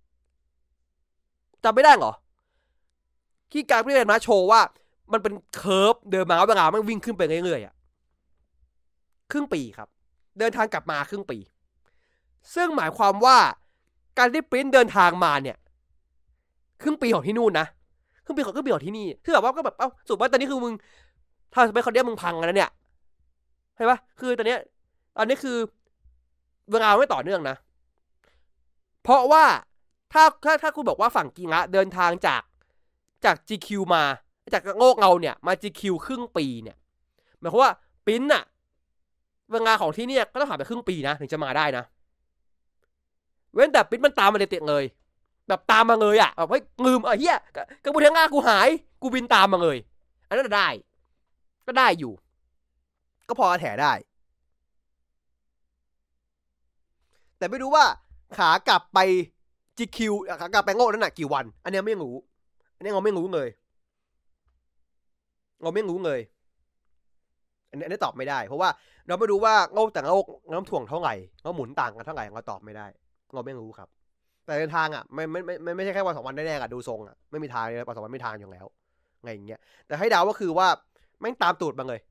จำไม่ได้เหรอที่กราฟที่ยันมะโชว์ว่ามันเป็นเคิร์ฟเดินมาเวลามันวิ่งขึ้นไปเรื่อยๆอ่ะครึ่งปีครับเดินทางกลับมาครึ่งปีซึ่งหมายความว่าการที่ปริ้นเดินทางมาเนี่ยครึ่งปีของที่นู่นนะครึ่งปีของครึ่งปีของที่นี่คือแบบว่าก็แบบเอ้าสุดว่าตอนนี้คือมึงถ้าไปคนเดียวมึงพังกันแล้วเนี่ยใช่ปะคือตอนเนี้ยตอนนี้คือเวลาไม่ต่อเนื่องนะเพราะว่าถ้าถ้าถ้าคุณบอกว่าฝั่งกิงะเดินทางจากจาก จี คิว มาจากโงกเงาเนี่ยมา จี คิว ครึ่งปีเนี่ยหมายความว่าปริ้นน่ะเวลาของที่เนี่ยก็ต้องผ่านไปครึ่งปีนะถึงจะมาได้นะเว้นแต่ปริ้นมันตามมาเด็ดๆเลยแบบตามมาเลยอ่ะแบบเฮ้ยลืมไอ้เหี้ยกระบุเทงากูหายกูบินตามมาเลยอันนั้นได้ก็ได้อยู่ก็พอแถได้แต่ไม่รู้ว่าขากลับไป จี คิว ขากลับไปโง่นั่นน่ะกี่วันอันนี้ไม่รู้อันนี้เราไม่รู้เลยเราไม่รู้เลยอันนี้อันนี้ตอบไม่ได้เพราะว่าเราไม่รู้ว่าโง่แต่โง่น้ำถ่วงเท่าไหร่เราหมุนต่างกันเท่าไหร่เราตอบไม่ได้เราไม่รู้ครับแต่เดินทางอ่ะไม่ไม่ไม่ไม่ใช่แค่วันสองวันแน่ๆอ่ะดูทรงอ่ะไม่มีทางเลยวันสองวันไม่ทางอยู่แล้วไงอย่างเงี้ยแต่ให้เดาว่าคือว่าแม่งตามตูดมาเลย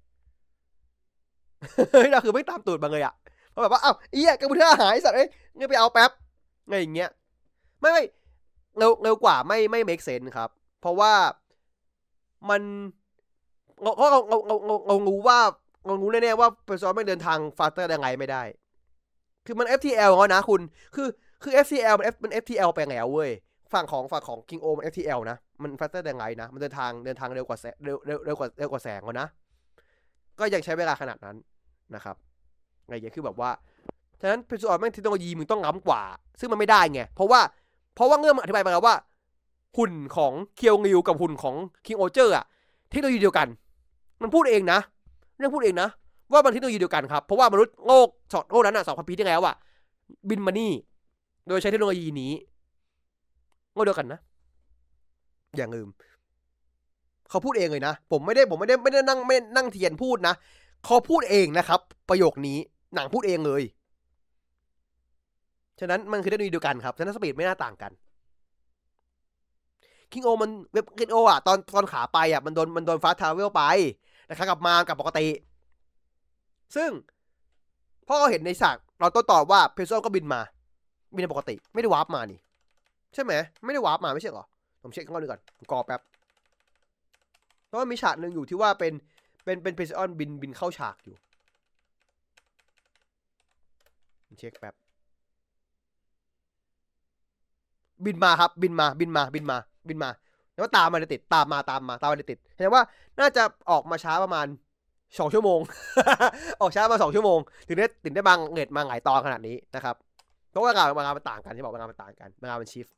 ให้เดาคือไม่ตามตูดมาเลยอ่ะเพราะแบบว่าอ้าวเอี้ยกระบุเทหายสัตว์เอ้ยเงี้ยไปเอาแป๊บไงอย่างเงี้ยไม่ไม่เร็วเร็วกว่าไม่ไม่ make sense ครับเพราะว่ามันเราเราเราเราเราเรารู้ว่าเรารู้แน่ๆว่าเปอร์ซอนไม่เดินทางฟาสเตอร์ยังไงไม่ได้คือมัน เอฟ ที แอล แล้วนะคุณคือคือ เอฟ ที แอล มัน F มัน เอฟ ที แอล ไปแล้วเว้ยฝั่งของฝั่งของ King O มัน เอฟ ที แอล นะมันฟาสเตอร์ยังไงนะมันเดินทางเดินทางเร็วกว่าเร็วเร็วเร็วกว่าเร็วกว่าแสงแล้วนะก็ยังใช้เวลาขนาดนั้นนะครับไงอย่างคือแบบว่าฉะนั้นเปอร์ซอนแม่งเทคโนโลยีมึงต้องล้ำกว่าซึ่งมันไม่ได้ไงเพราะว่าเพราะว่าเงื่อนมันอธิบายมาแล้วว่าหุ่นของเคียวงิวกับหุ่นของ King Oger อ่ะเทคโนโลยีเดียวกันมันพูดเองนะเรื่องพูดเองนะว่ามันเทคโนโลยีเดียวกันครับเพราะว่ามนุษย์โลกช็อตโลกนั้นอ่ะสองพันปีที่แล้วอ่ะบินมานี่โดยใช้เทคโนโลยีนี้โลกเดียวกันนะอย่างลืมเขาพูดเองเลยนะผมไม่ได้ผมไม่ได้ไม่ได้นั่งไม่นั่งเทียนพูดนะเขาพูดเองนะครับประโยคนี้หนังพูดเองเลยฉะนั้นมันคือเทคโนโลยีเดียวกันครับฉะนั้นสปีดไม่น่าต่างกันคิงโอมันเว็บคิงโออ่ะตอนตอนขาไปอ่ะมันโดนมันโดนฟาสต์ทราเวลไปนะครับกลับมากับปกติซึ่งพ่อเห็นในฉากเราต้นตอบว่าเพโซก็บินมาบินปกติไม่ได้วาร์ปมานี่ใช่ไหมไม่ได้วาร์ปมาไม่ใช่หรอผมเช็คข้างนอกดูก่อนกอแป๊บเพราะว่ามีฉากหนึ่งอยู่ที่ว่าเป็นเป็นเป็นเพโซบินบินเข้าฉากอยู่เช็คแป๊บบินมาครับบินมาบินมาบินมาบินมาแล้วก็ตามมาติดตามมาตามมาตามมาติดแสดงว่าน่าจะออกมาช้าประมาณสองชั่วโมง ออกช้ามาสองชั่วโมงถึงได้ถึงได้บางเง็ดมาหงายตอนขนาดนี้นะครับเพราะว่างานบางงานมันต่างกันที่บอกบางงานมันต่างกันบางงานมันชิฟ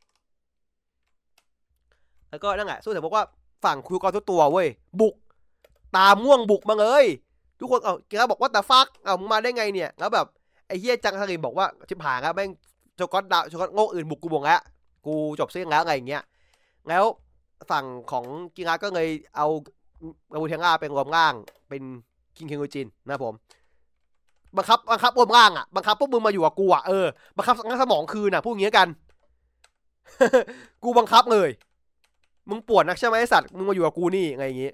แล้วก็นั่นแหละสู้แต่บอกว่าฝั่งคิวกรทุกตัวเว้ยบุกตามม่วงบุกมาเลยทุกคนเอาแกบอกว่าแต่ฟักเอามึงมาได้ไงเนี่ยแล้วแบบไอ้เฮียจังฮาริบอกว่าชิบหายครับแม่งโจกอตดาวโจกอตโง่อื่นบุกกูบ่งแล้วกูจบเรื่องแล้วอะไรอย่างเงี้ยแล้วฝั่งของกิงาก็เลยเอาอาวุธเทงาเป็นรวมร่างเป็นคิงเคงจินนะผมบังคับบังคับรวมร่างอ่ะบังคับพวกมึงมาอยู่กับกูอ่ะเออบังคับงั้นสมองคืนอ่ะพูดอย่างเงี้ยกัน กูบังคับเลยมึงปวดนักใช่ไหมไอสัตว์มึงมาอยู่กับกูนี่ไงอย่างงี้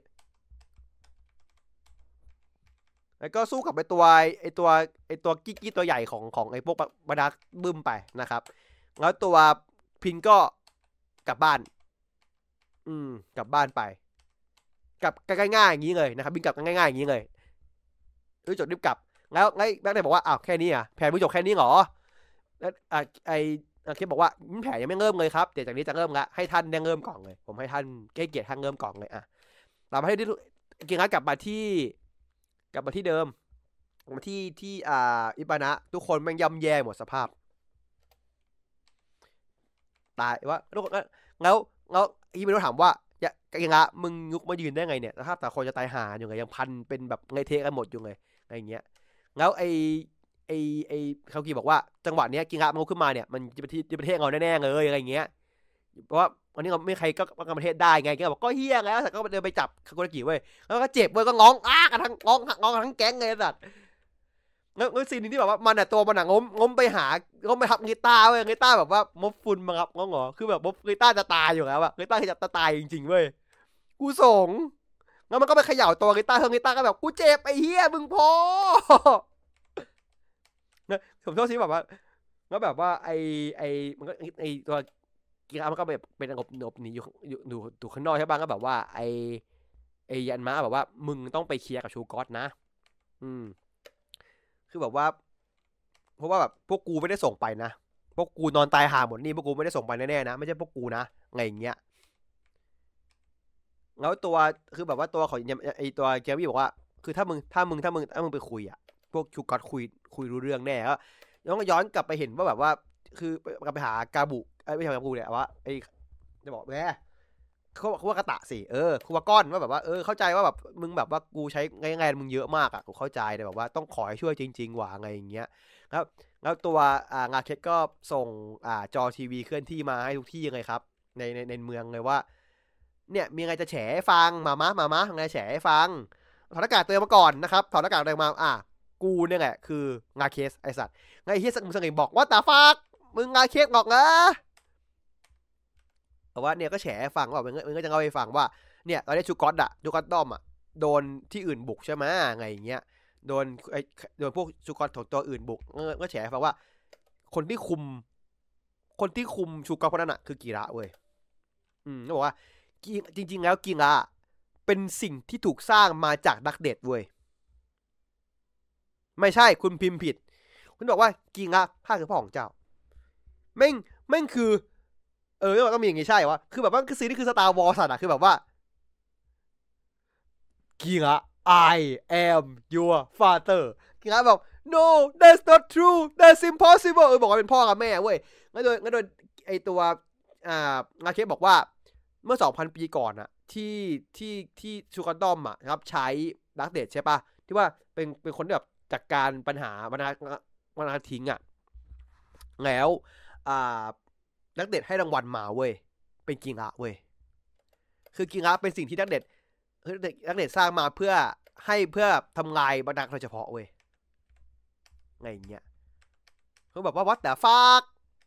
แล้วก็สู้กับไอตัวไอตัวไอตัวกิ๊กๆตัวใหญ่ของของไอพวกบรรดาบึ้มไปนะครับแล้วตัวพินก็กลับบ้านอืมกลับบ้านไปกลับง่ายๆอย่างนี้เลยนะครับบินกลับง่ายๆอย่างนี้เลยเออจดรีบกลับแล้วไงแบงค์ได้บอกว่าอ้าวแค่นี้อ่ะแผนมึงจบแค่นี้เหรอแล้วอ่ะไอเคบอกว่าแผนยังไม่เริ่มเลยครับเดี๋ยวจากนี้จะเริ่มละให้ท่านได้เริ่มก่อนเลยผมให้ท่านให้เกียรติท่านเริ่มก่อนเลยอ่ะเราให้กิงะกลับมาที่กลับมาที่เดิมมาที่ที่อ่าอิบานะทุกคนแม่งย่ำแย่หมดสภาพตายว่าทุกคนแล้วแล้วอีเมลถามว่าอย่ากิงะมึงยุกมายืนได้ไงเนี่ยสภาพแต่คนจะตายหาอยู่ไงยังพันเป็นแบบไงเทกันหมดอยู่ไงอะไรเงี้ยแล้วไอไอไอเขากีบอกว่าจังหวะเนี้ยกิงะมันขึ้นมาเนี่ยมันจะไปที่ประเทศเราแน่ๆเลยอะไรเงี้ยเพราะว่าวันนี้เราไม่ใครก็ป้องกันประเทศได้ไงก็บอกก็เฮี้ยแล้วสัตว์ก็เดินไปจับคากุระกิเว้ยแล้วก็เจ็บเว้ยก็ร้องอ้ากันทั้งร้องร้องทั้งแก๊งเลยสัตว์แล้วแล้วซีนนี้ที่แบบว่ามันอ่ะตัวมันอ่ะงมงมไปหางมไปทับกีตาร์เว้ยกีตาร์แบบว่ามบฟุนมาครับงงเหรอคือแบบมบกีตาร์จะตายอยู่แล้วอะกีตาร์จะตายจริงๆเว้ยกูสงแล้วมันก็ไปเขย่าตัวกีตาร์เฮิร์กีตาร์ก็แบบกูเจ็บไอ้เหี้ยมึงพอนะผมชอบซีนแบบว่าแล้วแบบว่าไอไอมันก็ไอตัวกีตาร์มันก็แบบเป็นงบหนบหนีอยู่อยู่อยู่อยู่ข้างนอกใช่ป่ะก็แบบว่าไอไอยันมาแบบว่ามึงต้องไปเคลียร์กับชูก๊อตนะอืมคือแบบว่าเพราะว่าแบบพวกกูไม่ได้ส่งไปนะพวกกูนอนตายหาหมดนี่พวกกูไม่ได้ส่งไปแน่ๆนะไม่ใช่พวกกูนะไงอย่างเงี้ยแล้วตัวคือแบบว่าตัวของไอตัวแกวี่บอกว่าคือถ้ามึงถ้ามึงถ้ามึงถ้ามึงไปคุยอะพวกชูก๊อตคุยคุยรู้เรื่องแน่ก็ต้องย้อนกลับไปเห็นว่าแบบว่าคือกลับไปหากาบุไม่ใช่กาบุเนี่ยว่าไอจะบอกแม่เขาเขาว่ากระตะสิเออคุวาก้อนว่าแบบว่าเออเข้าใจว่าแบบมึงแบบว่ากูใช้ไงไงมึงเยอะมากอ่ะกูเข้าใจแต่แบบว่าต้องขอให้ช่วยจริงๆว่ะไงอย่างเงี้ยครับแล้วตัวอ่างาเคสก็ส่งอ่าจอทีวีเคลื่อนที่มาให้ทุกที่เลยครับในในในเมืองเลยว่าเนี่ยมีอะไรจะแฉให้ฟังมามะมามะทำไงแฉให้ฟังถอดหน้ากากเตือนมาก่อนนะครับถอดหน้ากากเตือนมาอ่ะกูเนี่ยแหละคืองาเคสไอสัตว์ไงเฮียมึงสังเกตบอกว่าตาฟักมึงงาเคสบอกนะแต่ว่าเนี่ยก็แฉให้ฟังว่ามันก็จะเล่าให้ฟังว่าเนี่ยตอนนี้ชูก๊อตอะชูก๊อตดอมอะโดนที่อื่นบุกใช่ไหมไงอย่างเงี้ยโดนไอโดนพวกชูก๊อตของตัวอื่นบุกก็แฉให้ฟังว่าคนที่คุมคนที่คุมชูก๊อตคนนั้นอะคือกีระเว้ยอืมก็บอกว่าจริงๆแล้วกีระเป็นสิ่งที่ถูกสร้างมาจากดักเด็ดเว้ยไม่ใช่คุณพิมพ์ผิดคุณบอกว่ากีระข้าคือพ่อของเจ้าแม่งแม่งคือเออต้องมีอย่างงี้ใช่วะคือแบบว่าคือซีรีส์คือสตาร์วอร์สัตว์อะคือแบบว่ากีระ I am your father กีระบอก no that's not true that's impossible เออบอกว่าเป็นพ่อกับแม่เว้ยงั้นโดยงั้นโดยไอตัวอ่าอาเคบอกว่าเมื่อ สองพัน ปีก่อนอะที่ที่ที่ชูการ์ดอมอะครับใช้ดักเดดใช่ปะที่ว่าเป็นเป็นคนที่แบบจัดการปัญหาปัญหาปัญหาทิ้งอะแล้วอ่าดักเดดให้รางวัลมาเว้ยเป็นกิงะเว้ยคือกิงะเป็นสิ่งที่ดักเดดดักเดดสร้างมาเพื่อให้เพื่อทำลายบรรดาโดยเฉพาะเว้ยไงเงี้ยเขาแบบว่าวัดแต่ฟาก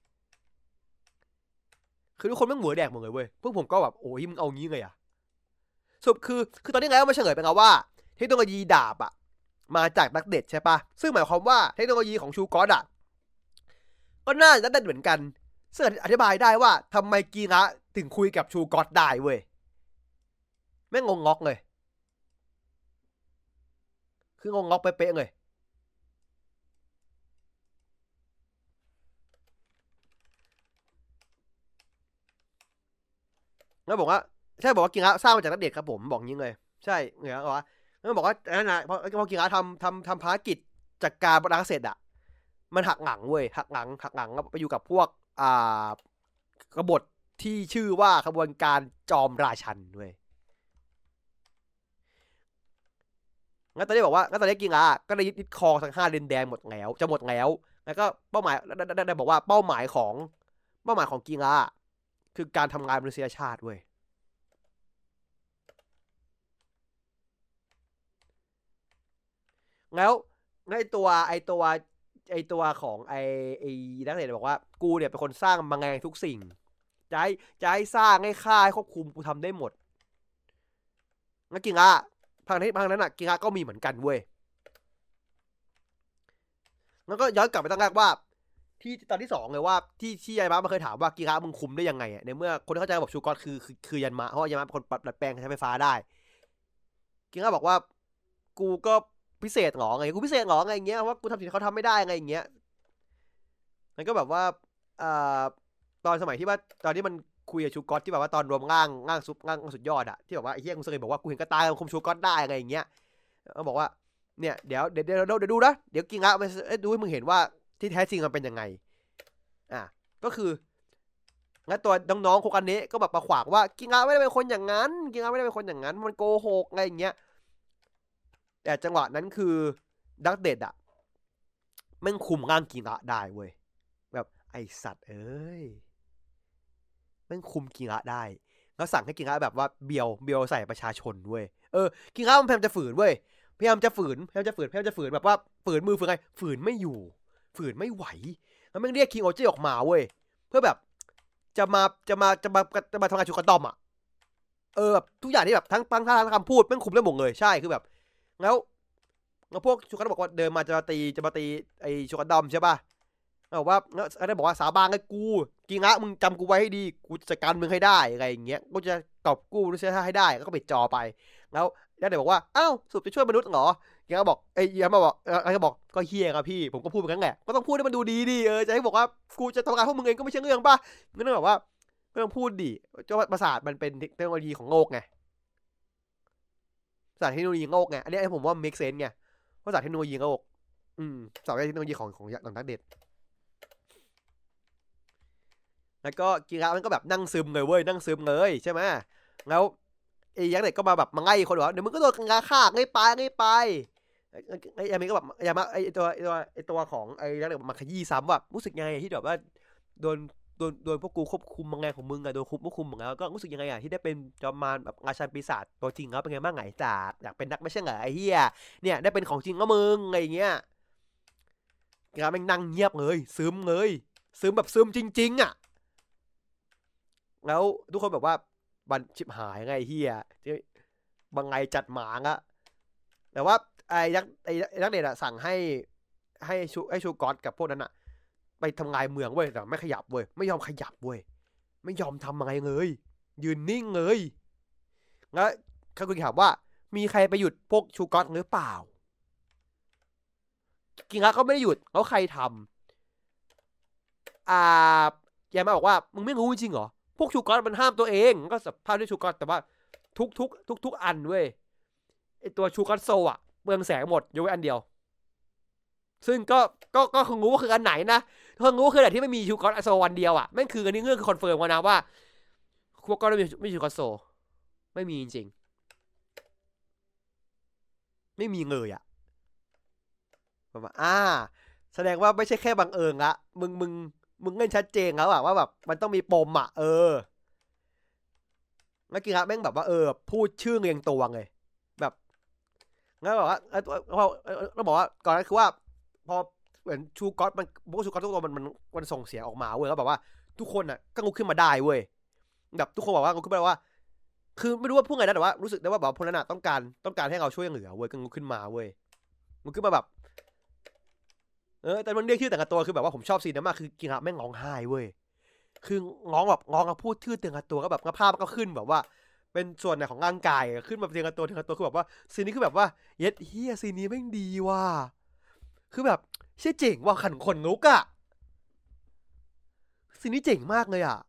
คือทุกคนแม่งเหมือแดกหมดเลยเว้ยพวกผมก็แบบโอ้ยมึงเอางี้ไงอะสรุปคือคือตอนนี้ไงมันเฉลยไปแล้วว่าเทคโนโลยีดาบอะมาจากดักเดดใช่ปะซึ่งหมายความว่าเทคโนโลยีของชูก๊อตอะก็น่าจะได้เหมือนกันซึ่งอธิบายได้ว่าทำไมกีระถึงคุยกับชูก๊อตได้เว้ยแม่งงงงอกเลยคืองงงอกเป๊ะๆเลยแล้วบอกว่าใช่บอกว่ากีระสร้างมาจากนักเด็กครับผมบอกงี้เลยใช่เหนือบอกว่าแล้วบอกว่านั่นนะพอพอกีระทำทำทำภารกิจจัดการบรรดาเสร็จอะมันหักหลังเว้ยหักหลังหักหลังไปอยู่กับพวกอ่ากบฏที่ชื่อว่าขบวนการจอมราชันเว้ยงั้นตอนนี้บอกว่างั้นตอนนี้กิงอ่ะก็ได้ยึดครองทั้งห้าดินแดงหมดแล้วจะหมดแล้วแล้วก็เป้าหมายได้บอกว่าเป้าหมายของเป้าหมายของกิงอ่ะคือการทำงานมนุษยชาติเว้ยแล้วไอตัวไอตัวไอตัวของไอไอนักเรียนบอกว่ากูเนี่ยเป็นคนสร้างมังงะทุกสิ่งจะให้จะให้สร้างให้ฆ่าให้ควบคุมกูทำได้หมดงั้นกิงอ่ะทางที่ทางนั้นอ่ะกิงอ่ะก็มีเหมือนกันเว้ยแล้วก็ย้อนกลับไปตั้งแรกว่าที่ตอนที่สองเลยว่าที่ที่ยายมะมันเคยถามว่ากีระมึงคุมได้ยังไงในเมื่อคนที่เข้าใจระบบชูกอตคือคือคือยันมะเพราะว่ายันมะเป็นคนปรับแปลงใช้ไฟฟ้าได้กีระบอกว่ากูก็พิเศษหรอไงกูพิเศษหรอไงอย่างเงี้ยว่ากูทำสิ่งเขาทำไม่ได้ไงอย่างเงี้ยมันก็แบบว่าอ่าตอนสมัยที่ว่าตอนที่มันคุยกับชูกอตที่แบบว่าตอนรวมร่างร่างซุปร่างสุดยอดอะที่แบบว่าไอ้เหี้ยกูเคยบอกว่ากูเห็นกระต่ายคุมชูกอตได้ไงอย่างเงี้ยเขาบอกว่าเนี่ยเดี๋ยวเดี๋ยวเดี๋ยวเดี๋ยวดูนะเดี๋ยวกีระมันดูให้มึงเห็นว่าที่แท้จริงมันเป็นยังไงอ่ะก็คืองั้นตัวน้องๆโคกันเนะก็แบบประขวางว่ากิงะไม่ได้เป็นคนอย่างนั้นกิงะไม่ได้เป็นคนอย่างนั้นมันโกหกอะไรอย่างเงี้ยแต่จังหวะนั้นคือดักเด็ดอะแม่งคุมร่างกิงะได้เว้ยแบบไอสัตว์เอ้ยแม่งคุมกิงะได้แล้วสั่งให้กิงะแบบว่าเบียวเบียวใส่ประชาชนเว้ยเออกิงะมันพยายามจะฝืนเว้ยพยายามจะฝืนพยายามจะฝืนพยายามจะฝืนแบบว่าฝืนมือฝืนไงฝืนไม่อยู่ฝืนไม่ไหวแล้วแม่งเรียกคิงโอเจออกมาเว้ยเพื่อแบบจะมาจะมาจะมาจะมาทำงานชูกระดอมอ่ะเออแบบทุกอย่างที่แบบทั้งทั้งท่าทั้งคำพูดแม่งคุมได้หมดเลยใช่คือแบบแล้วแล้วพวกชูกระดอมบอกว่าเดินมาจะมาตีจะมาตีไอชูกระดอมใช่ป่ะบอกว่าแล้วได้บอกว่าสาบานกับกูกิงะมึงจำกูไว้ให้ดีกูจะจัดการมึงให้ได้อะไรอย่างเงี้ยกูจะกอบกู้รู้เสียให้ได้แล้วก็ปิดจอไปแล้วแล้วเดี๋ยวบอกว่าอ้าวสุดจะช่วยมนุษย์เหรอกิงะบอกไอ้ยังมาบอกอะไรก็บอกก็เฮียครับพี่ผมก็พูดแบบนั้นแหละก็ต้องพูดให้มันดูดีดิเออจะให้บอกว่ากูจะทำงานพวกมึงเองก็ไม่ใช่เรื่องป่ะก็ต้องแบบว่าก็ต้องพูดดิเจ้าประสาทมันเป็นเทคโนโลยีของโลกไงประสาทเทคโนโลยีโลกไงอันนี้ผมว่า make sense ไงประสาทเทคโนโลยีโลกอืมประสาทเทคโนโลยีของของของนักเด็ดแล้วก็กิงะมันก็แบบนั่งซึมเลยเว้ยนั่งซึมเลยใช่ไหมแล้วไอ้ยักษ์เด็กก็มาแบบมาไล่คนบอกเดี๋ยวมึงก็โดนกิงะฆ่าไงไปไงไปไอ้ยามีก็แบบยามาไอ้ตัวไอ้ตัวไอ้ตัวของไอ้ยักษ์เด็กมาขยี้ซ้ำว่ารู้สึกยังไงที่แบบว่าโดนโดนโดนพวกกูควบคุมยังไงของมึงอะโดนคุมควบคุมของแล้วก็รู้สึกยังไงอะที่ได้เป็นจอมมารแบบราชันปีศาจตัวจริงแล้วเป็นไงบ้างไงจากอยากเป็นนักไม่ใช่เหรอไอ้เหี้ยเนี่ยได้เป็นของจริงก็มึงอะไรเงี้ยกิงะมันนั่งเงียบเลยซึมเลยซึมแบบซึมจริงๆอะแล้วทุกคนแบบว่าบันชิบหายไงเฮียบางไงจัดหมางอะแต่ว่าไอ้ยักษ์ไอ้ยักษ์เดชอะสั่งให้ให้ชูให้ชูกอตกับพวกนั้นอะไปทำลายเมืองเว้ยแต่ไม่ขยับเว้ยไม่ยอมขยับเว้ยไม่ยอมทำอะไรเลยยืนนิ่งเลยแล้วเขาคุยถามว่ามีใครไปหยุดพวกชูกอตหรือเปล่ากิงะก็ไม่ได้หยุดแล้วใครทำอ่ายายมาบอกว่ามึงไม่รู้จริงเหรอพวกชูกอตมันห้ามตัวเองก็สัมภาษณ์ด้วยชูกอตแต่ว่าทุกทุกทุกทุกอันเว้ยไอตัวชูกอตโซอะเมืองแสงหมดยกเว้นอันเดียวซึ่งก็ก็ก็คงรู้ว่าคืออันไหนนะคงรู้ว่าคืออันที่ไม่มีชูกอตโซวันเดียวอะแม่งคืออันนี้เงื่อนคือคอนเฟิร์มมานะว่าพวกก็ไม่มีไม่มีชูกอตโซไม่มีจริงๆไม่มีเลยอะแบบว่าอ่าแสดงว่าไม่ใช่แค่บังเอิญละมึงมึงมึงเล่นชัดเจนแล้วอะว่าแบบมันต้องมีปมอะเออเมื่อกี้ครับแม่งแบบว่าเออพูดชื่อเรียงตัวเลยแบบงั้นบอกว่าเราบอกว่าก่อนนั้นคือว่าพอเหมือนชูก๊อตมันพวกชูก๊อตทุกตัวมันมันมันส่งเสียงออกมาเว้ยแล้วแบบว่าทุกคนอ่ะก็ลุกขึ้นมาได้เว้ยแบบทุกคนบอกว่าลุกขึ้นมาว่าคือไม่รู้ว่าพูดไงนะแต่ว่ารู้สึกได้ว่าแบบพวกนั้นอ่ะต้องการต้องการให้เราช่วยเหลือเว้ยก็ลุกขึ้นมาเว้ยลุกขึ้นมาแบบเออแต่มันเรียกชื่อแต่ละตัวคือแบบว่าผมชอบซีนนั้นมากคือกิงะแม่งร้องไห้เว้ยคือร้องแบบร้องแล้วพูดชื่อแต่ละตัวก็แบบภาพก็ขึ้นแบบว่าเป็นส่วนไหนของร่างกายขึ้นมาทีละตัวทีละตัวคือแบบว่าซีนนี้คือแบบว่าเย็ดเฮียซีนนี้แม่งดีว่ะคือแบบเชี่ยเจ๋งว่ะขันขนลุกอะซีนนี้เจ๋งมากเลยอะ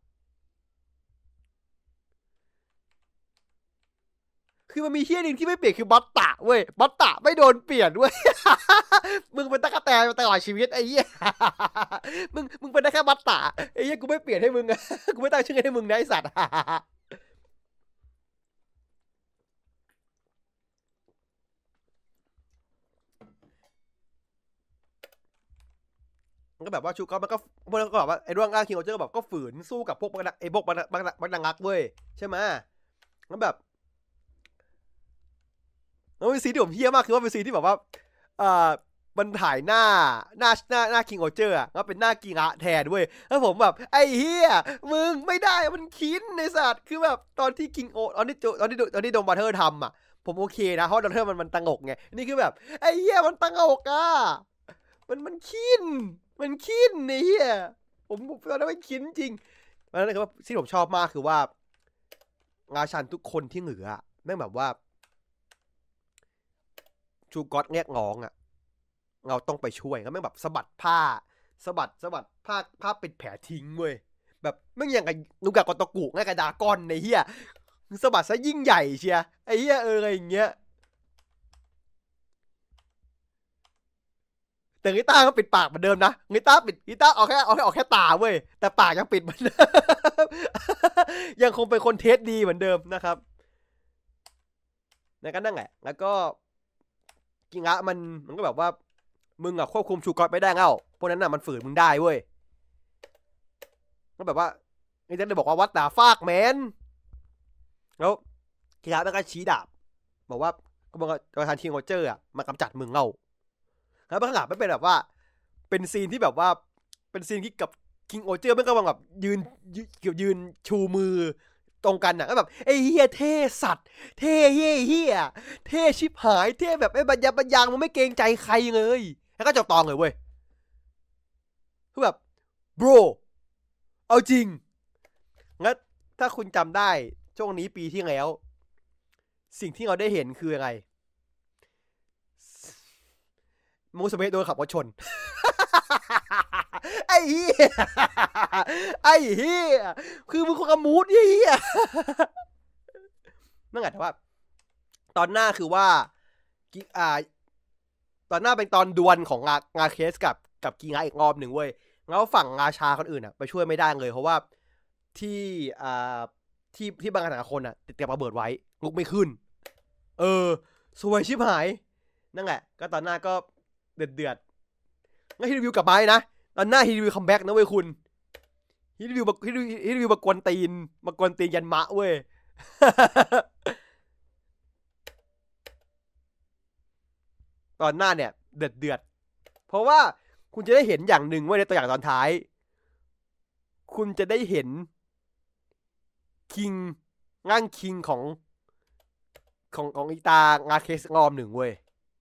คือมันมีเฮียหนึ่งที่ไม่เปลี่ยนคือบัตตะเว้ยบัตตะไม่โดนเปลี่ยนเว้ยมึงเป็นตะกะแตนมาตลอดชีวิตไอ้เหี้ยมึงมึงเป็นได้แค่บัตตะไอ้เหี้ยกูไม่เปลี่ยนให้มึงกูไม่ตั้งชื่อให้มึงนะไอ้สัตว์มันก็แบบว่าชูก็มันก็มันก็แบบว่าไอ้ร่วงร่างคิงโอเจอร์แบบก็ฝืนสู้กับพวกไอ้พวกบักบักนักเว้ยใช่ไหมแล้วแบบแล้วเป็นซีนที่ผมเฮี้ยมากคือว่าเป็นซีนที่แบบว่าอ่ามันถ่ายหน้าหน้าหน้าหน้าคิงโอเจอร์อะแล้วเป็นหน้ากิงะแทนเว้ยแล้วผมแบบไอ้เฮี้ยมึงไม่ได้มันคินในสัตว์คือแบบตอนที่คิงโอตอนที่ตอนที่ตอนที่โดมบัตเทอร์ทำอะผมโอเคนะเพราะบัตเทอร์มันมันตังกไงนี่คือแบบไอ้เฮี้ยมันตังกอะมันมันคินมันคินไอ้เฮี้ยผมตอนนั้นมันคินจริงเพราะฉะนั้นคือว่าที่ผมชอบมากคือว่าราชันทุกคนที่เหลือแม่งแบบว่าชูก็อตเรียกร้องอะเราต้องไปช่วยแล้วแม่งแบบสะบัดผ้าสะบัดสะบัดผ้าผ้าปิดแผลทิ้งเว้ยแบบแม่งอย่างกับลูกกากตะกุง่ายกับดากอนในเฮียสะบัดซะยิ่งใหญ่เชียไอ้เฮียเอออะไรอย่างเงี้ยแต่กีตาร์ก็ปิดปากเหมือนเดิมนะกีตาร์ปิดกีตาร์เอาแค่เอาแค่เอาแค่ตาเว้ยแต่ปากยังปิดเหมือนเดิมยังคงเป็นคนเทสดีเหมือนเดิมนะครับนั่นก็นั่งแหละแล้วก็กิงะมันมันก็แบบว่ามึงอะควบคุมชูกอตไม่ได้เอ้าพวกนั้นอะมันฝืนมึงได้เว้ยก็แบบว่าไอ้เด็กเลยบอกว่าวัดตาฟากแมนแล้วคีระมันก็ชี้ดาบบอกว่าก็บอกว่าประธานคิงโรเจอร์อ่ะมากำจัดมึงเล่าแล้วข้างหลังไม่เป็นแบบว่าเป็นซีนที่แบบว่าเป็นซีนที่กับคิงโรเจอร์มันก็แบบยืนเกี่ยวยืนชูมือตรงกันอ่ะก็แบบไอ้เฮียเท่สัตว์เท่เฮียเฮียเท่ชิบหายเท่แบบไอ้บัญญัติบัญญังมันไม่เกรงใจใครเลยแล้วก็จบตองเลยเว้ยคือแบบ bro เอาจริงงั้นถ้าคุณจำได้ช่วงนี้ปีที่แล้วสิ่งที่เราได้เห็นคืออะไรมูสเมะโดนขับรถชน ไอ้เหี้ยไอ้เหี้ยคือมึงคนกระมูดเหี้ยนั่นไงแต่ว่าตอนหน้าคือว่าอ่าตอนหน้าเป็นตอนดวลของงางาเคสกับกับกีงาอีกรอบหนึ่งเว้ยแล้วฝั่งราชาคนอื่นอ่ะไปช่วยไม่ได้เลยเพราะว่าที่อ่าที่ที่บางขนาดคนอ่ะติดกับระเบิดไว้ลุกไม่ขึ้นเออสวยชิบหายนั่นแหละก็ตอนหน้าก็เดือดเดือดงั้นฮีรีวิวกลับมานะตอนหน้าฮีรีวิวคัมแบ็กนะเว้ยคุณฮีรีวิวฮีรีวิวฮีรีวิวมากวนตีนมากวนตีนยันมะเว้ย ตอนหน้าเนี่ยเดือดเดือดเพราะว่าคุณจะได้เห็นอย่างหนึ่งว่าในตัวอย่างตอนท้ายคุณจะได้เห็นคิงร่างคิงของของของอีตางาเคสงอมหนึ่งเว้ย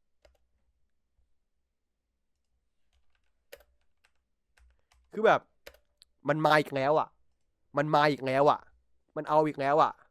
คือแบบมันมาอีกแล้วอ่ะมันมาอีกแล้วอ่ะมันเอาอีกแล้วอ่ะ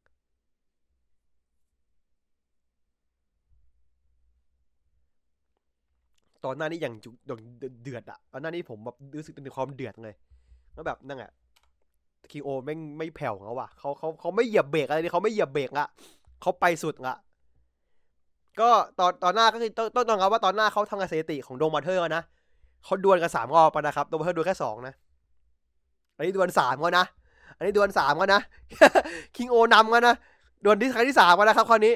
ตอนหน้านี้อย่างจุดเดือดอ่ะตอนหน้านี้ผมแบบรู้สึกถึงความเดือดเลยแล้วแบบนั่งอ่ะคิงโอไม่ไม่แผ่วเขาว่ะเขาเขาเขาไม่เหยียบเบรกอะไรเลยเขาไม่เหยียบเบรกละเขาไปสุดละก็ตอนตอนหน้าก็คือต้นตอนครับว่าตอนหน้าเขาทำงานสถิติของโดมบัตเทอร์นะเขาดวลกันสามรอบนะครับโดมบัตเทอร์ดวลแค่สองนะอันนี้ดวลสามก็นะอันนี้ดวลสามก็นะ คิงโอนำกันนะดวลที่ครั้งที่สามกันนะครับคราวนี้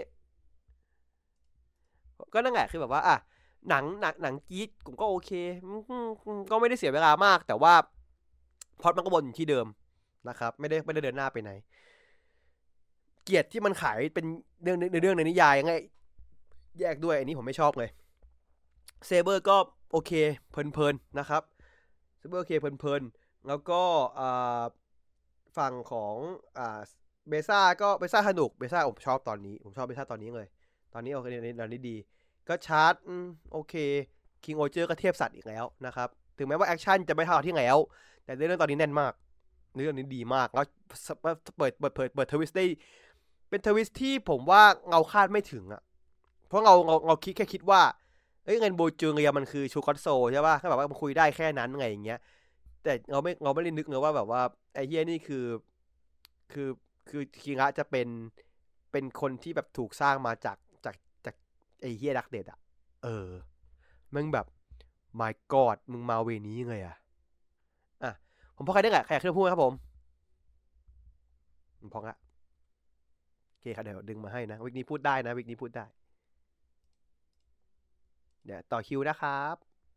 ก็นั่นแหละคือแบบว่าอ่ะหนังหนังหนังจี๊ดผมก็โอเคก็ไม่ได้เสียเวลามากแต่ว่าพอดมันก็บนอยู่ที่เดิมนะครับไม่ได้ไม่ได้เดินหน้าไปไหนเกียรติที่มันขายเป็นเรื่องในเรื่องในนิยายยังไงแยกด้วยอันนี้ผมไม่ชอบเลยเซเบอร์ก็โอเคเพลินๆนะครับเซเบอร์โอเคเพลินๆแล้วก็ฝั่งของอ่าเบซ่าก็เบซ่าสนุกเบซ่าผมชอบตอนนี้ผมชอบเบซ่าตอนนี้เลยตอนนี้โอเคในตอนนี้ดีก็ชาร์ตโอเคคิงโอเจอร์ก็เทียบสัตว์อีกแล้วนะครับถึงแม้ว่าแอคชั่นจะไม่เท่าที่แล้วแต่เรื่องตอนนี้แน่นมากเรื่องนี้ดีมากแล้วเปิดเปิดเปิดเปิดทวิสต์ได้เป็นทวิสต์ที่ผมว่าเราคาดไม่ถึงอ่ะเพราะเราเราเราคิดแค่คิดว่าเอ้ยเงินโบจูเรียมันคือชูคอนโซใช่ป่ะแค่แบบว่ามันคุยได้แค่นั้นไงอย่างเงี้ยแต่เราไม่เราไม่ได้นึกเลยว่าแบบว่าไอ้เฮียนี่คือคือคือคิงะจะเป็นเป็นคนที่แบบถูกสร้างมาจากจากจากไอ้เฮียดักเด็ดอ่ะเออมึงแบบ my god มึงมาเวนี้ไงอ่ะอ่ะผมพอใครได้แหละใครอยากขึ้นพูดครับผมผมพอละโอเคครับเดี๋ยวดึงมาให้นะวิกนี้พูดได้นะวิกนี้พูดได้เดี๋ยวต่อคิวนะครับ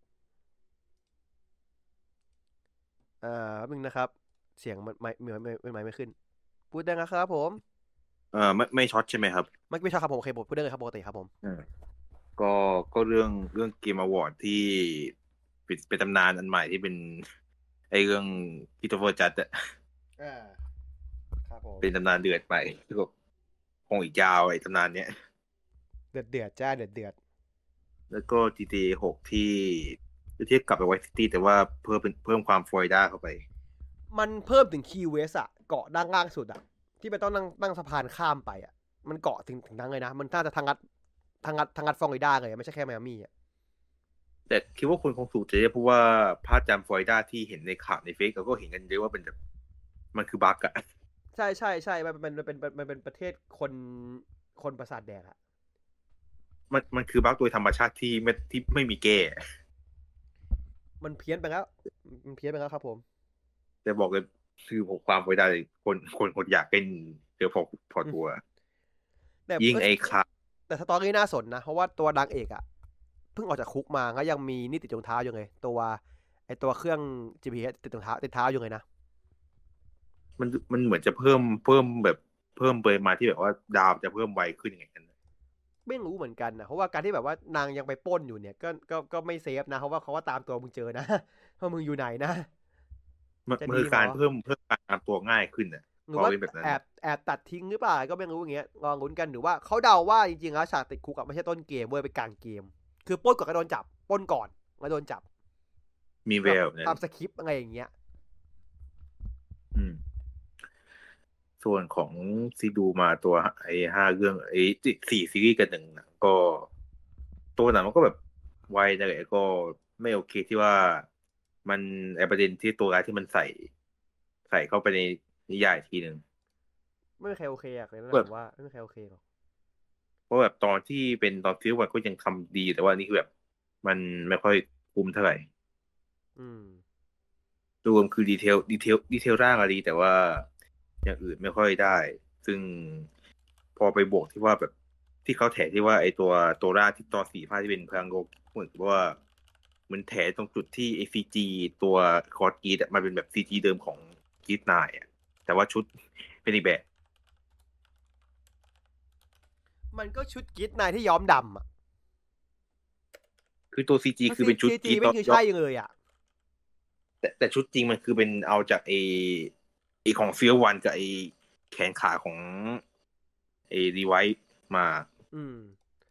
เอ่อนึงนะครับเสียงมันไม่เหมือนไม่ไม่ไม่ขึ้นพูดได้นะครับผมเอ่อไม่ไม่ช็อตใช่ไหมครับไม่ไม่ชอบครับผมโอเคผมพูดได้เลยครับปกติครับผมเออก็ก็เรื่องเรื่องเกมอวอร์ดที่เป็นเป็นตำนานอันใหม่ที่เป็นไอเรื่องคิโตโฟจัดอะอ่าครับผมเป็นตำนานเดือดใหม่ที่ก็คงอีกยาวไอตำนานเนี้ยเดือดเดือดจ้าเดือดเดือดแล้วก็ จี ที เอ หกที่เทียบกลับไปไวซิตี้แต่ว่าเพิ่มเพิ่มความฟลอริดาเข้าไปมันเพิ่มถึงคีย์เวสอะเกาะด้านล่างสุดอะที่ไปต้องนั่งนั่งสะพานข้ามไปอะมันเกาะถึงถึงทั้งเลยนะมันน่าจะทางงัดทางงัดทางงัดฟลอริดาเลยไม่ใช่แค่ไมอามี่อะแต่คิดว่าคนคงถูกใจเพราะว่าภาพจำฟลอริดาที่เห็นในข่าวในเฟซเราก็เห็นกันเยอะว่าเป็นแบบมันคือบั๊กอะใช่ใช่ใช่มันเป็นมันเป็นมันเป็นประเทศคนคนประสาทแดกอะมันมันคือบั๊กโดยธรรมชาติที่ไม่ที่ไม่มีแก้มันเพี้ยนไปแล้วมันเพี้ยนไปแล้วครับผมแต่บอกเลยคือผมความไว้ได้คนคนคนอยากเป็นเดี๋ยวพอพอตัวแต่ยิงไอ้คาแต่สตอรี่น่าสนนะเพราะว่าตัวนางเอกอะเพิ่งออกจากคุกมาก็ยังมีนี่ติดรองเท้าอยู่ไงตัวไอตัวเครื่อง จี พี เอส ติดรองเท้าติดเท้าอยู่ไงนะมันมันเหมือนจะเพิ่มเพิ่มแบบเพิ่มปริมาณที่แบบว่าดาวจะเพิ่มไวขึ้นอย่างเงี้ยไม่รู้เหมือนกันนะเพราะว่าการที่แบบว่านางยังไปปล้นอยู่เนี่ยก็ก็ก็ไม่เซฟนะเพราะว่าเขาว่าตามตัวมึงเจอนะว่ามึงอยู่ไหนนะมันจะมันคือดีหมอการเพิ่มเพิ่มการตามตัวง่ายขึ้นอ่ะพอหรือว่าเป็นแบบนั้นอ่ะแอบแอบตัดทิ้งหรือเปล่าก็ไม่รู้อย่างเงี้ยลองลุ้นกันหรือว่าเขาเดาว่าจริงๆแล้วฉากติดคุกอะไม่ใช่ต้นเกมเว้ยเป็นกลางเกมคือปล้นก่อนก็โดนจับปล้นก่อนแล้วโดนจับมีแวแบบวแบบนั้นตามสคริปต์อะไรอย่างเงี้ยอืมส่วนของซีดูมาตัวไอ้ห้าเรื่องไอ้สี่ซีรีส์กันหนึ่งหนังก็ตัวหนังมันก็แบบไวนะเลยก็ไม่โอเคที่ว่ามันไอ้ประเด็นที่ตัวร้ายที่มันใส่ใส่เข้าไปในนิยายอีกทีหนึ่งไม่มีใครโอเคอะเลยนะแบบผมว่าไม่มีใครโอเคหรอกเพราะแบบตอนที่เป็นตอนซีรีส์วันก็ยังทำดีแต่ว่านี่คือแบบมันไม่ค่อยคุ้มเท่าไหร่อืมรวมคือดีเทลดีเทลดีเทลร่างอะดีแต่ว่าอย่างอื่นไม่ค่อยได้ซึ่งพอไปบวกที่ว่าแบบที่เขาแถที่ว่าไอตัวตัวร่างที่ตอนสี่ภาคที่เป็นพลังโลกเหมือนกับว่ามันแถตรงจุดที่ไอซีจีตัวคอร์สกีดมันเป็นแบบซีจีเดิมของกีดนายอะแต่ว่าชุดเป็นอีกแบบมันก็ชุดกิ๊ดนายที่ย้อมดำอะคือตัวซีจีเพราะคือเป็นชุดซีจีกีดไม่คือใช่เลยอะแต่แต่ชุดจริงมันคือเป็นเอาจากไอไอของเฟียวันกับไอแขนขาของไอรีไวท์มาอืม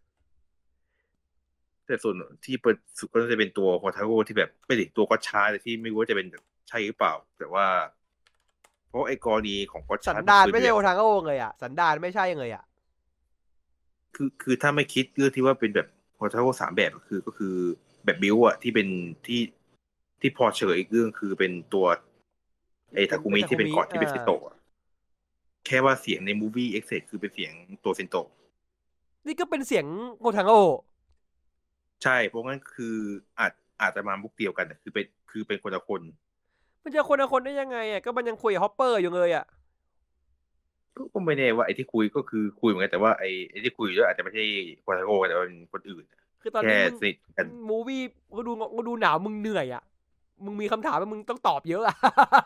แต่ส่วนที่เปิดสุดก็จะเป็นตัวโคทาโร่ที่แบบไม่ดิตัวก็ช้าแต่ที่ไม่รู้ว่าจะเป็นแบบใช่หรือเปล่าแต่ว่าเพราะไอ้กรณีของก็สัช้านดานไม่มันเคยมีแบบใช่โอทางโอเลยอะสันดานไม่ใช่เลยอะคือคือถ้าไม่คิดเรื่องที่ว่าเป็นแบบโคทาโร่สามแบบก็คือก็คือแบบบิวอะที่เป็นที่ที่พอเฉยอีกเรื่องคือเป็นตัวไอ้เป็นทาคุเป็นทาคุมิมิที่เป็นเกาะที่อ่าเป็นเซโตะอะแค่ว่าเสียงในมูฟวี่เอ็กเซคือเป็นเสียงตัวเซนโตะนี่ก็เป็นเสียงโกทังโอใช่เพราะงั้นคืออาจอาจจะมามุกเดียวกันแต่คือเป็นคือเป็นคนละคนมันจะคนละคนได้ยังไงอ่ะก็มันยังคุยกับฮอปเปอร์อยู่เลยอ่ะก็ก็ไม่แน่ว่าไอ้ที่คุยก็คือคุยเหมือนกันแต่ว่าไอ้ไอ้ที่คุยด้วยอาจจะไม่ใช่ควาโกแต่ว่าเป็นคนอื่นคือตอนแค่นี้มึงสนิทกันมูวี่ก็ดูก็ดูหนาวมึงเหนื่อยอ่ะมึงมีคำถามแล้วมึงต้องตอบเยอะอ่ะ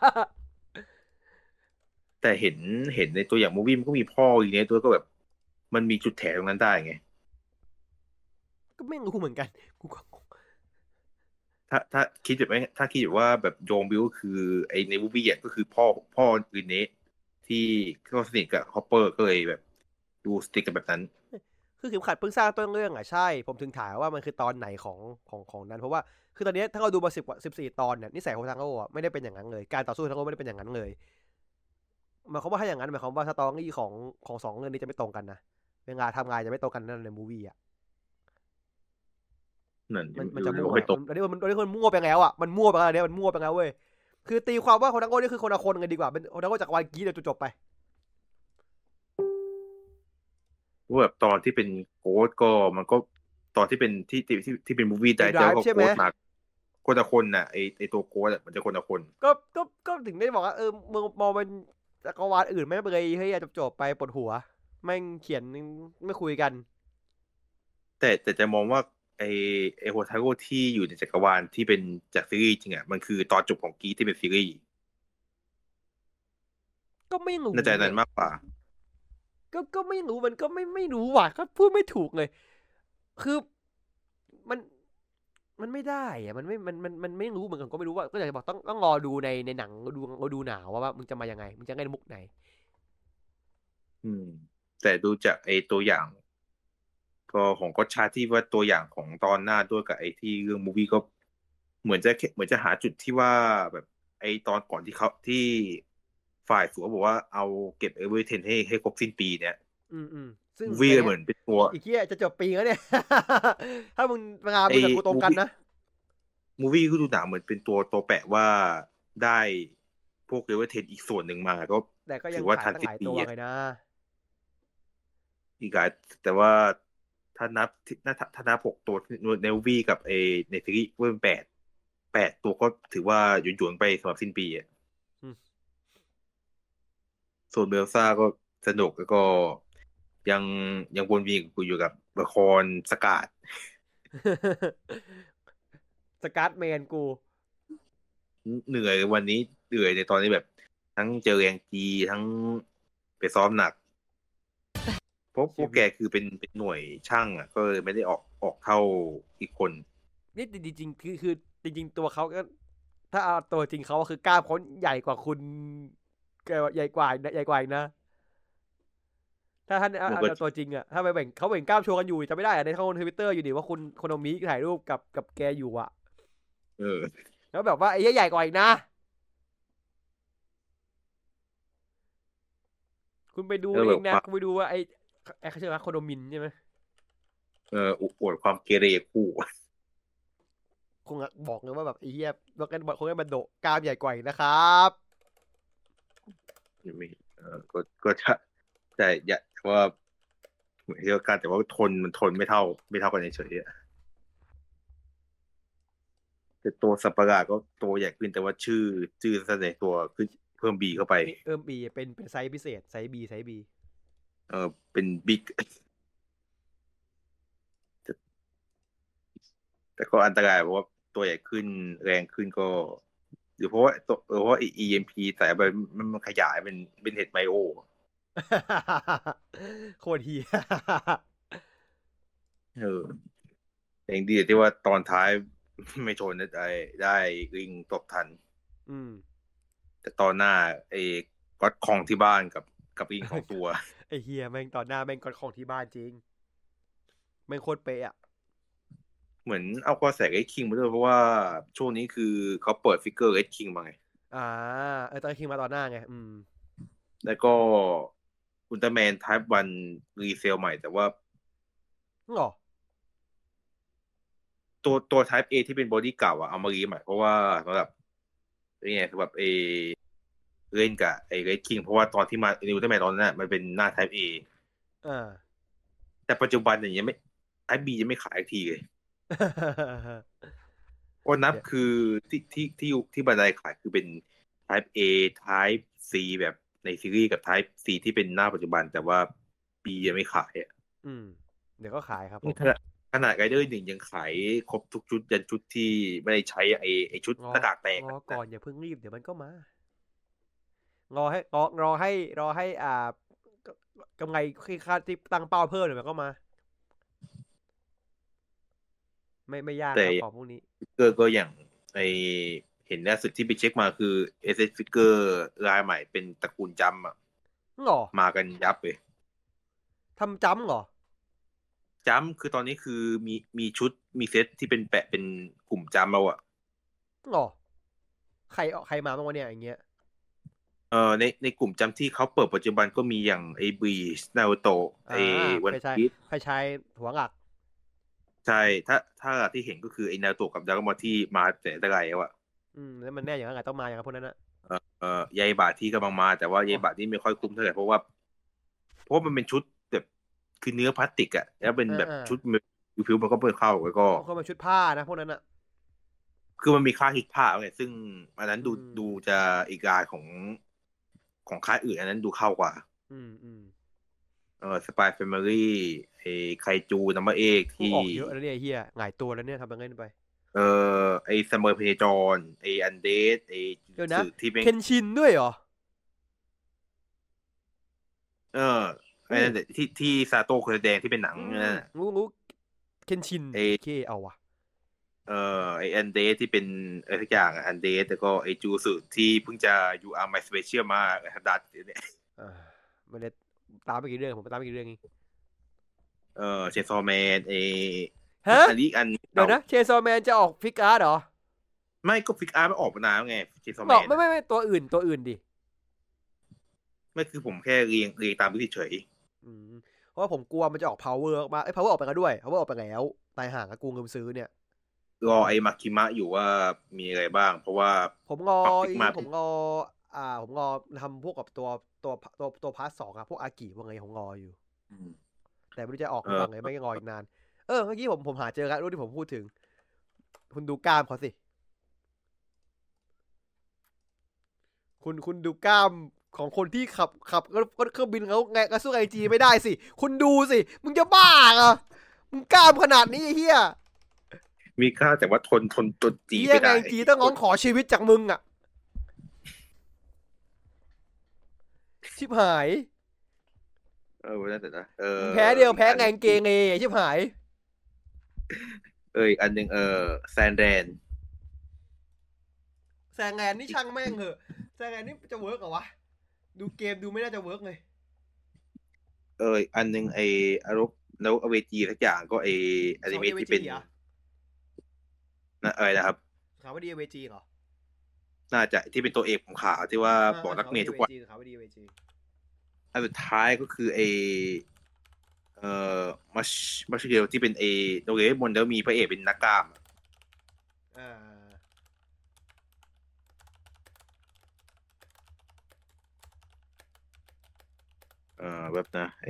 แต่เห็นเห็นในตัวอย่างมูวี่มันก็มีพ่ออีกเนี่ยตัวก็แบบมันมีจุดแถตรงนั้นได้ไงก็ไม่รู้เหมือนกันกูก็ถ้าถ้าคิดแบบไม่ถ้าคิดแบบว่าแบบโยงบิวคือไอ้ในมูวี่อ่ะก็คือพ่อพ่ออื่นเนสที่ก็สนิทกับฮอปเปอร์ก็เลยแบบดูสติกกันแบบนั้นคือเข็มขัดเพิ่งสร้างต้นเรื่องอ่ะใช่ผมถึงถามว่ามันคือตอนไหนของของของนั้นเพราะว่าคือตอนนี้ถ้าเราดูมาสิบกว่าสิบสี่ตอนเนี่ยนิสัยของโกทังโออ่ะไม่ได้เป็นอย่างนั้นเลยการต่อสู้ของโกทังโอไม่ได้เป็นอย่างนั้นเลยหมายความว่าถ้าอย่างนั้นหมายความว่าสตอรี่ของของสองเรื่องนี้จะไม่ตรงกันนะเวลาทำงานจะไม่ตรงกันนั่นในมูวี่อ่ะนั่นมันมันดูจะมั่วลงไม่ตกมันอันนี้มันอันนี้มันมั่วไปแล้วอ่ะมันมั่วไปแล้วเนี่ยมันมั่วไปแล้วเว้ยคือตีความว่าโคนังโก้นี่คือคนละคนกันดีกว่าเป็นโคนังโก้จากวานกีเดี๋ยวจบไปว่าแบบตอนที่เป็นโค้ดก็มันก็ตอนที่เป็นที่ที่ที่ที่เป็นมูฟวี่ไดไอ้ไดเจอร์ก็ฟ์ใช่ไหมโค้ดมาคนละคนน่ะไอไอตัวโค้ดอะมันจะคนละคนก็ก็ก็ถึงได้บอกว่าเออมึงมองเป็นจักรวาลอื่นไม่เลยเฮ้ยจบจบไปปวดหัวแม่งเขียนไม่คุยกันแต่แต่จะมองว่าไอไอโฮทาโร่ที่อยู่ในจักรวาลที่เป็นจากซีรีส์จริงอ่ะมันคือตอนจบของกีที่เป็นซีรีส์ก็ไม่รู้น่าจะนั้อ่ะนมากกว่าก็ก็ไม่รู้มันก็ไม่ไม่รู้ว่ะก็พูดไม่ถูกเลยคือมันมันไม่ได้อะมันไม่มันมันมันไม่รู้เหมือนกันก็ไม่รู้ว่าก็อยากจะบอกต้องต้องรอดูในในหนังดูดูหนาวว่าว่ามึงจะมายังไงมึงจะเล่นมุกไหนอืมแต่ดูจากไอตัวอย่างก็ของก็ชาที่ว่าตัวอย่างของตอนหน้าด้วยกับไอที่เรื่องมูวี่ก็เหมือนจะเหมือนจะหาจุดที่ว่าแบบไอตอนก่อนที่เขาที่ฝ่ายสัวบอกว่าเอาเก็บเอเวอร์เทนให้ให้ครบสิ้นปีเนี่ยอืมอืมซึ่งมูวี่ในเนี้ยเหมือนเป็นตัวอีกที่จะจบปีแล้วเนี่ยถ้ามึงงานไอมึงกับกูตรงมูวี่กันนะมูวี่ก็ดูหนังเหมือนเป็นตัวตัวแปะว่าได้พวกเลเวลเทนอีกส่วนหนึ่งมาก็แต่ก็ยังถือว่าทันขายตั้งหลายสิบปีอ่ะตัวเลยนะอีกหลายแต่ว่าถ้านับถ้าถ้านับหกตัวในมูวี่กับเอในซีรีส์ว่าเป็นแปดแปดตัวก็ถือว่าหยวนๆไปสำหรับสิ้นปีอ่ะอืมส่วนเบลซ่าก็สนุกแล้วก็ยังยังวนเวียนอยู่กับละครสกาดสกัดแมนกูเหนื่อยวันนี้เหนื่อยในตอนนี้แบบทั้งเจอแรงจีทั้งไปซ้อมหนักเพราะพวกแกคือเป็นเป็นหน่วยช่างอ่ะก็เลยไม่ได้ออกออกเท่าอีกคนนี่จริงๆคือคือจริงๆตัวเขาก็ถ้าเอาตัวจริงเขาคือกล้ามเขาใหญ่กว่าคุณใหญ่กว่าใหญ่กว่าอีกนะถ้าท่านเอาตัวจริงอะถ้าไปแบ่งเขาแบ่งกล้ามโชว์กันอยู่จะไม่ได้อะในข้อมูลทวิตเตอร์อยู่ดิว่าคุณโคโนมิถ่ายรูปกับกับแกอยู่อะเออแล้วแบบว่าไอ้ใหญ่กว่าอีกนะคุณไปดูเองนะคุณไปดูว่าไอ้ไอ้เขาชื่อว่าโคโนมินใช่ไหมเอออวดความเกเรคู่คงบอกเลยว่าแบบไอ้เหี้ยบอกกันบอกคงให้มันโดกล้ามใหญ่กว่านะครับไม่เออก็ก็จะแต่อย่าว่าเหมือนที่กันแต่ว่าทนมันทนไม่เท่าไม่เท่ากันเฉยๆแต่ตัวสัปหลาดก็ตัวใหญ่ขึ้นแต่ว่าชื่อชื่อแสดงตัวขึ้นเพิ่มบีเข้าไปเอิ่มบีเป็นเป็นไซส์พิเศษไซส์บีไซส์บีเออเป็นบิ๊กแต่ก็อันตรายเพราะว่าตัวใหญ่ขึ้นแรงขึ้นก็หรือเพราะว่าตัวเพราะว่า อี เอ็ม พี ใส่ไปมันมันขยายเป็นเป็นเห็ดไมโอโคตรเฮียเออเองดีที่ว่าตอนท้ายไม่ชนได้ได้ลิงตบทันอืมแต่ตอนหน้าไอ้ก็อดคองที่บ้านกับกับลิงของตัวไอเฮียแม่งตอนหน้าแม่งกดของที่บ้านจริงแม่งโคตรเป๊ะอ่ะเหมือนเอาก็ใส่เรดคิงมาด้วยเพราะว่าช่วงนี้คือเขาเปิดฟิกเกอร์เรดคิงมาไงอ่าเออตอนคิงมาตอนหน้าไงอืมแล้วก็อุลตร้าแมนไทป์วันรีเซลใหม่แต่ว่าหรอตัวตัว Type A ที่เป็นบอดี้เก่าอะเอามารีใหม่เพราะว่าสำหรับนี่ไงสำหรับเอเล่นกับไอ้เรดคิงเพราะว่าตอนที่มาในอุลตร้าแมนตอนนั้นมันเป็นหน้า Type A อ่าแต่ปัจจุบันอย่างเงี้ยไม่ Type B ยังไม่ขายทีเลยเพราะนับคือที่ที่ที่ที่บันไดขายคือเป็น Type A Type C แบบในซีรีส์กับ Type C ที่เป็นหน้าปัจจุบันแต่ว่า B ยังไม่ขายอ่ะอืมเดี๋ยวก็ขายครับผมขนาดขนาดไรเดอร์หนึ่งยังขายครบทุกชุดยันชุดที่ไม่ได้ใช้ไอ้ไอ้ชุดหน้ากากแตกรอก่อนอย่าเพิ่งรีบเดี๋ยวมันก็มารอให้รอรอให้รอให้อ่ากำไรค่าที่ตั้งเป้าเพิ่มเดี๋ยวมันก็มาไม่ไม่ยากครับของพวกนี้ฟิกเกอร์ก็อย่างไอเห็นล่าสุดที่ไปเช็คมาคือ เอส เอส ฟิกเกอร์รายใหม่เป็นตระกูลจัมอ่ะหรอมากันยับเลยทำจัมหรอจัมคือตอนนี้คือมีมีชุดมีเซตที่เป็นแปะเป็นกลุ่มจัมเราอ่ะหรอใครใครมาบ้างวะเนี่ยอย่างเงี้ยเอ่อในในกลุ่มจัมที่เขาเปิดปัจจุบันก็มีอย่างไอ้บีชนารูโตะไอ้วันพีซใครใช้หัวหลักใช่ถ้าถ้าที่เห็นก็คือไอ้นารูโตะกับดราก้อนบอลที่มาแต่แต่ไรแล้วอ่ะอืมแล้วมันแน่อย่างไรต้องมาอย่างพวกนั้นนะเอ่อเอ่อยายบาที่กำลังมาแต่ว่ายายบาที่ไม่ค่อยคุ้มเท่าไหร่เพราะว่าเพราะมันเป็นชุดแบบคือเนื้อพลาสติกอ่ะแล้วเป็นแบบชุดผิวมันก็เปิดเข้าแล้วก็เขาเป็นชุดผ้านะพวกนั้นอ่ะคือมันมีค่าฮิตผ้าไงซึ่งอันนั้นดูดูจะอีกลายของของค่ายอื่นอันนั้นดูเข้ากว่าอืมอืมเออสปายแฟมิลี่ไอ้ไคจูนัมเบอร์เอกที่ออกเยอะแล้วเนี่ยเฮียหงายตัวแล้วเนี่ยทำยังไงไปเออไอ้ซัมเมอร์เพจอนไอ้อันเดสไอ้สื่อที่เป็นเคนชินด้วยเหรอเออไอ้นั่นที่ที่ซาโต้คนแดงที่เป็นหนังนั่นรู้รู้เคนชินไอ้เคเอาวะเออไอ้อันเดสที่เป็นอะไรทุกอย่างอันเดสแล้วก็ไอ้จูสึที่เพิ่งจะยูอาร์มาสเปเชียลมาดัดเนี่ยอ่าไม่ได้ตามไปกี่เรื่องผมไปตามไปกี่เรื่องนี้เออเชนซอแมนไอ้ฮะอันนี้อันเดี๋ยวนะเชนซอแมนจะออกฟิกอาร์เหรอไม่ก็ฟิกอาร์ไม่ออกมานานไงเชนซอแมนไม่ไม่ไม่ตัวอื่นตัวอื่นดิไม่คือผมแค่เรียงเรียงตามที่เฉยเพราะว่าผมกลัวมันจะออก power ออกมาไอ้ power ออกไปแล้วด้วย power ออกไปแล้วตายห่างกับกูเงินซื้อเนี่ยรอไอ้มาคิมะอยู่ว่ามีอะไรบ้าง เพราะว่าผมรอผมรออ่าผมรอทำพวกกับตัวตัวตัวตัวพาร์ทสองอะพวกอากิพวกไงผมรออยู่แต่ไม่รู้จะออกหรือเปล่าไงไม่รออีกนานเออเมื่อกี้ผมผมหาเจอแล้วรูปที่ผมพูดถึงคุณดูกล้ามเขาสิคุณคุณดูกล้ามของคนที่ขับขับรถเครื่องบินเขาไงก็สู้ไอจีไม่ได้สิคุณดูสิมึงจะบ้าเหรอมึงกล้ามขนาดนี้เฮียมีค่าแต่ว่าทนทนตัวจีไม่ได้ไอจีต้องง้องขอชีวิตจากมึงอ่ะชิบหายเออนั่นแต่นะเออแพ้เดียวแพ้ไงเกงเอชิบหายเอออีกอันหนึ่งเออแซนแดนแซงแงนนี่ช่างแม่งเหอะแซงแงนนี่จะเวิร์กเหรอวะดูเกมดูไม่น่าจะเวิร์กเลยเอออีกอันหนึ่งไออารกนรกอเวจีสักอย่างก็ไออนิเมะที่เป็นนะเออนะครับขาวดีเวจีเหรอน่าจะที่เป็นตัวเอกของข่าวที่ว่าบอกรักเมย์ทุกวันขาวดีเวจีอันสุดท้ายก็คือไอเอ่อมัชมัชเกลที่เป็นไอโดเรมอนแล้วมีพระเอกเป็นนักกล้ามอ่าเอ่อแบบนะเอ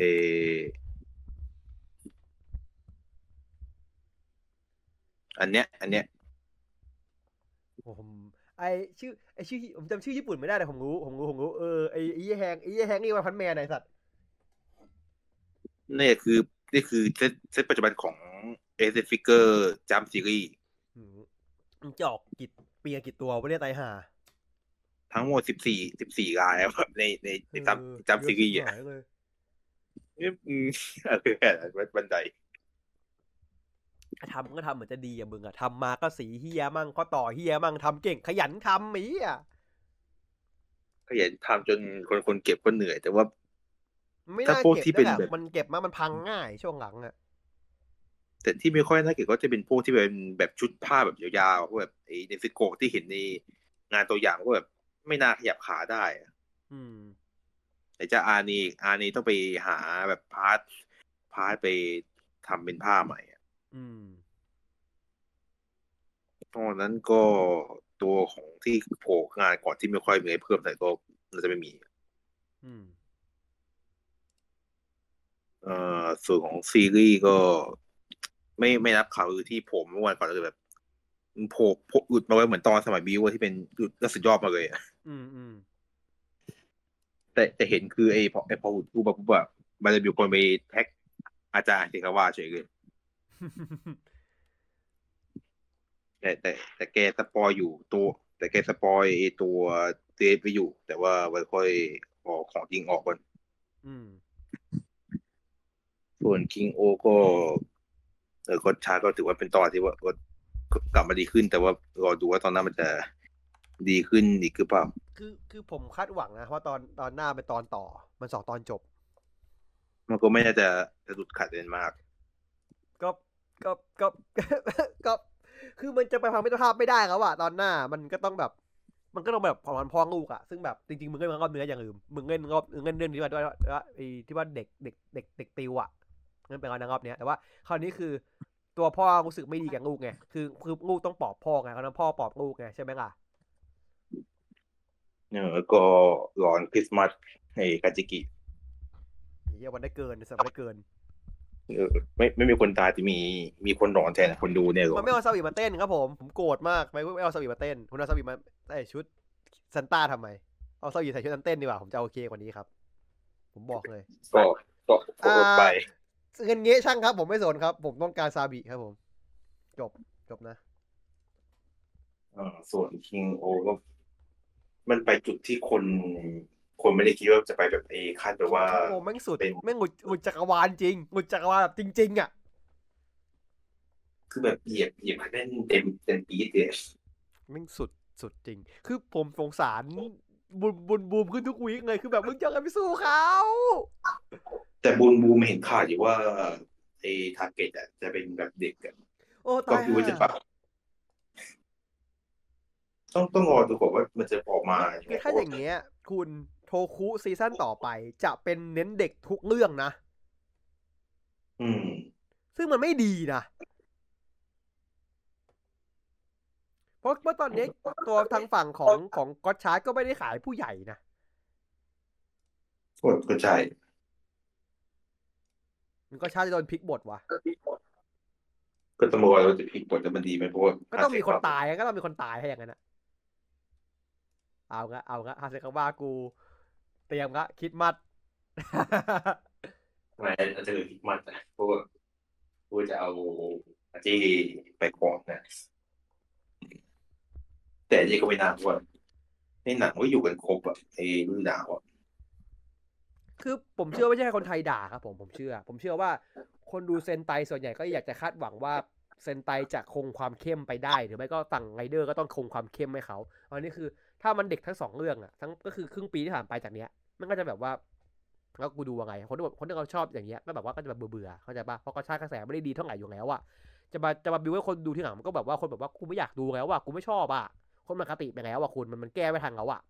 อันเนี้ยอันเนี้ยผมไอชื่อไอชื่อผมจำชื่อญี่ปุ่นไม่ได้แต่ผมรู้ผมรู้ผมรู้เออไอไอแฮงไอแฮงนี่วันพันแมนไอสัตว์นี่คือนี่คือเซตเซตปัจจุบันของเอสฟิกเกอร์จัมซีรีส์มันจะออกกี่ปีกี่ตัวไม่ได้ตายห่าทั้งหมดสิบสี่สิบสี่รายครับในในในจัมจัมซีรีส์อ่ะนี่อืมอะไรบันไดทำก็ทำเหมือนจะดีอะมึงอะทำมาก็สีเฮียมั่งก็ต่อเฮียมั่งทำเก่งขยันทำมีอะก็เห็นทำจนคนคนเก็บก็เหนื่อยแต่ว่าไม่น่าเก็บแล้วแบบมันเก็บมามันพังง่ายช่วงหลังอะแต่ที่ไม่ค่อยน่าเก็บก็จะเป็นพวกที่เป็นแบบชุดผ้าแบบยาวๆพวกแบบไอ้เนซิโกที่เห็นในงานตัวอย่างก็แบบไม่น่าขยับขาได้อืมแต่จะอานีอานีต้องไปหาแบบพาร์ทพาร์ทไปทำเป็นผ้าใหม่อ่ะอืมตอนนั้นก็ตัวของที่โผล่งานก่อนที่ไม่ค่อยมีอะไรเพิ่มแต่ก็น่าจะไม่มีอืมเอ่อส่วนของซีรีส์ก็ไม่ไม่นับข่าวคือที่ผมเมื่อวานก่อนก็คือแบบโผล่โผล่อุดมาไว้เหมือนตอนสมัยบิวที่เป็นอุดก็สุดยอดมาเลยอ่ะอืมอืมแต่แต่เห็นคือไอ้พอไอ้พออุดอุบปุ๊บอะมันจะมีคนไปแท็กอาจารย์เทคาวาเฉยเลยแต่แต่แต่แกสปอยอยู่ตัวแต่แกสปอยไอ้ตัวเดทไปอยู่แต่ว่าไว้ค่อยออกของจริงออกก่อนอืมส่วนคิงโอก็เออก็ชาก็ถือว่าเป็นตอนที่ว่าก็กลับมาดีขึ้นแต่ว่ารอดูว่าตอนนั้นมันจะดีขึ้นอีกหรือเปล่าคือคือผมคาดหวังนะเพราะตอนตอนหน้าเป็นตอนต่อมันสองตอนจบมันก็ไม่น่าจะจะหลุดขาดเป็นมากก็ก็ก็ก็คือมันจะไปพังมิตรภาพไม่ได้แล้วอะตอนหน้ามันก็ต้องแบบมันก็ต้องแบบพอมันพองลูกอะซึ่งแบบจริงๆมึงเล่นมันก็เนื้ออย่างอื่นมึงเล่นรอบมึงเล่นเรื่องนี้มาด้วยว่าไอ้ที่ว่าเด็กเด็กเด็กเด็กติวอะเล่นไปแล้วในรอบเนี้ยแต่ว่าคราวนี้คือตัวพ่อรู้สึกไม่ดีกับลูกไงคือคือลูกต้องปลอบพ่อไงคราวนั้นพ่อปลอบลูกไงใช่ไหมล่ะเออก็ร้อนคริสต์มาสไอ้คาจิกิเฮียวันได้เกินสัปได้เกินเออไม่ไม่มีคนตายแต่มีมีคนร้อนแทนคนดูเนี่ยหรอมันไม่เอาซาบิมาเต้นครับผมผมโกรธมากไม่ไม่เอาซาบิมาเต้นคุณเอาซาบิมาใส่ชุดซันต้าทำไมเอาซาบิใส่ชุดซันเต้นดีกว่าผมจะโอเคกว่านี้ครับผมบอกเลยก็ก็อ่กดไปาเงินเงี้ยช่างครับผมไม่สนครับผมต้องการซาบิครับผมจบจบนะอ่าส่วนคิงโอก็มันไปจุดที่คนคนไม่ได้คิดว่าจะไปแบบเอคาดแบบว่าคิงโอแม่งสุดเป็นแม่งหงุดหงุดจักรวาลจริงหงุดจักรวาลแบบจริงๆอ่ะคือแบบเหยียบเหยียบคะแนนเต็มเต็มปี๊ดเลยแม่งสุดสุดจริงคือผมสงสารบุญบุญบูมขึ้นทุกวีคเลยคือแบบมึงจะกันไปสู้เขาแต่บูมบูมเห็นข่าวอยู่ว่าไอ้ทาร์เก็ตอ่ะจะเป็นแบบเด็กกันโอ้ก็ตายห่าคือว่าจะปรับต้องต้องรอดูก่อนว่ามันจะออกมายังไงเพถ้าราะว่าอย่างเงี้ยคุณโทคุซีซั่นต่อไปจะเป็นเน้นเด็กทุกเรื่องนะอืมซึ่งมันไม่ดีนะเพราะว่าตอนนี้ตัวทางฝั่งของของก็อตชาร์ดก็ไม่ได้ขายผู้ใหญ่นะก็ก็ใช่มันก็ชาร์ดจะโดนพลิกบทว่ะก็ต้องรอว่าจะพลิกบทจะมันดีไหมเพราะว่าก็ต้องมีคนตายก็ต้องมีคนตายให้อย่างนั้นนะเอาละเอาละฮาเซคาว่ากูเตรียมละคิดมัดไม่อาจจะเลยพลิกมันนะเพราะว่ากูจะเอาอาจีไปก่อนนะแต่อาจีก็ไม่นานเพราะว่าในหนังก็อยู่กันครบอ่ะไอ้รุ่นดาวอ่ะคือผมเชื่อไม่ใช่คนไทยด่าครับผมผมเชื่อ ผมเชื่อว่าคนดูเซนไตส่วนใหญ่ก็อยากจะคาดหวังว่าเซนไตจะคงความเข้มไปได้หรือไม่ก็ฝั่งไรเดอร์ก็ต้องคงความเข้มให้เขาอันนี้คือถ้ามันเด็กทั้งสองเรื่องอ่ะทั้งก็คือครึ่งปีที่ผ่านไปจากเนี้ยมันก็จะแบบว่าแล้วกูดูว่าไงคนที่แบบคนที่เขาชอบอย่างเงี้ยก็แบบว่าก็จะแบบเบื่อๆเข้าใจป่ะเพราะกระชากกระแสไม่ได้ดีเท่าไหร่อยู่แล้วอ่ะจะมาจะมาบิวให้คนดูที่หลังมันก็แบบว่าคนแบบว่ากูไม่อยากดูแล้วอ่ะกูไม่ชอบอ่ะคนมันคติไปแล้วอ่ะคุณมันมันแก้ไม่ทันแล้วอ่ะ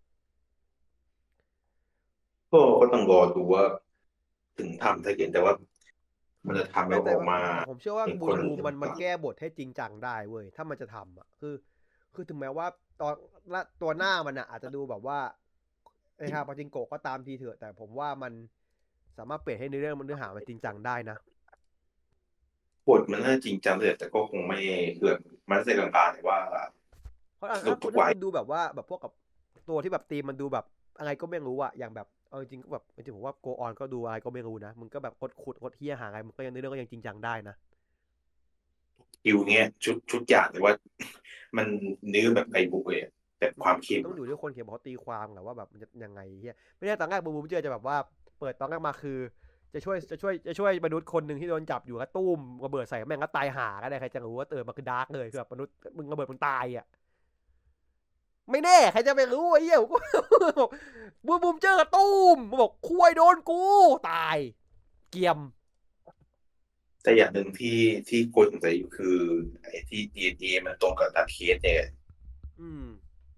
ก็ก็ต้องรอดูว่าถึงทำถ้าเห็นแต่ว่ามันจะทำแล้แต่แต่วออกมาแต่ผมเชื่อว่าเป็นบูคนมบูมมันมันแก้บทให้จริงจังได้เว้ยถ้ามันจะทำอ่ะคือคือถึงแม้ว่าตอนละตัวหน้ามันอ่ะอาจจะดูแบบว่าไอ้ฮาปาจิงโกะก็ตามทีเถอะแต่ผมว่ามันสามารถเปลี่ยนให้เนื้อเรื่องมันเนื้อหามันจริงจังได้นะบทมันน่าจริงจังเลยแต่ก็คงไม่เกือบมันจะกลางๆแต่ว่าเพราะสนุถ้าคุณถ้ากทุกวัยคุณดูแบบว่าแบบพวกกับตัวที่แบบตีมมันดูแบบอะไรก็ไม่รู้อะอย่างแบบเอาจริงๆก็แบบจริงๆผมว่าโกออนก็ดูอะไรก็ไม่รู้นะมึงก็แบบกดขุดกดเฮียหาอะไรมันก็ยังเนื้อเรื่องก็ยังจริงจังได้นะคิวเนี้ยชุดชุดอย่างแต่ว่ามันเนื้อแบบไก่บุกเลยแบบความเข้มต้องอยู่ที่คนเขียนเขาตีความแหละว่าแบบมันจะยังไงเฮียไม่ใช่ตอนแรกบูบูเจอจะแบบว่าเปิดตอนแรกมาคือจะช่วยจะช่วยจะช่วยมนุษย์คนหนึ่งที่โดนจับอยู่ก็ตุ้มระเบิดใส่แม่งก็ตายหาก็ได้ใครจะรู้ว่าเติมมันคือดาร์กเลยคือแบบมนุษย์มึงระเบิดมึงตายอ่ะไม่แน่ใครจะไปรู้ไอ้เหี้ยผมก็บูบูเจอกับตุ้มบอกคุยโดนกูตายเกียมแต่อย่างหนึ่งที่ที่คนสงสัยอยู่คือไอ้ที่ ดี เอ็น เอ มันตรงกับดักเคสเนี่ยอืม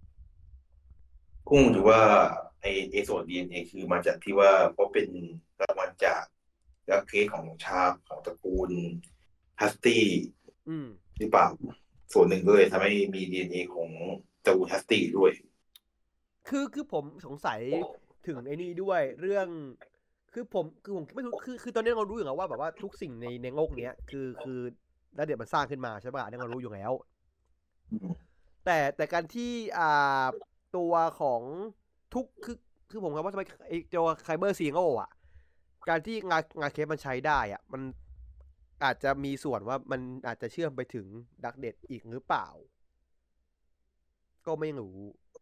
กุ้งถือว่าไอ้ไอ้ส่วน ดี เอ็น เอ คือมาจากที่ว่าเพราะเป็นรางวัลจากดักเคสของชาบของตระกูลฮัสตี้อืมหรือเปล่าส่วนหนึ่งก็เลยทำให้มี ดี เอ็น เอ ของตระกูลฮัสตี้ด้วยคือคือผมสงสัยถึงไอ้นี่ด้วยเรื่อง คือผมคือผมไม่รู้คือคือตอนนี้เรารู้อยู่แล้วว่าแบบว่าทุกสิ่งในในโลกเนี้ยคือคือแล้วเดี๋ยวมันสร้างขึ้นมาใช่ป่ะอันนี้เรารู้อยู่แล้วแต่แต่การที่อ่าตัวของทุกคือคือผมครับว่าทำไมไอ้ตัวไคเบอร์ซีโร่อะการที่งานงานเคสมันใช้ได้อะมันอาจจะมีส่วนว่ามันอาจจะเชื่อมไปถึงดักเด็ดอีกหรือเปล่าก็ไม่รู้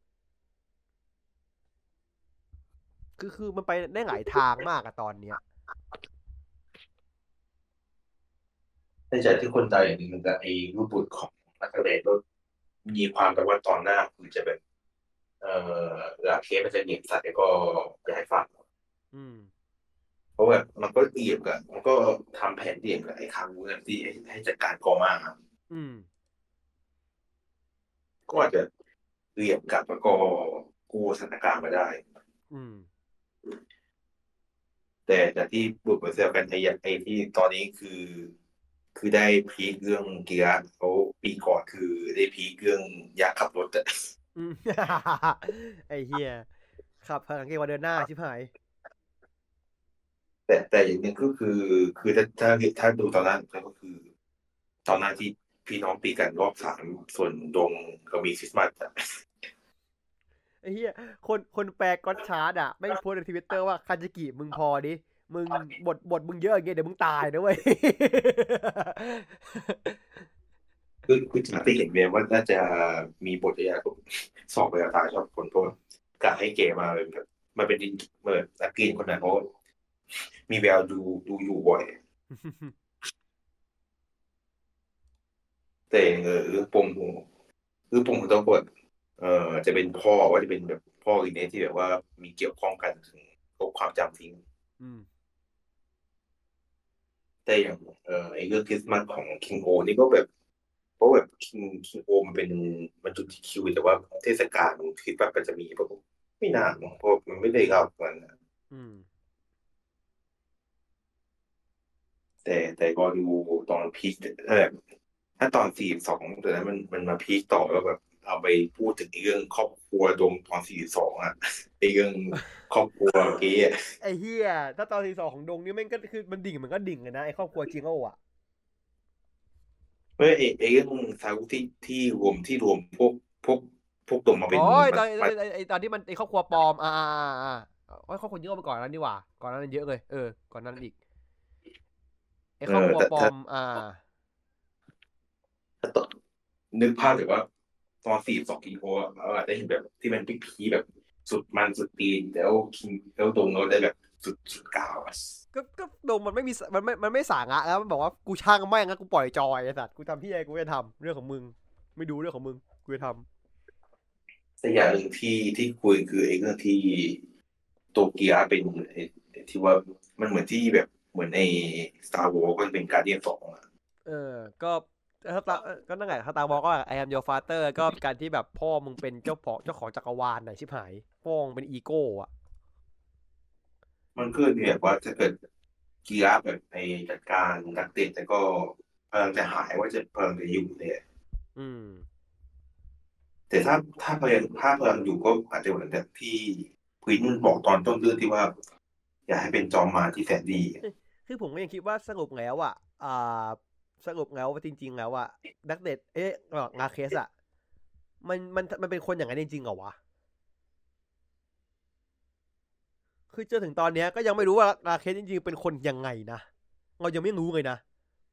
คือคือมันไปได้หลายทางมากอะตอนเนี้ยในใจที่คนใจอย่างหนึ่งมันจะไอ้รูปบุตรของนักแสดงก็มีความแบบว่าตอนหน้าคือจะแบบเอ่อเวลาเคสมันจะเหนียบสัตว์แล้วก็จะให้ฟังอืมเพราะแบบมันก็เอี่ยมกับมันก็ทำแผนเดี่ยมกับไอ้คางเมืองที่ให้ให้จัดการกอมาอืมก็อาจจะเอี่ยมกับแล้วก็กู้สถานการณ์มาได้อืมแต่แต่ที่บุกไปเซลกันไอ้ไอ้ที่ตอนนี้คือคือได้พีคเรื่องเกียร์เขาปีก่อนคือได้พีคเรื่องอยากขับรถแต่อืม ไอ้เฮียขับพลังเกมว่าเดินหน้าชิบหายแต่แต่อย่างหนึงก็คือคือถ้าถ้าถ้าดูตอนนั้นก็คือตอนนั้นที่พี่น้องตีกันรอบสามส่วนดงเขามีคริสต์มาสไอ้เหี้ยคนคนแปลก็อดชาร์ดอ่ะไม่งโพสต์ในทวิตเตอร์ว่าคาจิกิมึงพอดิมึงบทบทมึงเยอะอย่างเงี้ยเดี๋ยวมึงตายนะเว้ยคือคือจากที่เห็นเวียว่าน่าจะมีบทยาสอบไปตายชอบคนโทษกะให้เกมาเป็นแบบมาเป็นดินเมื่อนักกีฬาคนนั้นเพราะมีแววดูดูอยู่บ่อยแต่เออเรื่องปมเรื่องปมของตัวบทเอ่อจะเป็นพ่อว่าจะเป็นแบบพ่ออีเนสที่แบบว่ามีเกี่ยวข้องกันถึงลบความจำทิ้งอืมแต่อย่างเอ่อไอ้เรื่องคริสต์มาสของคิงโอนี่ก็แบบเพราะแบบคิงคิงโอมันเป็นมันจุดที่คิวแต่ว่าเทศกาลคริสต์มาสมันจะมีแบบไม่นานมั้งเพราะมันไม่ได้เล่ากันอืมแต่แต่ก็ดูตอนพีคถ้าแบบถ้าตอนสี่สองแต่นั้นมันมันมาพีคต่อแล้วแบบเอาไปพูดถึงเรื่องครอบครัวตรงตอนสี่สองอ่ะไอเรื่องครอบครัวเก๊อะไอ้เหี้ยถ้าตอนที่สองของดงนี่แม่งก็คือมันดิ่งมันก็ดิ่งเลยนะไอ้ครอบครัวจิงโง่อะเมื่อไอไอเรื่องซาอุที่ที่รวมที่รวมพวกพวกพวกตรงมาอ๋อเป็นไอ้ตอนมามาไอ้ไอ้ตอนที่มันไอ้ครอบครัวปลอมอ่าอ่าอ่าอ่าไอ้ครอบครัวจิงโง่มาก่อนนั้นดีกว่าก่อนนั้นเยอะเลยเออก่อนนั้นอีกไอ้เอครอบครัวอแต่ถ้าปลอมอ่าถ้าตอนนึกภาพแบบว่าตอนสี่สองกิโลอ่ะเราอาจจะเห็นแบบที่มันพีคๆแบบสุดมันสุดตีนแล้วคิงแล้วตรงเราได้แบบสุดสุดกาวอะก็ก็โดมมันไม่มีมันไม่มันไม่สาระแล้วมันบอกว่ากูช่างแม่งแล้วกูปล่อยจอยไอ้สัตว์กูทำที่ไงกูจะทำเรื่องของมึงไม่ดูเรื่องของมึงกูจะทแต่อย่างหนึ่งที่ที่คุยคือไอ้เรื่องที่โตเกียวเป็นไอ้ไอ้ที่ว่ามันเหมือนที่แบบเหมือนใน Star Wars ก็เป็นการเดียนสองอะำเออก็ถ้าตาก็นั่นแหละถ้าตาบอกก็ I am your father ก็การที่แบบพ่อมึงเป็นเจ้าของเจ้าของจักรวาลไหนชิบหายพ่อมึงเป็นอีโก้อะมันก็มีแบบว่าถ้าเกิดกีฬาแบบไปจัดการนักเตะแต่ก็พลังจะหายว่าจะพลังจะอยู่เนี่ยอืมแต่ถ้าถ้าพลังถ้าพลังอยู่ก็อาจจะเหมือนแบบที่พื้นมันบอกตอนต้นเรื่องที่ว่า อยากให้เป็นจอมมารที่แสนดีคือผมก็ยังคิดว่าสรุปแล้วอ่ะอ่าสรุปแล้วว่าจริง ๆ แล้วอ่ะนักเตะเอ๊ะนาเคสอ่ะมันมันมันเป็นคนอย่างนั้นจริงๆเหรอวะคือจนถึงตอนเนี้ยก็ยังไม่รู้ว่านาเคสจริงๆเป็นคนยังไงนะเรายังไม่รู้เลยนะ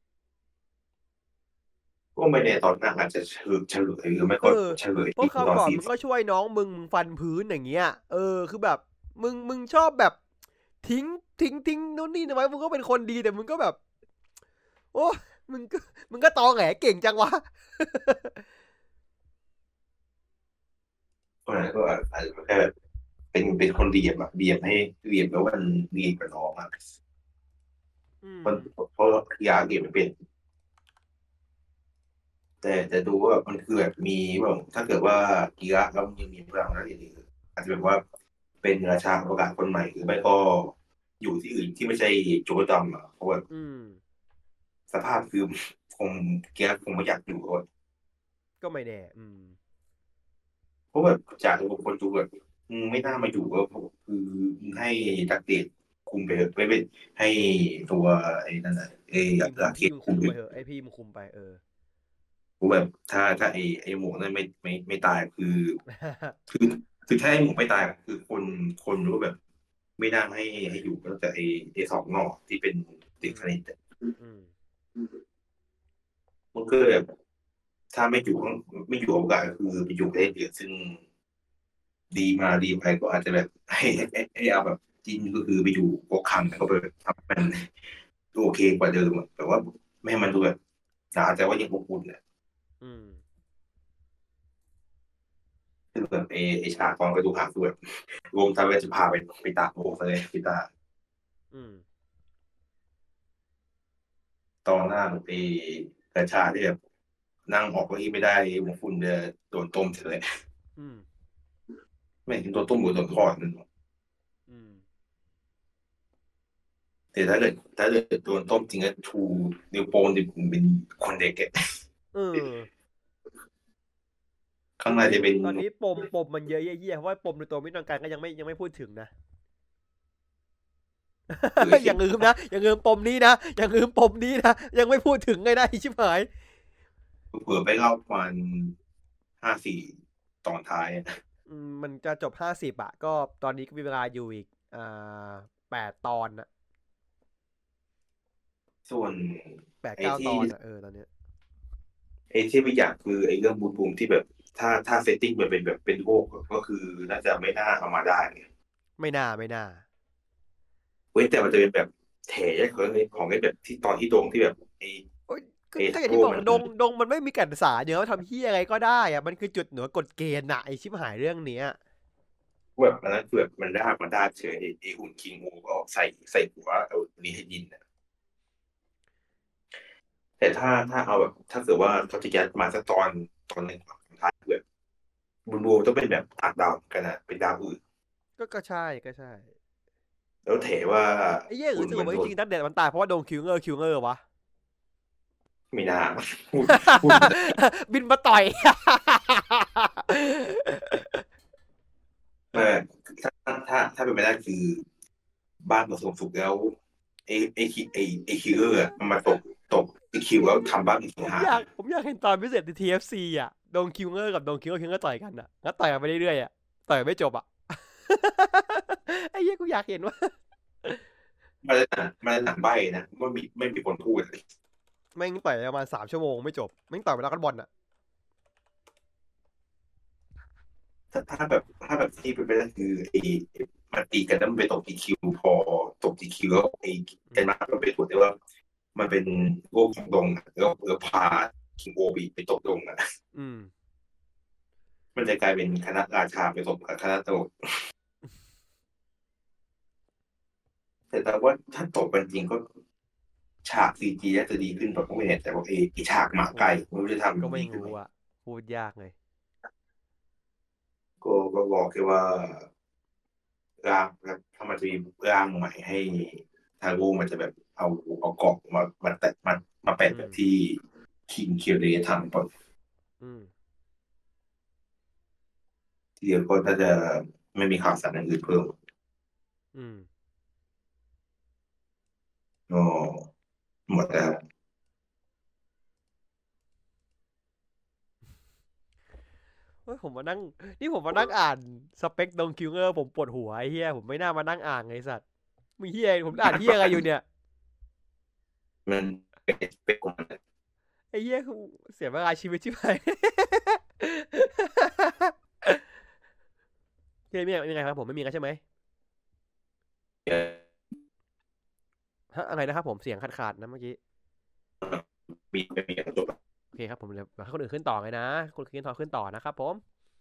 ก็ไม่แน่ตอนหน้าอาจจะเฉลยเฉลยหรือไม่เอก็อเฉลยเพราะคราวตอนก่อนซีมึงก็ช่วยน้องมึงฟันพื้นอย่างเงี้ยเออคือแบบมึงมึงชอบแบบทิ้งทิ้งทิ้งนู่นนี่นะไว้มึงก็เป็นคนดีแต่มึงก็แบบโอ้มึงก็มึงก็ตอแหลเก่งจังวะก็นั้นก็อาจจะแค่แบบเป็นเป็นคนเรียบอะเรียบให้เรียบแล้วมันเรียบกับน้องอะอืมมันเพราะยาเรียบไม่เป็น แต่แต่ดูว่ามันคือแบบมีแบบถ้าเกิดว่ากีฬาแล้วมันยังมีพลังอะไรอีกอาจจะแบบว่าเป็นราชาอวกาศคนใหม่หรือไม่ก็อยู่ที่อื่นที่ไม่ใช่โจรดำอ่ะเพราะว่าอืมสภาพคือคงกีฬาคงไม่อยากอยู่เพราะว่าก็ไม่แน่อืมเพราะแบบจากตัวคนดูแบบมึงไม่น่ามาอยู่ก็คือมึงให้ดักเดทคุมไปเถอะไม่เป็นให้ตัวไอ้นั่นน่ะไอ้พี่มึงลาเคพี่มึงสคุมไปคุมไปเถอะไอพี่มึงคุมไปเออกูแบบถ้าถ้าไอ้ไอ้หมูนั่นไม่ไม่ไม่ตายคือ คือคือถ้าให้หมูไม่ตายคือคนคนรู้แบบไม่น่าให้ให้อยู่นอกจากไอ้ไอ้สองนอกที่เป็นเด็อืมกคณิตอะอืมมันก็แบบถ้าไม่อยู่ข้างไม่อยู่โอกาสก็คือไปอยู่ประเทศอื่นซึ่งดีมาดีไปก็อาจจะแบบให้ให้ให้เอาแบบจริงก็คือไปอยู่โกคังแล้วก็ไปทำมันดูโอเคกว่าเดิมอะแต่ว่าไม่ให้มันดูแบบหนาแต่ว่ายังอบอุ่นเนี่ยอืมคือแบบไอ้ไอ้ฉากตอนกระดูกหักคือแบบรวมทำไปจะพาไปไปตากโบกเลยไปตากอืมตอนหน้าแบบไอ้กระชาที่แบบนั่งออกเก้าอี้ไม่ได้หัวฝุ่นจะโดนต้มเฉยอืมไม่เห็นโดนต้มหรือโดนทอดนั่นหรอกอืมแต่ถ้าเกิดถ้าเกิดโดนต้มจริงก็ชูนิ้วโป้งดิผมเป็นคนเด็กแกเออข้างในตอนนี้จะเป็นตอนนี้ปมปมมันเยอะแยะๆเพราะว่าปมในตัวมิตรการก็ยังไม่ยังไม่พูดถึงนะหรืออเข็มย่าลืมนะอย่าลืมปมนี้นะอย่าลืมปมนี้นะยังไม่พูดถึงไงนะชิบหายเผื่อไปเล่าประมาณห้าสี่ตอนท้ายอืมมันจะจบห้าสิบอะก็ตอนนี้ก็มีเวลาอยู่อีกอ่าแปดตอนอะส่วนแปดเก้าตไอ้ที่อนอะเออตอนเนี้ยไอ้ที่ไม่อยากคือไอ้เรื่องบูมบูมที่แบบถ้าถ้าเซตติ้งมันเป็นแบบเป็นโลกก็คือน่าจะไม่น่าเอามาได้ไม่น่าไม่น่าเว้นแต่มันจะเป็นแบบแถของไอ้ของไอ้แบบที่ตอนที่โดงที่แบบไอ้โอ๊ยก็ไอ้ก็อทัพโพย่างที่บอกมันดงดงมันไม่มีแก่นสารเดี๋ยวทำเฮียอะไรก็ได้อะมันคือจุดเหนือกฎเกณฑ์น่ะไอชิบหายเรื่องเนี้ยแบบอันนั้นคือแบบมันได้มันได้เฉยไอ้หุ่นคิงงูก็ใส่ใส่หัวเอานี้ให้ยินนะแต่ถ้าถ้าเอาแบบถ้าเกิดว่าเขาจะยัดมาสักตอนตอนหนึ่งของท้ายแบบบูบูต้องเป็นแบบต่างดาวกันนะเป็นดาวอื่นก็ก็ใช่ก็ใช่แล้วเถว่าไอ้เหี้ยหรือหุ่นมันโดนสรุปว่าจริงๆนักเด็ดมันตายเพราะว่าโดนคิวเงอร์คิวเงอร์วะไม่น่าหุ่นหุ่นบินมาต่อยเออถ้าถ้าถ้าเป็นไปได้คือบ้านประสบสุขแล้วไอ้ไอ้คิไอ้ไอ้คิวเออร์มันมาตกตกไอ้คิวแล้วทำบ้านมันเสีผมยหายอยากผมอยากเห็นตอนพิเศษใน ที เอฟ ซี อ่ะโดนคิวเงอร์กับโดนคิวเงอร์คิวเงอร์ต่อยกันอ่ะงั้นต่อยกันไปเรื่อยๆอ่ะต่อยไม่จบอ่ะ ไอ้เหี้ยกูอยากเห็นว่ามันจะหนังมันจะหนังใบ้นะว่ามีไม่มีคนพูดเลยแม่งต่อยประมาณสามชั่วโมงไม่จบแม่งต่อยเวลากันบอลอ่ะถ้าถ้าแบบถ้าแบบที่เป็นไปได้คือไอ้มันตีกันแล้วมันไปตกทีคิวพอตกทีคิวแล้วไอ้ไอ้มาร์ก็ไปตรวจได้ว่า มันเป็นโรคทางดงอะแล้วแล้วพาคิงโอบีไปตกดงอ่ะอืมมันจะกลายเป็นคณะราชาไปตกกับคณะตลกแต่แต่ว่าถ้าตกกันจริงก็ฉากซีจีน่าจะดีขึ้นแบบก็ไม่เห็นแต่ว่าไอ้ไอ้ฉากหมาไก่ไม่รู้จะทำก็ไม่ดีขึ้นรู้ไหมอ่ะ พูดยากเลยก็ก็บอกแค่ว่าร่างถ้ามันจะมีร่างใหม่ให้ทาโร่มันจะแบบเอาเอากรอบมามาแตะมามาแปะแบบที่คิงเคียวเดทำก่อนอืมทีเดียวก็น่าจะไม่มีข่าวสารอย่างอื่นเพิ่มอืมก็หมดแล้วเฮ้ยผมมานั่ง นี่ผมมานั่งอ่านสเปคดงคิวเงอร์ผมปวดหัวไอ้เฮียผมไม่น่ามานั่งอ่านไงสัตว์มึงเฮียผมอ่านเฮียอะไรอยู่เนี่ยมันเป็นเป็นของมันไอ้เฮียคือเสียเวลาชีวิตชิบหาย เฮียมีอะไรยังไงครับผมไม่มีกันใช่ไหมฮะอะไรนะครับผมเสียงขาดๆนะเมื่อกี้มีไม่มีจบโอเคครับผมเดี๋ยวให้คนอื่นขึ้นต่อเลยนะคนขึ้นต่อขึ้นต่อนะครับผม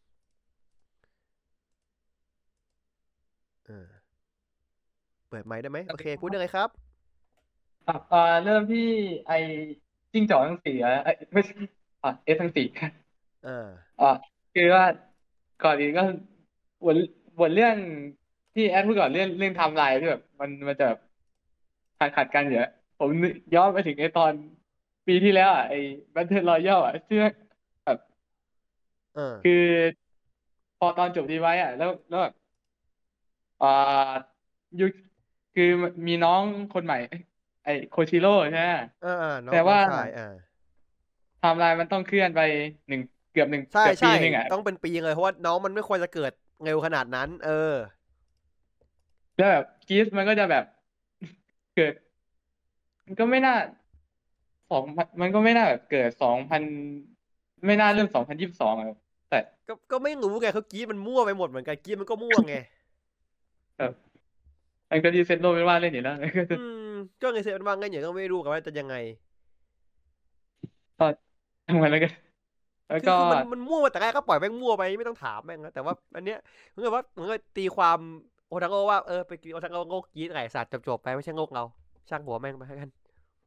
เออเปิดไมค์ได้ไหมโอเคพูดได้เลยครับอ่ะอ่าเริ่มที่ไอ้จิ้งจอกทั้งสี่อ่ะไอ้ไม่ใช่อ่ะเอฟทั้งสี่เอออ่ะคือว่าก่อนอื่นก็บทบทเรื่องที่แอดพูดก่อนเรื่องเรื่องไทม์ไลน์ที่แบบมันมันจะแบบขัดขัดกันเยอะผมนึกย้อนไปถึงไอ้ตอนปีที่แล้วอ่ะไอ้ Battle Royale อ่ะที่แบบเออคือพอตอนจบดีไว้อ่ะแล้วแล้วแบบอ่ายุคือมีน้องคนใหม่ไอ้โคชิโร่ใช่ไหมเออเออน้อแต่ว่างน้องชายอ่าไทม์ไลน์มันต้องเคลื่อนไปหนึ่งเกือบหนึ่งใช่เกือบปีใช่หนึ่งอ่ะต้องเป็นปีเลยเพราะว่าน้องมันไม่ควรจะเกิดเร็วขนาดนั้น เออแล้วแบบกีสมันก็จะแบบเกิดมันก็ไม่น่าสองมันก็ไม่น่าแบบเกิดสองพันไม่น่าเริ่มสองพันยี่สิบสองอ่ะแต่ก็ก็ไม่รู้ไงเขากรีดมันมั่วไปหมดเหมือนกันกรีดมันก็มั่วไงแบบมันก็ดีเซนโลเป็นว่าเล่นอยู่แล้วอืมก็ไงเซฟมันว่าไงอย่างก็ไม่รู้กันว่าจะยังไงก็ทำไมแล้วกันแล้วคือก็คือมันมันมั่วมาแต่แรกก็ปล่อยแม่งมั่วไปไม่ต้องถามแม่งนะแต่ว่าอันเนี้ยเหมือนกับว่าเหมือนกับตีความโอทังโกว่าเออไปกินโอทังโกโงกกรีดไก่สัตว์จบๆไปไม่ใช่โงกเราช่างหัวแม่งไปกัน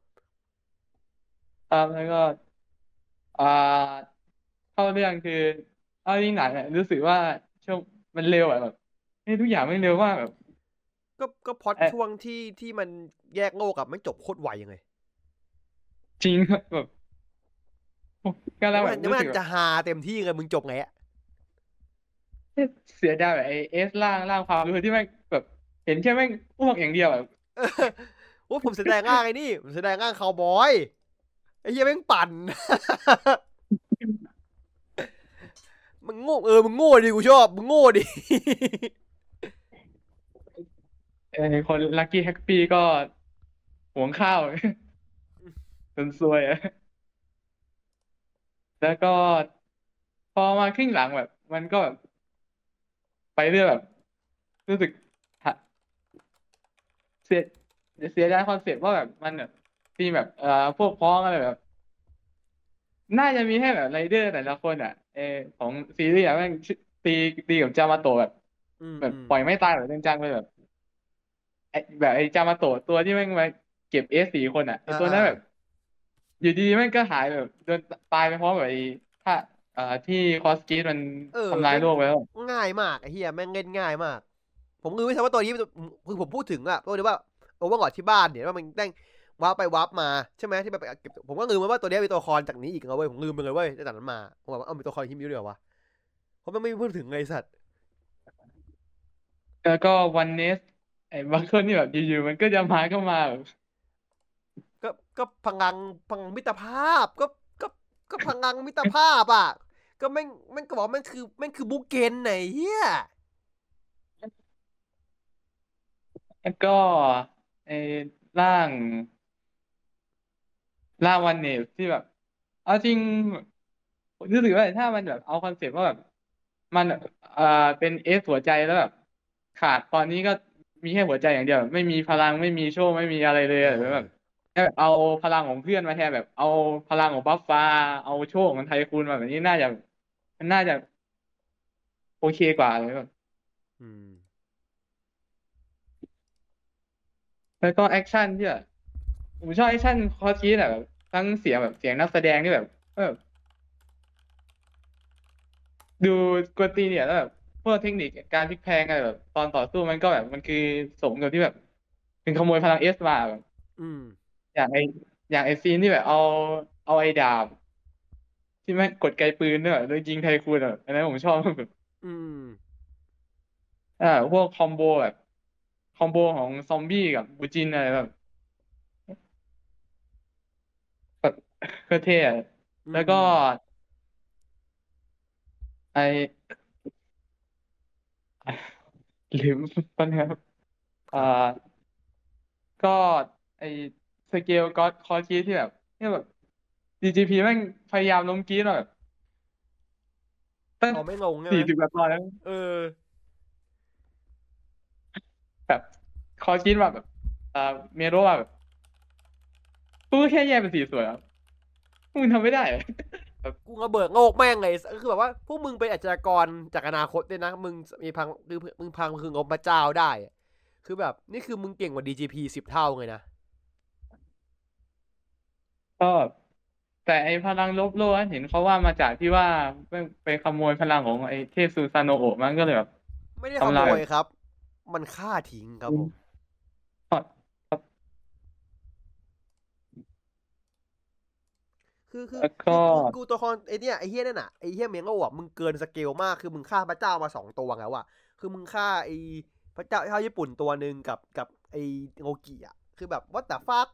ตามแล้วก็อ่าเข้าเรื่องคือเอาจริงหนังอ่ะรู้สึกว่าช่วงมันเร็วอ่ะแบบเฮ้ยทุกอย่างไม่เร็วมากแบบก็ก็พอดเออช่วงที่ที่มันแยกโลกกับไม่จบโคตรไวยังไงจริงแบบก็ยัแล้วแบบงไม่ทันยังไม่รู้สึกแบบทันจะฮาเต็มที่เลยมึงจบไงอะเสียดายแบบไอเอสล่างล่างความรู้ที่แม่งแบบเห็นแค่แม่งอ้วกอย่างเดียวแบบเออโอ้ผมแสดงง่ายไอ้นี่ผมแสดงง่ายคาวบอยไอ้เหี้ยแม่งปั่น มึงโง่เออมึงโง่ดิกูชอบมึงโง่ดิไอคนลัคกี้แฮปปี้ก็หวงข้าว จนซวยอะแล้วก็พอมาครึ่งหลังแบบ มันก็แบบไปเรื่อยแบบรู้สึกหะเสียเสียดายคอนเซ็ปต์ว่าแบบมันแบบทีมแบบเอ่อพวกพ้องอะไรแบบ น่าจะมีให้แบบไรเดอร์แต่ละคนอ่ะเออของซีรีส์อะแม่งตีตีกับจามาโตะแบบแบบอืมอืมปล่อยไม่ตายแบบจังๆเลยแบบ ไอ้แบบไอ้จามาโตะตัวที่แม่งมาเก็บเอสสี่คนอ่ะไอ้อ่าอ่าตัวนั้นแบบอยู่ดีๆแม่งก็หายแบบโดนตายไปพร้อมกับไอ้ถ้าเอ่อที่คอสกีดมันเออทำลายแม่งโลกไปแล้วง่ายมากไอ้เหี้ยแม่งเล่นง่ายมากผมคือไม่ใช่ว่าตัวนี้คือผมพูดถึงอะตัวนี้ว่าโอเวอร์กอดที่บ้านเนี่ยว่ามันได้วาร์ปไปวาร์ปมาใช่ไหมที่ไปเก็บผมก็ลืมไปว่าตัวนี้มีตัวละครจากนี้อีกนะเว้ยผมลืมไปเลยเว้ยตั้งแต่นั้นมาผมบอกว่าเอ้ามีตัวละครที่มีด้วยเหรอวะเพราะมันไม่พูดถึงไงสัตว์แล้วก็วันเนสไอ้บางคนนี่แบบอยู่ๆมันก็จะมาก็มาแบบก็ก็พลังพลังมิตรภาพก็ก็ก็พลังมิตรภาพอ่ะก็แม่งแม่งก็บอกแม่งคือแม่งคือบุกเกนไหนเฮียแล้วก็ไอ้ร่างร่างวันเนสที่แบบเอาจริงรู้สึกว่าถ้ามันแบบเอาคอนเซ็ปต์ว่าแบบมันเอ่อเป็นเอสหัวใจแล้วแบบขาดตอนนี้ก็มีแค่หัวใจอย่างเดียวไม่มีพลังไม่มีโชคไม่มีอะไรเลยอะแบบแค่เอาพลังของเพื่อนมาแทนแบบเอาพลังของบัฟฟ้าเอาโชคของไทคูนมาแบบนี้น่าจะมันน่าจะโอเคกว่าเลยแบบอืมแล้วก็แอคชั่นที่แบบผมชอบแอคชั่นคอสคีแบบทั้งเสียงแบบเสียงนักแสดงที่แบบแบบดูกวนตีนเนี่ยแล้วแบบพวกเทคนิคการพลิกแพลงอะไรแบบตอนต่อสู้มันก็แบบมันคือสมกับที่แบบเป็นขโมยพลังเอสมาแบบอืมอย่างไออย่างไอซีนที่แบบเอาเอาไอดาบที่แม่งกดไกปืนด้วยแบบแล้วยิงไทคูนอ่ะอันนั้นผมชอบแบบอืมอ่าพวกคอมโบแบบคอมโบของซอมบี้กับบูจินอะไรแบบแบบก็เท่อะอืแล้วก็มไอลืมปัญหาอ่าครับก็ไอสเกลก็อดคอร์สที่แบบเนี่ยแบบ ดี จี พี แม่งพยายามล้มกรีดมาแบบตั้งเอาไม่ลงใช่ไหสี่มสิบกว่าตอนแล้วเออแบบคอคิดว่าแบบอ่าเมโรว่าแบบกูก็แค่แยกเป็นสี่ส่วนครับมึงทำไม่ได้เหรอแบบกูระเบิดโงกแม่งไงคือแบบว่าพวกมึงเป็นอาชญากรจากอนาคตด้วยนะมึงมีพังคือมึงพังคืองบพระเจ้าได้อะคือแบบนี่คือมึงเก่งกว่า ดี จี พี สิบเท่าไงนะก็แต่ไอ้พลังลบโลกนั้นเห็นเขาว่ามาจากที่ว่าไปไปขโมยพลังของไอ้เทพซูซานโนโอะมันก็เลยแบบไม่ได้ขโมทำลายแบบยครับ มันฆ่าทิ้งครับผม คือคือแล้วก็คือกูกูตัวละครไอเนี้ยไอเฮียนั่นน่ะไอเฮียเมียงโง่อะมึงเกินสเกลมากคือมึงฆ่าพระเจ้ามาสองตัวแล้วอะคือมึงฆ่าไอพระเจ้าชาวญี่ปุ่นตัวหนึ่งกับกับไอโงกิอะคือแบบ what the fuck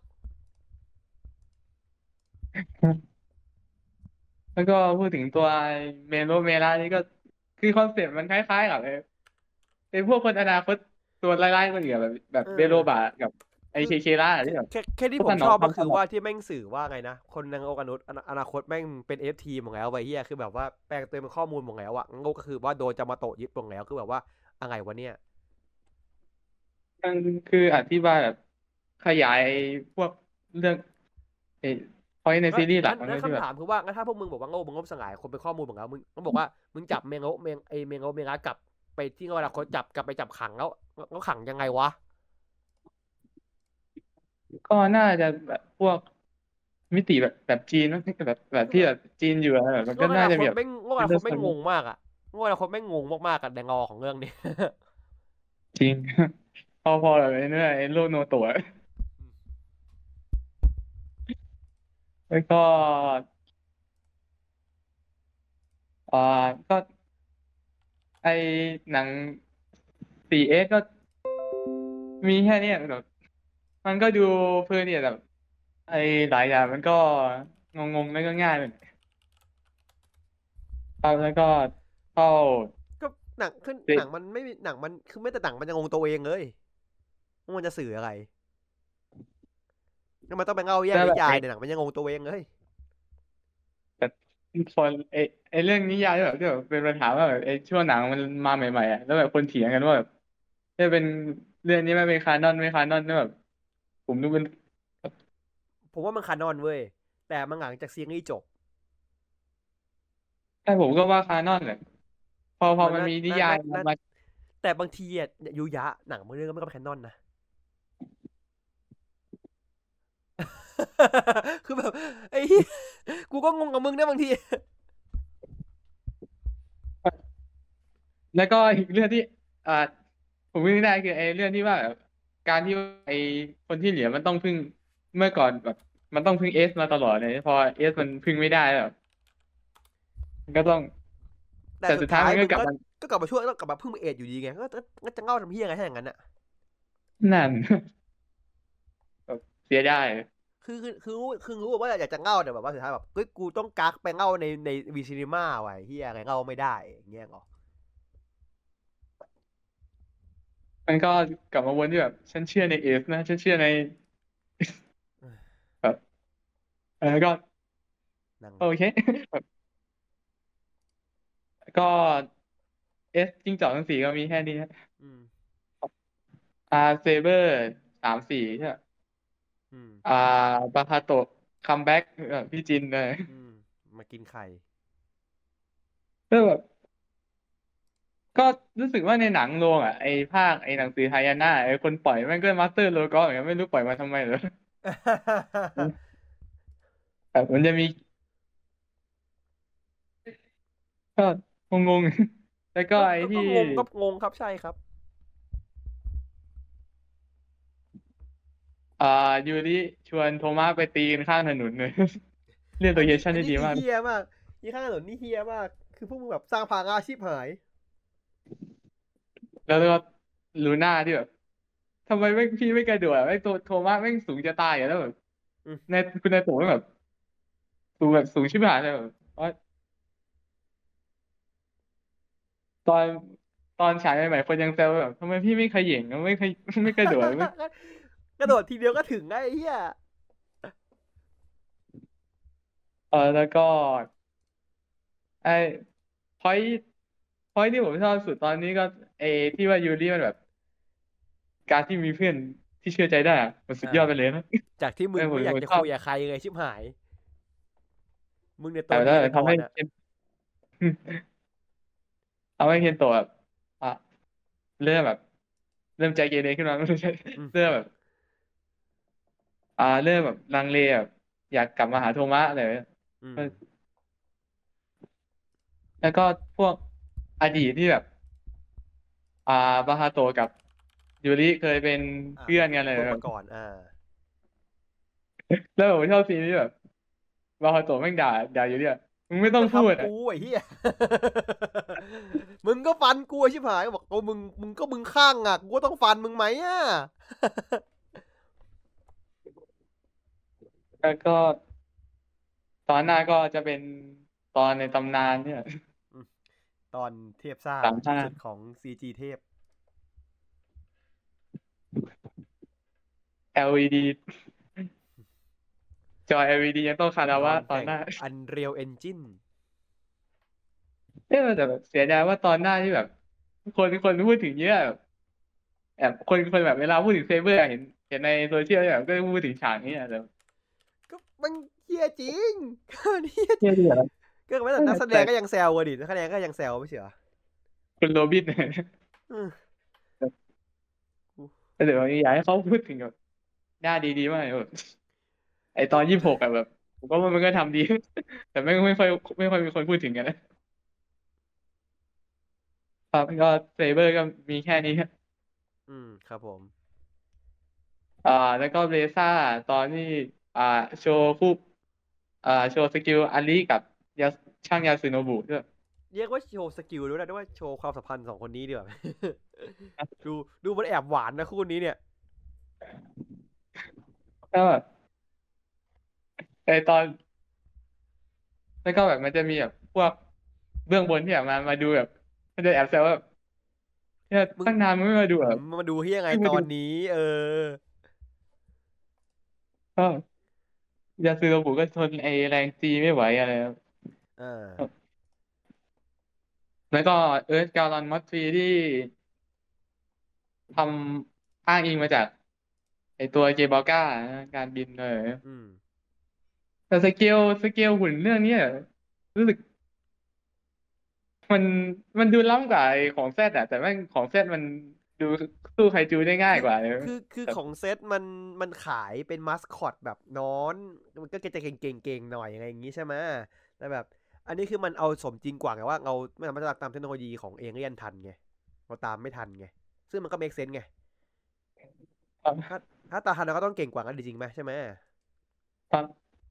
แล้วก็พูดถึงตัวเมโลเมล่านี่ก็คือคอนเซ็ปต์มันคล้ายๆกับไอ้ไอ้พวกคนอนาคตตัวไล่ๆคนอื่นแบบแบบเอเบโลอบากับไอคือเคเคล่าแค่ที่แบบแค่แค่ที่พัฒนาผมชอบก็ทำตลอดคือว่าที่แม่งสื่อว่าไงนะคนในโลกอนุษย์อนาคตแม่งเป็นเอฟทีหมดแล้วไอ้เฮียคือแบบว่าแปลงตัวเป็นข้อมูลหมดแล้วอะโง่ก็คือว่าโดนจะมาโตะยึดหมดแล้วคือแบบว่าอะไรวะเนี่ยมันคืออธิบายแบบขยายพวกเรื่องไอ้พอยในก็ซีรีส์หลักงั้นงั้นมันก็ที่แบบคำถามคือว่างั้นถ้าพวกมึงบอกว่าโง่มึงงบสลายคนเป็นข้อมูลหมดแล้วมึงต้องบอกว่ามึงจับเมงโง่เมงไอเมงโง่เมงะกลับไปที่อนาคตจับกลับไปจับขังแล้วแล้วขังยังไงวะก็น่าจะแบบพวกมิติแบบแบบจีนมั้งแบบแบบคือแบบที่แบบจีนอยู่อะแบบมันก็โลกอนาน่าจะมีแบบคตแม่งโลกออินนาคตแม่งเตอร์สโตงงมากอะโลกอนาคตแม่งงงมากๆกับแดงอของเรื่องนี้จริงพอพอแบบไอ้เนี่ยไอ้โลกโนโตะแล้วก็อ่าก็ไอหนังสี่เอสก็มีแค่เนี้ยแบบมันก็ดูเพลินเนี่ยแบบไอหลายอย่างมันก็งงๆแล้วก็ง่ายเลยครับแล้วก็เข้าก็หนังคือเด็กหนังมันไม่มีหนังมันคือไม่แต่หนังมันจะงงตัวเองเลยว่ามันจะสื่ออะไรแล้วมันต้องไปเล่าแยกแล้วแบบไอนิยายในหนังมันยังงงตัวเองเลยแต่คนไอไอเรื่องนิยายที่แบบที่แบบเป็นปัญหาว่าแบบไอช่วงหนังมันมาใหม่ๆอ่ะแล้วแบบคนเถียงกันว่าแบบจะเป็นเรื่องนี้ไม่เป็นคานอนไม่คานอนแล้วแบบผมดูเป็นผมว่ามันคานอนเว้ยแต่มันหลังจากซีรีส์จบแต่ผมก็ว่าคานอนแหละพอพอมันน่ามันมีนิน่าน่าน่ายายมามาแต่บางทีอ่ะยูยะหนังบางเรื่องก็ไม่ก็เป็นแคนนอนนะ คือแบบไอ้เหี้ยกูก็งงกับมึงเนี่ยบางทีแล้วก็อีกเรื่องที่อ่าผมนึกได้คือไอเรื่องที่ว่าแบบการที่ไอคนที่เหลือมันต้องพึ่งเมื่อก่อนแบบมันต้องพึ่งเอสมาตลอดเลยพอเอสมันพึ่งไม่ได้แบบมันก็ต้องแต่สุดแต่สุดท้ายท้ายมึงก็มันก็กลับมาก็กลับมาช่วยต้องกลับมาพึ่งมือเอ็ดอยู่ดีไงก็ก็จะเง่าทำเฮียไงถ้าอย่างนั้นอ่ะนั่นแบบเสียดายคือคือคือรู้คือรู้ว่าอยากจะเง่าแต่แบบว่าสุดท้ายแบบเฮ้ยกูต้องกักไปเง่าในในวีซีนีมาไว้เฮียไงเง่าไม่ได้อย่างเงี้ยเหรอมันก็กลับมาวนที่แบบฉันเชื่อในเอฟนะฉันเชื่อในแบบเออก็นั่งโอเคแบบก็เอสจิ้งจอกทั้งสี่ก็มีแค่นี้นะอืมอ่าเซเบอร์สามสี่ใช่ปะอืมอ่าบาคาโตะคัมแบ็กพี่จินเลยอืม มากินไข่ก็แบบก็รู้สึกว่าในหนังโรงอ่ะไอ้ภาคไอ้หนังสือไฮยาน่าไอ้คนปล่อยแม่งก็มาสเตอร์โลโก้อย่างเงี้ยไม่รู้ปล่อยมาทำไมเหรอแบบมันจะมีก็งงๆแล้วก็ก็ไอ้ที่ก็ก็งงก็งงครับใช่ครับอ่ายูริชวนโทมัสไปตีกันข้างถนนเลย เรียกโลเคอันนี้ชั่นได้ดีมากอันนี้คือเฮี้ยมากยี่ข้างถนนนี่เฮี้ยมาก คือพวกมึงแบบสร้างภาระอาชีพหายแล้วก็ลูน่าที่แบบทำไมไม่พี่ไม่กระโดดอะไม่ตัวโทมัสแม่งสูงจะตายอยู่แล้วแบบอืมในคุณนายตัวแม่งแบบสูงแบบสูงชิบหายเลยแบบว่าตอนตอนฉายใหม่ๆคนยังแซวแบบทำไมพี่ไม่เขย่งไม่ขยไม่กระโดดไม่กระโดดทีเดียวก็ถึงไงไอ้เฮี้ยเออแล้วก็ไอ้พอยพอยที่ผมชอบสุดตอนนี้ก็ไอ้ที่ว่ายูริมันแบบการที่มีเพื่อนที่เชื่อใจได้อะมันสุดอ่ายอดไปเลยนะจากที่เอมึงอผมไม่อยากผมชอบจะคุยกับใครเลยชิบหาย มึงเนี่ยตัแต่แล้ววดีไปก่ทำให้อนอะเคนทำให้เคนโตะแบบอ่ะเริ่มแบบเริ่มใจเกเรขึ้นมาไม่ใช่อืมเริ่มแบบอ่าเริ่มแบบลังเลแบบอยากกลับมาหาโทมะอะไรแบบเนี้ยอืมแล้วก็พวกอดีตที่แบบอ่าบาฮาโตะกับยูริเคยเป็นอ่าเพื่อนกันเป็นพวกเลยแบบมาก่อน อ่าแล้วผมชอบซีนที่แบบบาฮาโตะแม่งด่าด่าอยู่เนี่ยมึงไม่มึงต้องพูดก็ทำอ่ะกูไอ้เหี้ย มึงก็ฟันกูไอ้ชิบหายก็บอกโอ้มึงมึงก็มึงข้างอ่ะกูก็ต้องฟันมึงไหมอ่ะแล้วก็ตอนหน้าก็จะเป็นตอนในตำนานเนี่ยตอนเทพซ่าสามห้าที่สุดของ ซี จี เทพแอล อี ดี จอ แอล อี ดี ยังต้องคาราตอวะนแห่งตอนหน้า Unreal Engine เอ๊ะแต่แบบเสียดายว่าตอนหน้าที่แบบคนคนพูดถึงเยอะแบบแบบคนคนแบบเวลาพูดถึงเซเบอร์เห็นเห็นในโซเชียลแบบก็พูดถึงฉากนี้อะแต่ก็มันเฮี้ยจริง ก็มันเฮี้ยเที่ยวที่แบบก็แม้แต่นักแสดแต่งก็ยังแซวกันดินักแสดงก็ยังแซวไม่ใช่เหรอคุณโรบินอืมแต่เดี๋ยวอยากให้เขาพูดถึงแบบหน้าดีๆมากเลยแบบไอตอนยี่สิบหกอะแบบผมก็ว่ามันก็ทำดี แต่ไม่ไม่ค่อยไม่ค่อยมีคนพูดถึงกันนะครับก็เซเบอร์ก็มีแค่นี้อืมครับผมอ่าแล้วก็เบซ่าตอนที่อ่าโชว์คู่อ่าโชว์สกิลอาลีกับยาช่างยาสึโนบุด้วยเรียกว่าโชว์สกิลด้วยนะด้วยว่าโชว์ความสัมพันธ์สองคนนี้ดีกว่า ดูดูมันแอบหวานนะคู่นี้เนี่ยก็แบบไอตอนแล้วก็แบบมันจะมีแบบพวกเบื้องบนที่แบบมามาดูแบบมันจะแอบแซวว่าแบบเนี่ยมึงตั้งนานมึงไม่มาดูเหรอมาดูที่ยังไงเพิ่งมาดูตอนนี้ เออก็ยาสึโนบุก็ทนไอแรงจีไม่ไหวอะไรครับอ่าแล้วก็เอิร์ธการอนมอสฟีที่ทำอ้างอิงมาจากไอตัวเจบอก้าการบินเลยอืมแต่สเกลสเกลหุ่นเรื่องเนี้ยรู้สึกมันมันดูล้ำกว่าไอ้ของแซดอะแต่แม่งของแซดมันดูสู้ไคจูได้ง่ายคือกว่าเลยคือคือแต่ของเซตมันมันขายเป็นมาสคอตแบบนอน มันก็จะเก่งเก่งเก่งหน่อยอะไรอย่างงี้ใช่ไหมแต่แบบ อันนี้คือมันเอาสมจริงกว่าไงว่าเราไม่สามารถจะตามเทคโนโลยีของเอเลี่ยนทันไงเราตามไม่ทันไงซึ่งมันก็เมคเซนส์ไงถ้าถ้าตามทันเราก็ต้องเก่งกว่ากันจริงไหมใช่ไหมครับ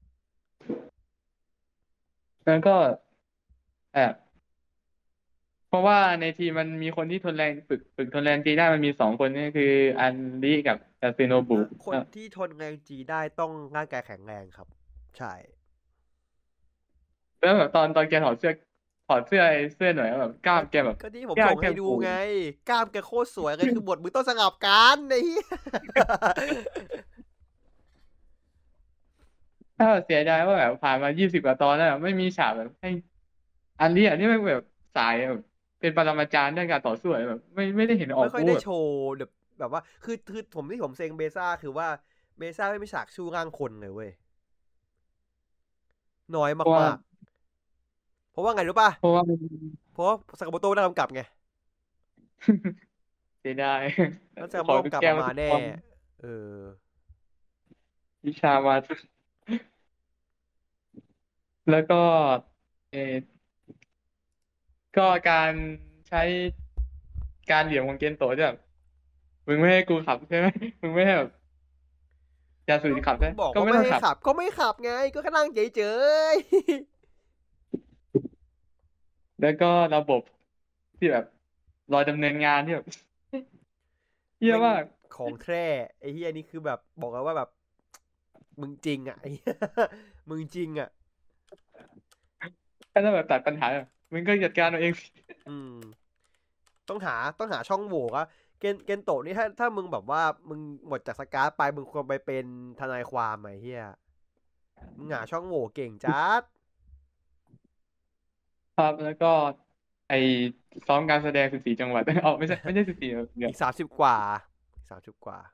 แล้วก็แอบเพราะว่าในทีมมันมีคนที่ทนแรงฝึกฝึกทนแรงจีได้มันมีสองคนนี่คืออันริกับยาซิโนบุคนที่ทนแรงจีได้ต้องร่างกายแข็งแรงครับ ใช่แล้วแบบตอนตอนแกถอดเสื้อถอดเสื้อไอ้เสื้อหน่อยแบบกล้ามแกแบบก็ที่ผมกล้าส่มแกงให้ดูปูไงกล้ามแกโคตรสวยเลยคือบทมึงต้องสลับกันไอ้เหี้ยถ้าเสียดายว่าแบบผ่านมายี่สิบกว่าตอนแล้วแบบไม่มีฉากแบบให้อันริอันนี้มันแบบสายแบบเป็นปรมาจารย์ด้านการต่อสู้อะไรแบบไม่ไม่ได้เห็นออไม่ค่อยได้กบูแบบโชว์แบบแบบว่าคือคือผมที่ผมเซ็งเบซ่าคือว่าเบซ่าไม่มีฉากชู้ร่างคนเลยเว้ยน้อยเพราะว่ามากๆเพราะว่าไงรู้ป่ะเพราะว่ามันเพราะว่าสากาโมโตะไม่ได้กำกับไงเสียดายแล้วสากาโมขอโตะกำกับทุกแก้วมามาแน่ทุกความเออวิชามาแล้วก็เออก็การใช้การเหลี่ยมของเกนโตะที่แบบมึงไม่ให้กูขับใช่ไหมมึงไม่ให้แบบยาสูก็บขับใช่มึงบอกก็ว่าไม่ให้ไม่ต้องขับขับก็ไม่ขับไงก็แค่นั่งเฉยแล้วก็ระบบที่แบบรอดำเนินงานที่แบบๆแม่งเยี่ยมากของแท้ไอ้เหี้ยนี่คือแบบบอกแล้วว่าแบบมึงจริงอ่ะไอ้เหี้ยมึงจริงอ่ะถ้าจะแบบตัดปัญหาแบบมึงก็จัดการเอาเองสิอืม ต้องหาต้องหาช่องโหว่อะเกนเกนโตะนี่ถ้าถ้ามึงแบบว่ามึงหมดจากสการ์ดไปมึงควรไปเป็นทนายความไอ้เหี้ยมึงหาช่องโหว่เก่งจัดครับแล้วก็ไอซ้อมการแสดงสิบสี่จังหวัด เอาไม่ใช่ไม่ใช่สิบสี่เดี๋ยวอีกสามสิบกว่าสามสิบกว่า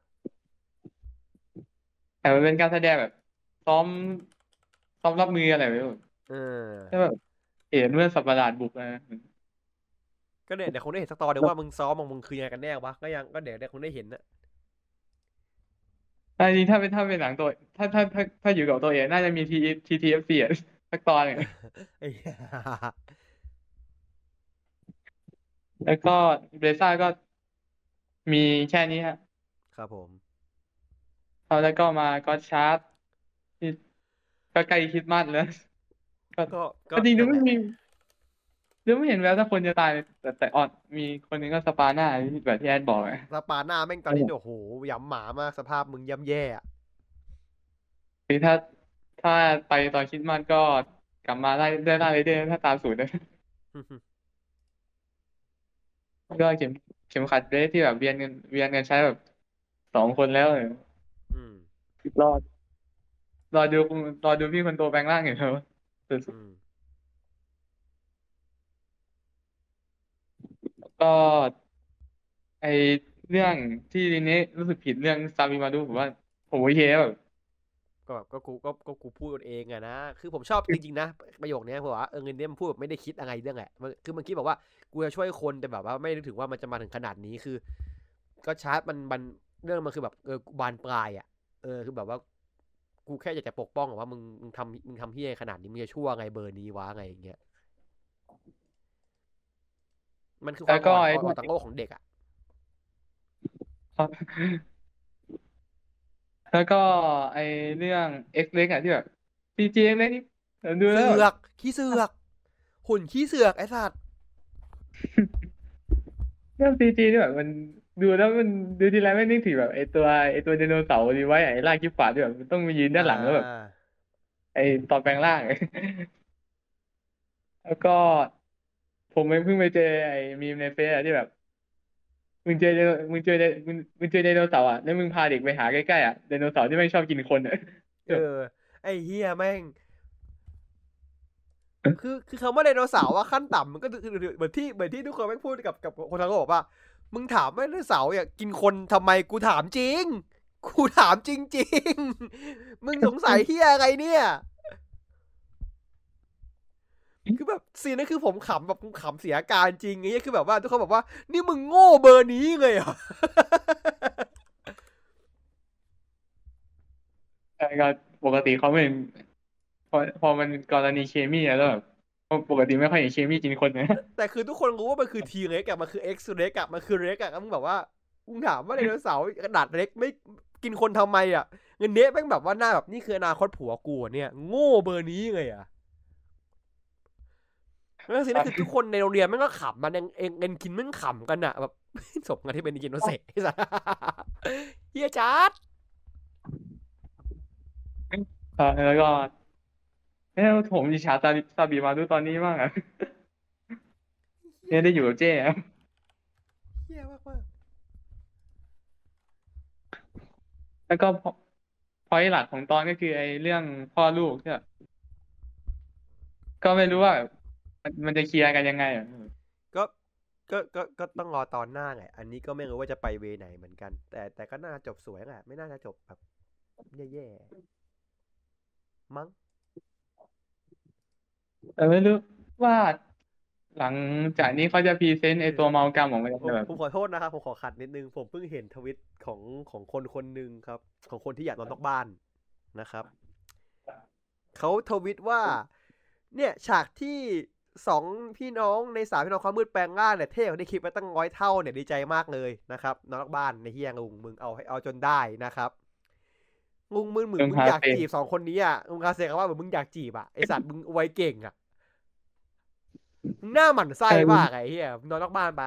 แต่มันเป็นการแสดงแบบซ้อมซ้อมรับมืออะไรไว้แบบเอแค่อแบบเห็นเมื่อสัปดาห์บุกนะก็เนี่ยเดี๋ยวคงได้เห็นสักตอนเดี๋ยวว่ามึงซ้อมมึงมึงคือยังไงกันแน่วะก็ยังก็เดี๋ยวเดี๋ยวคงได้เห็นนะแต่จริงๆถ้าเป็นถ้าเป็นหนังตัวถ้าถ้าถ้าถ้าอยู่กับตัวเองน่าจะมีทีทีทีเอฟซีอ่ะสักตอนหนึ่งไอ้เหี้ยแล้วก็เบซ่าก็มีแค่นี้ฮะครับผมเอาแล้วก็มาก็ชาร์จที่ก็ใกล้คริสต์มาสแล้วก็ก็ก็ก็จริงดูนั่นแหละไม่มีดูไม่เห็นแววถ้าคนจะตายเลยแต่แต่ออดมีคนหนึงก็สปาหน้าที่แบบที่แอดบอกอะสปาหน้าแม่งตอนนี้เนี่ยโอ้โหยำหมามากสภาพมึงย่ำแย่อะคือถ้าถ้าไปตอนคริสต์มาสก็กลับมาได้ได้ได้เลยได้ถ้าตามสูตรนะแล้วก็เข็มเข็มขัดเรสที่แบบเวียนเงินเวียนเงินใช้แบบสองคนแล้วเนี่ยอืมรอด รอดูรอดูพี่คนโตแปลงร่างอยู่ครับสุดอืมๆก็ไอเรื่องที่นี้รู้สึกผิดเรื่องซาบิมาดูผมว่าผมโอเคแบบก็แบบก็กูก็ก็กูพูดเองอะนะคือผมชอบจริงๆนะประโยคนี้เพราะว่าเออเงินเนี้ยมันพูดแบบไม่ได้คิดอะไรเรื่องแหละมันคือมันคิดแบบว่ากูจะช่วยคนแต่แบบว่าไม่ได้ถึงว่ามันจะมาถึงขนาดนี้คือก็ชาร์จมันมันเรื่องมันคือแบบเออบานปลายอะเออคือแบบว่ากูแค่อยากจะปกป้องว่ามึงมึงทำมึงทำเฮี้ยขนาดนี้มึงจะชั่วไงเบอร์นี้วะไงอย่างเงี้ยมันคือความอ่อนแล้วก็ไอ้อ่อนตังโง่ของเด็กอะแล้วก็ไอเรื่องเอ็กเล็กอะที่แบบซีจีเอ็กเล็กนี่ดูแล้วแบบเสือกขี้เสือกหุ่นขี้เสือกไอ้สัตว์เรื่องซีจีนี่แบบมันดูแล้วมันดูทีไรไม่นึกถึงแบบไอตัวไอตัวไดโนเสาร์ดีไว้ไอล่ากิฟฝาที่แบบมันต้องมายืนด้าอ่นหลังแล้วแบบาไอตอนแปลงร่าง แล้วก็ผมเพิ่งไปเจอไอ้มีมในเฟซอะที่แบบมึงเจอไดโนมึงเจอไดมึงมึงเจอไดโนเสาร์อ่ะแล้วมึงพาเด็กไปหาใกล้ๆอ่ะไดโนเสาร์ที่ไม่ชอบกินคนอ่ะเออไอ้เฮียแม่ง คือคือคำว่าไดโนเสาร์ว่าขั้นต่ำมันก็คือเหมือนที่เหมือนที่ทุกคนแม่งพูดกับกับคนทางโลกบอกว่ามึงถามว่าไดโนเสาร์อยากกินคนทำไมกูถามจริงกูถามจริงๆมึงสงสัยเฮียอะไรเนี่ยคือแบบซีนนั้นคือผมขำแบบผมขำเสียอาการจริงไงคือแบบว่าทุกคนบอกว่านี่มึงโง่เบอร์นี้เลยเหรอแต่ก็ปกติเขาไม่พอพอมันกรณีเคมีอะแล้วแบบปกติไม่ค่อยเห็นเคมีกินคนนะแต่คือทุกคนรู้ว่ามันคือทีเร็กอะมันคือเอ็กซ์เร็กอะมันคือเร็กอะแล้วมึงแบบว่ามึงถามว่าไดโนเสาร์ขนาดเล็กไม่กินคนทำไมอะเงินเนี้ยแม่งแบบว่าหน้าแบบนี่คืออนาคตผัวกูอะเนี่ยโง่เบอร์นี้เลยอะแล้วสินั่นคือทุกคนในโรงเรียนแม่งก็ขำมันเองเองเงินกินแม่งขำกันอะแบบ สมกันที่เป็นกินโนเซ่ไอ้สัสเฮียจัดเออแล้วก็เอ้ยผมอิจฉาซาบิซาบิมาดูตอนนี้มากอะเนี่ยได้อยู่กับเจ้อะเฮียมากมากแล้วก็พอยหลักของตอนก็คือไอ้เรื่องพ่อลูกที่แบบก็ไม่รู้ว่าแบบมันมันจะเคลียร์กันยังไงอ่ะก็ก็ก็ก็ต้องรอตอนหน้าไงอันนี้ก็ไม่รู้ว่าจะไปเวไหนเหมือนกัน แต่แต่ก็น่าจบสวยแหละไม่น่าจะจบแบบแย่ๆมั้งแต่ไม่รู้ว่าหลังจากนี้เขาจะพรีเซนต์ไอตัวเมากรรมของมันผจะมแบบผมขอโทษนะครับผมขอขัดนิดนึงผมเพิ่งเห็นทวิตของของคนคนหนึ่งครับ ของคนที่อยากนอนนอกบ้านนะครับเขาทวิตว่า เนี่ยฉากที่สองพี่น้องในสามพี่น้องความมืดแปลงร่างเนี่ยเท่กว่าที่คิดไปตั้งร้อยเท่าเนี่ยดีใจมากเลยนะครับนอนนอกบ้านในเฮียงุงมึงเอาให้เอาจนได้นะครับงุงมึงเหมือนมึงอยากจีบสองคนนี้อ่ะงุงคาเซกว่าเหมือนมึงอยากจีบอ่ะไอสัตว์มึงไวเก่งอ่ะมึงหน้าหมั่นไส้มากไอ้เฮียนอนนอกบ้านไป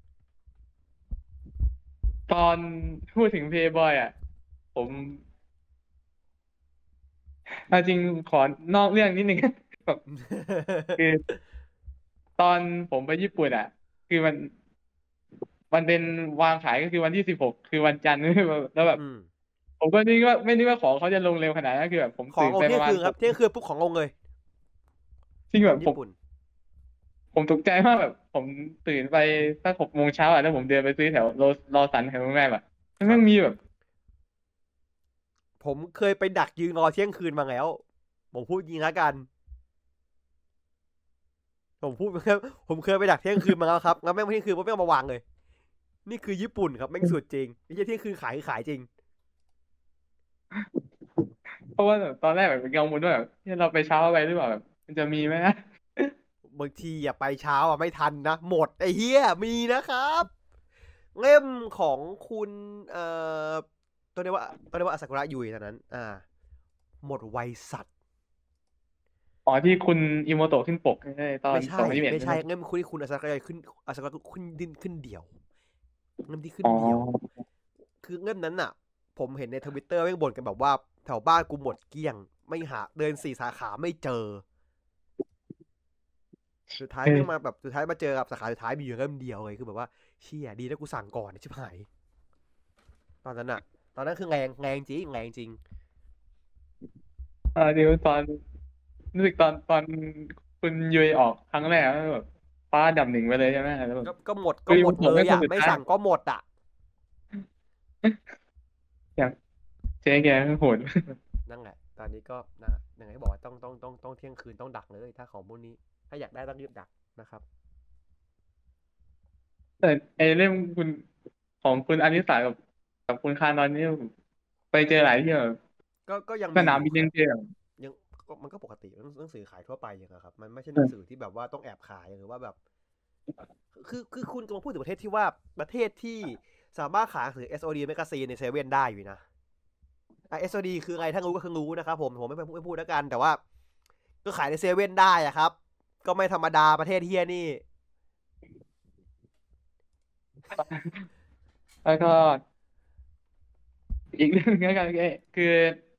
ตอนพูดถึงเพย์บอยอ่ะ ผมเอาจริงขอนอกเรื่องนิดนึง แบบคือตอนผมไปญี่ปุ่นอ่ะ คือมัน มันเป็นวางขายก็คือวันที่สิบหกคือวันจันทร์ แล้วแบบอืมผมก็นึกว่าไม่นึกว่าของเขาจะลงเร็วขนาดนั้นคือแบบผมของตื่นองไปค์ปเที่ยงระมาณคืนครับเที่ยงคืนปุ๊บขององค์เลยจริงขแบองบผมญี่ปุ่นผมตกใจมากแบบ ผมตื่นไปสักหกโมงเช้าอ่ะแล้วผมเดินไปซื้อแถวโรรอสันแถวโรงแรมอ่ะแล้วมันมีแบบผมเคยไปดักยืนรอเที่ยงคืนมาแล้ว ผมพูดยิงแล้วกัน ผมพูดผมเคยไปดักเที่ยงคืนมาแล้วครับงั้นแม่งเที่ยงคืนผมไม่เอามาวางเลย นี่คือญี่ปุ่นครับแม่งสุดจริงไม่ใช่เที่ยงคืนขายขายจริงเพราะว่าแบบตอนแรกแบบเป็นกังวลว่าแบบเฮ้ยเราไปเช้าไปหรือเปล่าแบบมันจะมีไหมนะบางทีอย่าไปเช้าอ่ะไม่ทันนะ หมดไอ้เหี้ยมีนะครับ เล่มของคุณเอ่อตัวนี้ว่าตัวนี้ว่าอาซากุระยุยตอนนั้น อ่า หมดไวสัตว์อ๋อที่คุณอิโมโตะขึ้นปกใช่ตอนไม่สใช่องพันยี่สิบเอ็ดไม่ใช่ใช่ไหมเล่มคุณที่คุณอาซากุระขึ้นอาซากุระขึ้นดิ้นขึ้นเดี่ยวเล่มที่ขึ้นอ๋อเดี่ยว คือเล่มนั้นน่ะ ผมเห็นในทวิตเตอร์แม่งบ่นกันแบบว่าแถวบ้านกูหมดเกลี้ยง ไม่หาเดินสี่สาขาไม่เจอ สุดท้ายเออแม่งมาแบบสุดท้ายมาเจอกับสาขาสุดท้ายมีอยู่เล่มเดียวเลยคือแบบว่าเชี่ยดีนะกูสั่งก่อนชิบหาย ตอนนั้นน่ะ ตอนนั้นคือแรงแรงจริงแรงจริงอ่าเดี๋ยวตอนรู้สึกตอนตอนคุณยุยออกครั้งแรกแล้วแบบฟ้าดับหนึ่งไปเลยใช่ไหมแล้วแบบก็ก็หมดคุก็ณอิหมโมดโตะเลไม่ยคนอ่ะสุดไม่ท้ายสั่งก็หมดอ่ะอย่างเจ๊แกโหดนั่นแหละ ตอนนี้ก็นะอย่างที่บอกว่าต้องต้องต้องต้องเที่ยงคืนต้องดักเลย ถ้าของพวกนี้ ถ้าอยากได้ต้องรีบดักนะครับแต่ไอเล่มคุณของคุณอนิสากับกับคุณคานอนนี่ไปเจอหลายที่แบบก็ก็ยังสมีนาอมบิยู่นคยัรังบเจอยังก็มันก็ปกติหนังสือขายทั่วไปอย่างเงี้ยครับ มันไม่ใช่หนังสือที่แบบว่าต้องแอบขายหรือว่าแบบ คือคือคุณกำลังพูดถึงประเทศที่ว่าประเทศที่สามารถขายหนังสือ เอส โอ ดี Magazine ในเซเว่นได้อยู่นะอ่ะ เอส โอ ดี คืออะไรถ้ารู้ก็คือรู้นะครับผมผมไม่ไม่พูดแล้วกัน แต่ว่า ก็ขายในเซเว่นได้อะครับ ก็ไม่ธรรมดาประเทศเฮียนี่แล้วก็อีกเรื่องนึงแล้วกันคือ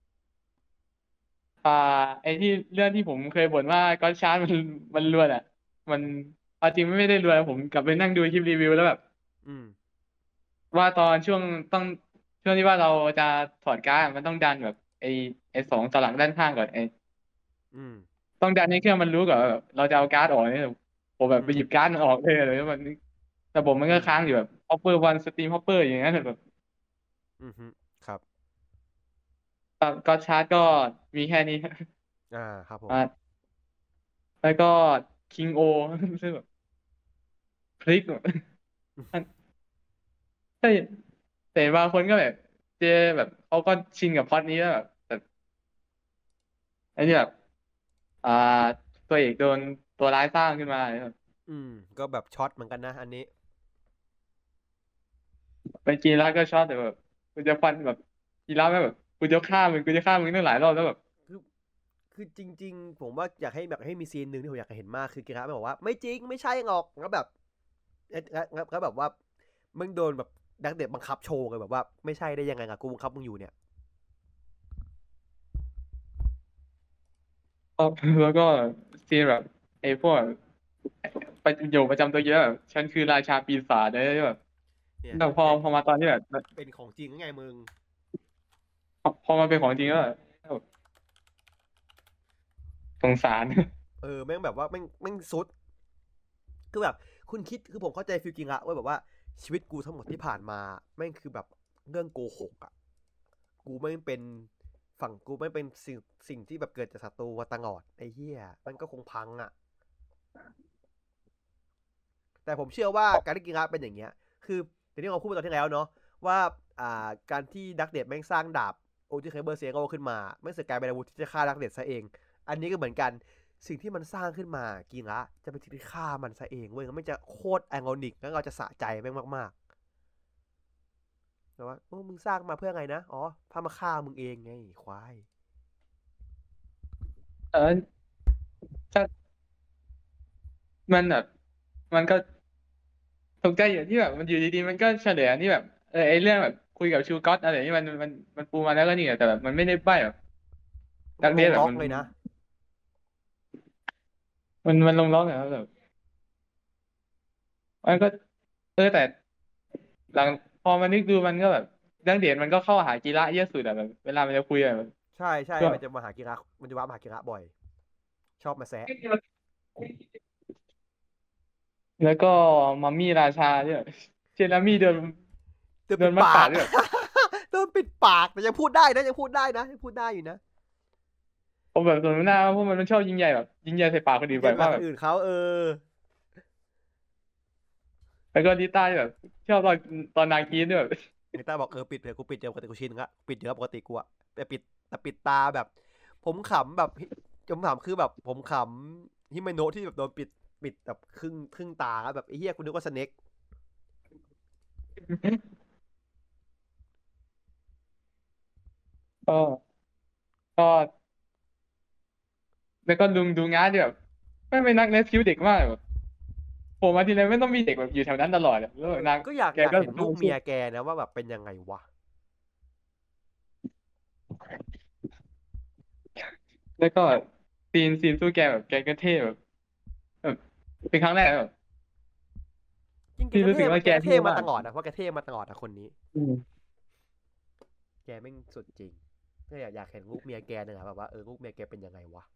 อ่าไอ้ที่เรื่องที่ผมเคยบ่นว่าก็อดชาร์ดมันมันรวนอ่ะ มันเอาจริงไม่ได้รวนผมกลับไปนั่งดูคลิปรีวิวแล้วแบบอืมว่าตอนช่วงต้องช่วงที่ว่าเราจะถอดการ์ดมันต้องดันแบบไอ้ไอ้สองสลักด้านข้างก่อนไอ้อืมต้องดันให้เครื่องมันรู้ก่อนว่าแบบเราจะเอาการ์ดออกเนี่ยผมแบบไปหยิบการ์ดมันออกเลยอะไรแบบนี้แต่ผมมันก็ค้างอยู่แบบ hopper one stream hopper อย่างนั้นแบบอืมฮึครับก็ชาร์จก็มีแค่นี้อ่าครับผมอ่าแล้วก็ King O ซึ่งแบบพลิกแบบ ใช่แต่บางคนก็แบบเจอแบบเขาก็ชินกับพล็อตนี้แล้วแบบแบบไอ้นี่แบบอ่าตัวเอกโดนตัวร้ายสร้างขึ้นมาเนี่ยแบบอืม ก็แบบช็อตเหมือนกันนะ อันนี้ไปกินแล้วก็ช็อตแต่แบบกูจะฟันแบบกินแล้วแบบกูจะฆ่ามึงกูจะฆ่ามึงตั้งหลายรอบแล้วแบบคือคือจริง ๆ ผมว่าอยากให้แบบให้มีซีนหนึ่งที่ผมอยากเห็นมากคือกีฬาบอกว่า ไม่จริงไม่ใช่หรอกแล้วแบบแล้วแล้วแบบว่ามึงโดนแบบดักเด็ดบังคับโชว์เลยแบบว่าไม่ใช่ได้ยังไงอะกูบังคับมึงอยู่เนี่ยแล้วก็ซีนแบบไอ้พวกประโยคประจำตัวเยอะแบบฉันคือราชาปีศาจเลยแบบเนี่ยแต่พอพอมาตอนที่แบบเป็นของจริงไงมึงพอพอมาเป็นของจริงก็แบบสงสารเออแม่งแบบว่าแม่งแม่งสุดคือแบบคุณคิดคือผมเข้าใจฟิลกิงะว่าแบบว่าชีวิตกูทั้งหมดที่ผ่านมาแม่งคือแบบเรื่องโกหกอ่ะกูไม่เป็นฝั่งกูไม่เป็นสิ่งสิ่งที่แบบเกิดจากศัตรูมาตลอดไอ้เหี้ยมันก็คงพังอ่ะแต่ผมเชื่อว่าการที่กิงะเป็นอย่างเงี้ยคืออย่างที่เราพูดไปตอนที่แล้วเนาะว่าอ่าการที่ดักเดดแม่งสร้างดาบโอจิเคเบิลเซโร่ขึ้นมาไม่เสียกลายเป็นอาวุธที่จะฆ่าดักเดดซะเองอันนี้ก็เหมือนกันสิ่งที่มันสร้างขึ้นมากิงะจะเป็นสิ่งที่ฆ่ามันซะเองเว้ยมันจะโคตรแองโกนิกแล้วเราจะสะใจแม่งมากๆแต่ว่าโอ้มึงสร้างมาเพื่อไงนะอ๋อถ้ามาฆ่ามึงเองไงควายเออถ้ามันแบบมันก็ตกใจอยู่ที่แบบมันอยู่ดีๆมันก็เฉลยอันที่แบบเออไอเรื่องแบบคุยกับชูก็อตอะไรนี่มันมันมันปูมาแล้วก็นี่แหละแต่แบบมันไม่ได้ใบ้แบบดักเดลดงแบล็บอกมันเลยนะมันมันลงล็อกแล้วแบบมันก็เออแต่หลังพอมันนึกดูมันก็แบบดักเดดมันก็เข้าหากีระเยอะสุดอะแบบเวลามันจะคุยอะแบบใช่ใช่ก็มันจะมาหากิระมันจะว่ามาหากิระบ่อย ชอบมาแซะแล้วก็มัมมี่ราชาเนี่ยเจนามี่เดินเดินเดิปินดมัดปาปาก กด้วยโดนปิดปากแต่ยังพูดได้นะยังพูดได้นะยังพูดได้อยู่นะผมแบบสมหน้าเพราะมันมันชอบยิงใหญ่แบบยิงใหญ่ใส่ปากคนอื่นเกบ่อมยกับมากคแบนบอื่นเขาเออแล้วก็ลิต้าแบบชอบตอนตอนนางกรีดด้วยแบบไอ้ต้าบอกเออปิดเถอะกูปิดเดี๋ยวปกติกูชินละปิดเดี๋ยวปกติกูอะแต่ปิดแต่ปิดตาแบบ ผมขำแบบผมขำคือแบบผมขำฮิเมโนะที่แบบโดนปิดปิดแบบครึ่งครึ่งตาแบบไอ้เหี้ยคุณนึกว่าสเน็กก็ก็แล้วก็ลุงดูงานที่แบบไม่เป็นนักเลสคิวเด็กมากแบบโผล่มาทีไรไม่ต้องมีเด็กแบบอยู่แถวนั้นตลอดอะแล้วแบบนางก็อยากแกอยากก็เห็นลูกเมียแกนะว่าแบบเป็นยังไงวะแล้วก็ซีนซีนสู้แกแบบแกก็เท่แบบแบบเป็นครั้งแรกแบบจริงๆแกพี่ก็รู้สึเท่กว่าแกแกก็เท่เท่มาากมตลอดนะเพราะแกเท่มาตลอดนะคนนี้อืมแกแม่งสุดจริงก็อยากอยากเห็นลูกเมียแกหนึ่งอะแบบว่าเออลูกเมียแกเป็นยังไงวะ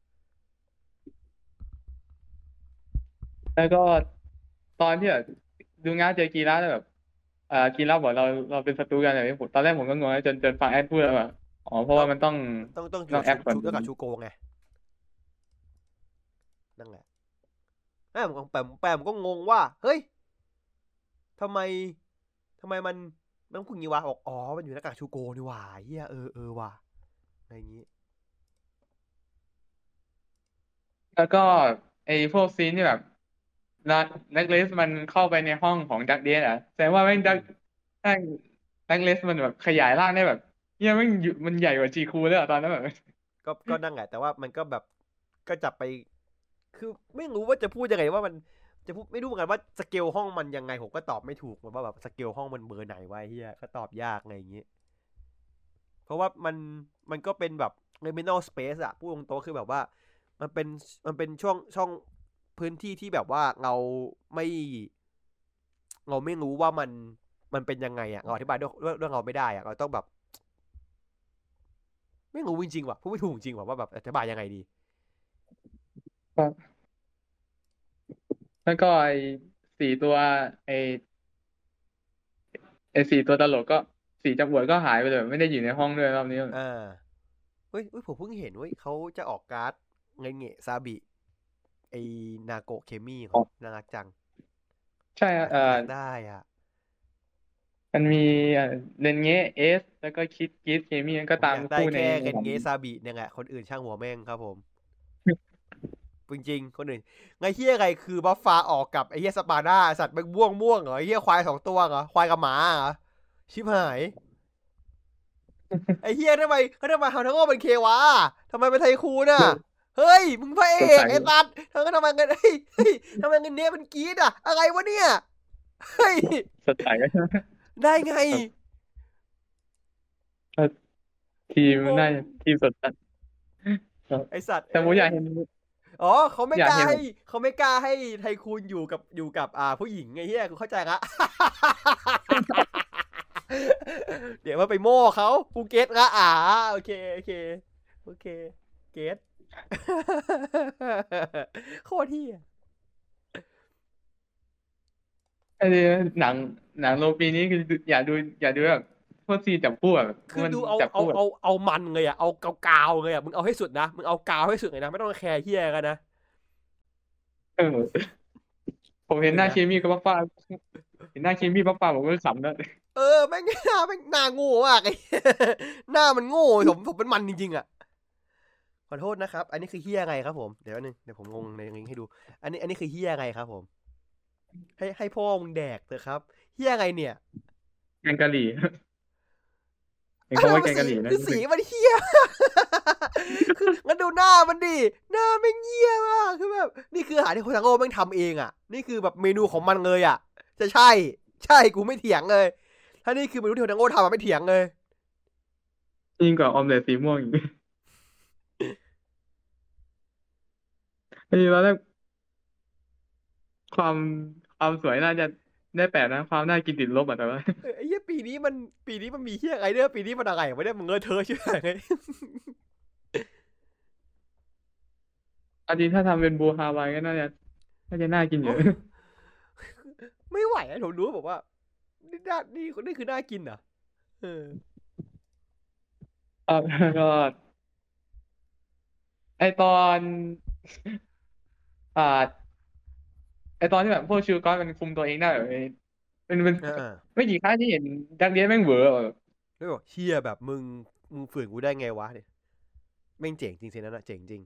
แล้วก็ตอนที่แบบดูงานเจอกีระแล้วแบบเอ่อกีระบอกเราเราเป็นศัตรูกันอะไรผมตอนแรกผมก็งงนะจนจนฟังแอดพูดแล้วแบบอ๋อเพราะว่ามันต้องต้องต้องอยู่ต้อกังบแอชูปก่อนชูแล้วกับชูโกงไงนั่นแหละแม่ผมก็แปมแปมก็งงว่าเฮ้ยทำไมทำไมมันมันต้องพูดงี้วะบอกอ๋อมันอยู่หน้ากากชูโกนี่หว่าเฮียเออเออว่ะอะไรอย่างงี้แล้วก็ไอ้พวกซีนที่แบบนักเลสมันเข้าไปในห้องของดักเดสอ่ะแสดงว่าแม่งดักแม่งนักเลสมันแบบขยายร่างได้แบบเนี่ยแม่งอยู่มันใหญ่กว่าจีคูเลยอ่ะตอนนั้นแบบก็ก็นั่งแหละแต่ว่ามันก็แบบก็จับไปคือไม่รู้ว่าจะพูดยังไงว่ามันจะพูดไม่รู้เหมือนกันว่าสเกลห้องมันยังไงผมก็ตอบไม่ถูกเหมือนว่าแบบสเกลห้องมันเบอร์ไหนวะไอ้เฮียก็ตอบยากไงอย่างงี้ เพราะว่ามันมันก็เป็นแบบ liminal space อะพูดตรงๆคือแบบว่ามันเป็นมันเป็นช่วงช่องพื้นที่ที่แบบว่าเราไม่เราไม่รู้ว่ามันมันเป็นยังไงอะเราอธิบายด้วยด้วยด้วยเราไม่ได้อะเราต้องแบบ ไม่รู้จริงๆว่ะพูดไม่ถูกจริงว่ะว่าแบบอธิบายยังไงดีครับแล้วก็ไอ้สี่ตัวไอ้ไอ้สี่ตัวตลกก็สี่จักรวดก็หายไปเลยไม่ได้อยู่ในห้องด้วยรอบนี้อ่าเฮ้ยเฮ้ยผมเพิ่งเห็นเว้ยเขาจะออกการ์ดเงเงะซาบิไอนาโกะเคมี่ของน่ารักจังใช่เอ่ออยากได้อ่ะมันมีเอ่อเรนเงี้เอสแล้วก็คิดกิฟเคมีก็ผมตามอยากได้คู่ในแค่เงเงะซาบิเนี่ยแหละคนอื่นช่างหัวแม่งครับผม จริงๆคนอื่นไงเฮียไงคือบัฟฟาออกกับไอเฮียสปาร์ด้าสัตว์มันม่วงม่วงเหรอไอเฮียควายสองตัวเหรอควายกับหมาเหรอชิบหาย ไอเฮียทำไมเขาทำไมฮาวทั้งโง่เป็นเควะทำไมเป็นไทคูนอ่ะ เฮ้ยมึงพระเอกไอ้ตัดทำไมทำไมเงินเฮ้ยเฮ้ยทำไมเงินเนี้ยเป็นกีดอ่ะอะไรวะเนี่ยเฮ้ยสดใสก็ได้ไงทีมน่าจะทีมสดใสไอสัตว์แต่ผมอยากเห็นอ๋อเขาไม่อยากกล้าเห็นให้เขาไม่กล้าให้ไทคูนอยู่กับอยู่กับอ่าผู้หญิงไงเฮียกูเข้าใจละ เดี๋ยวมาไปโม่เขากูเก็ตละอ่าโอเคโอเคโอเคเก็ต โคตรเฮียไอ้หนังหนังโลปีนี้คืออยากดูอยากดูแบบพวกซีนจับคู่แบบคือมันดูเอาจับเอาคู่แบบเอาเอามันเลยอ่ะเอาเกากาวเลยอ่ะมึงเอาให้สุดนะมึงเอากาวให้สุดเลยนะไม่ต้องแคร์เฮียกันนะเออผมเห็นหน้าเห็นไหมเคมีกับป้าป้าเห็นหน้าเคมีป้าป้าผมก็ขำแล้วเออแม่งหน้าแม่งหน้าโง่มากไอ้ หน้ามันโง่ผมผมเป็นมันจริงๆอ่ะขอโทษนะครับ อันนี้คือเฮียไงครับผมเดี๋ยวนึงเดี๋ยวผมงงในลิงก์ให้ดู อันนี้อันนี้คือเฮียไงครับผม ให้ให้พ่อมึงแดกเถอะครับเฮียไงเนี่ยแกงกะหรี่เห็นเขาว่าแกงกะหรี่นะคือสีมันเฮีย คืองั้นดูหน้ามันดิหน้าแม่งเฮียมากคือแบบนี่คืออาหารที่โคทาโร่แม่งทำเองอ่ะ นี่คือแบบเมนูของมันเลยอ่ะ จะใช่ ใช่กูไม่เถียงเลย ถ้านี่คือเมนูที่โคทาโร่ทำอะไม่เถียงเลยยิ่งกว่าออมเล็ตสีม่วงอีกไอ้ตอนแรกความความสวยน่าจะได้แปดนะความน่ากินติดลบอ่ะแต่ว่าเออไอ้เหี้ยปีนี้มันปีนี้มันมีเฮียอะไรเนี่ยปีนี้มันอะไรวะเนี่ยมึงเงยเธอชื่ออะไรอันนี้ถ้าทำเป็นบูฮาวายก็น่าจะน่าจะน่ากินอยู่ไม่ไหวอะผมรู้บอกว่านี่น่านี่นี่คือน่ากินเหรอ่ะเออครับแล้วก็ไอตอน อ่า ไอตอนที่แบบพวกชิวก้อนมันคุมตัวเองได้แบบไอ้เป็นเป็นเออไม่กี่ครั้งที่เห็นดักเดียนแม่งเหวอร์แบบแล้วบอกเฮียแบบมึงมึงฝืนกูได้ไงวะเนี่ยแม่งเจ๋งจริงสินั่นน่ะเจ๋งจริง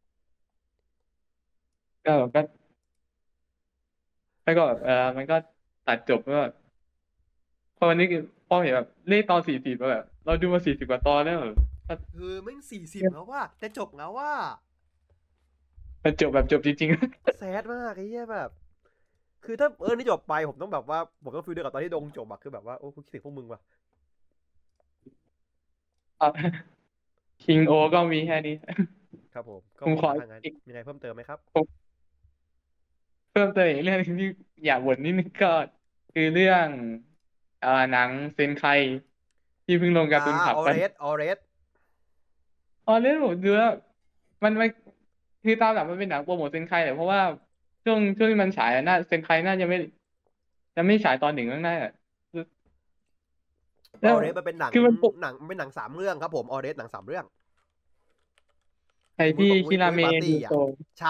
ก็แบบก็แล้วก็แบบเออมันก็ตัดจบก็พอวันนี้คือพอเห็นแบบเลขตอนสี่สิบแบบ เราดูมาสี่สิบกว่าตอนแล้วแบบก็เออแม่งสี่สิบแล้วว่าจะจบแล้วว่ามันจบแบบจบจริงแซดมากไอ้เหี้ยแบบ คือถ้าเออนี่จบไปผมต้องแบบว่าผมต้องฟีลเดียวกับตอนที่ดงจบอะคือแบบว่าโอ้กูคิดถึงพวกมึงว่ะๆอ่ะคิงโอก็มีแค่นี้ครับผมก็ผมขอทางนั้นอีกมีอะไรเพิ่มเติมไหมครับเพิ่มเติมอีกเรื่องนึงที่อยากบ่นนิดนึงก็คือเรื่องเอ่อหนังเซนไคที่เพิ่งลงการ์ตูนอ่าขับออไปเรสออเรสอ๋อเรื่องผมดูแล้วมันมันคือตามหลักมันเป็นหนังโปรโมทเซนไคแหละเพราะว่าช่วงช่วงที่มันฉายอะน่าเซนไคน่าจะไม่จะไม่ฉายตอนหนึ่งข้างหน้าอะอแล้วอเรสมันเป็นหนังคือมันปกหนังมันเป็นหนังสามเรื่องครับผมออเรสหนังสามเรื่องไอ้ที่คิราเมะปาร์ตี้ดูอ่ะโตใช่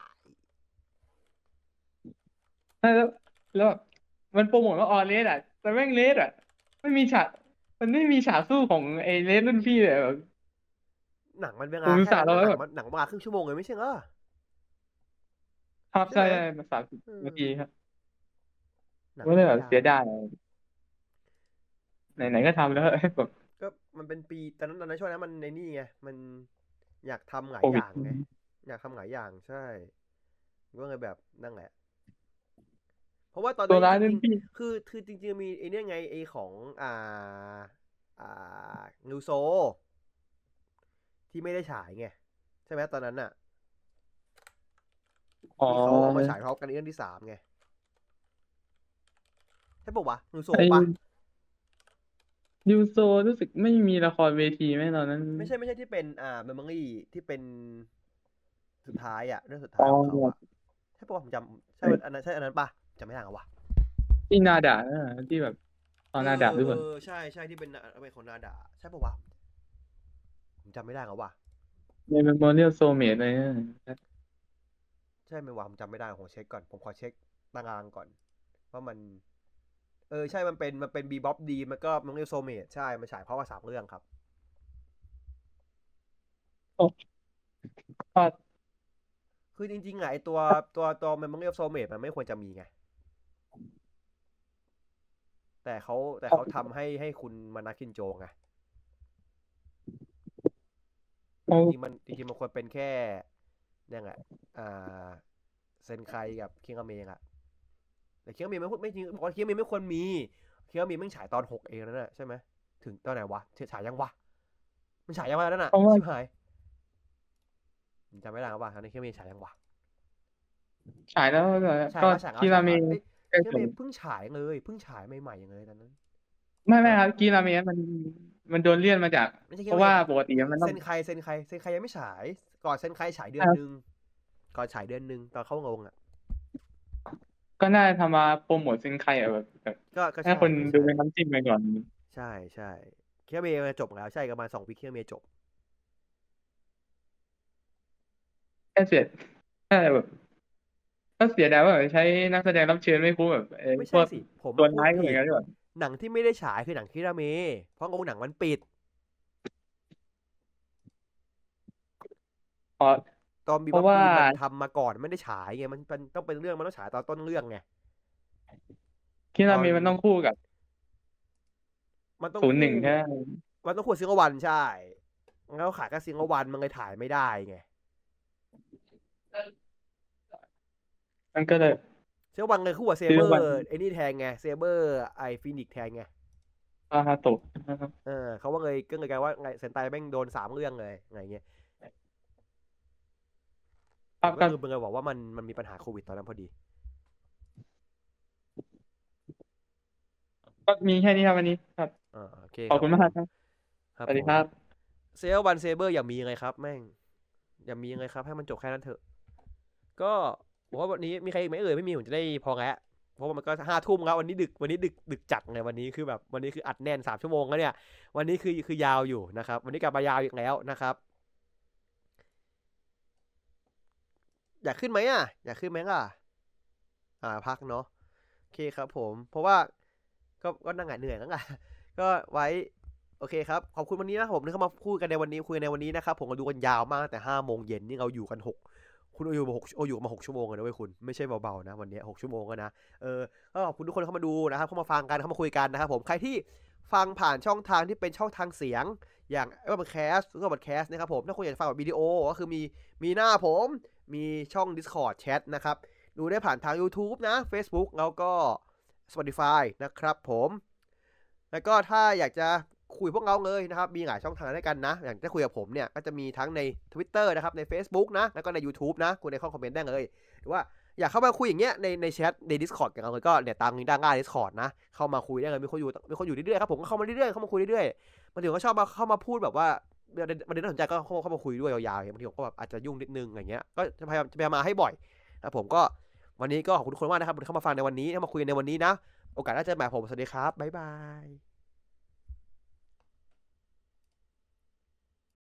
แล้วแล้วแบบมันโปรโมทว่าออเลสอ่ะแต่แม่งเลสอ่ะไม่มีฉากมันไม่มีฉากสู้ของไอ้เลสรุ่นพี่เลยแบบหนังมันเวผลามอุตแค่ส่าห์นั้นรอนะหนัแบงบมันหนังประมาณครึ่งชั่วโมงเลยไม่ใช่เหรอครับใช่ใช่ไหมใช่มาสามสิบเออนาทีครับหนังก็เลยไม่แบบยาวเสียดายไหนๆก็ทำแล้ว แบบก็มันเป็นปีตอนนั้นตอนนั้นช่วงนั้นมันในนี่ไงมันอยากทำหลายโคอวิดย่างไงอยากทำหลายอย่างใช่ก็เลยแบบนั่นแหละ เพราะว่าตอนตัวนั้นร้ายจรุ่รินงพี่ๆ คือคือจริงๆมีไอเนี้ยไงไอของอ่าอ่านิวโซที่ไม่ได้ฉายไงใช่ไหมตอนนั้นน่ะอ๋อที่เขาเอามาฉายพร้อมกันในเรื่องที่สามไงใช่ปะวะนิวโซไอ้ปะยูโซรู้สึกไม่มีละครเวทีไหมตอนนั้นไม่ใช่ไม่ใช่ที่เป็นอ่าเมมโมรี่ที่เป็นสุดท้ายอะเรื่องสุดอ๋ท้าอยของเขาอะใช่ปะวะผมจำใช่อันนั้นใช่อันนั้นปะจำไม่ได้อะวะที่นาดาน่ะที่แบบตอนนาดาหรือเปล่าเออใช่ใช่ที่เป็นเป็นของนาดาใช่ปะวะผมจำไม่ได้อะวะในเมมโมเรียลโซเมตอะไรเนี่ยใช่ไหมวะผมจำไม่ได้ผมเช็คก่อนผมขอเช็คตารางก่อนว่ามันเออใช่มันเป็นมันเป็นบีบ๊อบดีมันก็มันเรียกโซเมตใช่มันฉายเพราะว่าสามเรื่องครับก็คือจริงๆอะไอตัวตัวตัวมันเรียกโซเมตมันไม่ควรจะมีไงแต่เขาแต่เขาทำให้ให้คุณมานาคินโจไงเขาจริงๆมันจริงๆมันควรเป็นแค่เนี่ยแหละอ่าเซนไคกับคิงคาเมงอะแต่คิงคาเมงไม่ไม่จริงบอกว่าคิงคาเมงไม่ควรมีคิงคาเมงไม่ฉายตอนหกเองนั่นแหละใช่ไหมถึงตอนไหนวะฉายยังวะมันฉายยังวะนั่นน่ะเพราะว่าชิบหายจำไม่ได้แล้วว่าตอนนี้คิงคาเมงฉายยังวะฉายแล้วก็ฉายก็แล้วฉายแล้วกีฉาราย เมแล้วงเอ้ยใกล้คิงจคาเมบงเพิ่งฉายเลยเพิ่งฉายใหม่ๆอย่างเลยตอนนั้นไม่ไม่ฮะครับกีราเมะมันมันโดนเลื่อนมาจากไม่ใช่คิเพงคาราะเมว่าง ปกติมันต้เซองนไคเซนไคเซนไคยังไม่ฉายก่อนเซนไคฉายเดือนอ่าหนึ่งก่อนฉายเดือนหนึ่งตอนเข้างงอ่ะก็น่าจะทำมาโปรโมทซิงไคอะแบบแบบก็ก็ให้ใช่คนก็ดูใช่เป็นน้ำจิ้มไปก่อนใช่ใช่เคียเมย์จบแล้วใช่ประมาณสองปีเคียเมย์จบแค่เสียแค่แบบก็เสียดายว่าแบบใช้นักแสดงรับเชิญไม่คุ้มแบบเออไม่พใช่วกสิ ผมตัวมาพูดร้ายก็เหมืผิอนดกันด้วยหนังที่ไม่ได้ฉายคือหนังคิราเมะเพราะโรงหนังมันปิดเพราะตอนบีเพบัราะบว่าบีมันทำมาก่อนไม่ได้ฉายไงมันเป็นต้องเป็นเรื่องมันต้องฉายตอนต้นเรื่องไงคิราตอนเมะมันต้องคู่กับมันต้องศูนย์หนึ่คู่ง ใช่ไหมมันต้องคู่ซิงเกิลวันใช่งั้นเขาขายแค่ซิงเกิลวันมันเลยถ่ายไม่ได้ไงมันก็เลยซิงเกิลวันเลยคู่กับเซซิงเบเกิอลวันร์ไอ้นี่แทนไงเซเบอร์ไอฟีนิกซ์แทนไงอาฮาโตะเออเขาว่าเลยก็เลยกลายว่าไงเซนไตแม่งโดนสามเรื่องเลยไงเงี้ยครัผบมคก็รับคือเพิ่งจะบอกว่ามันมันมีปัญหาโควิดตอนนั้นพอดีก็มีแค่นี้ครับวันนี้ครับอ่าโอเคขอบคุณผมมากครับครับสวัสดีผมครับเซลวันเซเบอร์อย่ามีเลยครับแม่งอย่ามีเลยครับให้มันจบแค่นั้นเถอะ ก็ผมว่าวันนี้มีใครอีกไหมเอ่ยไม่มีผมจะได้พอแล้วเพราะว่ามันก็ห้าทุ่มแล้ววันนี้ดึกวันนี้ดึกดึกจัดไงวันนี้คือแบบวันนี้คืออัดแน่นสามชั่วโมงแล้วเนี่ยวันนี้คือคือยาวอยู่นะครับ วันนี้กลับมายาวอีกแล้วนะครับ อยากขึ้นไหมอ่ะอยากขึ้นไหมล่ะอ่าพักเนาะโอเคครับผมเพราะว่าก็ก็นั่งเหนื่อยแล้วไงก็ไว้โอเคครับขอบคุณวันนี้นะครับผมที่เข้ามาพูดกันในวันนี้คุยในวันนี้นะครับผมก็ดูกันยาวมากแต่ห้าโมงเย็นนี่เราอยู่กันหกคุณอยู่มาหกอยู่มาหกชั่วโมงเลยนะเว้ยคุณไม่ใช่เบาๆนะวันนี้หกชั่วโมงก็นะเออก็ขอบคุณทุกคนเข้ามาดูนะครับเข้ามาฟังกันเข้ามาคุยกันนะครับผมใครที่ฟังผ่านช่องทางที่เป็นช่องทางเสียงอย่างว่าบัดแคสต์หรือว่าบัดแคสต์นะครับผมถ้าคุณอยากฟังแบบวิดีโอก็คือมีมีหน้าผมมีช่อง Discord Chat นะครับดูได้ผ่านทาง YouTube นะ Facebook แล้วก็ Spotify นะครับผมแล้วก็ถ้าอยากจะคุยพวกเราเลยนะครับมีหลายช่องทางด้วยกันนะอย่างจะคุยกับผมเนี่ยก็จะมีทั้งใน Twitter นะครับใน Facebook นะแล้วก็ใน YouTube นะคุณในข้อคอมเมนต์ได้เลยหรือว่าอยากเข้ามาคุยอย่างเงี้ยในในแชทใน Discord กันเลยก็เนี่ยตามนี้ด้านหน้า Discord นะเข้ามาคุยได้เลยมีคนอยู่มีคนอยู่เรื่อยๆครับผมก็เข้ามาเรื่อยๆเข้ามาคุยเรื่อยๆบางทีผมก็ชอบมาเข้ามาพูดแบบว่าประเด็นน่าสนใจก็เข้าเข้ามาคุยด้วยยาวๆบางทีผมก็แบบอาจจะยุ่งนิดนึงอะไรเงี้ยก็จะพยายามจะพยายามมาให้บ่อยนะผมก็วันนี้ก็ขอบคุณทุกคนมากนะครับที่เข้ามาฟังในวันนี้เข้ามาคุยในวันนี้นะโอกาสหน้าเจอกันใหม่ผมสวัสดีครับบ๊ายบาย